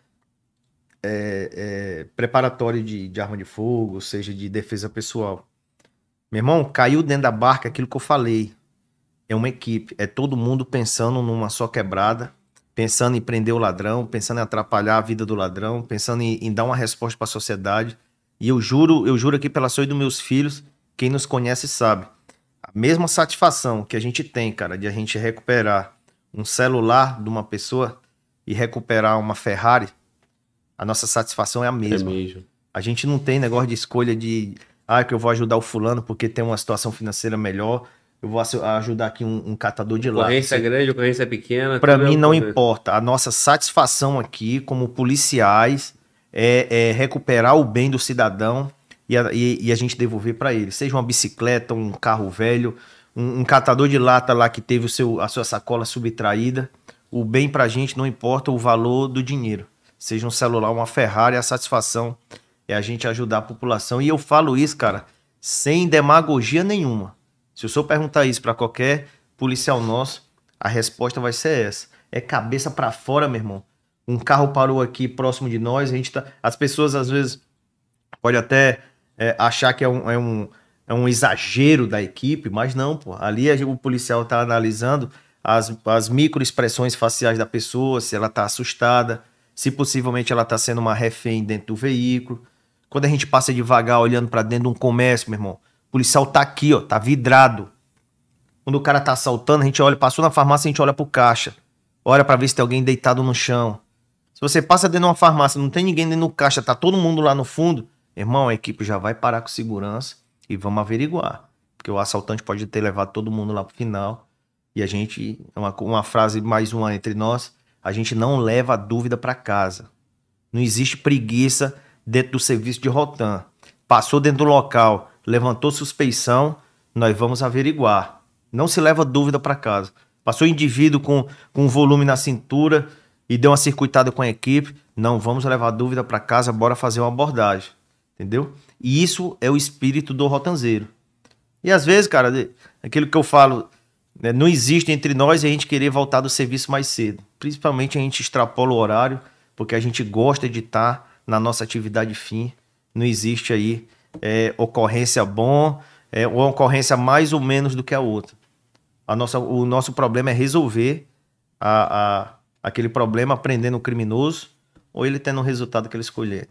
preparatório de arma de fogo, ou seja, de defesa pessoal. Meu irmão, caiu dentro da barca aquilo que eu falei. É uma equipe, é todo mundo pensando numa só quebrada, pensando em prender o ladrão, pensando em atrapalhar a vida do ladrão, pensando em dar uma resposta para a sociedade. E eu juro aqui pela saúde dos meus filhos, quem nos conhece sabe. A mesma satisfação que a gente tem, cara, de a gente recuperar um celular de uma pessoa e recuperar uma Ferrari, a nossa satisfação é a mesma. É mesmo. A gente não tem negócio de escolha de que eu vou ajudar o fulano porque tem uma situação financeira melhor, eu vou ajudar aqui um catador de lata. Ocorrência grande, ocorrência pequena. Para tudo mim não ocorrência. importa. A nossa satisfação aqui, como policiais, é recuperar o bem do cidadão e a gente devolver para ele. Seja uma bicicleta, um carro velho, um catador de lata lá que teve a sua sacola subtraída. O bem pra gente não importa o valor do dinheiro. Seja um celular, uma Ferrari, a satisfação é a gente ajudar a população. E eu falo isso, cara, sem demagogia nenhuma. Se o senhor perguntar isso para qualquer policial nosso, a resposta vai ser essa. É cabeça para fora, meu irmão. Um carro parou aqui próximo de nós, as pessoas às vezes podem até achar que é um exagero da equipe, mas não, pô. Ali o policial tá analisando as microexpressões faciais da pessoa, se ela tá assustada, se possivelmente ela tá sendo uma refém dentro do veículo. Quando a gente passa devagar olhando para dentro de um comércio, meu irmão, o policial tá aqui, ó, tá vidrado. Quando o cara tá assaltando, a gente olha, passou na farmácia, a gente olha pro caixa, olha para ver se tem alguém deitado no chão. Se você passa dentro de uma farmácia, não tem ninguém dentro do caixa, tá todo mundo lá no fundo, irmão, a equipe já vai parar com segurança e vamos averiguar. Porque o assaltante pode ter levado todo mundo lá pro final. E a gente, uma frase mais uma entre nós, a gente não leva a dúvida para casa. Não existe preguiça dentro do serviço de Rotan. Passou dentro do local, levantou suspeição, nós vamos averiguar. Não se leva dúvida para casa. Passou indivíduo com um volume na cintura e deu uma circuitada com a equipe, não vamos levar dúvida para casa, bora fazer uma abordagem. Entendeu? E isso é o espírito do rotanzeiro. E às vezes, cara, aquilo que eu falo, né, não existe entre nós a gente querer voltar do serviço mais cedo. Principalmente a gente extrapola o horário, porque a gente gosta de estar na nossa atividade fim. Não existe aí ocorrência bom ou ocorrência mais ou menos do que a outra. O nosso problema é resolver aquele problema prendendo o criminoso ou ele tendo o resultado que ele escolher.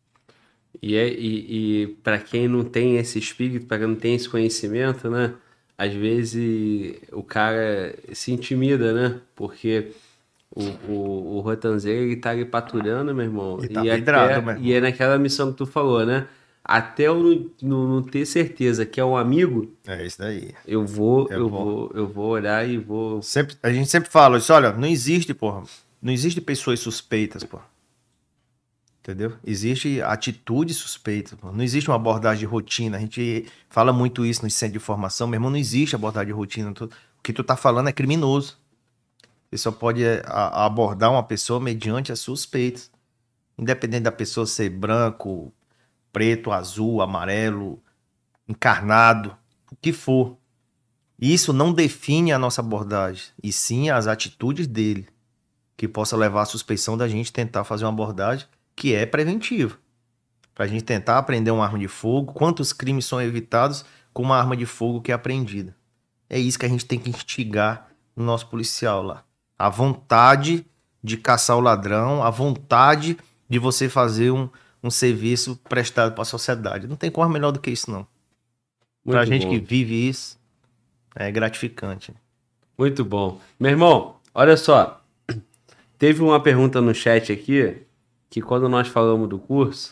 E para quem não tem esse espírito, para quem não tem esse conhecimento, né? Às vezes o cara se intimida, né? Porque o rotanzeiro, ele tá ali patrulhando, meu irmão. Ele tá vidrado, meu irmão. E é naquela missão que tu falou, né? Até eu não ter certeza que é um amigo, É isso daí. eu vou olhar e vou... A gente sempre fala isso, olha, não existe, porra. Não existe pessoas suspeitas, porra. Entendeu? Existe atitude suspeita. Não existe uma abordagem de rotina. A gente fala muito isso no centro de formação. Meu irmão, não existe abordagem de rotina. O que tu tá falando é criminoso. Você só pode abordar uma pessoa mediante as suspeitas. Independente da pessoa ser branco, preto, azul, amarelo, encarnado, o que for. Isso não define a nossa abordagem, e sim as atitudes dele, que possa levar à suspeição da gente tentar fazer uma abordagem que é preventiva. Para a gente tentar aprender uma arma de fogo, quantos crimes são evitados com uma arma de fogo que é apreendida. É isso que a gente tem que instigar no nosso policial lá. A vontade de caçar o ladrão, a vontade de você fazer um serviço prestado para a sociedade. Não tem coisa melhor do que isso, não. Pra gente bom. que vive isso, é gratificante. Muito bom. Meu irmão, olha só. Teve uma pergunta no chat aqui, que quando nós falamos do curso,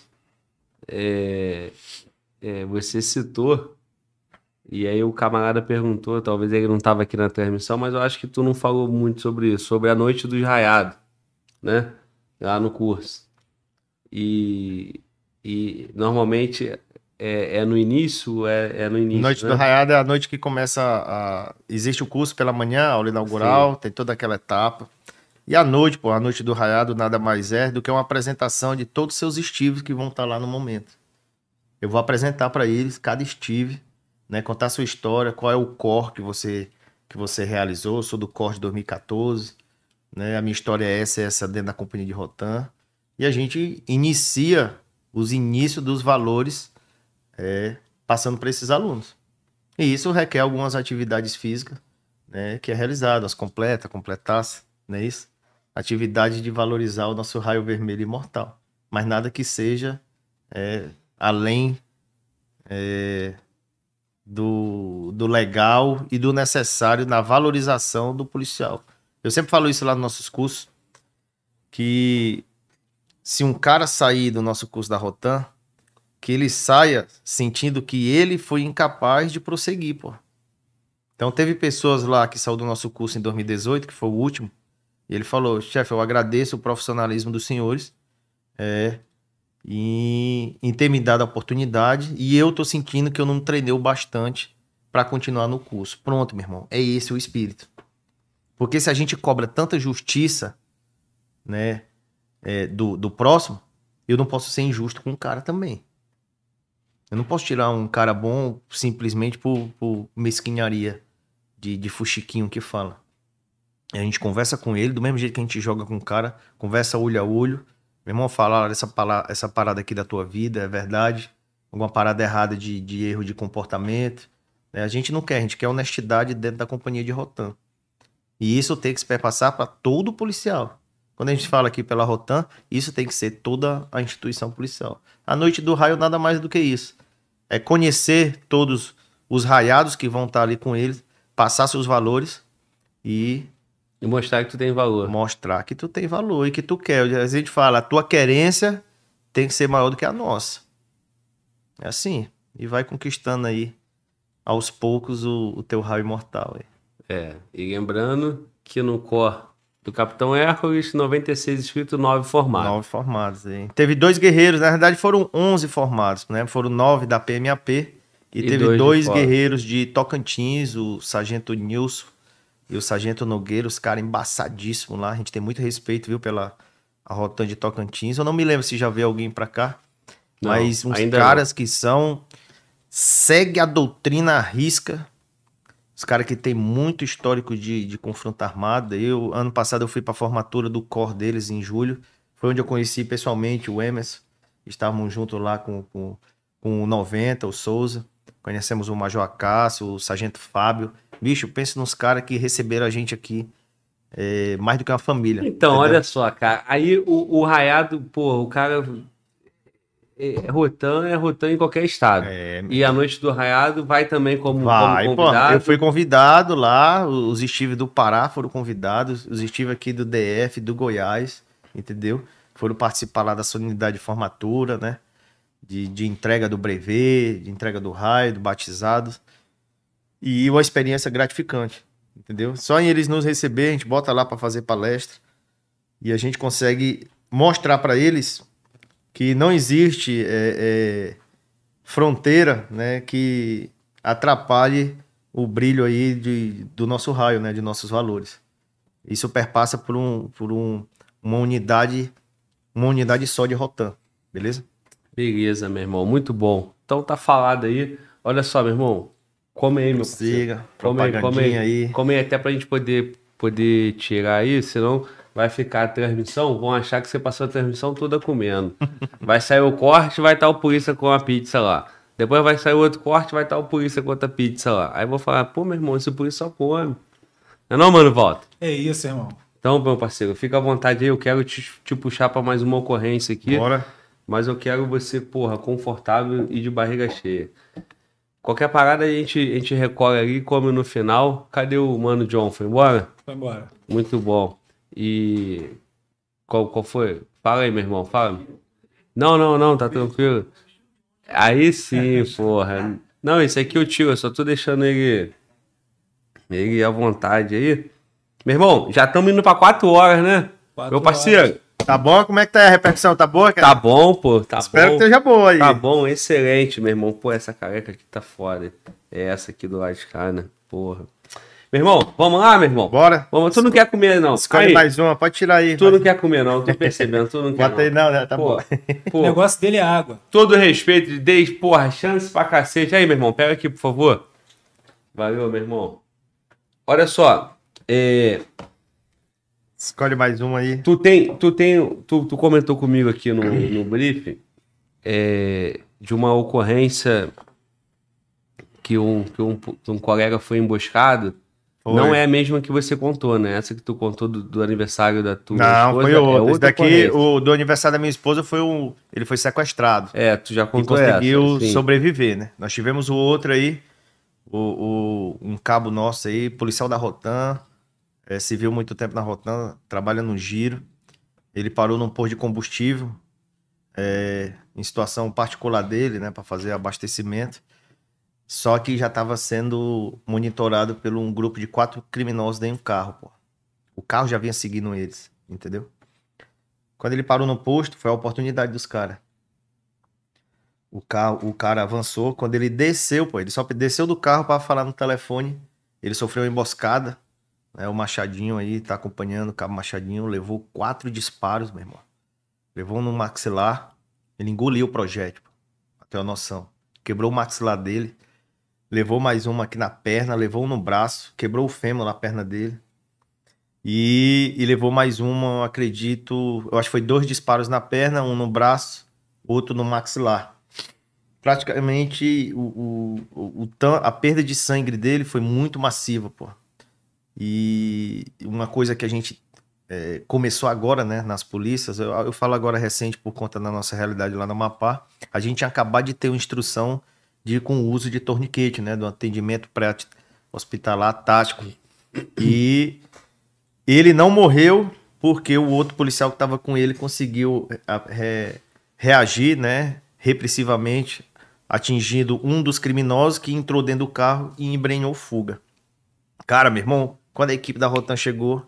você citou, e aí o camarada perguntou, talvez ele não estava aqui na transmissão, mas eu acho que tu não falou muito sobre isso, sobre a noite do raiado, né? Lá no curso. E normalmente é no início, é no início, Noite né? do Raiado é a noite que começa Existe o curso pela manhã, aula inaugural, tem toda aquela etapa. E à noite, a noite do Raiado nada mais é do que uma apresentação de todos os seus Steves que vão estar lá no momento. Eu vou apresentar para eles cada Steve, né, contar a sua história, qual é o core que você realizou. Eu sou do core de 2014, né, a minha história é essa dentro da companhia de Rotan. E a gente inicia os inícios dos valores passando para esses alunos. E isso requer algumas atividades físicas, né, que é realizado, as completasse, não é isso? Atividade de valorizar o nosso raio vermelho imortal. Mas nada que seja além do legal e do necessário na valorização do policial. Eu sempre falo isso lá nos nossos cursos, que se um cara sair do nosso curso da Rotan, que ele saia sentindo que ele foi incapaz de prosseguir, pô. Então teve pessoas lá que saiu do nosso curso em 2018, que foi o último, e ele falou: chefe, eu agradeço o profissionalismo dos senhores em ter me dado a oportunidade, e eu tô sentindo que eu não treinei o bastante para continuar no curso. Pronto, meu irmão, é esse o espírito. Porque se a gente cobra tanta justiça, né, do próximo, eu não posso ser injusto com o cara também. Eu não posso tirar um cara bom simplesmente por mesquinharia de fuxiquinho que fala. A gente conversa com ele, do mesmo jeito que a gente joga com o cara, conversa olho a olho. Meu irmão, fala, essa parada aqui da tua vida é verdade? Alguma parada errada de erro de comportamento? A gente não quer, a gente quer honestidade dentro da companhia de Rotan. E isso tem que se perpassar para todo policial. Quando a gente fala aqui pela Rotan, isso tem que ser toda a instituição policial. A noite do raio nada mais do que isso. É conhecer todos os raiados que vão estar ali com eles, passar seus valores e mostrar que tu tem valor. Mostrar que tu tem valor e que tu quer. Às vezes a gente fala, a tua querência tem que ser maior do que a nossa. É assim. E vai conquistando aí, aos poucos, o teu raio imortal. E lembrando que no core do Capitão Hércules, 96 inscritos, 9 formados. 9 formados, hein? Teve 2 guerreiros, na verdade foram 11 formados, né? Foram 9 da PMAP e teve 2 guerreiros de Tocantins, o Sargento Nilson e o Sargento Nogueira, os caras embaçadíssimos lá. A gente tem muito respeito, viu, pela Rotan de Tocantins. Eu não me lembro se já veio alguém pra cá, não, mas uns caras que segue a doutrina à risca. Os caras que tem muito histórico de confronto armado. Ano passado eu fui pra formatura do core deles em julho. Foi onde eu conheci pessoalmente o Emerson. Estávamos juntos lá com o 90, o Souza. Conhecemos o Major Acácio, o Sargento Fábio. Bicho, pensa nos caras que receberam a gente aqui mais do que uma família. Então, entendeu? Olha só, cara. Aí o raiado, pô, o cara... É Rotan em qualquer estado. E a noite do raiado vai também como convidado. Pô, eu fui convidado lá, os Steve do Pará foram convidados, os Steve aqui do DF, do Goiás, entendeu? Foram participar lá da solenidade de formatura, né? De entrega do brevet, de entrega do raio, do batizado. E uma experiência gratificante, entendeu? Só em eles nos receber, a gente bota lá para fazer palestra e a gente consegue mostrar para eles que não existe fronteira, né, que atrapalhe o brilho aí do nosso raio, né, de nossos valores. Isso perpassa por uma unidade só de Rotan, beleza? Beleza, meu irmão, muito bom. Então tá falado aí. Olha só, meu irmão, come aí, meu parceiro. Come aí até pra gente poder tirar aí, senão vai ficar a transmissão, vão achar que você passou a transmissão toda comendo. Vai sair o corte, vai estar o polícia com a pizza lá. Depois vai sair outro corte, vai estar o polícia com outra pizza lá. Aí eu vou falar, pô, meu irmão, esse polícia só come. Não é não, mano, Walter? É isso, irmão. Então, meu parceiro, fica à vontade aí, eu quero te puxar pra mais uma ocorrência aqui. Bora. Mas eu quero você, porra, confortável e de barriga cheia. Qualquer parada a gente recolhe ali e come no final. Cadê o mano John? Foi embora? Foi embora. Muito bom. E qual foi? Fala aí, meu irmão, fala. Não, tá tranquilo. Aí sim, porra. Não, esse aqui eu tiro, eu só tô deixando ele à vontade aí. Meu irmão, já estamos indo pra 4 horas, né? 4 Meu parceiro, Tá bom? Como é que tá a repercussão? Tá boa, cara? tá bom, pô, tá Espero bom. que esteja boa aí. Tá bom, excelente, meu irmão. Pô, essa careca aqui tá foda. É essa aqui do lado de cá, né? Porra. Meu irmão, vamos lá, meu irmão? Bora. Vamos, tu não quer comer, não. Escolhe Aí, mais uma, pode tirar aí. tu não quer comer, não. Tô percebendo, tu não quer, Bota aí, não, né? Tá Pô, bom. O pô, negócio dele é água. todo respeito, dei, porra, chance pra cacete. Aí, meu irmão, pega aqui, por favor. Valeu, meu irmão. Olha só, Escolhe mais uma aí. tu comentou comigo aqui no briefing de uma ocorrência que um colega foi emboscado. Foi. Não é a mesma que você contou, né? Essa que tu contou do aniversário da tua Não, esposa. foi outro. Esse daqui, ocorrência. o do aniversário da minha esposa, ele foi sequestrado. Tu já E contou conseguiu essa. Sim. sobreviver, né? Nós tivemos o outro aí, um cabo nosso aí, policial da Rotan, se viu muito tempo na Rotan, trabalha no Giro. Ele parou num posto de combustível, em situação particular dele, né, para fazer abastecimento. Só que já estava sendo monitorado por um grupo de 4 criminosos dentro do carro, pô. O carro já vinha seguindo eles, entendeu? Quando ele parou no posto, foi a oportunidade dos caras. O cara avançou. Quando ele desceu, pô, ele só desceu do carro para falar no telefone. Ele sofreu uma emboscada. Né, o Machadinho aí tá acompanhando, o cabo Machadinho levou 4 disparos, meu irmão. Levou no maxilar. Ele engoliu o projétil, pô, pra ter uma noção. Quebrou o maxilar dele. Levou mais uma aqui na perna, levou um no braço, quebrou o fêmur na perna dele. E levou mais uma, eu acredito, eu acho que foi 2 disparos na perna, um no braço, outro no maxilar. Praticamente a perda de sangue dele foi muito massiva, pô. E uma coisa que a gente começou agora, né, nas polícias, eu falo agora recente por conta da nossa realidade lá no Amapá, a gente tinha acabado de ter uma instrução com o uso de torniquete, né, do atendimento pré-hospitalar tático. E ele não morreu porque o outro policial que estava com ele conseguiu reagir, né, repressivamente, atingindo um dos criminosos que entrou dentro do carro e embrenhou fuga. Cara, meu irmão, quando a equipe da Rotan chegou,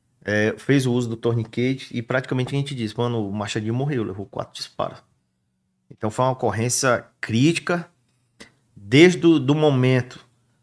fez o uso do torniquete e praticamente a gente disse, mano, o Machadinho morreu, levou 4 disparos. Então foi uma ocorrência crítica. Desde o momento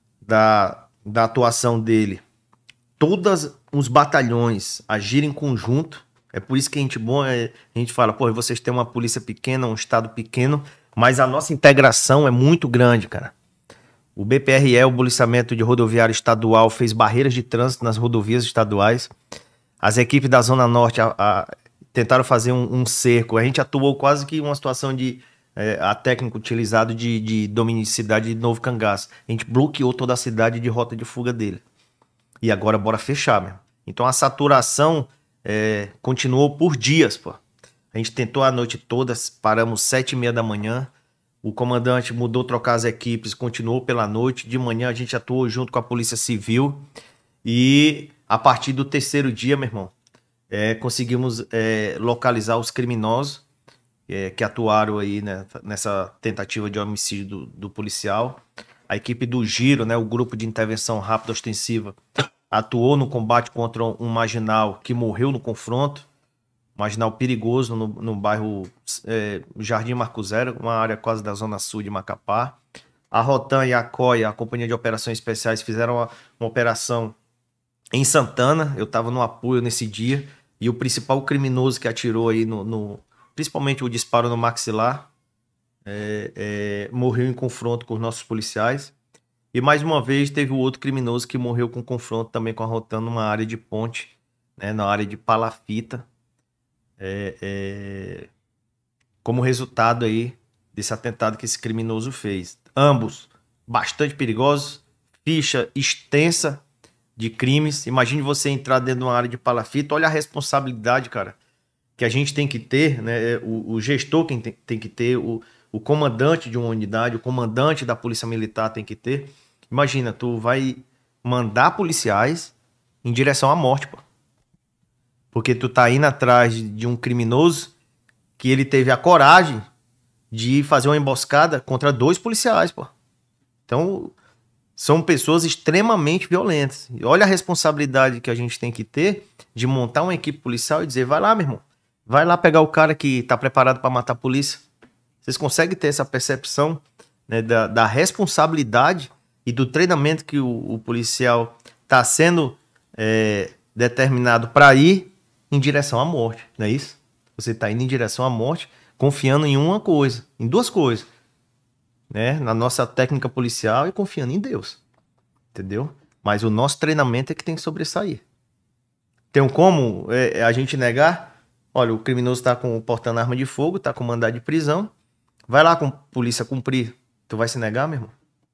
da atuação dele, todos os batalhões agirem em conjunto. É por isso que a gente fala, pô, vocês têm uma polícia pequena, um estado pequeno, mas a nossa integração é muito grande, cara. O BPRE, o Policiamento de Rodoviário Estadual, fez barreiras de trânsito nas rodovias estaduais. As equipes da Zona Norte tentaram fazer um cerco. A gente atuou quase que uma situação de... a técnica utilizada de dominicidade de Novo Cangaço. A gente bloqueou toda a cidade de rota de fuga dele. E agora bora fechar, mesmo. Então a saturação continuou por dias, pô. A gente tentou a noite toda, paramos 7h30 da manhã. O comandante mudou, trocar as equipes, continuou pela noite. De manhã a gente atuou junto com a Polícia Civil. E a partir do 3º dia, meu irmão, conseguimos localizar os criminosos que atuaram aí, né, nessa tentativa de homicídio do policial. A equipe do Giro, né, o grupo de intervenção rápida ostensiva, atuou no combate contra um marginal que morreu no confronto. Marginal perigoso no bairro Jardim Marco Zero, uma área quase da zona sul de Macapá. A Rotan e a COI, a Companhia de Operações Especiais, fizeram uma operação em Santana. Eu estava no apoio nesse dia. E o principal criminoso que atirou aí principalmente o disparo no maxilar, morreu em confronto com os nossos policiais. E mais uma vez teve o outro criminoso que morreu com confronto também com a Rotan numa área de ponte, né, na área de Palafita. Como resultado aí desse atentado que esse criminoso fez. Ambos bastante perigosos, ficha extensa de crimes. Imagine você entrar dentro de uma área de palafita, olha a responsabilidade, cara, que a gente tem que ter, né? O gestor tem que ter, o comandante de uma unidade, o comandante da Polícia Militar tem que ter. Imagina, tu vai mandar policiais em direção à morte, pô. Porque tu tá indo atrás de um criminoso que ele teve a coragem de fazer uma emboscada contra 2 policiais, pô. Então, são pessoas extremamente violentas. E olha a responsabilidade que a gente tem que ter de montar uma equipe policial e dizer, vai lá, meu irmão. Vai lá pegar o cara que tá preparado para matar a polícia. Vocês conseguem ter essa percepção, né, da responsabilidade e do treinamento que o policial tá sendo determinado para ir em direção à morte, não é isso? Você tá indo em direção à morte confiando em uma coisa, em 2 coisas, né? Na nossa técnica policial e confiando em Deus, entendeu? Mas o nosso treinamento é que tem que sobressair. Tem como a gente negar? Olha, o criminoso tá portando arma de fogo, tá com mandado de prisão, vai lá com a polícia cumprir, tu vai se negar, meu irmão?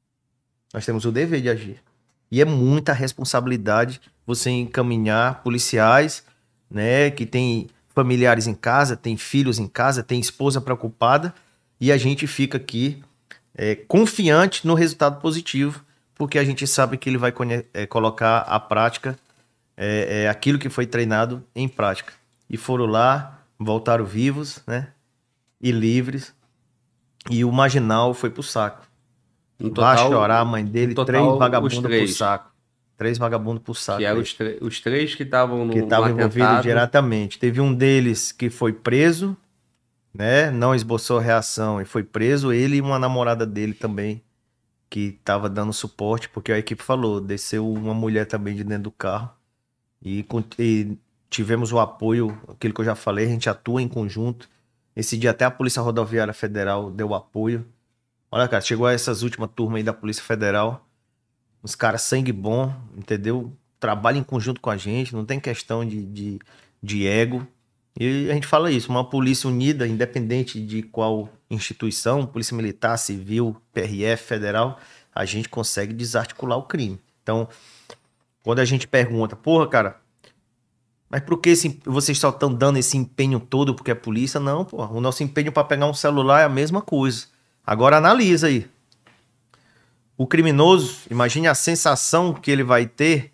Nós temos o dever de agir. E é muita responsabilidade você encaminhar policiais, né, que tem familiares em casa, tem filhos em casa, tem esposa preocupada, e a gente fica aqui confiante no resultado positivo, porque a gente sabe que ele vai colocar à prática aquilo que foi treinado em prática. E foram lá, voltaram vivos, né, e livres, e o marginal foi pro saco. Vai chorar a mãe dele, 3 vagabundos pro saco. 3 vagabundos pro saco. Que eram os 3 que estavam no que estavam envolvidos diretamente. Teve um deles que foi preso, né? Não esboçou reação e foi preso. Ele e uma namorada dele também, que estava dando suporte, porque a equipe falou, desceu uma mulher também de dentro do carro. E tivemos o apoio, aquilo que eu já falei, a gente atua em conjunto. Esse dia até a Polícia Rodoviária Federal deu apoio. Olha, cara, chegou a essas últimas turmas aí da Polícia Federal. Os caras sangue bom, entendeu? Trabalham em conjunto com a gente, não tem questão de ego. E a gente fala isso, uma polícia unida, independente de qual instituição, polícia militar, civil, PRF, federal, a gente consegue desarticular o crime. Então, quando a gente pergunta, porra, cara, mas por que vocês só estão dando esse empenho todo porque é polícia? Não, porra, o nosso empenho para pegar um celular é a mesma coisa. Agora analisa aí. O criminoso, imagine a sensação que ele vai ter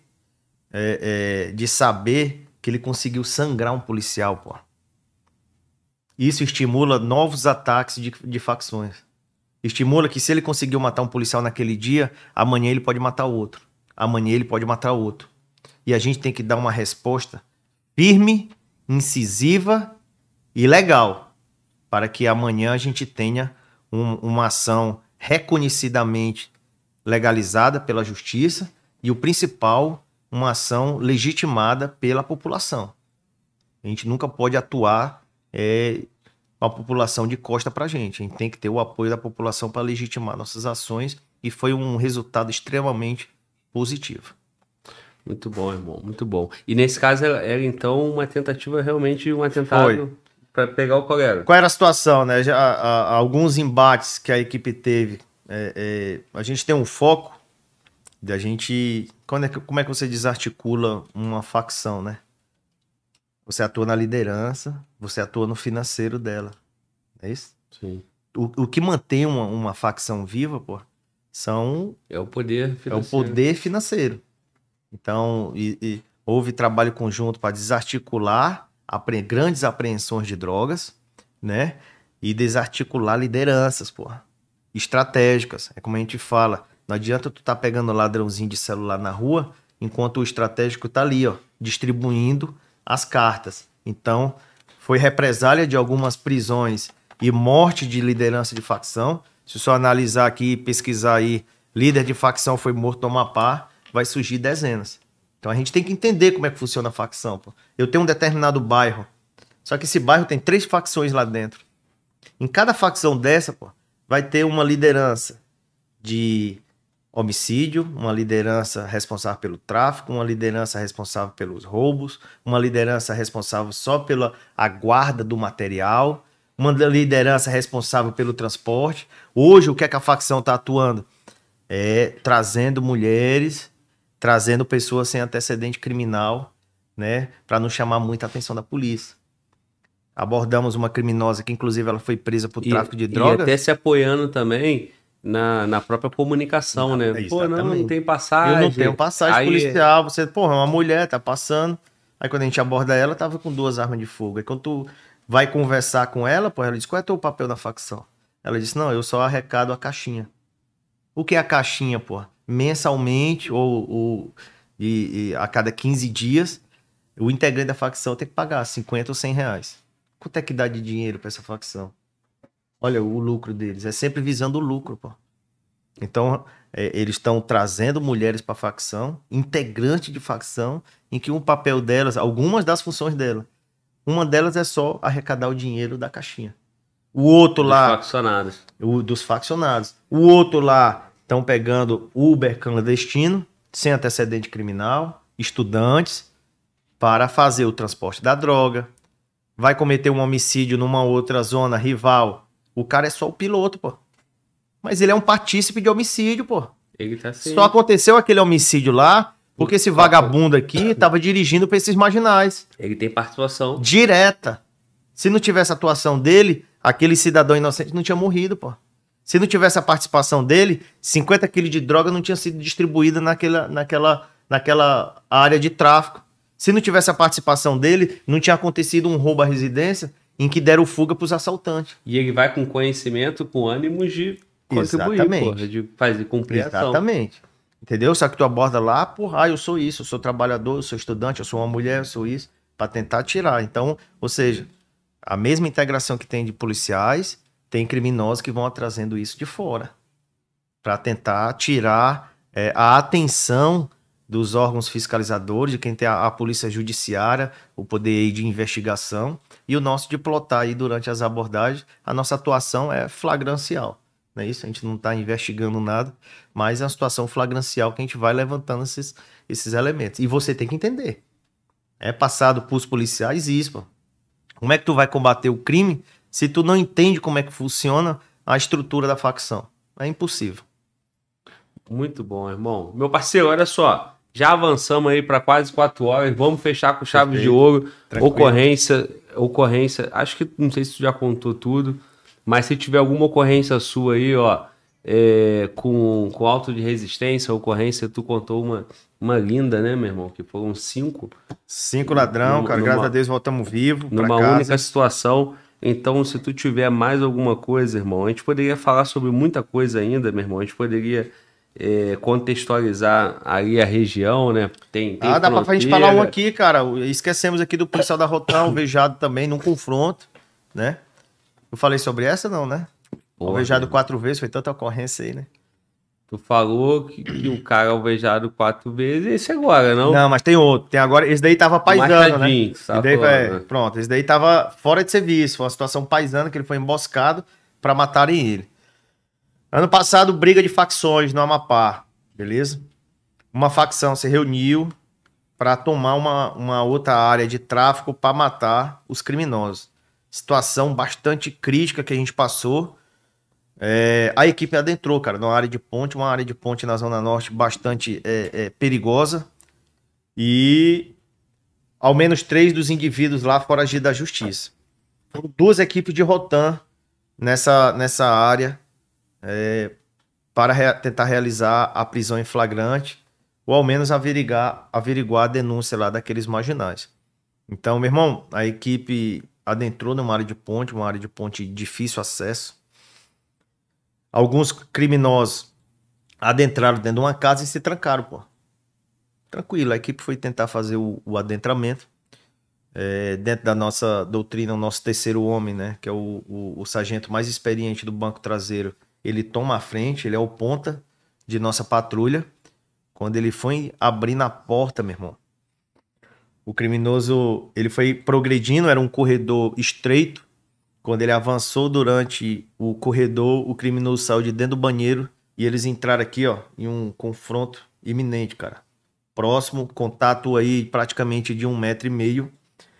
de saber que ele conseguiu sangrar um policial, pô. Isso estimula novos ataques de facções. Estimula que se ele conseguiu matar um policial naquele dia, amanhã ele pode matar outro. Amanhã ele pode matar outro. E a gente tem que dar uma resposta firme, incisiva e legal, para que amanhã a gente tenha uma ação reconhecidamente legalizada pela justiça e o principal, uma ação legitimada pela população. A gente nunca pode atuar a população de costa pra gente. A gente tem que ter o apoio da população para legitimar nossas ações e foi um resultado extremamente positivo. Muito bom, irmão, muito bom. E nesse caso era então uma tentativa, realmente um atentado para pegar o colega. Qual era a situação, né? Já, alguns embates que a equipe teve, a gente tem um foco da gente... Como é que você desarticula uma facção, né? Você atua na liderança, você atua no financeiro dela. É isso? Sim. O que mantém uma facção viva, pô, é o poder financeiro. É o poder financeiro. Então, houve trabalho conjunto para desarticular grandes apreensões de drogas, né? E desarticular lideranças, pô, estratégicas. É como a gente fala, não adianta tu tá pegando ladrãozinho de celular na rua, enquanto o estratégico tá ali, ó, distribuindo as cartas. Então, foi represália de algumas prisões e morte de liderança de facção. Se você analisar aqui, pesquisar aí, líder de facção foi morto no Amapá, vai surgir dezenas. Então a gente tem que entender como é que funciona a facção, pô. Eu tenho um determinado bairro, só que esse bairro tem 3 facções lá dentro. Em cada facção dessa, pô, vai ter uma liderança de homicídio, uma liderança responsável pelo tráfico, uma liderança responsável pelos roubos, uma liderança responsável só pela guarda do material, uma liderança responsável pelo transporte. Hoje, o que é que a facção está atuando? Trazendo mulheres, trazendo pessoas sem antecedente criminal, né, para não chamar muita atenção da polícia. Abordamos uma criminosa que, inclusive, ela foi presa por tráfico de drogas. E até se apoiando também na própria comunicação, né? Pô, não tem passagem. Eu não tenho passagem aí... policial. Você, porra, é uma mulher, tá passando. Aí quando a gente aborda ela, tava com 2 armas de fogo. Aí quando tu vai conversar com ela, pô, ela diz, qual é teu papel na facção? Ela disse, não, eu só arrecado a caixinha. O que é a caixinha, pô? Mensalmente ou a cada 15 dias, o integrante da facção tem que pagar 50 ou 100 reais. Quanto é que dá de dinheiro para essa facção? Olha, o lucro deles é sempre visando o lucro, pô. Então, eles estão trazendo mulheres para a facção, integrantes de facção, em que um papel delas, algumas das funções dela, uma delas é só arrecadar o dinheiro da caixinha. O outro lá... Faccionados. Dos faccionados. O outro lá estão pegando Uber clandestino, sem antecedente criminal, estudantes, para fazer o transporte da droga. Vai cometer um homicídio numa outra zona rival. O cara é só o piloto, pô. Mas ele é um partícipe de homicídio, pô. Ele tá assim. Só aconteceu aquele homicídio lá porque esse vagabundo aqui tava dirigindo para esses marginais. Ele tem participação direta. Se não tivesse a atuação dele, aquele cidadão inocente não tinha morrido, pô. Se não tivesse a participação dele, 50 quilos de droga não tinha sido distribuída naquela área de tráfico. Se não tivesse a participação dele, não tinha acontecido um roubo à residência em que deram fuga para os assaltantes. E ele vai com conhecimento, com ânimos de contribuir, porra, de fazer cumprir a ação. Exatamente. Entendeu? Só que tu aborda lá, porra, eu sou isso, eu sou trabalhador, eu sou estudante, eu sou uma mulher, eu sou isso, para tentar tirar. Então, ou seja, a mesma integração que tem de policiais, tem criminosos que vão trazendo isso de fora, para tentar tirar a atenção dos órgãos fiscalizadores, de quem tem a polícia judiciária, o poder de investigação, e o nosso de plotar aí durante as abordagens. A nossa atuação é flagrancial, não é isso? A gente não está investigando nada, mas é uma situação flagrancial que a gente vai levantando esses elementos. E você tem que entender. É passado para os policiais isso, pô. Como é que tu vai combater o crime se tu não entende como é que funciona a estrutura da facção? É impossível. Muito bom, irmão. Meu parceiro, olha só. Já avançamos aí para quase 4 horas. Vamos fechar com chave de ouro. Ocorrência. Acho que não sei se tu já contou tudo, mas se tiver alguma ocorrência sua aí, ó, com auto de resistência, ocorrência, tu contou uma linda, né, meu irmão? Que foram 5. 5 ladrão, cara. Graças a Deus voltamos vivos. Numa única situação. Então, se tu tiver mais alguma coisa, irmão, a gente poderia falar sobre muita coisa ainda, meu irmão. A gente poderia contextualizar aí a região, né? Tem dá pra gente falar um aqui, cara. Esquecemos aqui do policial da Rotan, alvejado também, num confronto, né? Eu falei sobre essa, não, né? Alvejado 4 vezes, foi tanta ocorrência aí, né? Tu falou que o cara alvejado 4 vezes, esse agora, não? Não, mas tem outro. Tem agora, esse daí tava paisano, né? Pronto, esse daí tava fora de serviço. Foi uma situação paisana que ele foi emboscado pra matarem ele. Ano passado, briga de facções no Amapá, beleza? Uma facção se reuniu para tomar uma outra área de tráfico para matar os criminosos. Situação bastante crítica que a gente passou. A equipe adentrou, cara, numa área de ponte, uma área de ponte na Zona Norte bastante perigosa. E ao menos 3 dos indivíduos lá foragidos da justiça. Foram 2 equipes de Rotan nessa área. Para tentar realizar a prisão em flagrante ou ao menos averiguar a denúncia lá daqueles marginais. Então, meu irmão, a equipe adentrou numa área de ponte de difícil acesso. Alguns criminosos adentraram dentro de uma casa e se trancaram, pô. Tranquilo, a equipe foi tentar fazer o adentramento. Dentro da nossa doutrina, o nosso terceiro homem, né, que é o sargento mais experiente do banco traseiro, ele toma a frente, ele é o ponta de nossa patrulha. Quando ele foi abrir na porta, meu irmão, o criminoso, ele foi progredindo, era um corredor estreito. Quando ele avançou durante o corredor, o criminoso saiu de dentro do banheiro e eles entraram aqui, ó, em um confronto iminente, cara. Próximo, contato aí praticamente de 1,5 metro.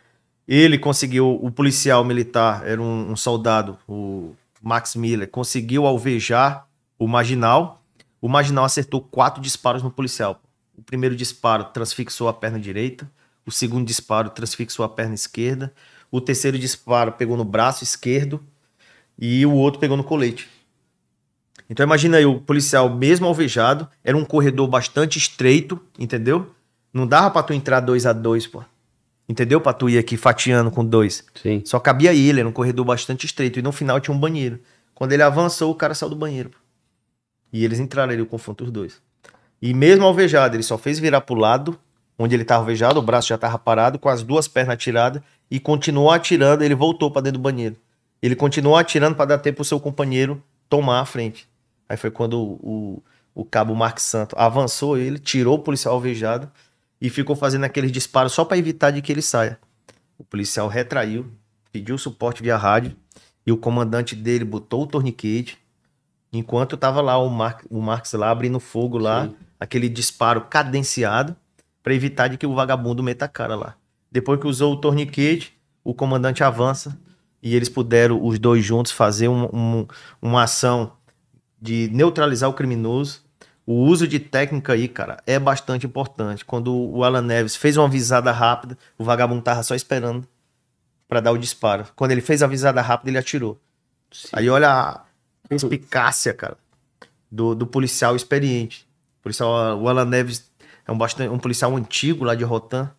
Ele conseguiu, o policial militar, era um soldado, o Max Miller, conseguiu alvejar o marginal. O marginal acertou 4 disparos no policial. O primeiro disparo transfixou a perna direita. O segundo disparo transfixou a perna esquerda. O terceiro disparo pegou no braço esquerdo. E o outro pegou no colete. Então imagina aí, o policial mesmo alvejado, era um corredor bastante estreito, entendeu? Não dava pra tu entrar 2 a 2, pô. Entendeu? Pra tu ir aqui fatiando com 2. Sim. Só cabia ele, era um corredor bastante estreito. E no final tinha um banheiro. Quando ele avançou, o cara saiu do banheiro. E eles entraram ali, o confronto os dois. E mesmo alvejado, ele só fez virar pro lado, onde ele tava alvejado, o braço já tava parado, com as 2 pernas atiradas, e continuou atirando, ele voltou pra dentro do banheiro. Ele continuou atirando pra dar tempo pro seu companheiro tomar a frente. Aí foi quando o cabo Marcos Santos avançou ele, tirou o policial alvejado e ficou fazendo aqueles disparos só para evitar de que ele saia. O policial retraiu, pediu suporte via rádio e o comandante dele botou o torniquete, enquanto tava lá o Marcos lá abrindo fogo lá, Sim. aquele disparo cadenciado para evitar de que o vagabundo meta a cara lá. Depois que usou o torniquete, o comandante avança e eles puderam, os dois juntos, fazer uma ação de neutralizar o criminoso. O uso de técnica aí, cara, é bastante importante. Quando o Alan Neves fez uma visada rápida, o vagabundo tava só esperando pra dar o disparo. Quando ele fez a visada rápida, ele atirou. Sim. Aí olha a perspicácia, cara, do policial experiente. O Alan Neves é um policial antigo lá de Rotan.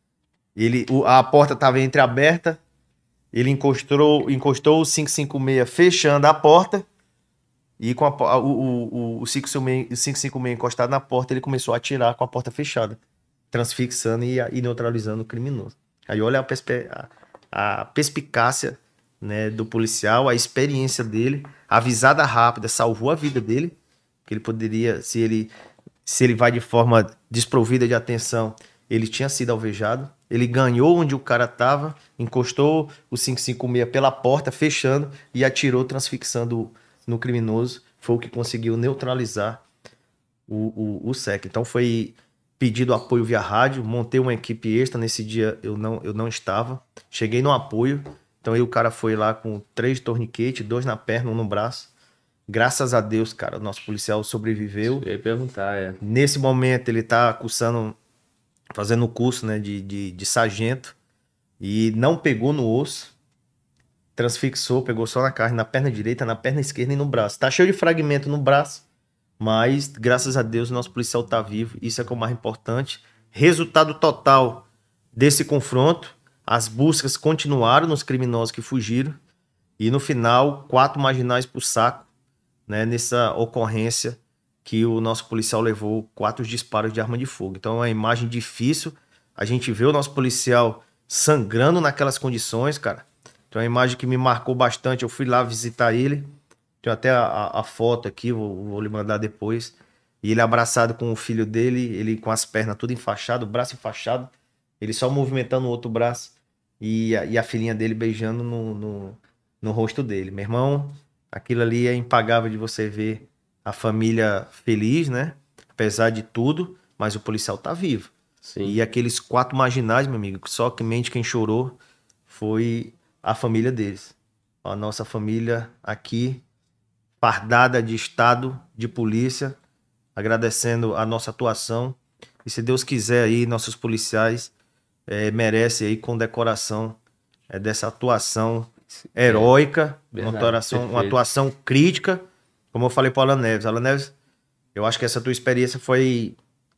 A porta tava entreaberta, ele encostou o 556 fechando a porta. E com o 556 encostado na porta, ele começou a atirar com a porta fechada, transfixando e neutralizando o criminoso. Aí olha a perspicácia, né, do policial, a experiência dele, a visada rápida salvou a vida dele, que ele poderia, se ele vai de forma desprovida de atenção, ele tinha sido alvejado. Ele ganhou onde o cara estava, encostou o 556 pela porta, fechando, e atirou, transfixando no criminoso. Foi o que conseguiu neutralizar o SEC. Então foi pedido apoio via rádio, montei uma equipe extra. Nesse dia eu não estava, cheguei no apoio. Então aí o cara foi lá com 3 torniquetes, 2 na perna, 1 no braço. Graças a Deus, cara, o nosso policial sobreviveu. Eu ia perguntar, Nesse momento ele tá fazendo o curso, né, de sargento, e não pegou no osso. Transfixou, pegou só na carne, na perna direita, na perna esquerda e no braço. Tá cheio de fragmento no braço, mas graças a Deus o nosso policial tá vivo. Isso é o mais importante. Resultado total desse confronto: as buscas continuaram nos criminosos que fugiram e no final 4 marginais pro saco, né, nessa ocorrência que o nosso policial levou 4 disparos de arma de fogo. Então é uma imagem difícil. A gente vê o nosso policial sangrando naquelas condições, cara. Então é uma imagem que me marcou bastante. Eu fui lá visitar ele. Tenho até a foto aqui, vou lhe mandar depois. E ele abraçado com o filho dele, ele com as pernas tudo enfaixado, o braço enfaixado. Ele só movimentando o outro braço. E a filhinha dele beijando no rosto dele. Meu irmão, aquilo ali é impagável de você ver a família feliz, né? Apesar de tudo, mas o policial tá vivo. Sim. E aqueles 4 marginais, meu amigo, somente quem chorou foi a família deles. A nossa família aqui, fardada de Estado, de polícia, agradecendo a nossa atuação. E se Deus quiser aí, nossos policiais merecem aí condecoração dessa atuação heróica, verdade, uma atuação crítica, como eu falei para o Alan Neves. Alan Neves, eu acho que essa tua experiência foi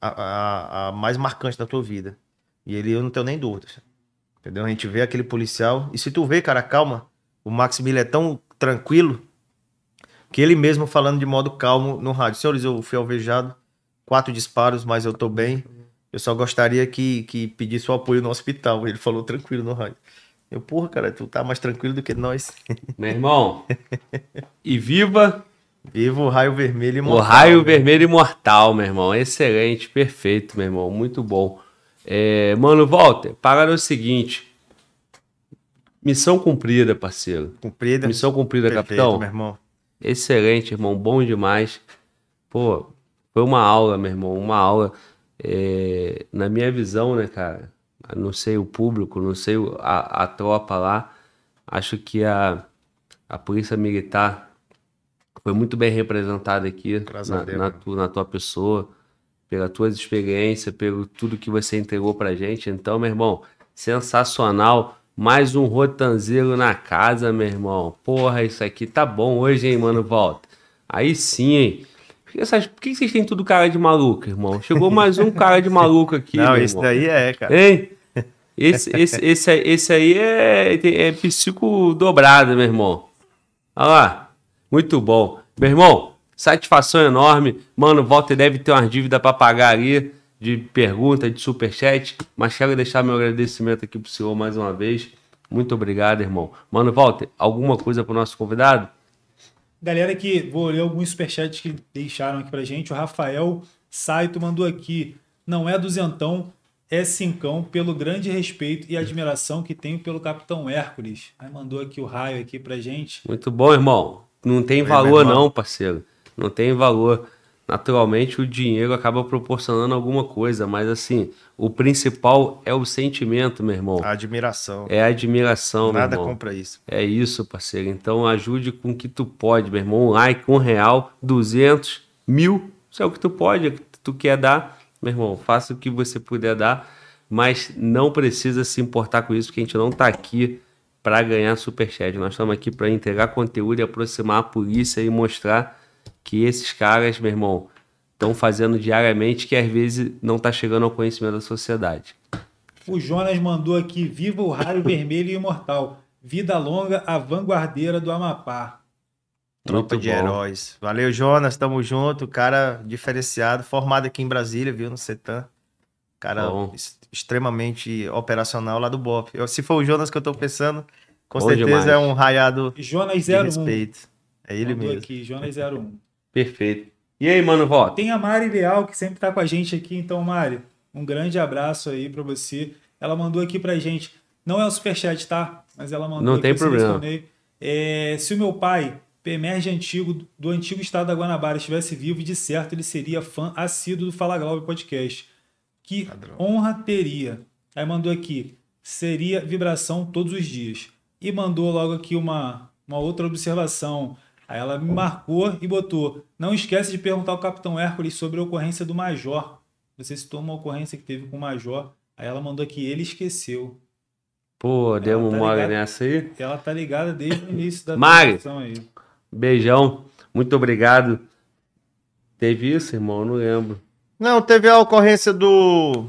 a mais marcante da tua vida. E eu não tenho nem dúvidas. Entendeu? A gente vê aquele policial. E se tu vê, cara, calma, o Max Miller é tão tranquilo que ele mesmo falando de modo calmo no rádio: senhores, eu fui alvejado, 4 disparos, mas eu tô bem. Eu só gostaria que pedisse o apoio no hospital. Ele falou tranquilo no rádio. Eu, porra, cara, tu tá mais tranquilo do que nós. Meu irmão, e viva Viva o Raio Vermelho o Imortal. Raio Vermelho Imortal, meu irmão. Excelente, perfeito, meu irmão. Muito bom. Mano, Walter, parada é o seguinte. Missão cumprida, parceiro. Cumprida. Missão cumprida, Perfeito, capitão. meu irmão. Excelente, irmão. Bom demais. Pô, foi uma aula, meu irmão. Uma aula. Na minha visão, né, cara? não sei o público, não sei a tropa lá. Acho que a Polícia Militar foi muito bem representada aqui Graças a Deus, na tua pessoa, pelas tuas experiências, pelo tudo que você entregou pra gente. Então, meu irmão, sensacional. Mais um rotanzeiro na casa, meu irmão. Porra, isso aqui tá bom hoje, hein, mano, Walter? Aí sim, hein? Por que vocês têm tudo cara de maluco, irmão? Chegou mais um cara de maluco aqui, Não, meu isso irmão. daí é, cara. Hein? Esse aí é psico dobrado, meu irmão. Olha lá. Muito bom. Meu irmão, satisfação enorme. Mano, o Walter deve ter umas dívidas pra pagar ali, de pergunta, de superchat. Mas quero deixar meu agradecimento aqui pro senhor mais uma vez. Muito obrigado, irmão. Mano, Walter, alguma coisa pro nosso convidado? Galera que vou ler alguns superchats que deixaram aqui pra gente. O Rafael Saito mandou aqui. Não é duzentão, é cincão, pelo grande respeito e admiração que tenho pelo Capitão Hércules. Aí mandou aqui o raio aqui pra gente. Muito bom, irmão. Não tem Oi, valor meu irmão. não, parceiro. Não tem valor. Naturalmente o dinheiro acaba proporcionando alguma coisa, mas assim, o principal é o sentimento, meu irmão. A admiração. É a admiração, meu Nada irmão. compra isso. É isso, parceiro. Então ajude com o que tu pode, meu irmão. Um like, R$1, 200, 1.000. Isso é o que tu pode, é o que tu quer dar. Meu irmão, faça o que você puder dar, mas não precisa se importar com isso, porque a gente não tá aqui para ganhar superchat. Nós estamos aqui para entregar conteúdo e aproximar a polícia e mostrar que esses caras, meu irmão, estão fazendo diariamente que às vezes não tá chegando ao conhecimento da sociedade. O Jonas mandou aqui. Viva o raio vermelho e imortal. Vida longa, a vanguardeira do Amapá. Tropa Muito de bom. heróis. Valeu, Jonas. Tamo junto. Cara diferenciado. Formado aqui em Brasília, viu? No CETAM. Cara Bom. extremamente operacional lá do BOP. Se for o Jonas que eu tô pensando, com Bom certeza demais. é um raiado Jonas de 01. respeito. É ele Mandou mesmo. aqui. Jonas 01. Perfeito. E aí, mano, Walter? Tem a Mari Leal, que sempre tá com a gente aqui. Então, Mari, um grande abraço aí pra você. Ela mandou aqui pra gente. Não é um superchat, tá? Mas ela mandou Não aqui, tem eu problema. selecionei. Se o meu pai, PMERG antigo, do antigo estado da Guanabara, estivesse vivo, de certo ele seria fã assíduo do Fala Globo Podcast. Que Padrão. honra teria. Aí mandou aqui. Seria vibração todos os dias. E mandou logo aqui uma outra observação. Aí ela me marcou e botou: não esquece de perguntar ao Capitão Hércules sobre a ocorrência do Major. Você citou uma ocorrência que teve com o Major. Aí ela mandou aqui: ele esqueceu. Pô, deu tá uma hora ligado? nessa aí. Ela tá ligada desde o início da Mari. transmissão aí. Beijão. Muito obrigado. Teve isso, irmão? Eu não lembro. Não, teve a ocorrência do...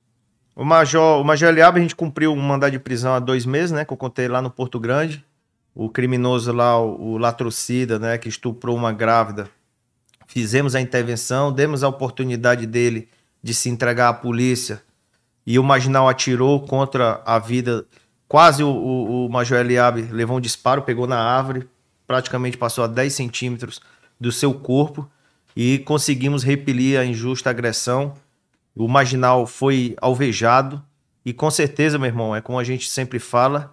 O Major Eliabe, a gente cumpriu um mandado de prisão há 2 meses, né? Que eu contei lá no Porto Grande. O criminoso lá, o latrocida, né? Que estuprou uma grávida. Fizemos a intervenção, demos a oportunidade dele de se entregar à polícia. E o marginal atirou contra a vida. Quase o Major Eliabe levou um disparo, pegou na árvore. Praticamente passou a 10 centímetros do seu corpo. E conseguimos repelir a injusta agressão. O marginal foi alvejado e com certeza, meu irmão, é como a gente sempre fala,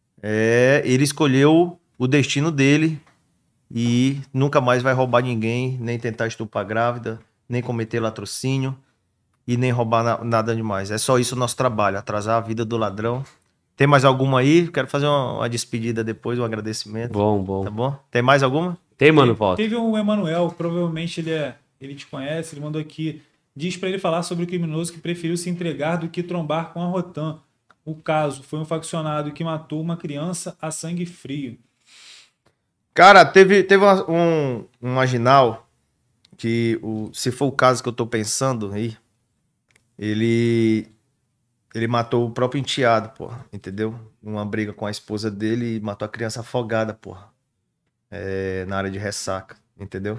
ele escolheu o destino dele e nunca mais vai roubar ninguém, nem tentar estuprar grávida, nem cometer latrocínio e nem roubar nada demais. É só isso o nosso trabalho, atrasar a vida do ladrão. Tem mais alguma aí? Quero fazer uma despedida depois, um agradecimento. Bom. Tá bom? Tem mais alguma? Tem, mano, Walter? Teve um Emanuel, provavelmente ele te conhece, ele mandou aqui. Diz para ele falar sobre o criminoso que preferiu se entregar do que trombar com a Rotan. O caso foi um faccionado que matou uma criança a sangue frio. Cara, teve um marginal que, se for o caso que eu tô pensando aí, ele matou o próprio enteado, porra, entendeu? Uma briga com a esposa dele e matou a criança afogada, porra, na área de ressaca, entendeu?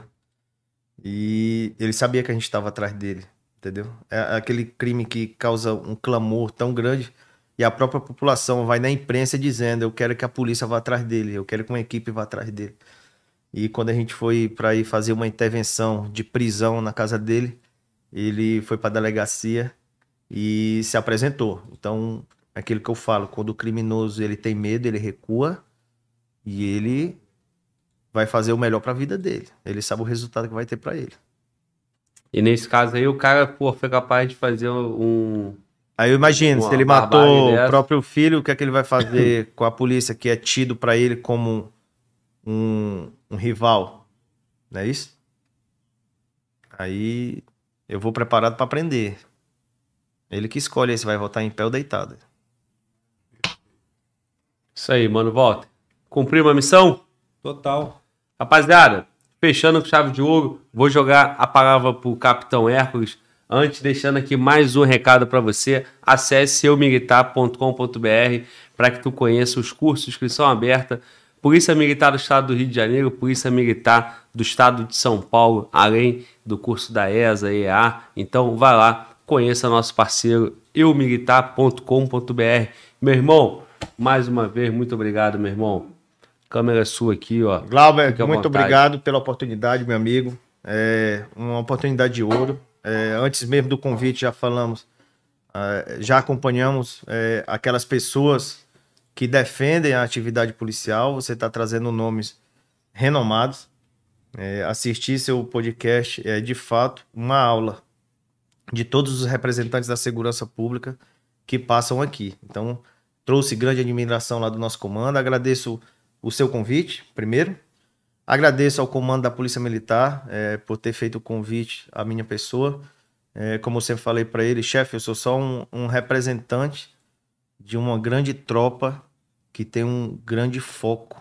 E ele sabia que a gente tava atrás dele, entendeu? É aquele crime que causa um clamor tão grande e a própria população vai na imprensa dizendo: eu quero que a polícia vá atrás dele, eu quero que uma equipe vá atrás dele. E quando a gente foi para ir fazer uma intervenção de prisão na casa dele, ele foi para a delegacia e se apresentou. Então, é aquilo que eu falo, quando o criminoso ele tem medo, ele recua e ele vai fazer o melhor para a vida dele. Ele sabe o resultado que vai ter para ele. E nesse caso aí, o cara, pô, foi capaz de fazer um Aí eu imagino, se Uma ele barbárie matou dessa. o próprio filho, o que é que ele vai fazer com a polícia, que é tido pra ele como um rival? Não é isso? Aí eu vou preparado pra aprender. Ele que escolhe aí se vai votar em pé ou deitado. Isso aí, mano, volta. Cumpriu uma missão? Total. Rapaziada, fechando com chave de ouro, vou jogar a palavra pro Capitão Hércules. Antes, deixando aqui mais um recado para você. Acesse eumilitar.com.br para que tu conheça os cursos, inscrição aberta. Polícia Militar do Estado do Rio de Janeiro, Polícia Militar do Estado de São Paulo, além do curso da ESA, EA. Então, vai lá, conheça nosso parceiro eumilitar.com.br. Meu irmão, mais uma vez, muito obrigado, meu irmão. Câmera sua aqui, ó. Glauber, Fique à muito vontade. obrigado pela oportunidade, meu amigo. É uma oportunidade de ouro. Antes mesmo do convite, já falamos, já acompanhamos aquelas pessoas que defendem a atividade policial. Você está trazendo nomes renomados. Assistir seu podcast é, de fato, uma aula de todos os representantes da segurança pública que passam aqui. Então, trouxe grande admiração lá do nosso comando. Agradeço o seu convite, primeiro. Agradeço ao comando da Polícia Militar por ter feito o convite à minha pessoa. Como eu sempre falei para ele, chefe, eu sou só um representante de uma grande tropa que tem um grande foco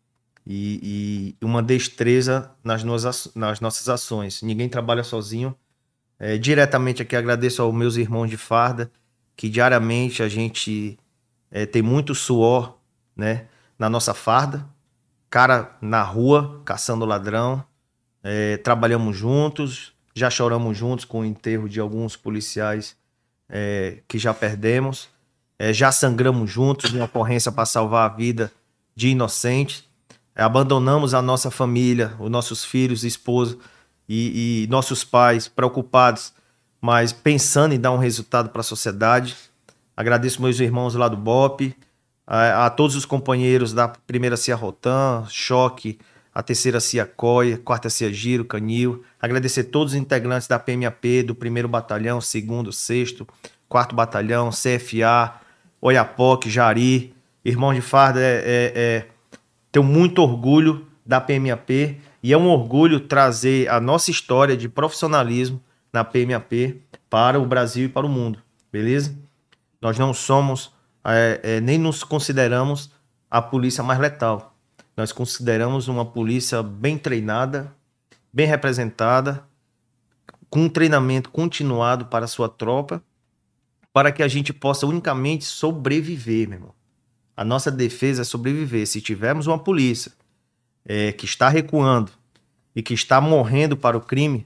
e uma destreza nas nossas ações. Ninguém trabalha sozinho. Diretamente aqui agradeço aos meus irmãos de farda, que diariamente a gente tem muito suor, né, na nossa farda. Cara na rua, caçando ladrão. Trabalhamos juntos, já choramos juntos com o enterro de alguns policiais que já perdemos. Já sangramos juntos em ocorrência para salvar a vida de inocentes. Abandonamos a nossa família, os nossos filhos, esposa e nossos pais preocupados, mas pensando em dar um resultado para a sociedade. Agradeço meus irmãos lá do BOPE, a todos os companheiros da primeira CIA Rotan, Choque, a terceira CIA COI, quarta CIA Giro, Canil. Agradecer todos os integrantes da PMAP, do 1º Batalhão, 2º, 6º, 4º Batalhão, CFA, Oiapoque, Jari. Irmão de farda, tenho muito orgulho da PMAP e é um orgulho trazer a nossa história de profissionalismo na PMAP para o Brasil e para o mundo, beleza? Nós não somos, nem nos consideramos a polícia mais letal. Nós consideramos uma polícia bem treinada, bem representada, com um treinamento continuado para a sua tropa, para que a gente possa unicamente sobreviver, meu irmão. A nossa defesa é sobreviver. Se tivermos uma polícia que está recuando e que está morrendo para o crime,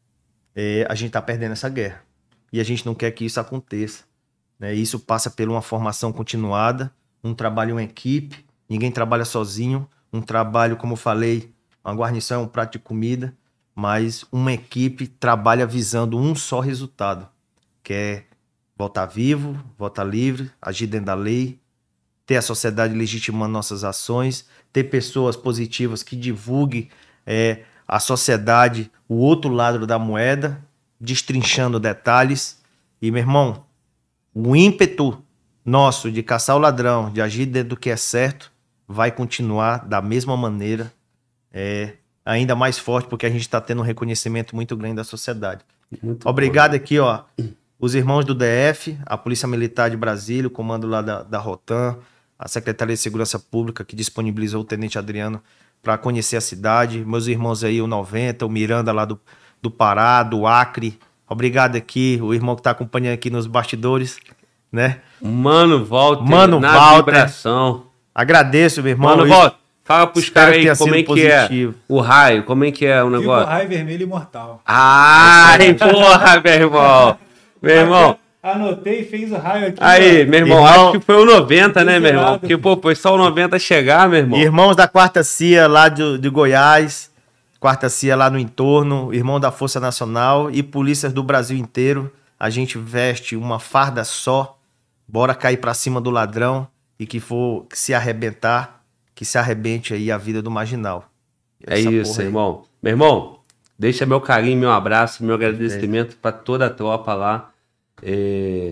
a gente está perdendo essa guerra. E a gente não quer que isso aconteça. Isso passa por uma formação continuada, um trabalho em equipe, ninguém trabalha sozinho, um trabalho, como eu falei, uma guarnição é um prato de comida, mas uma equipe trabalha visando um só resultado, que é votar vivo, votar livre, agir dentro da lei, ter a sociedade legitimando nossas ações, ter pessoas positivas que divulguem a sociedade, o outro lado da moeda, destrinchando detalhes. E, meu irmão, o ímpeto nosso de caçar o ladrão, de agir dentro do que é certo, vai continuar da mesma maneira, ainda mais forte, porque a gente está tendo um reconhecimento muito grande da sociedade. Muito Obrigado bom. aqui, ó, os irmãos do DF, a Polícia Militar de Brasília, o comando lá da Rotan, a Secretaria de Segurança Pública, que disponibilizou o Tenente Adriano para conhecer a cidade, meus irmãos aí, o 90, o Miranda lá do Pará, do Acre. Obrigado aqui, o irmão que está acompanhando aqui nos bastidores, né? Mano, Walter, Mano, na Walter. vibração. Agradeço, meu irmão. Mano, Isso- Walter, fala pros espero caras que aí tenha como é sido que positivo. é o raio, como é que é o Vivo negócio. Raio Vermelho Imortal. Ai, porra, meu irmão. Meu irmão. Anotei e fez o raio aqui. Aí, ó. meu irmão, Irmão. acho que foi o 90, né, meu irmão? Zerado. Porque, pô, foi só o 90 chegar, meu irmão. Irmãos da Quarta CIA lá de Goiás, Quarta CIA lá no entorno, irmão da Força Nacional e polícias do Brasil inteiro. A gente veste uma farda só, bora cair pra cima do ladrão e que for se arrebentar, que se arrebente aí a vida do marginal. É Essa isso, porra aí. irmão. Meu irmão, deixa meu carinho, meu abraço, meu agradecimento pra toda a tropa lá.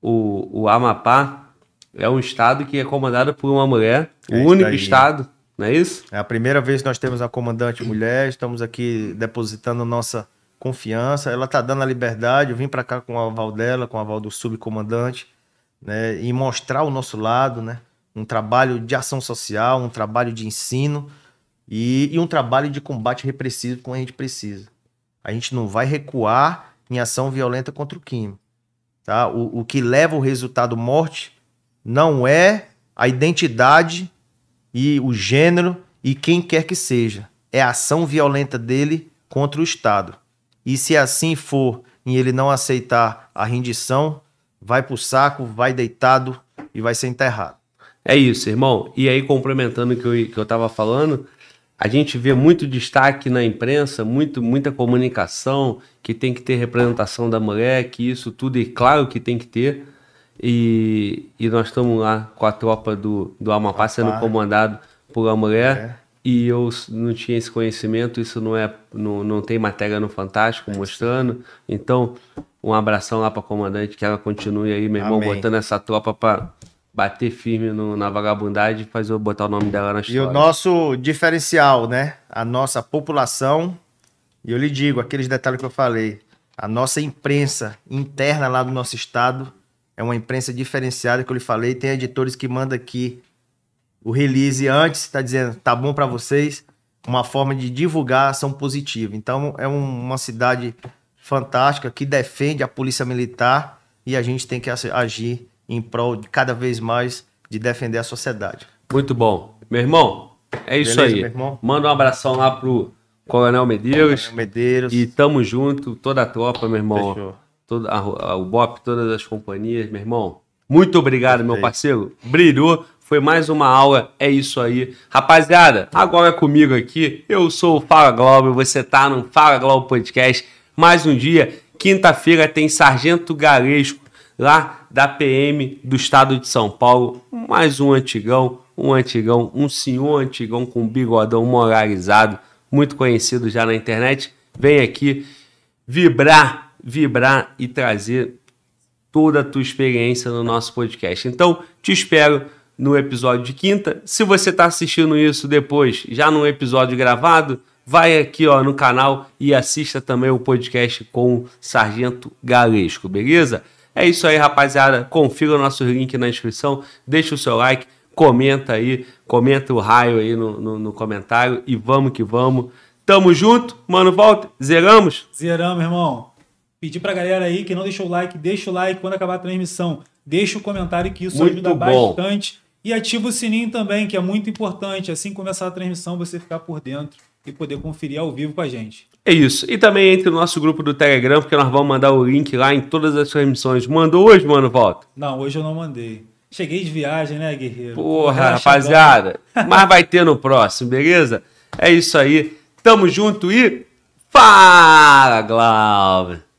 o Amapá é um estado que é comandado por uma mulher, o isso único aí. estado, não é isso? É a primeira vez que nós temos a comandante mulher, estamos aqui depositando nossa confiança. Ela está dando a liberdade. Eu vim para cá com o aval dela, com o aval do subcomandante, né, e mostrar o nosso lado, né, um trabalho de ação social, um trabalho de ensino e um trabalho de combate repressivo como a gente precisa. A gente não vai recuar em ação violenta contra o crime. Tá? O que leva o resultado morte não é a identidade e o gênero e quem quer que seja. É a ação violenta dele contra o Estado. E se assim for e ele não aceitar a rendição, vai pro saco, vai deitado e vai ser enterrado. É isso, irmão. E aí, complementando o que eu tava falando, a gente vê muito destaque na imprensa, muita comunicação, que tem que ter representação da mulher, que isso tudo, e claro que tem que ter. E nós estamos lá com a tropa do Amapá sendo comandado por uma mulher. E eu não tinha esse conhecimento, isso não tem matéria no Fantástico mostrando. Então, um abração lá para a comandante, que ela continue aí, meu irmão, Amém. botando essa tropa para bater firme na vagabundagem e fazer eu botar o nome dela na E história. o nosso diferencial, né? A nossa população, e eu lhe digo, aqueles detalhes que eu falei, a nossa imprensa interna lá do nosso estado é uma imprensa diferenciada que eu lhe falei, tem editores que mandam aqui o release antes, está dizendo, tá bom para vocês, uma forma de divulgar a ação positiva. Então é uma cidade fantástica que defende a polícia militar e a gente tem que agir em prol de cada vez mais de defender a sociedade. Muito bom. Meu irmão, é isso Beleza, aí. meu irmão? Manda um abração lá pro Coronel Medeiros. Medeiros. E tamo junto, toda a tropa, meu irmão. Fechou. O BOP, todas as companhias, meu irmão. Muito obrigado, meu parceiro. Brilhou. Foi mais uma aula. É isso aí. Rapaziada, agora é comigo aqui. Eu sou o Fala Globo. Você tá no Fala Globo Podcast. Mais um dia. Quinta-feira tem Sargento Galesco, lá da PM do estado de São Paulo. Mais um antigão, um senhor antigão com bigodão moralizado, muito conhecido já na internet. Vem aqui vibrar e trazer toda a tua experiência no nosso podcast. Então, te espero no episódio de quinta. Se você está assistindo isso depois, já no episódio gravado, vai aqui ó, no canal e assista também o podcast com o Sargento Galesco, beleza? É isso aí, rapaziada. Confira o nosso link na descrição, deixa o seu like, comenta aí, comenta o raio aí no comentário e vamos que vamos. Tamo junto, mano, volta, zeramos? Zeramos, irmão. Pedir pra galera aí que não deixou o like, deixa o like quando acabar a transmissão. Deixa o comentário que isso Muito ajuda bom. bastante. E ativa o sininho também, que é muito importante. Assim que começar a transmissão, você ficar por dentro e poder conferir ao vivo com a gente. É isso. E também entre no nosso grupo do Telegram, porque nós vamos mandar o link lá em todas as transmissões. Mandou hoje, mano, volta? Não, hoje eu não mandei. Cheguei de viagem, né, guerreiro? Porra, rapaziada. Mas vai ter no próximo, beleza? É isso aí. Tamo junto e... Fala, Glauber!